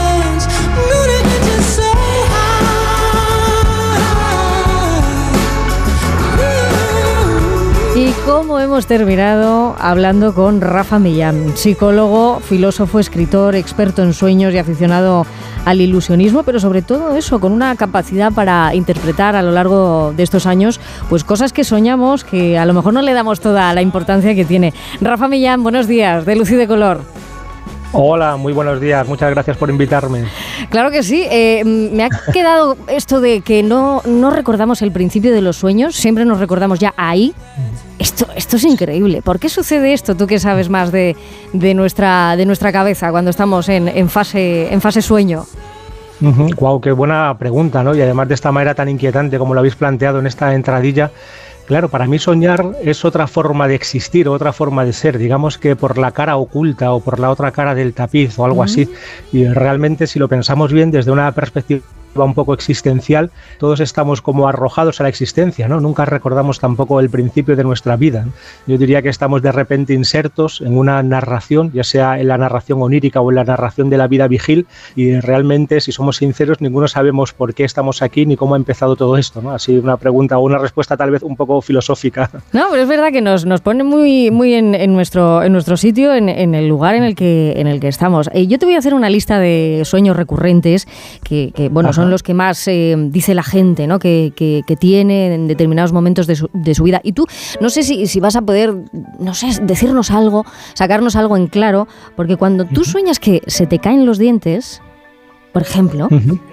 ¿Y cómo hemos terminado? Hablando con Rafa Millán, psicólogo, filósofo, escritor, experto en sueños y aficionado al ilusionismo, pero sobre todo eso, con una capacidad para interpretar a lo largo de estos años pues cosas que soñamos que a lo mejor no le damos toda la importancia que tiene. Rafa Millán, buenos días, de Luz y de Color. Hola, muy buenos días, muchas gracias por invitarme. Claro que sí, me ha quedado esto de que no recordamos el principio de los sueños, siempre nos recordamos ya ahí. Esto es increíble. ¿Por qué sucede esto? Tú que sabes más de nuestra cabeza cuando estamos en fase sueño. Guau, qué buena pregunta, ¿no? Y además de esta manera tan inquietante como lo habéis planteado en esta entradilla. Claro, para mí soñar es otra forma de existir, otra forma de ser, digamos que por la cara oculta o por la otra cara del tapiz o algo así. Y realmente, si lo pensamos bien desde una perspectiva un poco existencial, todos estamos como arrojados a la existencia, ¿no? Nunca recordamos tampoco el principio de nuestra vida. Yo diría que estamos de repente insertos en una narración, ya sea en la narración onírica o en la narración de la vida vigil, y realmente, si somos sinceros, ninguno sabemos por qué estamos aquí ni cómo ha empezado todo esto, ¿no? Así una pregunta o una respuesta tal vez un poco filosófica. No, pero es verdad que nos pone muy en nuestro sitio, en el lugar en el que estamos. Yo te voy a hacer una lista de sueños recurrentes que bueno, son los que más dice la gente, ¿no? que tiene en determinados momentos de su vida. Y tú, no sé si vas a poder, no sé, decirnos algo, sacarnos algo en claro, porque cuando tú sueñas que se te caen los dientes, por ejemplo,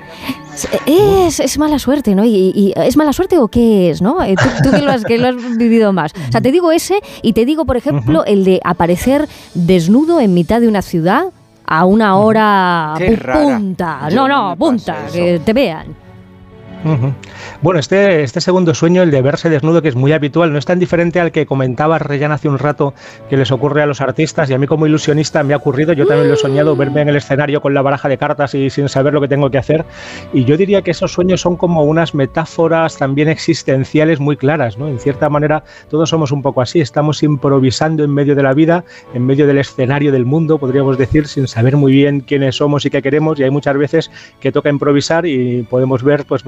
es mala suerte, ¿no? ¿Y es mala suerte o qué es, no? Tú que lo has vivido más. O sea, te digo ese y te digo, por ejemplo, el de aparecer desnudo en mitad de una ciudad a una hora punta. Punta, que te vean. Bueno, este segundo sueño, el de verse desnudo, que es muy habitual, no es tan diferente al que comentaba Reyán hace un rato que les ocurre a los artistas, y a mí como ilusionista me ha ocurrido. Yo también lo he soñado, verme en el escenario con la baraja de cartas y sin saber lo que tengo que hacer, y yo diría que esos sueños son como unas metáforas también existenciales muy claras, ¿no? En cierta manera todos somos un poco así, estamos improvisando en medio de la vida, en medio del escenario del mundo, podríamos decir, sin saber muy bien quiénes somos y qué queremos, y hay muchas veces que toca improvisar y podemos ver pues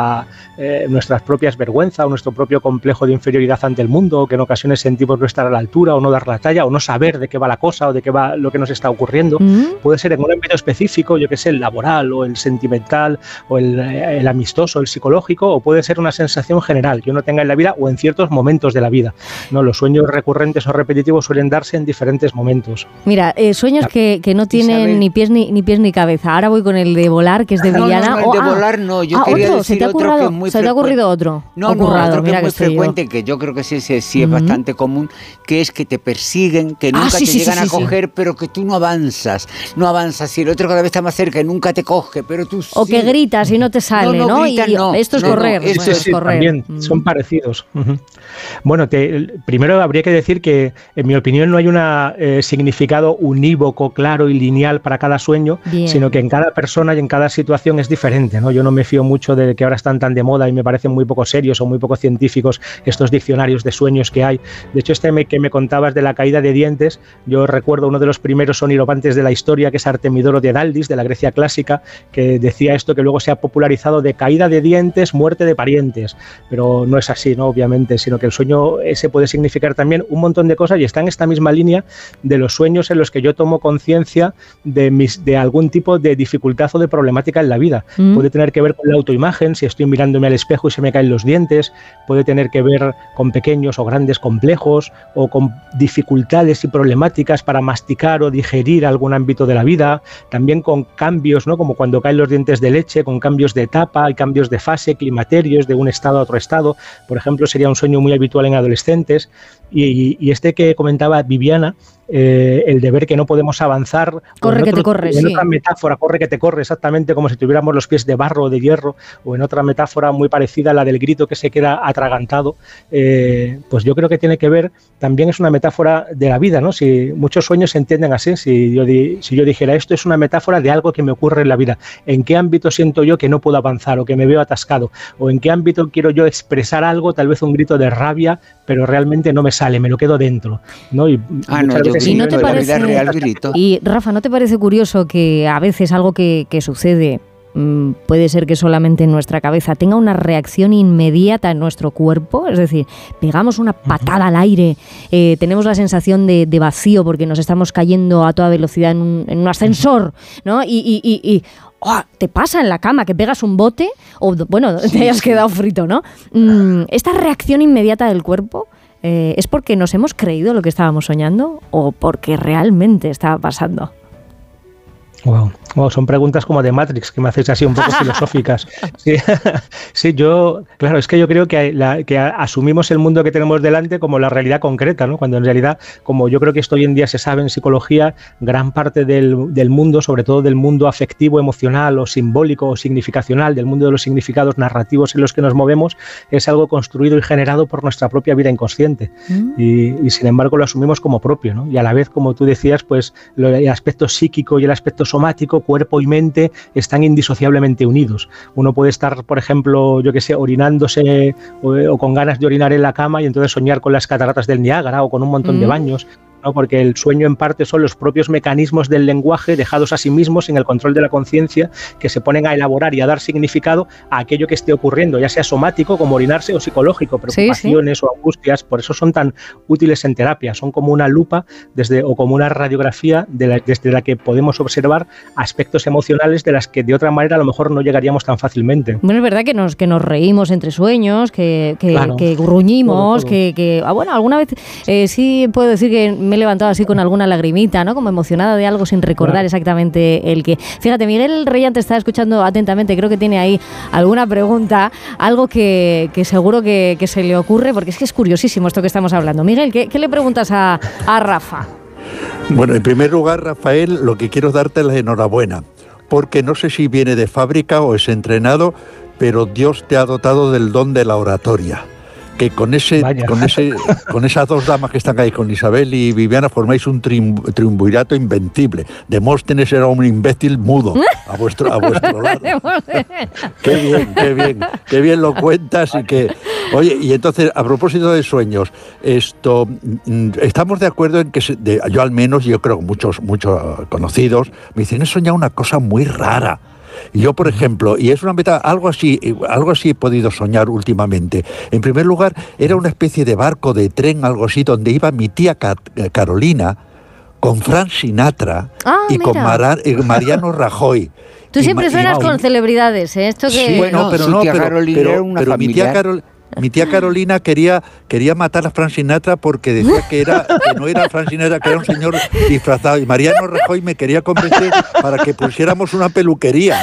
nuestras propias vergüenzas o nuestro propio complejo de inferioridad ante el mundo, que en ocasiones sentimos no estar a la altura o no dar la talla o no saber de qué va la cosa o de qué va lo que nos está ocurriendo. Puede ser en un ámbito específico, yo que sé, el laboral o el sentimental o el amistoso, el psicológico, o puede ser una sensación general que uno tenga en la vida o en ciertos momentos de la vida, ¿no? Los sueños recurrentes o repetitivos suelen darse en diferentes momentos. Mira, sueños que no tienen ni pies ni cabeza. Ahora voy con el de volar, que es de Villana. No, el de volar no, yo quería decir otro que es muy frecuente. ¿Se te ha ocurrido otro? Otro que es muy frecuente, que yo creo que sí es bastante común, que es que te persiguen, que nunca te llegan a coger, pero que tú no avanzas, y el otro cada vez está más cerca y nunca te coge, pero tú sí. O que gritas y no te sale, ¿no? Esto es correr. Esto es correr. También son parecidos. Bueno, primero habría que decir que, en mi opinión, no hay un significado unívoco, claro y lineal para cada sueño, sino que en cada persona y en cada situación es diferente, ¿no? Yo no me fío mucho de que ahora están tan de moda y me parecen muy poco serios o muy poco científicos estos diccionarios de sueños que hay. De hecho, que me contabas de la caída de dientes, yo recuerdo uno de los primeros oniromantes de la historia, que es Artemidoro de Daldis, de la Grecia clásica, que decía esto, que luego se ha popularizado de caída de dientes, muerte de parientes, pero no es así, ¿no? Obviamente, sino que el sueño ese puede significar también un montón de cosas, y está en esta misma línea de los sueños en los que yo tomo conciencia de algún tipo de dificultad o de problemática en la vida. Puede tener que ver con la autoimagen, si estoy mirándome al espejo y se me caen los dientes, puede tener que ver con pequeños o grandes complejos o con dificultades y problemáticas para masticar o digerir algún ámbito de la vida, también con cambios, ¿no? Como cuando caen los dientes de leche, con cambios de etapa y cambios de fase, climaterios de un estado a otro estado. Por ejemplo, sería un sueño muy habitual en adolescentes, y este que comentaba Viviana, el de ver que no podemos avanzar. Corre que te corre, en otra metáfora, corre que te corre, exactamente como si tuviéramos los pies de barro o de hierro, o en otra metáfora muy parecida a la del grito que se queda atragantado. Pues yo creo que tiene que ver, también es una metáfora de la vida, ¿no? Si muchos sueños se entienden así, si yo dijera esto es una metáfora de algo que me ocurre en la vida, ¿en qué ámbito siento yo que no puedo avanzar o que me veo atascado? ¿O en qué ámbito quiero yo expresar algo, tal vez un grito de rabia, pero realmente no me sale, me lo quedo dentro, ¿no? Y muchas veces Sí, ¿no te parece, la vida real grito? Y Rafa, ¿no te parece curioso que a veces algo que sucede, puede ser que solamente en nuestra cabeza, tenga una reacción inmediata en nuestro cuerpo? Es decir, pegamos una patada al aire, tenemos la sensación de vacío porque nos estamos cayendo a toda velocidad en un ascensor, ¿no? Y te pasa en la cama que pegas un bote o, bueno, te hayas quedado frito, ¿no? Esta reacción inmediata del cuerpo, ¿es porque nos hemos creído lo que estábamos soñando o porque realmente estaba pasando? Wow, son preguntas como de Matrix que me hacéis así un poco filosóficas. Sí, claro, es que yo creo que asumimos el mundo que tenemos delante como la realidad concreta, ¿no? Cuando en realidad, como yo creo que esto hoy en día se sabe en psicología, gran parte del mundo, sobre todo del mundo afectivo, emocional o simbólico o significacional, del mundo de los significados narrativos en los que nos movemos, es algo construido y generado por nuestra propia vida inconsciente. Y sin embargo lo asumimos como propio, ¿no? Y a la vez, como tú decías, pues el aspecto psíquico y el aspecto somático, cuerpo y mente, están indisociablemente unidos. Uno puede estar, por ejemplo, yo que sé, orinándose o con ganas de orinar en la cama y entonces soñar con las cataratas del Niágara o con un montón de baños, ¿no? Porque el sueño en parte son los propios mecanismos del lenguaje dejados a sí mismos en el control de la conciencia que se ponen a elaborar y a dar significado a aquello que esté ocurriendo, ya sea somático como orinarse o psicológico, preocupaciones o angustias. Por eso son tan útiles en terapia, son como una lupa o como una radiografía desde la que podemos observar aspectos emocionales de las que de otra manera a lo mejor no llegaríamos tan fácilmente. Bueno, es verdad que nos reímos entre sueños, que gruñimos, todo. Bueno, alguna vez sí puedo decir que me he levantado así con alguna lagrimita, ¿no? Como emocionada de algo sin recordar exactamente el qué. Fíjate, Miguel Reyán te está escuchando atentamente, creo que tiene ahí alguna pregunta, algo que seguro que se le ocurre, porque es que es curiosísimo esto que estamos hablando. Miguel, ¿qué le preguntas a Rafa? Bueno, en primer lugar, Rafael, lo que quiero es darte la enhorabuena, porque no sé si viene de fábrica o es entrenado, pero Dios te ha dotado del don de la oratoria. Que con esas dos damas que están ahí, con Isabel y Viviana, formáis un triunvirato invencible. Demóstenes era un imbécil mudo a vuestro lado. Qué bien lo cuentas y que... Oye, y entonces, a propósito de sueños, estamos de acuerdo en que, yo al menos, yo creo que muchos conocidos, me dicen, he soñado una cosa muy rara. Y yo, por ejemplo, y es una meta, algo así he podido soñar últimamente. En primer lugar, era una especie de barco, de tren, algo así, donde iba mi tía Carolina con Frank Sinatra y con Mariano Rajoy. Tú siempre suenas con celebridades, ¿eh? Esto que... Sí, bueno, pero mi tía Carolina quería matar a Frank Sinatra porque decía que no era Frank Sinatra, que era un señor disfrazado. Y Mariano Rajoy me quería convencer para que pusiéramos una peluquería.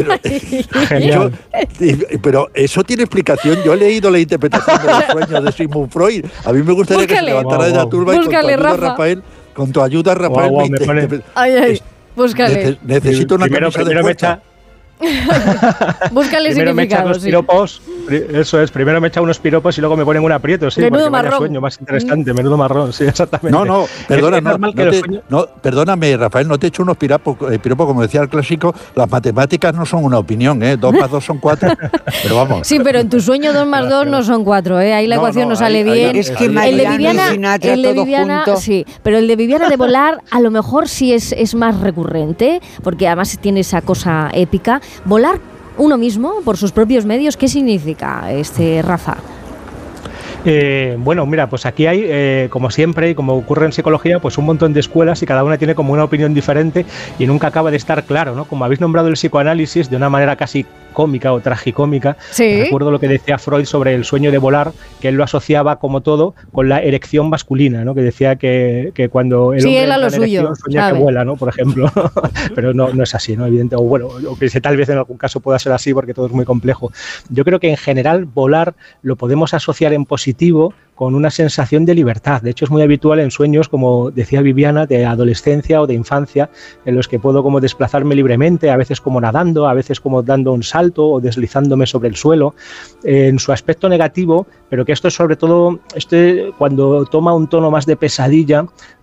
Pero eso tiene explicación. Yo he leído la interpretación de los sueños de Sigmund Freud. A mí me gustaría que se levantara de la turba con tu ayuda, Rafael. Búscale. Necesito una camisa de fuerza. Búscale significados. Eso es, primero me echa unos piropos y luego me ponen un aprieto, sí, menudo porque marrón. vaya sueño más interesante, menudo marrón, sí, exactamente. No, perdóname, Rafael, no te echo unos piropos, como decía el clásico, las matemáticas no son una opinión, 2 más 2 son 4, pero vamos. Sí, pero en tu sueño 2 más 2 no son 4, ahí la ecuación no sale bien. Es que el de Viviana, sí, pero el de Viviana de volar a lo mejor sí es más recurrente, porque además tiene esa cosa épica. Volar uno mismo por sus propios medios, ¿qué significa, Rafa? Bueno, mira, pues aquí hay, como siempre y como ocurre en psicología, pues un montón de escuelas y cada una tiene como una opinión diferente y nunca acaba de estar claro, ¿no? Como habéis nombrado el psicoanálisis de una manera casi cómica o tragicómica, recuerdo lo que decía Freud sobre el sueño de volar, que él lo asociaba como todo con la erección masculina, ¿no? Que decía que cuando el hombre entra en erección sueña que vuela, ¿no? Por ejemplo, pero no es así, ¿no? Evidente, o bueno, o que tal vez en algún caso pueda ser así porque todo es muy complejo. Yo creo que en general volar lo podemos asociar en positivo con una sensación de libertad. De hecho, es muy habitual en sueños, como decía Viviana, de adolescencia o de infancia, en los que puedo como desplazarme libremente, a veces como nadando, a veces como dando un salto o deslizándome sobre el suelo. En su aspecto negativo, pero que esto es sobre todo, cuando toma un tono más de pesadilla,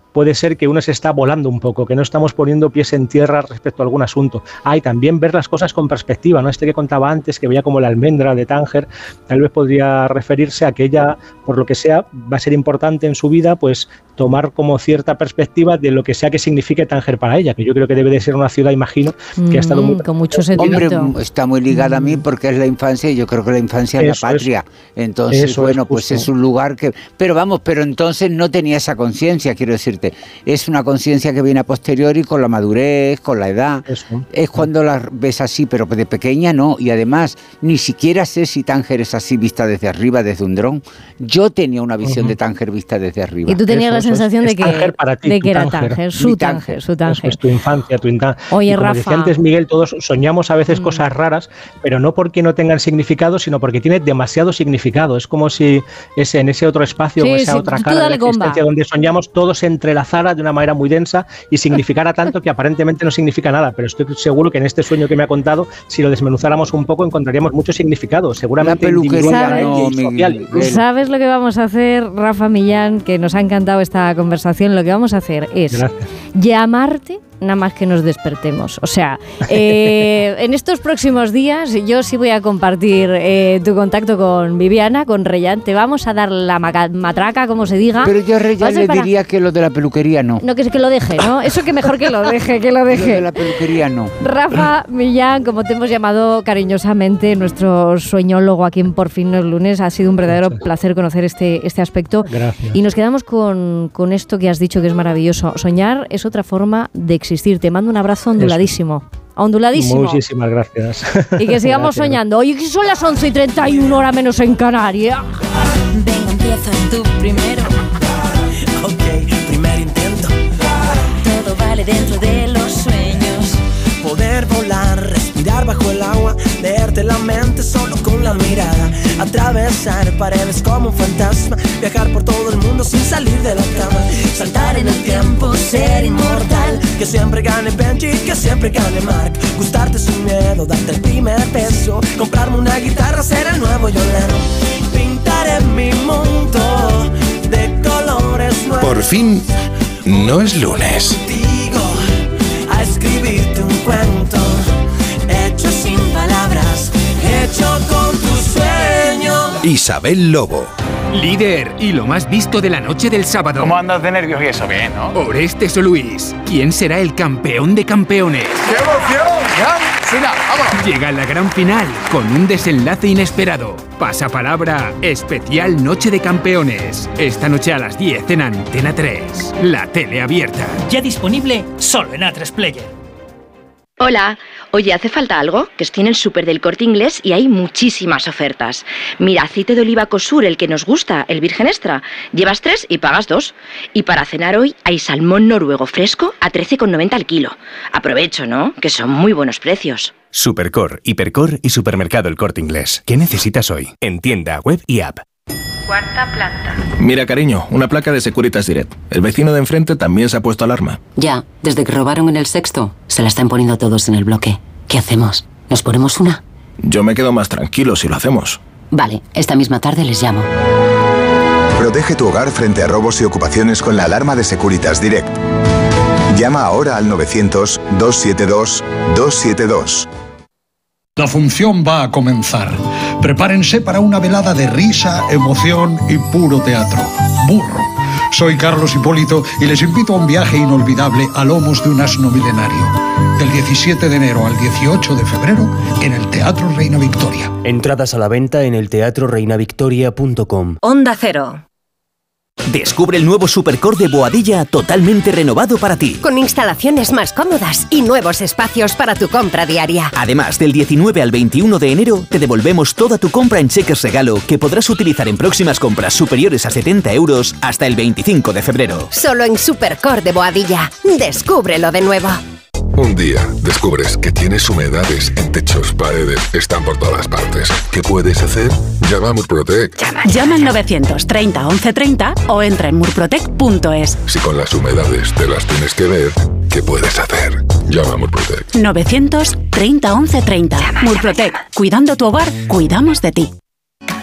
puede ser que uno se está volando un poco, que no estamos poniendo pies en tierra respecto a algún asunto. Y también ver las cosas con perspectiva, ¿no? Que contaba antes, que veía como la almendra de Tánger, tal vez podría referirse a que ella, por lo que sea, va a ser importante en su vida, pues tomar como cierta perspectiva de lo que sea que signifique Tánger para ella, que yo creo que debe de ser una ciudad, imagino, que ha estado muy... Con mucho sentimiento. Hombre, está muy ligada a mí porque es la infancia y yo creo que la infancia es la patria. Entonces, bueno, pues justo. Es un lugar que... Pero entonces no tenía esa conciencia, quiero decirte. Es una conciencia que viene a posteriori con la madurez, con la edad. Es cuando la ves así, pero de pequeña no. Y además, ni siquiera sé si Tánger es así vista desde arriba, desde un dron. Yo tenía una visión de Tánger vista desde arriba. Y tú tenías la sensación de que era Tánger, su Tánger. Es tu infancia, tu infancia. Oye, como Rafa, decía antes Miguel, todos soñamos a veces cosas raras, pero no porque no tengan significado, sino porque tiene demasiado significado. Es como si en ese otro espacio, o esa otra cara de la existencia donde soñamos, todo se entrelazara de una manera muy densa y significara tanto que aparentemente no significa nada. Pero estoy seguro que en este sueño que me ha contado, si lo desmenuzáramos un poco, encontraríamos mucho significado. Seguramente individual y social. ¿Sabes lo que vamos a hacer, Rafa Millán? Que nos ha encantado esta conversación. Lo que vamos a hacer es llamarte nada más que nos despertemos. O sea, en estos próximos días yo sí voy a compartir tu contacto con Viviana, con Reyán. Te vamos a dar la matraca, como se diga. Pero yo a Reyán le diría que lo de la peluquería no. No, que lo deje, ¿no? Eso que mejor que lo deje, Lo de la peluquería no. Rafa Millán, como te hemos llamado cariñosamente, nuestro sueñólogo aquí en Por fin no es lunes, ha sido un verdadero placer conocer este aspecto. Gracias. Y nos quedamos con esto que has dicho, que es maravilloso. Soñar es otra forma de existir. Te mando un abrazo onduladísimo. Onduladísimo. Muchísimas gracias. Y que sigamos soñando. Oye, que son las 11:31, hora menos en Canarias. Venga, empieza tú primero. Ok, primer intento. Todo vale dentro de los sueños. Poder volar, respirar bajo el agua, leerte la mente solo con la mirada, atravesar paredes como un fantasma, viajar por todo el mundo sin salir de la cama, saltar en el tiempo, ser inmortal, que siempre gane Benji, que siempre gane Mark, gustarte sin miedo, darte el primer beso, comprarme una guitarra, ser el nuevo Yolano, pintaré mi mundo de colores nuevos. Por fin no es lunes. A escribirte un cuento, hecho sin palabras, hecho con tu sueño. Isabel Lobo. Líder y lo más visto de la noche del sábado. ¿Cómo andas de nervios y eso? Bien, ¿no? Orestes o Luis. ¿Quién será el campeón de campeones? ¡Qué emoción! ¡Gran final! ¡Vámonos! Llega la gran final con un desenlace inesperado. Pasapalabra, especial Noche de Campeones. Esta noche a las 10 en Antena 3. La tele abierta. Ya disponible solo en A3 Player. Hola, oye, ¿hace falta algo? Que estoy en el súper del Corte Inglés y hay muchísimas ofertas. Mira, aceite de oliva Cosur, el que nos gusta, el virgen extra. Llevas 3 y pagas 2. Y para cenar hoy hay salmón noruego fresco a 13,90 al kilo. Aprovecho, ¿no? Que son muy buenos precios. Supercor, Hipercor y Supermercado El Corte Inglés. ¿Qué necesitas hoy? En tienda, web y app. Cuarta planta. Mira, cariño, una placa de Securitas Direct. El vecino de enfrente también se ha puesto alarma. Ya, desde que robaron en el sexto, se la están poniendo todos en el bloque. ¿Qué hacemos? ¿Nos ponemos una? Yo me quedo más tranquilo si lo hacemos. Vale, esta misma tarde les llamo. Protege tu hogar frente a robos y ocupaciones con la alarma de Securitas Direct. Llama ahora al 900-272-272. La función va a comenzar. Prepárense para una velada de risa, emoción y puro teatro. Burro. Soy Carlos Hipólito y les invito a un viaje inolvidable a lomos de un asno milenario. Del 17 de enero al 18 de febrero en el Teatro Reina Victoria. Entradas a la venta en elteatroreinavictoria.com. Onda Cero. Descubre el nuevo Supercor de Boadilla totalmente renovado para ti. Con instalaciones más cómodas y nuevos espacios para tu compra diaria. Además, del 19 al 21 de enero te devolvemos toda tu compra en cheques regalo que podrás utilizar en próximas compras superiores a 70 euros hasta el 25 de febrero. Solo en Supercor de Boadilla. Descúbrelo de nuevo. Un día descubres que tienes humedades en techos, paredes, están por todas partes. ¿Qué puedes hacer? Llama a Murprotec. Llama al 930 1130 o entra en murprotec.es. Si con las humedades te las tienes que ver, ¿qué puedes hacer? Llama a Murprotec. 930 1130. Murprotec. Cuidando tu hogar, cuidamos de ti.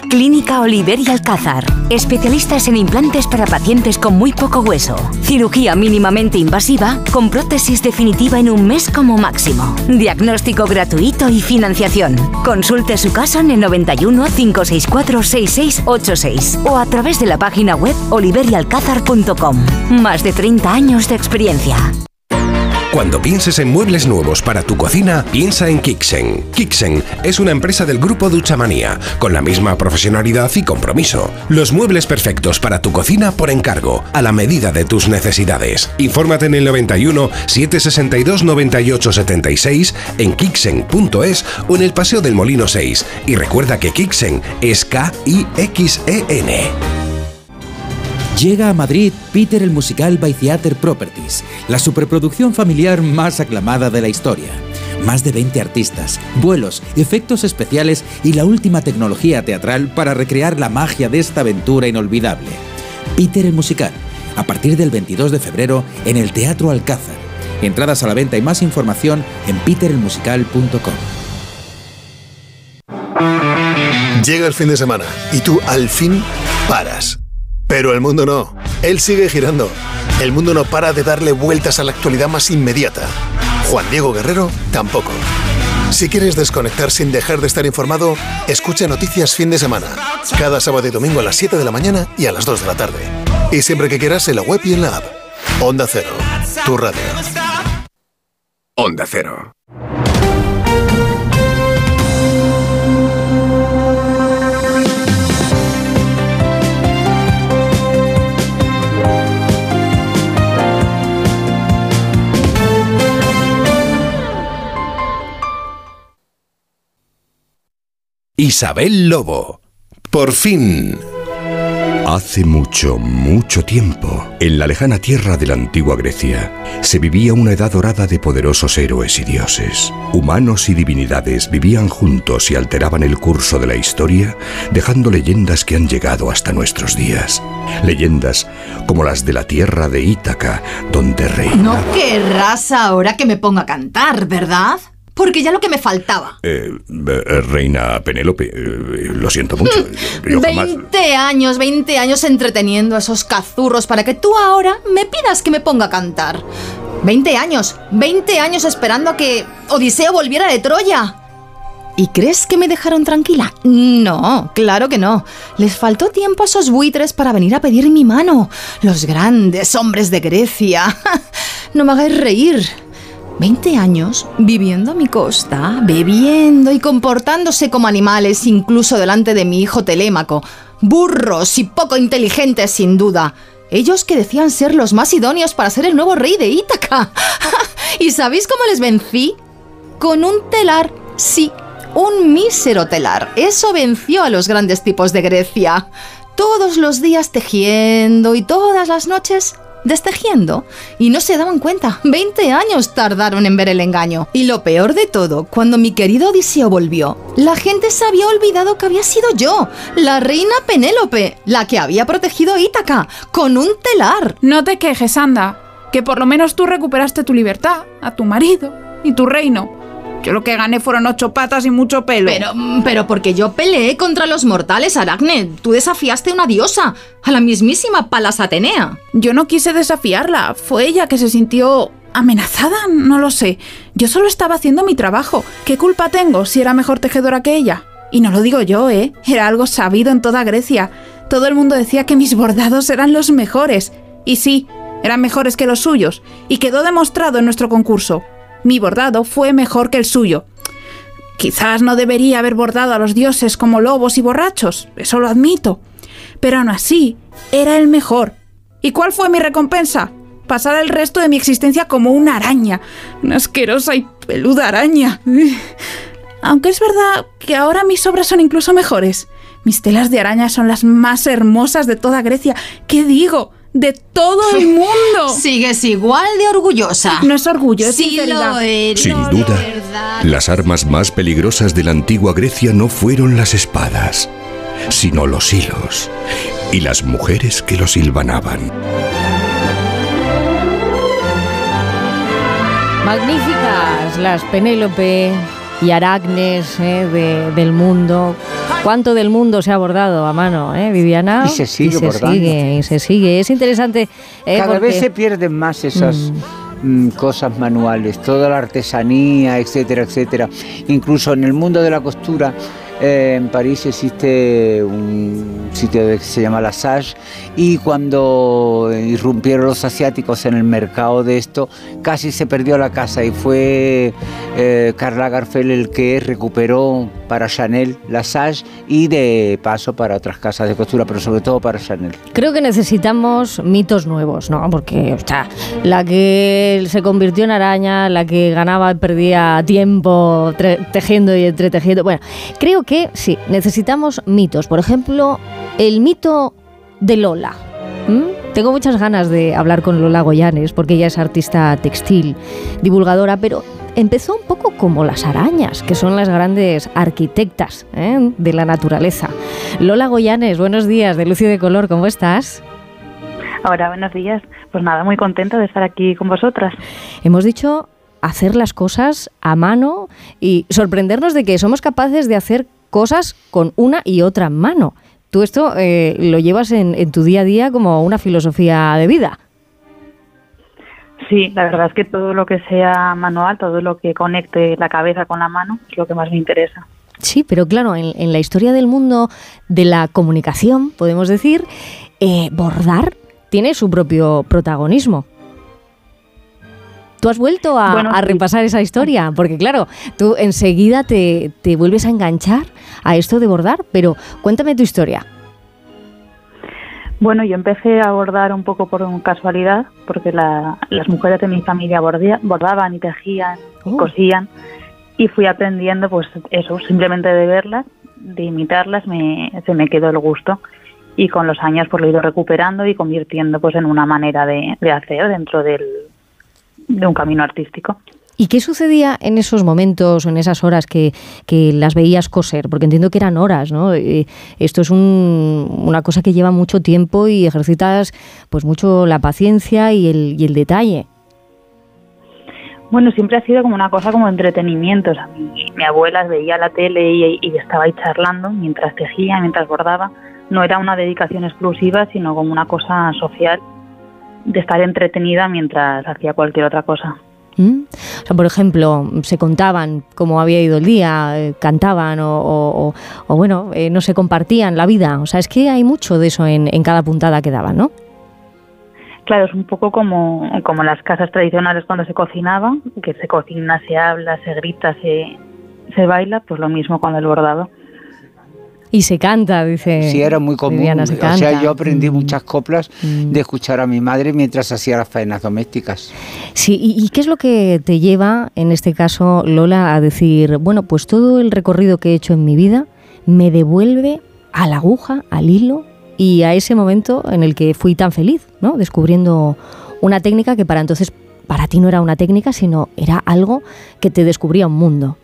Clínica Oliver y Alcázar. Especialistas en implantes para pacientes con muy poco hueso. Cirugía mínimamente invasiva con prótesis definitiva en un mes como máximo. Diagnóstico gratuito y financiación. Consulte su caso en el 91 564 6686 o a través de la página web oliverialcázar.com. Más de 30 años de experiencia. Cuando pienses en muebles nuevos para tu cocina, piensa en Kixen. Kixen es una empresa del grupo Duchamanía, con la misma profesionalidad y compromiso. Los muebles perfectos para tu cocina por encargo, a la medida de tus necesidades. Infórmate en el 91 762 98 76, en Kixen.es o en el Paseo del Molino 6. Y recuerda que Kixen es K-I-X-E-N. Llega a Madrid Peter el Musical by Theatre Properties, la superproducción familiar más aclamada de la historia. Más de 20 artistas, vuelos, efectos especiales y la última tecnología teatral para recrear la magia de esta aventura inolvidable. Peter el Musical, a partir del 22 de febrero en el Teatro Alcázar. Entradas a la venta y más información en peterelmusical.com. Llega el fin de semana y tú al fin paras. Pero el mundo no. Él sigue girando. El mundo no para de darle vueltas a la actualidad más inmediata. Juan Diego Guerrero tampoco. Si quieres desconectar sin dejar de estar informado, escucha Noticias Fin de Semana. Cada sábado y domingo a las 7 de la mañana y a las 2 de la tarde. Y siempre que quieras en la web y en la app. Onda Cero. Tu radio. Onda Cero. Isabel Lobo. Por fin. Hace mucho, mucho tiempo, en la lejana tierra de la antigua Grecia, se vivía una edad dorada de poderosos héroes y dioses. Humanos y divinidades vivían juntos y alteraban el curso de la historia, dejando leyendas que han llegado hasta nuestros días. Leyendas como las de la tierra de Ítaca, donde reina... No querrás ahora que me ponga a cantar, ¿verdad? Porque ya lo que me faltaba. Reina Penélope, lo siento mucho. Yo jamás... 20 años entreteniendo a esos cazurros para que tú ahora me pidas que me ponga a cantar. 20 años esperando a que Odiseo volviera de Troya. ¿Y crees que me dejaron tranquila? No, claro que no. Les faltó tiempo a esos buitres para venir a pedir mi mano. Los grandes hombres de Grecia. No me hagáis reír. 20 años viviendo a mi costa, bebiendo y comportándose como animales, incluso delante de mi hijo Telémaco. Burros y poco inteligentes, sin duda. Ellos que decían ser los más idóneos para ser el nuevo rey de Ítaca. ¿Y sabéis cómo les vencí? Con un telar, sí, un mísero telar. Eso venció a los grandes tipos de Grecia. Todos los días tejiendo y todas las noches... destejiendo, y no se daban cuenta. 20 años tardaron en ver el engaño. Y lo peor de todo, cuando mi querido Odiseo volvió, la gente se había olvidado que había sido yo, la reina Penélope, la que había protegido a Ítaca, con un telar. No te quejes, anda, que por lo menos tú recuperaste tu libertad, a tu marido y tu reino. Yo lo que gané fueron 8 patas y mucho pelo. Pero porque yo peleé contra los mortales, Aracne. Tú desafiaste a una diosa, a la mismísima Palas Atenea. Yo no quise desafiarla. Fue ella que se sintió amenazada, no lo sé. Yo solo estaba haciendo mi trabajo. ¿Qué culpa tengo si era mejor tejedora que ella? Y no lo digo yo, ¿eh? Era algo sabido en toda Grecia. Todo el mundo decía que mis bordados eran los mejores. Y sí, eran mejores que los suyos. Y quedó demostrado en nuestro concurso. Mi bordado fue mejor que el suyo. Quizás no debería haber bordado a los dioses como lobos y borrachos, eso lo admito. Pero aún así, era el mejor. ¿Y cuál fue mi recompensa? Pasar el resto de mi existencia como una araña. Una asquerosa y peluda araña. Aunque es verdad que ahora mis obras son incluso mejores. Mis telas de araña son las más hermosas de toda Grecia. ¿Qué digo? ¡De todo el mundo! Sigues igual de orgullosa. No es orgullo, es sí sinceridad. Lo eres. Sin duda, las armas más peligrosas de la antigua Grecia no fueron las espadas, sino los hilos y las mujeres que los hilvanaban. Magníficas las Penélope y aracnes del mundo. ¿Cuánto del mundo se ha bordado a mano, Viviana? Y se sigue bordando. Y se sigue. Es interesante. Cada vez se pierden más esas cosas manuales, toda la artesanía, etcétera, etcétera. Incluso en el mundo de la costura, en París existe un sitio que se llama La Sage, y cuando irrumpieron los asiáticos en el mercado de esto, casi se perdió la casa, y fue Karl Lagerfeld el que recuperó para Chanel La Sage y de paso para otras casas de costura, pero sobre todo para Chanel. Creo que necesitamos mitos nuevos, ¿no? Porque, o sea, la que se convirtió en araña, la que ganaba y perdía tiempo tejiendo y entretejiendo. Bueno, creo que sí, necesitamos mitos. Por ejemplo, el mito de Lola. Tengo muchas ganas de hablar con Lola Goyanes, porque ella es artista textil, divulgadora, pero empezó un poco como las arañas, que son las grandes arquitectas de la naturaleza. Lola Goyanes, buenos días, de Luz y de Color, ¿cómo estás? Hola, buenos días. Pues nada, muy contenta de estar aquí con vosotras. Hemos dicho hacer las cosas a mano y sorprendernos de que somos capaces de hacer cosas con una y otra mano. Tú esto lo llevas en tu día a día como una filosofía de vida. Sí, la verdad es que todo lo que sea manual, todo lo que conecte la cabeza con la mano es lo que más me interesa. Sí, pero claro, en la historia del mundo de la comunicación, podemos decir, bordar tiene su propio protagonismo. ¿Tú has vuelto a repasar esa historia? Porque claro, tú enseguida te vuelves a enganchar a esto de bordar, pero cuéntame tu historia. Bueno, yo empecé a bordar un poco por casualidad, porque las mujeres de mi familia bordaban y tejían y cosían, y fui aprendiendo pues eso, simplemente de verlas, de imitarlas, se me quedó el gusto, y con los años pues lo he ido recuperando y convirtiendo pues en una manera de hacer dentro de un camino artístico. ¿Y qué sucedía en esos momentos o en esas horas que las veías coser? Porque entiendo que eran horas, ¿no? Esto es una cosa que lleva mucho tiempo y ejercitas pues mucho la paciencia y el detalle. Bueno, siempre ha sido como una cosa como entretenimiento. O sea, mi abuela veía la tele y estaba ahí charlando mientras tejía, mientras bordaba. No era una dedicación exclusiva, sino como una cosa social de estar entretenida mientras hacía cualquier otra cosa. O sea, por ejemplo, se contaban cómo había ido el día, cantaban o bueno, no se compartían la vida. O sea, es que hay mucho de eso en cada puntada que daban, ¿no? Claro, es un poco como las casas tradicionales cuando se cocinaba, que se cocina, se habla, se grita, se baila, pues lo mismo con el bordado. Y se canta, dice. Sí, era muy común. Viviana, se canta. O sea, yo aprendí muchas coplas de escuchar a mi madre mientras hacía las faenas domésticas. Sí, ¿y qué es lo que te lleva, en este caso, Lola, a decir, bueno, pues todo el recorrido que he hecho en mi vida me devuelve a la aguja, al hilo y a ese momento en el que fui tan feliz, ¿no? Descubriendo una técnica que para entonces, para ti no era una técnica, sino era algo que te descubría un mundo.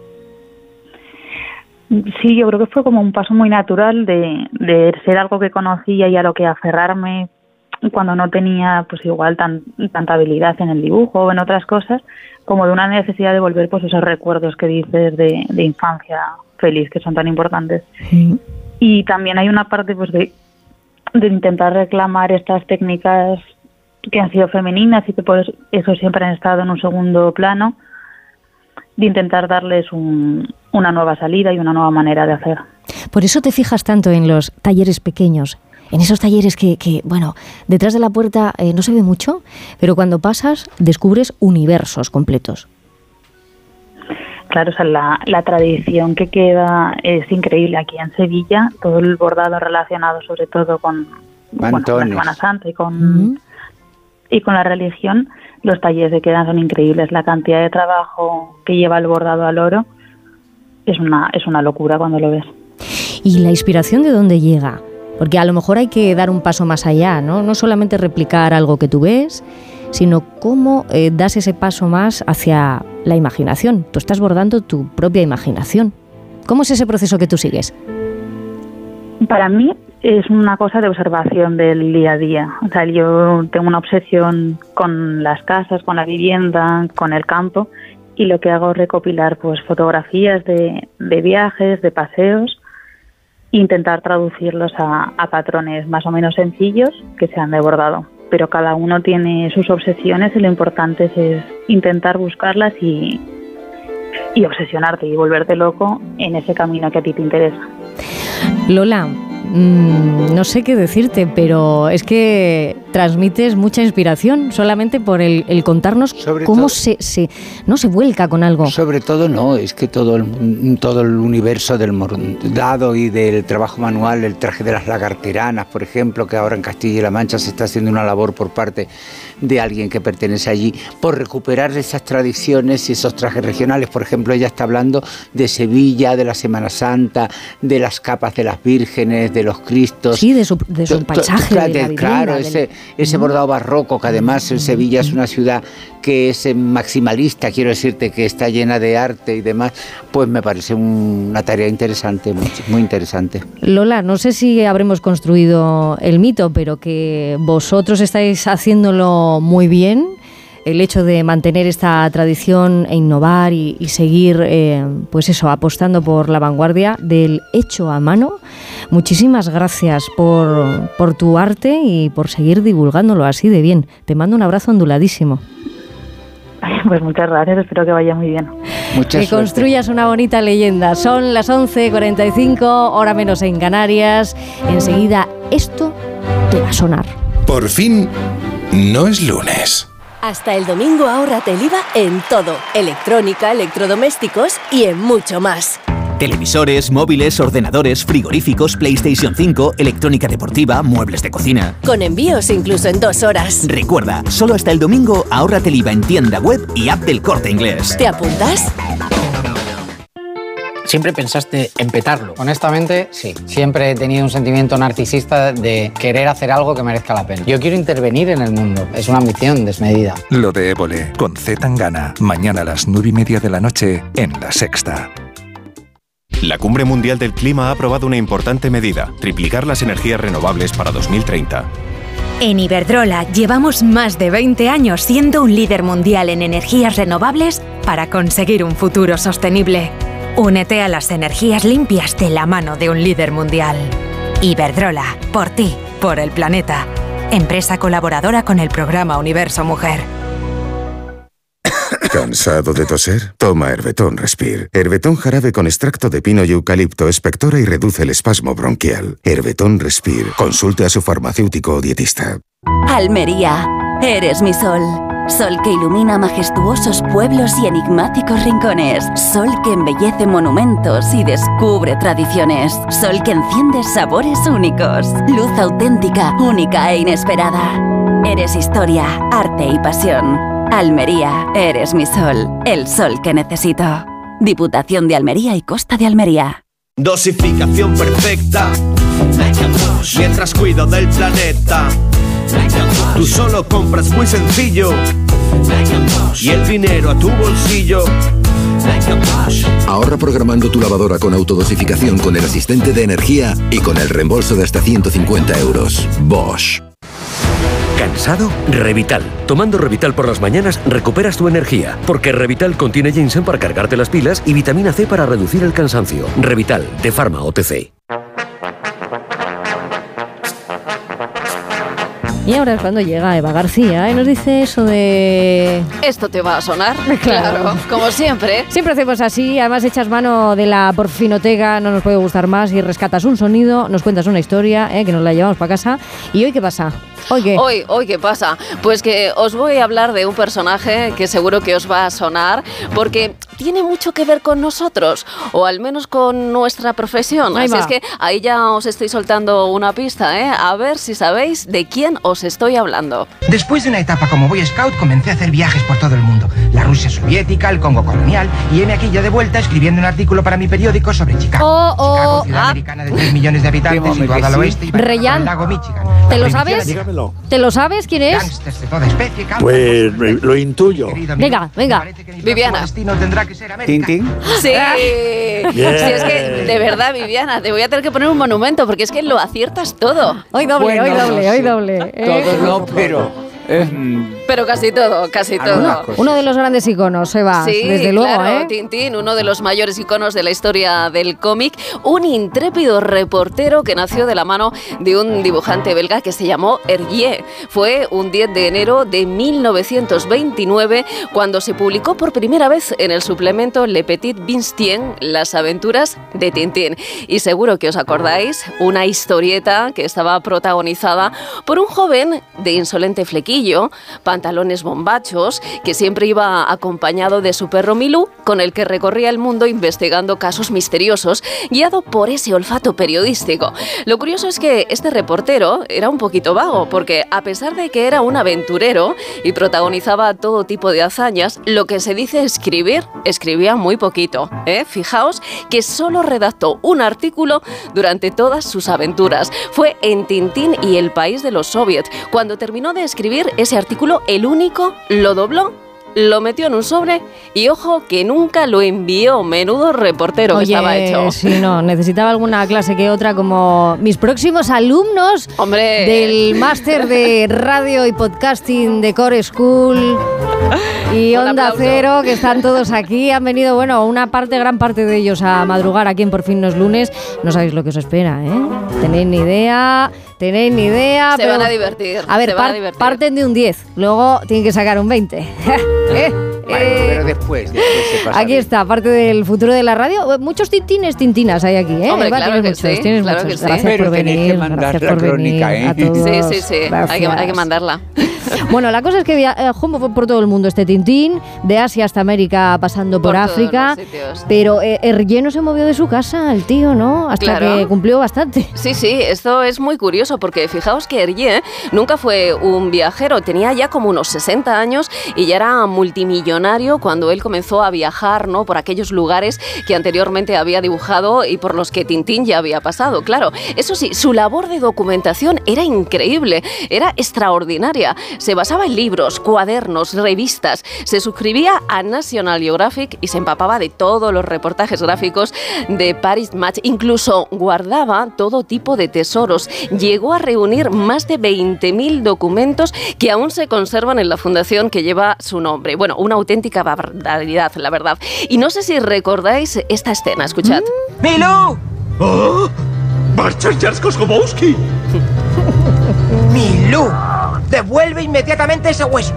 Sí, yo creo que fue como un paso muy natural de ser algo que conocía y a lo que aferrarme cuando no tenía pues igual tanta habilidad en el dibujo o en otras cosas, como de una necesidad de volver pues esos recuerdos que dices de infancia feliz, que son tan importantes. Sí. Y también hay una parte pues de intentar reclamar estas técnicas que han sido femeninas y que por eso siempre han estado en un segundo plano, de intentar darles una nueva salida y una nueva manera de hacer. Por eso te fijas tanto en los talleres pequeños, en esos talleres que bueno, detrás de la puerta no se ve mucho, pero cuando pasas descubres universos completos. Claro, o sea, la tradición que queda es increíble aquí en Sevilla, todo el bordado relacionado sobre todo con la Semana Santa y con la religión. Los talleres que quedan son increíbles. La cantidad de trabajo que lleva el bordado al oro es una locura cuando lo ves. ¿Y la inspiración de dónde llega? Porque a lo mejor hay que dar un paso más allá, ¿no? No solamente replicar algo que tú ves, sino cómo das ese paso más hacia la imaginación. Tú estás bordando tu propia imaginación. ¿Cómo es ese proceso que tú sigues? Para mí es una cosa de observación del día a día. O sea, yo tengo una obsesión con las casas, con la vivienda, con el campo, y lo que hago es recopilar pues fotografías de viajes, de paseos, e intentar traducirlos a patrones más o menos sencillos que sean de bordado. Pero cada uno tiene sus obsesiones y lo importante es intentar buscarlas y obsesionarte y volverte loco en ese camino que a ti te interesa. Lola, no sé qué decirte, pero es que transmites mucha inspiración solamente por el contarnos sobre cómo se vuelca con algo. Sobre todo no, es que todo el universo del bordado y del trabajo manual, el traje de las lagarteranas, por ejemplo, que ahora en Castilla-La Mancha se está haciendo una labor por parte de alguien que pertenece allí, por recuperar esas tradiciones y esos trajes regionales. Por ejemplo, ella está hablando de Sevilla, de la Semana Santa, de las capas de las vírgenes, de los cristos. Sí, de su paisaje, de la vivienda, claro, ese bordado barroco, que además en Sevilla es una ciudad que es maximalista, quiero decirte, que está llena de arte y demás, pues me parece una tarea interesante, muy interesante. Lola, no sé si habremos construido el mito, pero que vosotros estáis haciéndolo muy bien, el hecho de mantener esta tradición e innovar y seguir, pues eso, apostando por la vanguardia del hecho a mano. Muchísimas gracias por tu arte y por seguir divulgándolo así de bien. Te mando un abrazo onduladísimo. Pues muchas gracias, espero que vaya muy bien. Que construyas una bonita leyenda. Son las 11:45, hora menos en Canarias. Enseguida esto te va a sonar. Por fin, no es lunes. Hasta el domingo ahórrate el IVA en todo, electrónica, electrodomésticos y en mucho más. Televisores, móviles, ordenadores, frigoríficos, PlayStation 5, electrónica deportiva, muebles de cocina. Con envíos incluso en 2 horas. Recuerda, solo hasta el domingo ahórrate el IVA en tienda web y app del Corte Inglés. ¿Te apuntas? ¿Siempre pensaste en petarlo? Honestamente, sí. Siempre he tenido un sentimiento narcisista de querer hacer algo que merezca la pena. Yo quiero intervenir en el mundo. Es una ambición desmedida. Lo de Évole, con Z Tangana. Mañana a las 9:30 de la noche en La Sexta. La Cumbre Mundial del Clima ha aprobado una importante medida: triplicar las energías renovables para 2030. En Iberdrola llevamos más de 20 años siendo un líder mundial en energías renovables para conseguir un futuro sostenible. Únete a las energías limpias de la mano de un líder mundial. Iberdrola, por ti, por el planeta. Empresa colaboradora con el programa Universo Mujer. ¿Cansado de toser? Toma Herbetón Respire. Herbetón jarabe con extracto de pino y eucalipto espectora y reduce el espasmo bronquial. Herbetón Respire. Consulte a su farmacéutico o dietista. Almería, eres mi sol. Sol que ilumina majestuosos pueblos y enigmáticos rincones. Sol que embellece monumentos y descubre tradiciones. Sol que enciende sabores únicos. Luz auténtica, única e inesperada. Eres historia, arte y pasión. Almería, eres mi sol. El sol que necesito. Diputación de Almería y Costa de Almería. Dosificación perfecta. Mientras cuido del planeta. Tú solo compras muy sencillo y el dinero a tu bolsillo. Ahorra programando tu lavadora con autodosificación con el asistente de energía y con el reembolso de hasta 150 euros. Bosch. ¿Cansado? Revital. Tomando Revital por las mañanas recuperas tu energía, porque Revital contiene ginseng para cargarte las pilas y vitamina C para reducir el cansancio. Revital, de Pharma OTC. Y ahora es cuando llega Eva García y nos dice eso de... Esto te va a sonar, claro, como siempre. Siempre hacemos así, además echas mano de la porfinoteca, no nos puede gustar más, y rescatas un sonido, nos cuentas una historia, que nos la llevamos para casa. ¿Y hoy qué pasa? ¿Hoy qué? Hoy ¿qué pasa? Pues que os voy a hablar de un personaje que seguro que os va a sonar, porque tiene mucho que ver con nosotros, o al menos con nuestra profesión. Así es que ahí ya os estoy soltando una pista, a ver si sabéis de quién os estoy hablando. Después de una etapa como Boy Scout comencé a hacer viajes por todo el mundo. La Rusia soviética, el Congo colonial, y heme aquí yo de vuelta escribiendo un artículo para mi periódico sobre Chicago. Chicago, ciudad americana de 3 millones de habitantes, situada al oeste y bajo el lago Michigan. ¿Te lo sabes? ¿Te lo sabes quién es? Pues lo intuyo. Venga. Viviana. ¿Tintín? Sí. Sí, es que, de verdad, Viviana, te voy a tener que poner un monumento, porque es que lo aciertas todo. Hoy doble. Todo no, pero Pero casi todo, casi todo. Uno de los grandes iconos, Eva, sí, desde luego, claro, Tintín, uno de los mayores iconos de la historia del cómic, un intrépido reportero que nació de la mano de un dibujante belga que se llamó Hergé. Fue un 10 de enero de 1929 cuando se publicó por primera vez en el suplemento Le Petit Bastien las aventuras de Tintín. Y seguro que os acordáis, una historieta que estaba protagonizada por un joven de insolente flequillo, pantalones bombachos, que siempre iba acompañado de su perro Milú, con el que recorría el mundo investigando casos misteriosos, guiado por ese olfato periodístico. Lo curioso es que este reportero era un poquito vago, porque a pesar de que era un aventurero y protagonizaba todo tipo de hazañas, lo que se dice escribir, escribía muy poquito. Fijaos que solo redactó un artículo durante todas sus aventuras. Fue en Tintín y el país de los soviets. Cuando terminó de escribir ese artículo, el único, lo dobló, lo metió en un sobre y ojo que nunca lo envió. Menudo reportero que estaba hecho. Sí, no, necesitaba alguna clase que otra, como mis próximos alumnos del máster de radio y podcasting de Core School y Onda Cero, que están todos aquí. Han venido, bueno, gran parte de ellos a madrugar aquí en Por Fin No es Lunes. No sabéis lo que os espera, ¿eh? Tenéis ni idea. Se van a divertir. A ver, parten de un 10, luego tienen que sacar un 20. Pero después se pasa. Aquí está, parte del futuro de la radio. Muchos tintinas hay aquí, ¿eh? Hombre, Eva, claro que sí, tienes claro muchos. que sí. Gracias por venir. Que mandar la crónica, ¿eh? A todos. Sí. Hay que mandarla. Bueno, la cosa es que viajó por todo el mundo este Tintín, de Asia hasta América, pasando por África. Pero Hergé no se movió de su casa, el tío, ¿no? Hasta que cumplió bastante. Sí, esto es muy curioso porque fijaos que Hergé nunca fue un viajero, tenía ya como unos 60 años y ya era multimillonario cuando él comenzó a viajar, ¿no?, por aquellos lugares que anteriormente había dibujado y por los que Tintín ya había pasado. Claro, eso sí, su labor de documentación era increíble, era extraordinaria. Se basaba en libros, cuadernos, revistas, se suscribía a National Geographic y se empapaba de todos los reportajes gráficos de Paris Match. Incluso guardaba todo tipo de tesoros. Llegó a reunir más de 20.000 documentos que aún se conservan en la fundación que lleva su nombre. Bueno, una auténtica barbaridad, la verdad. Y no sé si recordáis esta escena, escuchad. ¡Milú! ¡Oh! ¡Marcha Jarzkowski! ¡Milú! ¡Devuelve inmediatamente ese hueso!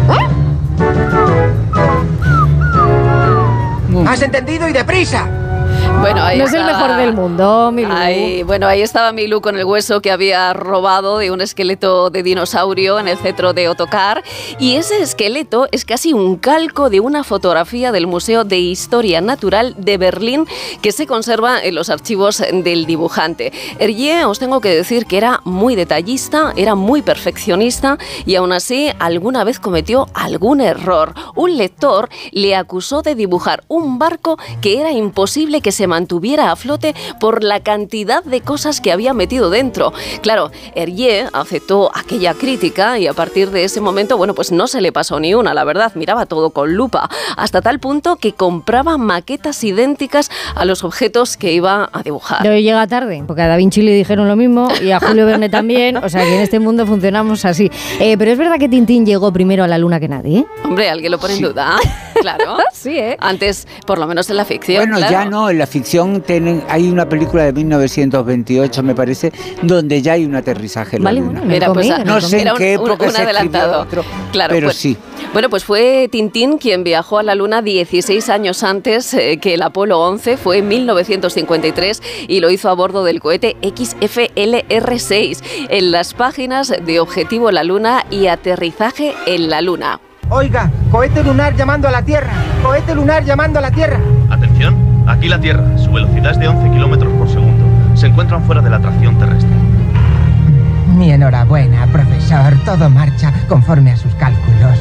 ¿Has entendido? ¡Y deprisa! Bueno, ahí no es el mejor del mundo, Milú. Ahí estaba Milú con el hueso que había robado de un esqueleto de dinosaurio en el cetro de Ottokar. Y ese esqueleto es casi un calco de una fotografía del Museo de Historia Natural de Berlín que se conserva en los archivos del dibujante. Hergé, os tengo que decir que era muy detallista, era muy perfeccionista y aún así alguna vez cometió algún error. Un lector le acusó de dibujar un barco que era imposible que se mantuviera a flote por la cantidad de cosas que había metido dentro. Claro, Hergé aceptó aquella crítica y a partir de ese momento, bueno, pues no se le pasó ni una, la verdad, miraba todo con lupa, hasta tal punto que compraba maquetas idénticas a los objetos que iba a dibujar. Pero llega tarde, porque a Da Vinci le dijeron lo mismo y a Julio Verne también, o sea que en este mundo funcionamos así. Pero es verdad que Tintín llegó primero a la luna que nadie. Hombre, alguien lo pone en duda, claro. Sí, ¿eh? Antes, por lo menos en la ficción. Bueno, claro. Ya no, en la ficción hay una película de 1928, me parece, donde ya hay un aterrizaje en la luna. No sé en qué época se escribió otro, claro, pero pues, sí. Bueno, pues fue Tintín quien viajó a la Luna 16 años antes que el Apolo 11, fue en 1953 y lo hizo a bordo del cohete XFLR-6 en las páginas de Objetivo la Luna y Aterrizaje en la Luna. Oiga, cohete lunar llamando a la Tierra, cohete lunar llamando a la Tierra. Atención, aquí la Tierra, su velocidad es de 11 kilómetros por segundo. Se encuentran fuera de la atracción terrestre. Mi enhorabuena, profesor. Todo marcha conforme a sus cálculos.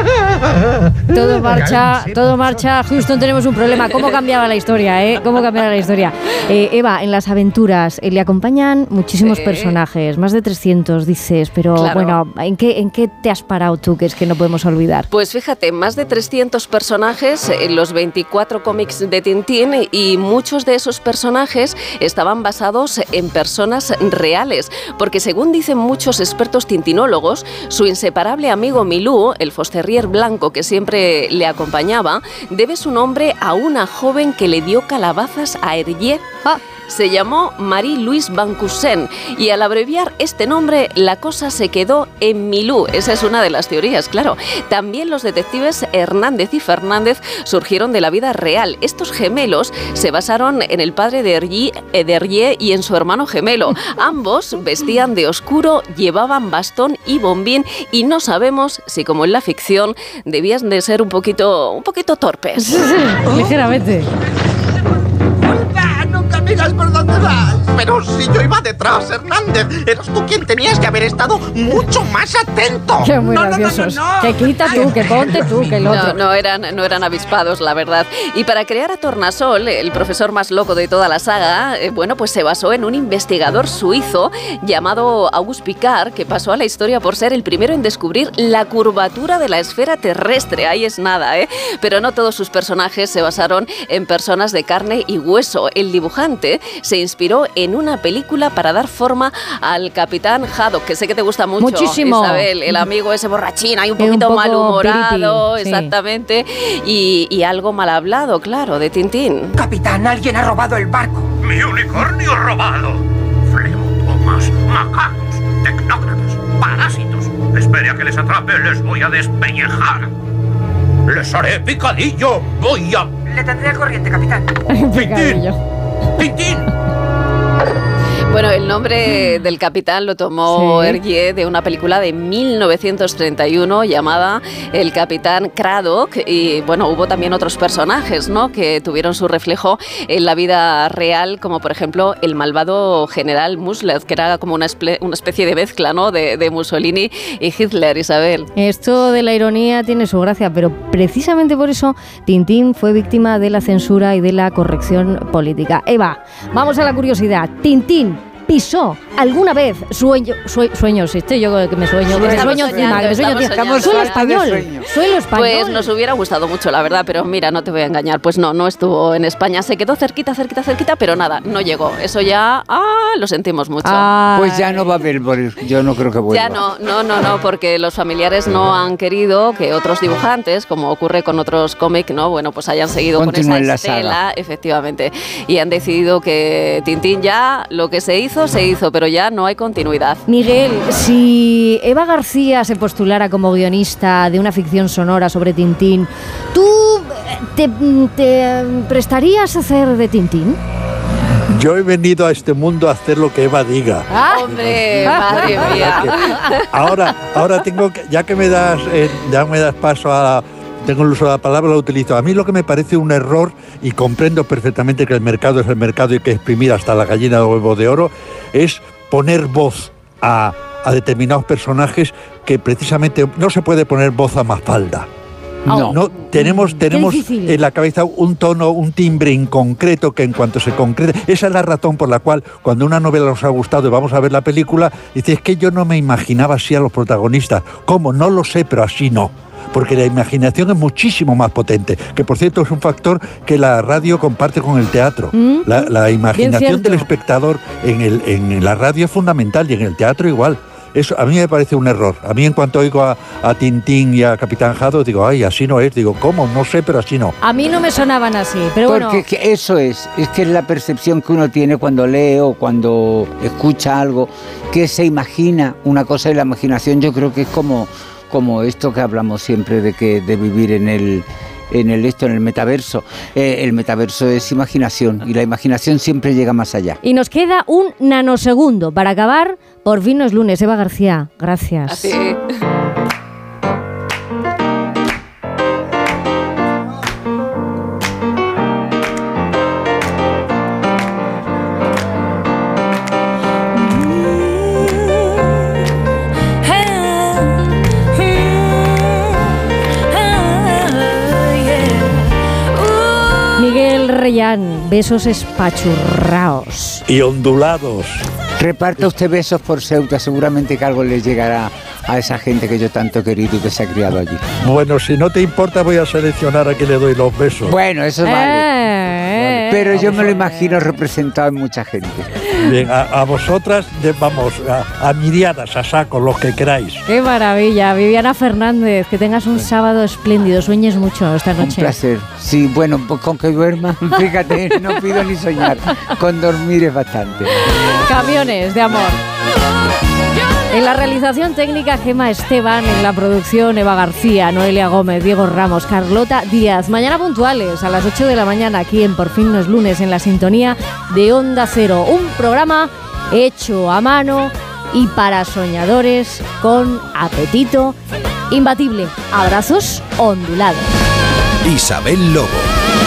Todo marcha. Houston, tenemos un problema. ¿Cómo cambiaba la historia, ¿Cómo cambiaba la historia? Eva, en las aventuras le acompañan muchísimos personajes, más de 300, dices, pero claro. Bueno, ¿en qué te has parado tú, que es que no podemos olvidar? Pues fíjate, más de 300 personajes en los 24 cómics de Tintín y muchos de esos personajes estaban basados en personas reales, porque según dice dicen muchos expertos tintinólogos, su inseparable amigo Milú, el Fosterrier blanco que siempre le acompañaba, debe su nombre a una joven que le dio calabazas a Hergé. Se llamó Marie-Louise Van Coussen y al abreviar este nombre la cosa se quedó en Milú. Esa es una de las teorías, claro. También los detectives Hernández y Fernández surgieron de la vida real. Estos gemelos se basaron en el padre de Hergé y en su hermano gemelo. Ambos vestían de oscuro, llevaban bastón y bombín y no sabemos si, como en la ficción, debían de ser un poquito torpes. Ligeramente. ¡Nunca miras por dónde vas! Pero si yo iba detrás, Hernández. Eras tú quien tenías que haber estado mucho más atento. ¡Qué muy graciosos! Que quita tú, que ponte tú, que el otro. No eran avispados, la verdad. Y para crear a Tornasol, el profesor más loco de toda la saga, pues se basó en un investigador suizo llamado Auguste Piccard, que pasó a la historia por ser el primero en descubrir la curvatura de la esfera terrestre. Ahí es nada, ¿eh? Pero no todos sus personajes se basaron en personas de carne y hueso. El dibujante se inspiró en una película para dar forma al Capitán Haddock, que sé que te gusta mucho, muchísimo, Isabel, el amigo ese borrachín, ahí un poquito malhumorado, piripi, exactamente, sí. y algo mal hablado, claro, de Tintín. Capitán, alguien ha robado el barco. ¡Mi unicornio robado! Flemotomas, macacos, tecnócratas, parásitos. Espere a que les atrape, les voy a despellejar. ¡Les haré picadillo! ¡Voy a...! Le tendré al corriente, capitán. ¡Tintín! ¡Tintín! Bueno, el nombre del capitán lo tomó Hergé de una película de 1931 llamada El Capitán Cradock y hubo también otros personajes, ¿no?, que tuvieron su reflejo en la vida real, como por ejemplo el malvado general Muslez, que era como una especie de mezcla, ¿no?, de Mussolini y Hitler, Isabel. Esto de la ironía tiene su gracia, pero precisamente por eso Tintín fue víctima de la censura y de la corrección política. Eva, vamos a la curiosidad. Tintín pisó alguna vez sueños, estoy yo que me sueño encima. Suelo español. Pues nos hubiera gustado mucho, la verdad, pero mira, no te voy a engañar, pues no estuvo en España, se quedó cerquita, pero nada, no llegó. Eso ya, lo sentimos mucho. Pues ya no va a haber, yo no creo que vuelva. Ya no, porque los familiares no han querido que otros dibujantes, como ocurre con otros cómics, ¿no? Pues hayan seguido con esa estela, efectivamente, y han decidido que Tintín ya, lo que se hizo, pero ya no hay continuidad. Miguel, si Eva García se postulara como guionista de una ficción sonora sobre Tintín, ¿tú te prestarías a hacer de Tintín? Yo he venido a este mundo a hacer lo que Eva diga. ¡Hombre, madre mía! Ahora tengo que, ya me das paso a... Tengo el uso de la palabra, lo utilizo. A mí lo que me parece un error, y comprendo perfectamente que el mercado es el mercado y hay que exprimir hasta la gallina de huevo de oro, es poner voz a determinados personajes que precisamente no se puede poner voz a Mafalda. No, tenemos en la cabeza un tono, un timbre inconcreto que en cuanto se concrete, esa es la razón por la cual cuando una novela nos ha gustado y vamos a ver la película, dice, es que yo no me imaginaba así a los protagonistas. ¿Cómo? No lo sé, pero así no. Porque la imaginación es muchísimo más potente, que por cierto es un factor que la radio comparte con el teatro. La imaginación del espectador en la radio es fundamental y en el teatro igual. Eso a mí me parece un error. A mí en cuanto oigo a Tintín y a Capitán Haddock digo, ay, así no es. Digo, ¿cómo? No sé, pero así no. A mí no me sonaban así, pero porque eso es que es la percepción que uno tiene cuando lee o cuando escucha algo, que se imagina una cosa y la imaginación yo creo que es como esto que hablamos siempre de vivir en el metaverso. El metaverso es imaginación y la imaginación siempre llega más allá. Y nos queda un nanosegundo para acabar. Por fin no es lunes. Eva García, gracias. Así. Besos espachurraos y ondulados. Reparta usted besos por Ceuta, seguramente que algo les llegará a esa gente que yo tanto he querido y que se ha criado allí. Bueno, si no te importa, voy a seleccionar a quién le doy los besos. Bueno, eso vale. Pero yo me lo imagino representado en mucha gente. Bien, a vosotras, vamos, a miriadas, a saco, los que queráis. ¡Qué maravilla! Viviana Fernández, que tengas un sábado espléndido. Sueñes mucho esta noche. Un placer. Sí, bueno, pues con que duerma, fíjate, no pido ni soñar. Con dormir es bastante. Camiones de amor. En la realización técnica, Gema Esteban. En la producción, Eva García, Noelia Gómez, Diego Ramos, Carlota Díaz. Mañana puntuales, a las 8 de la mañana, aquí en Por fin no es lunes, en la sintonía de Onda Cero. Un programa hecho a mano y para soñadores con apetito imbatible. Abrazos ondulados. Isabel Lobo.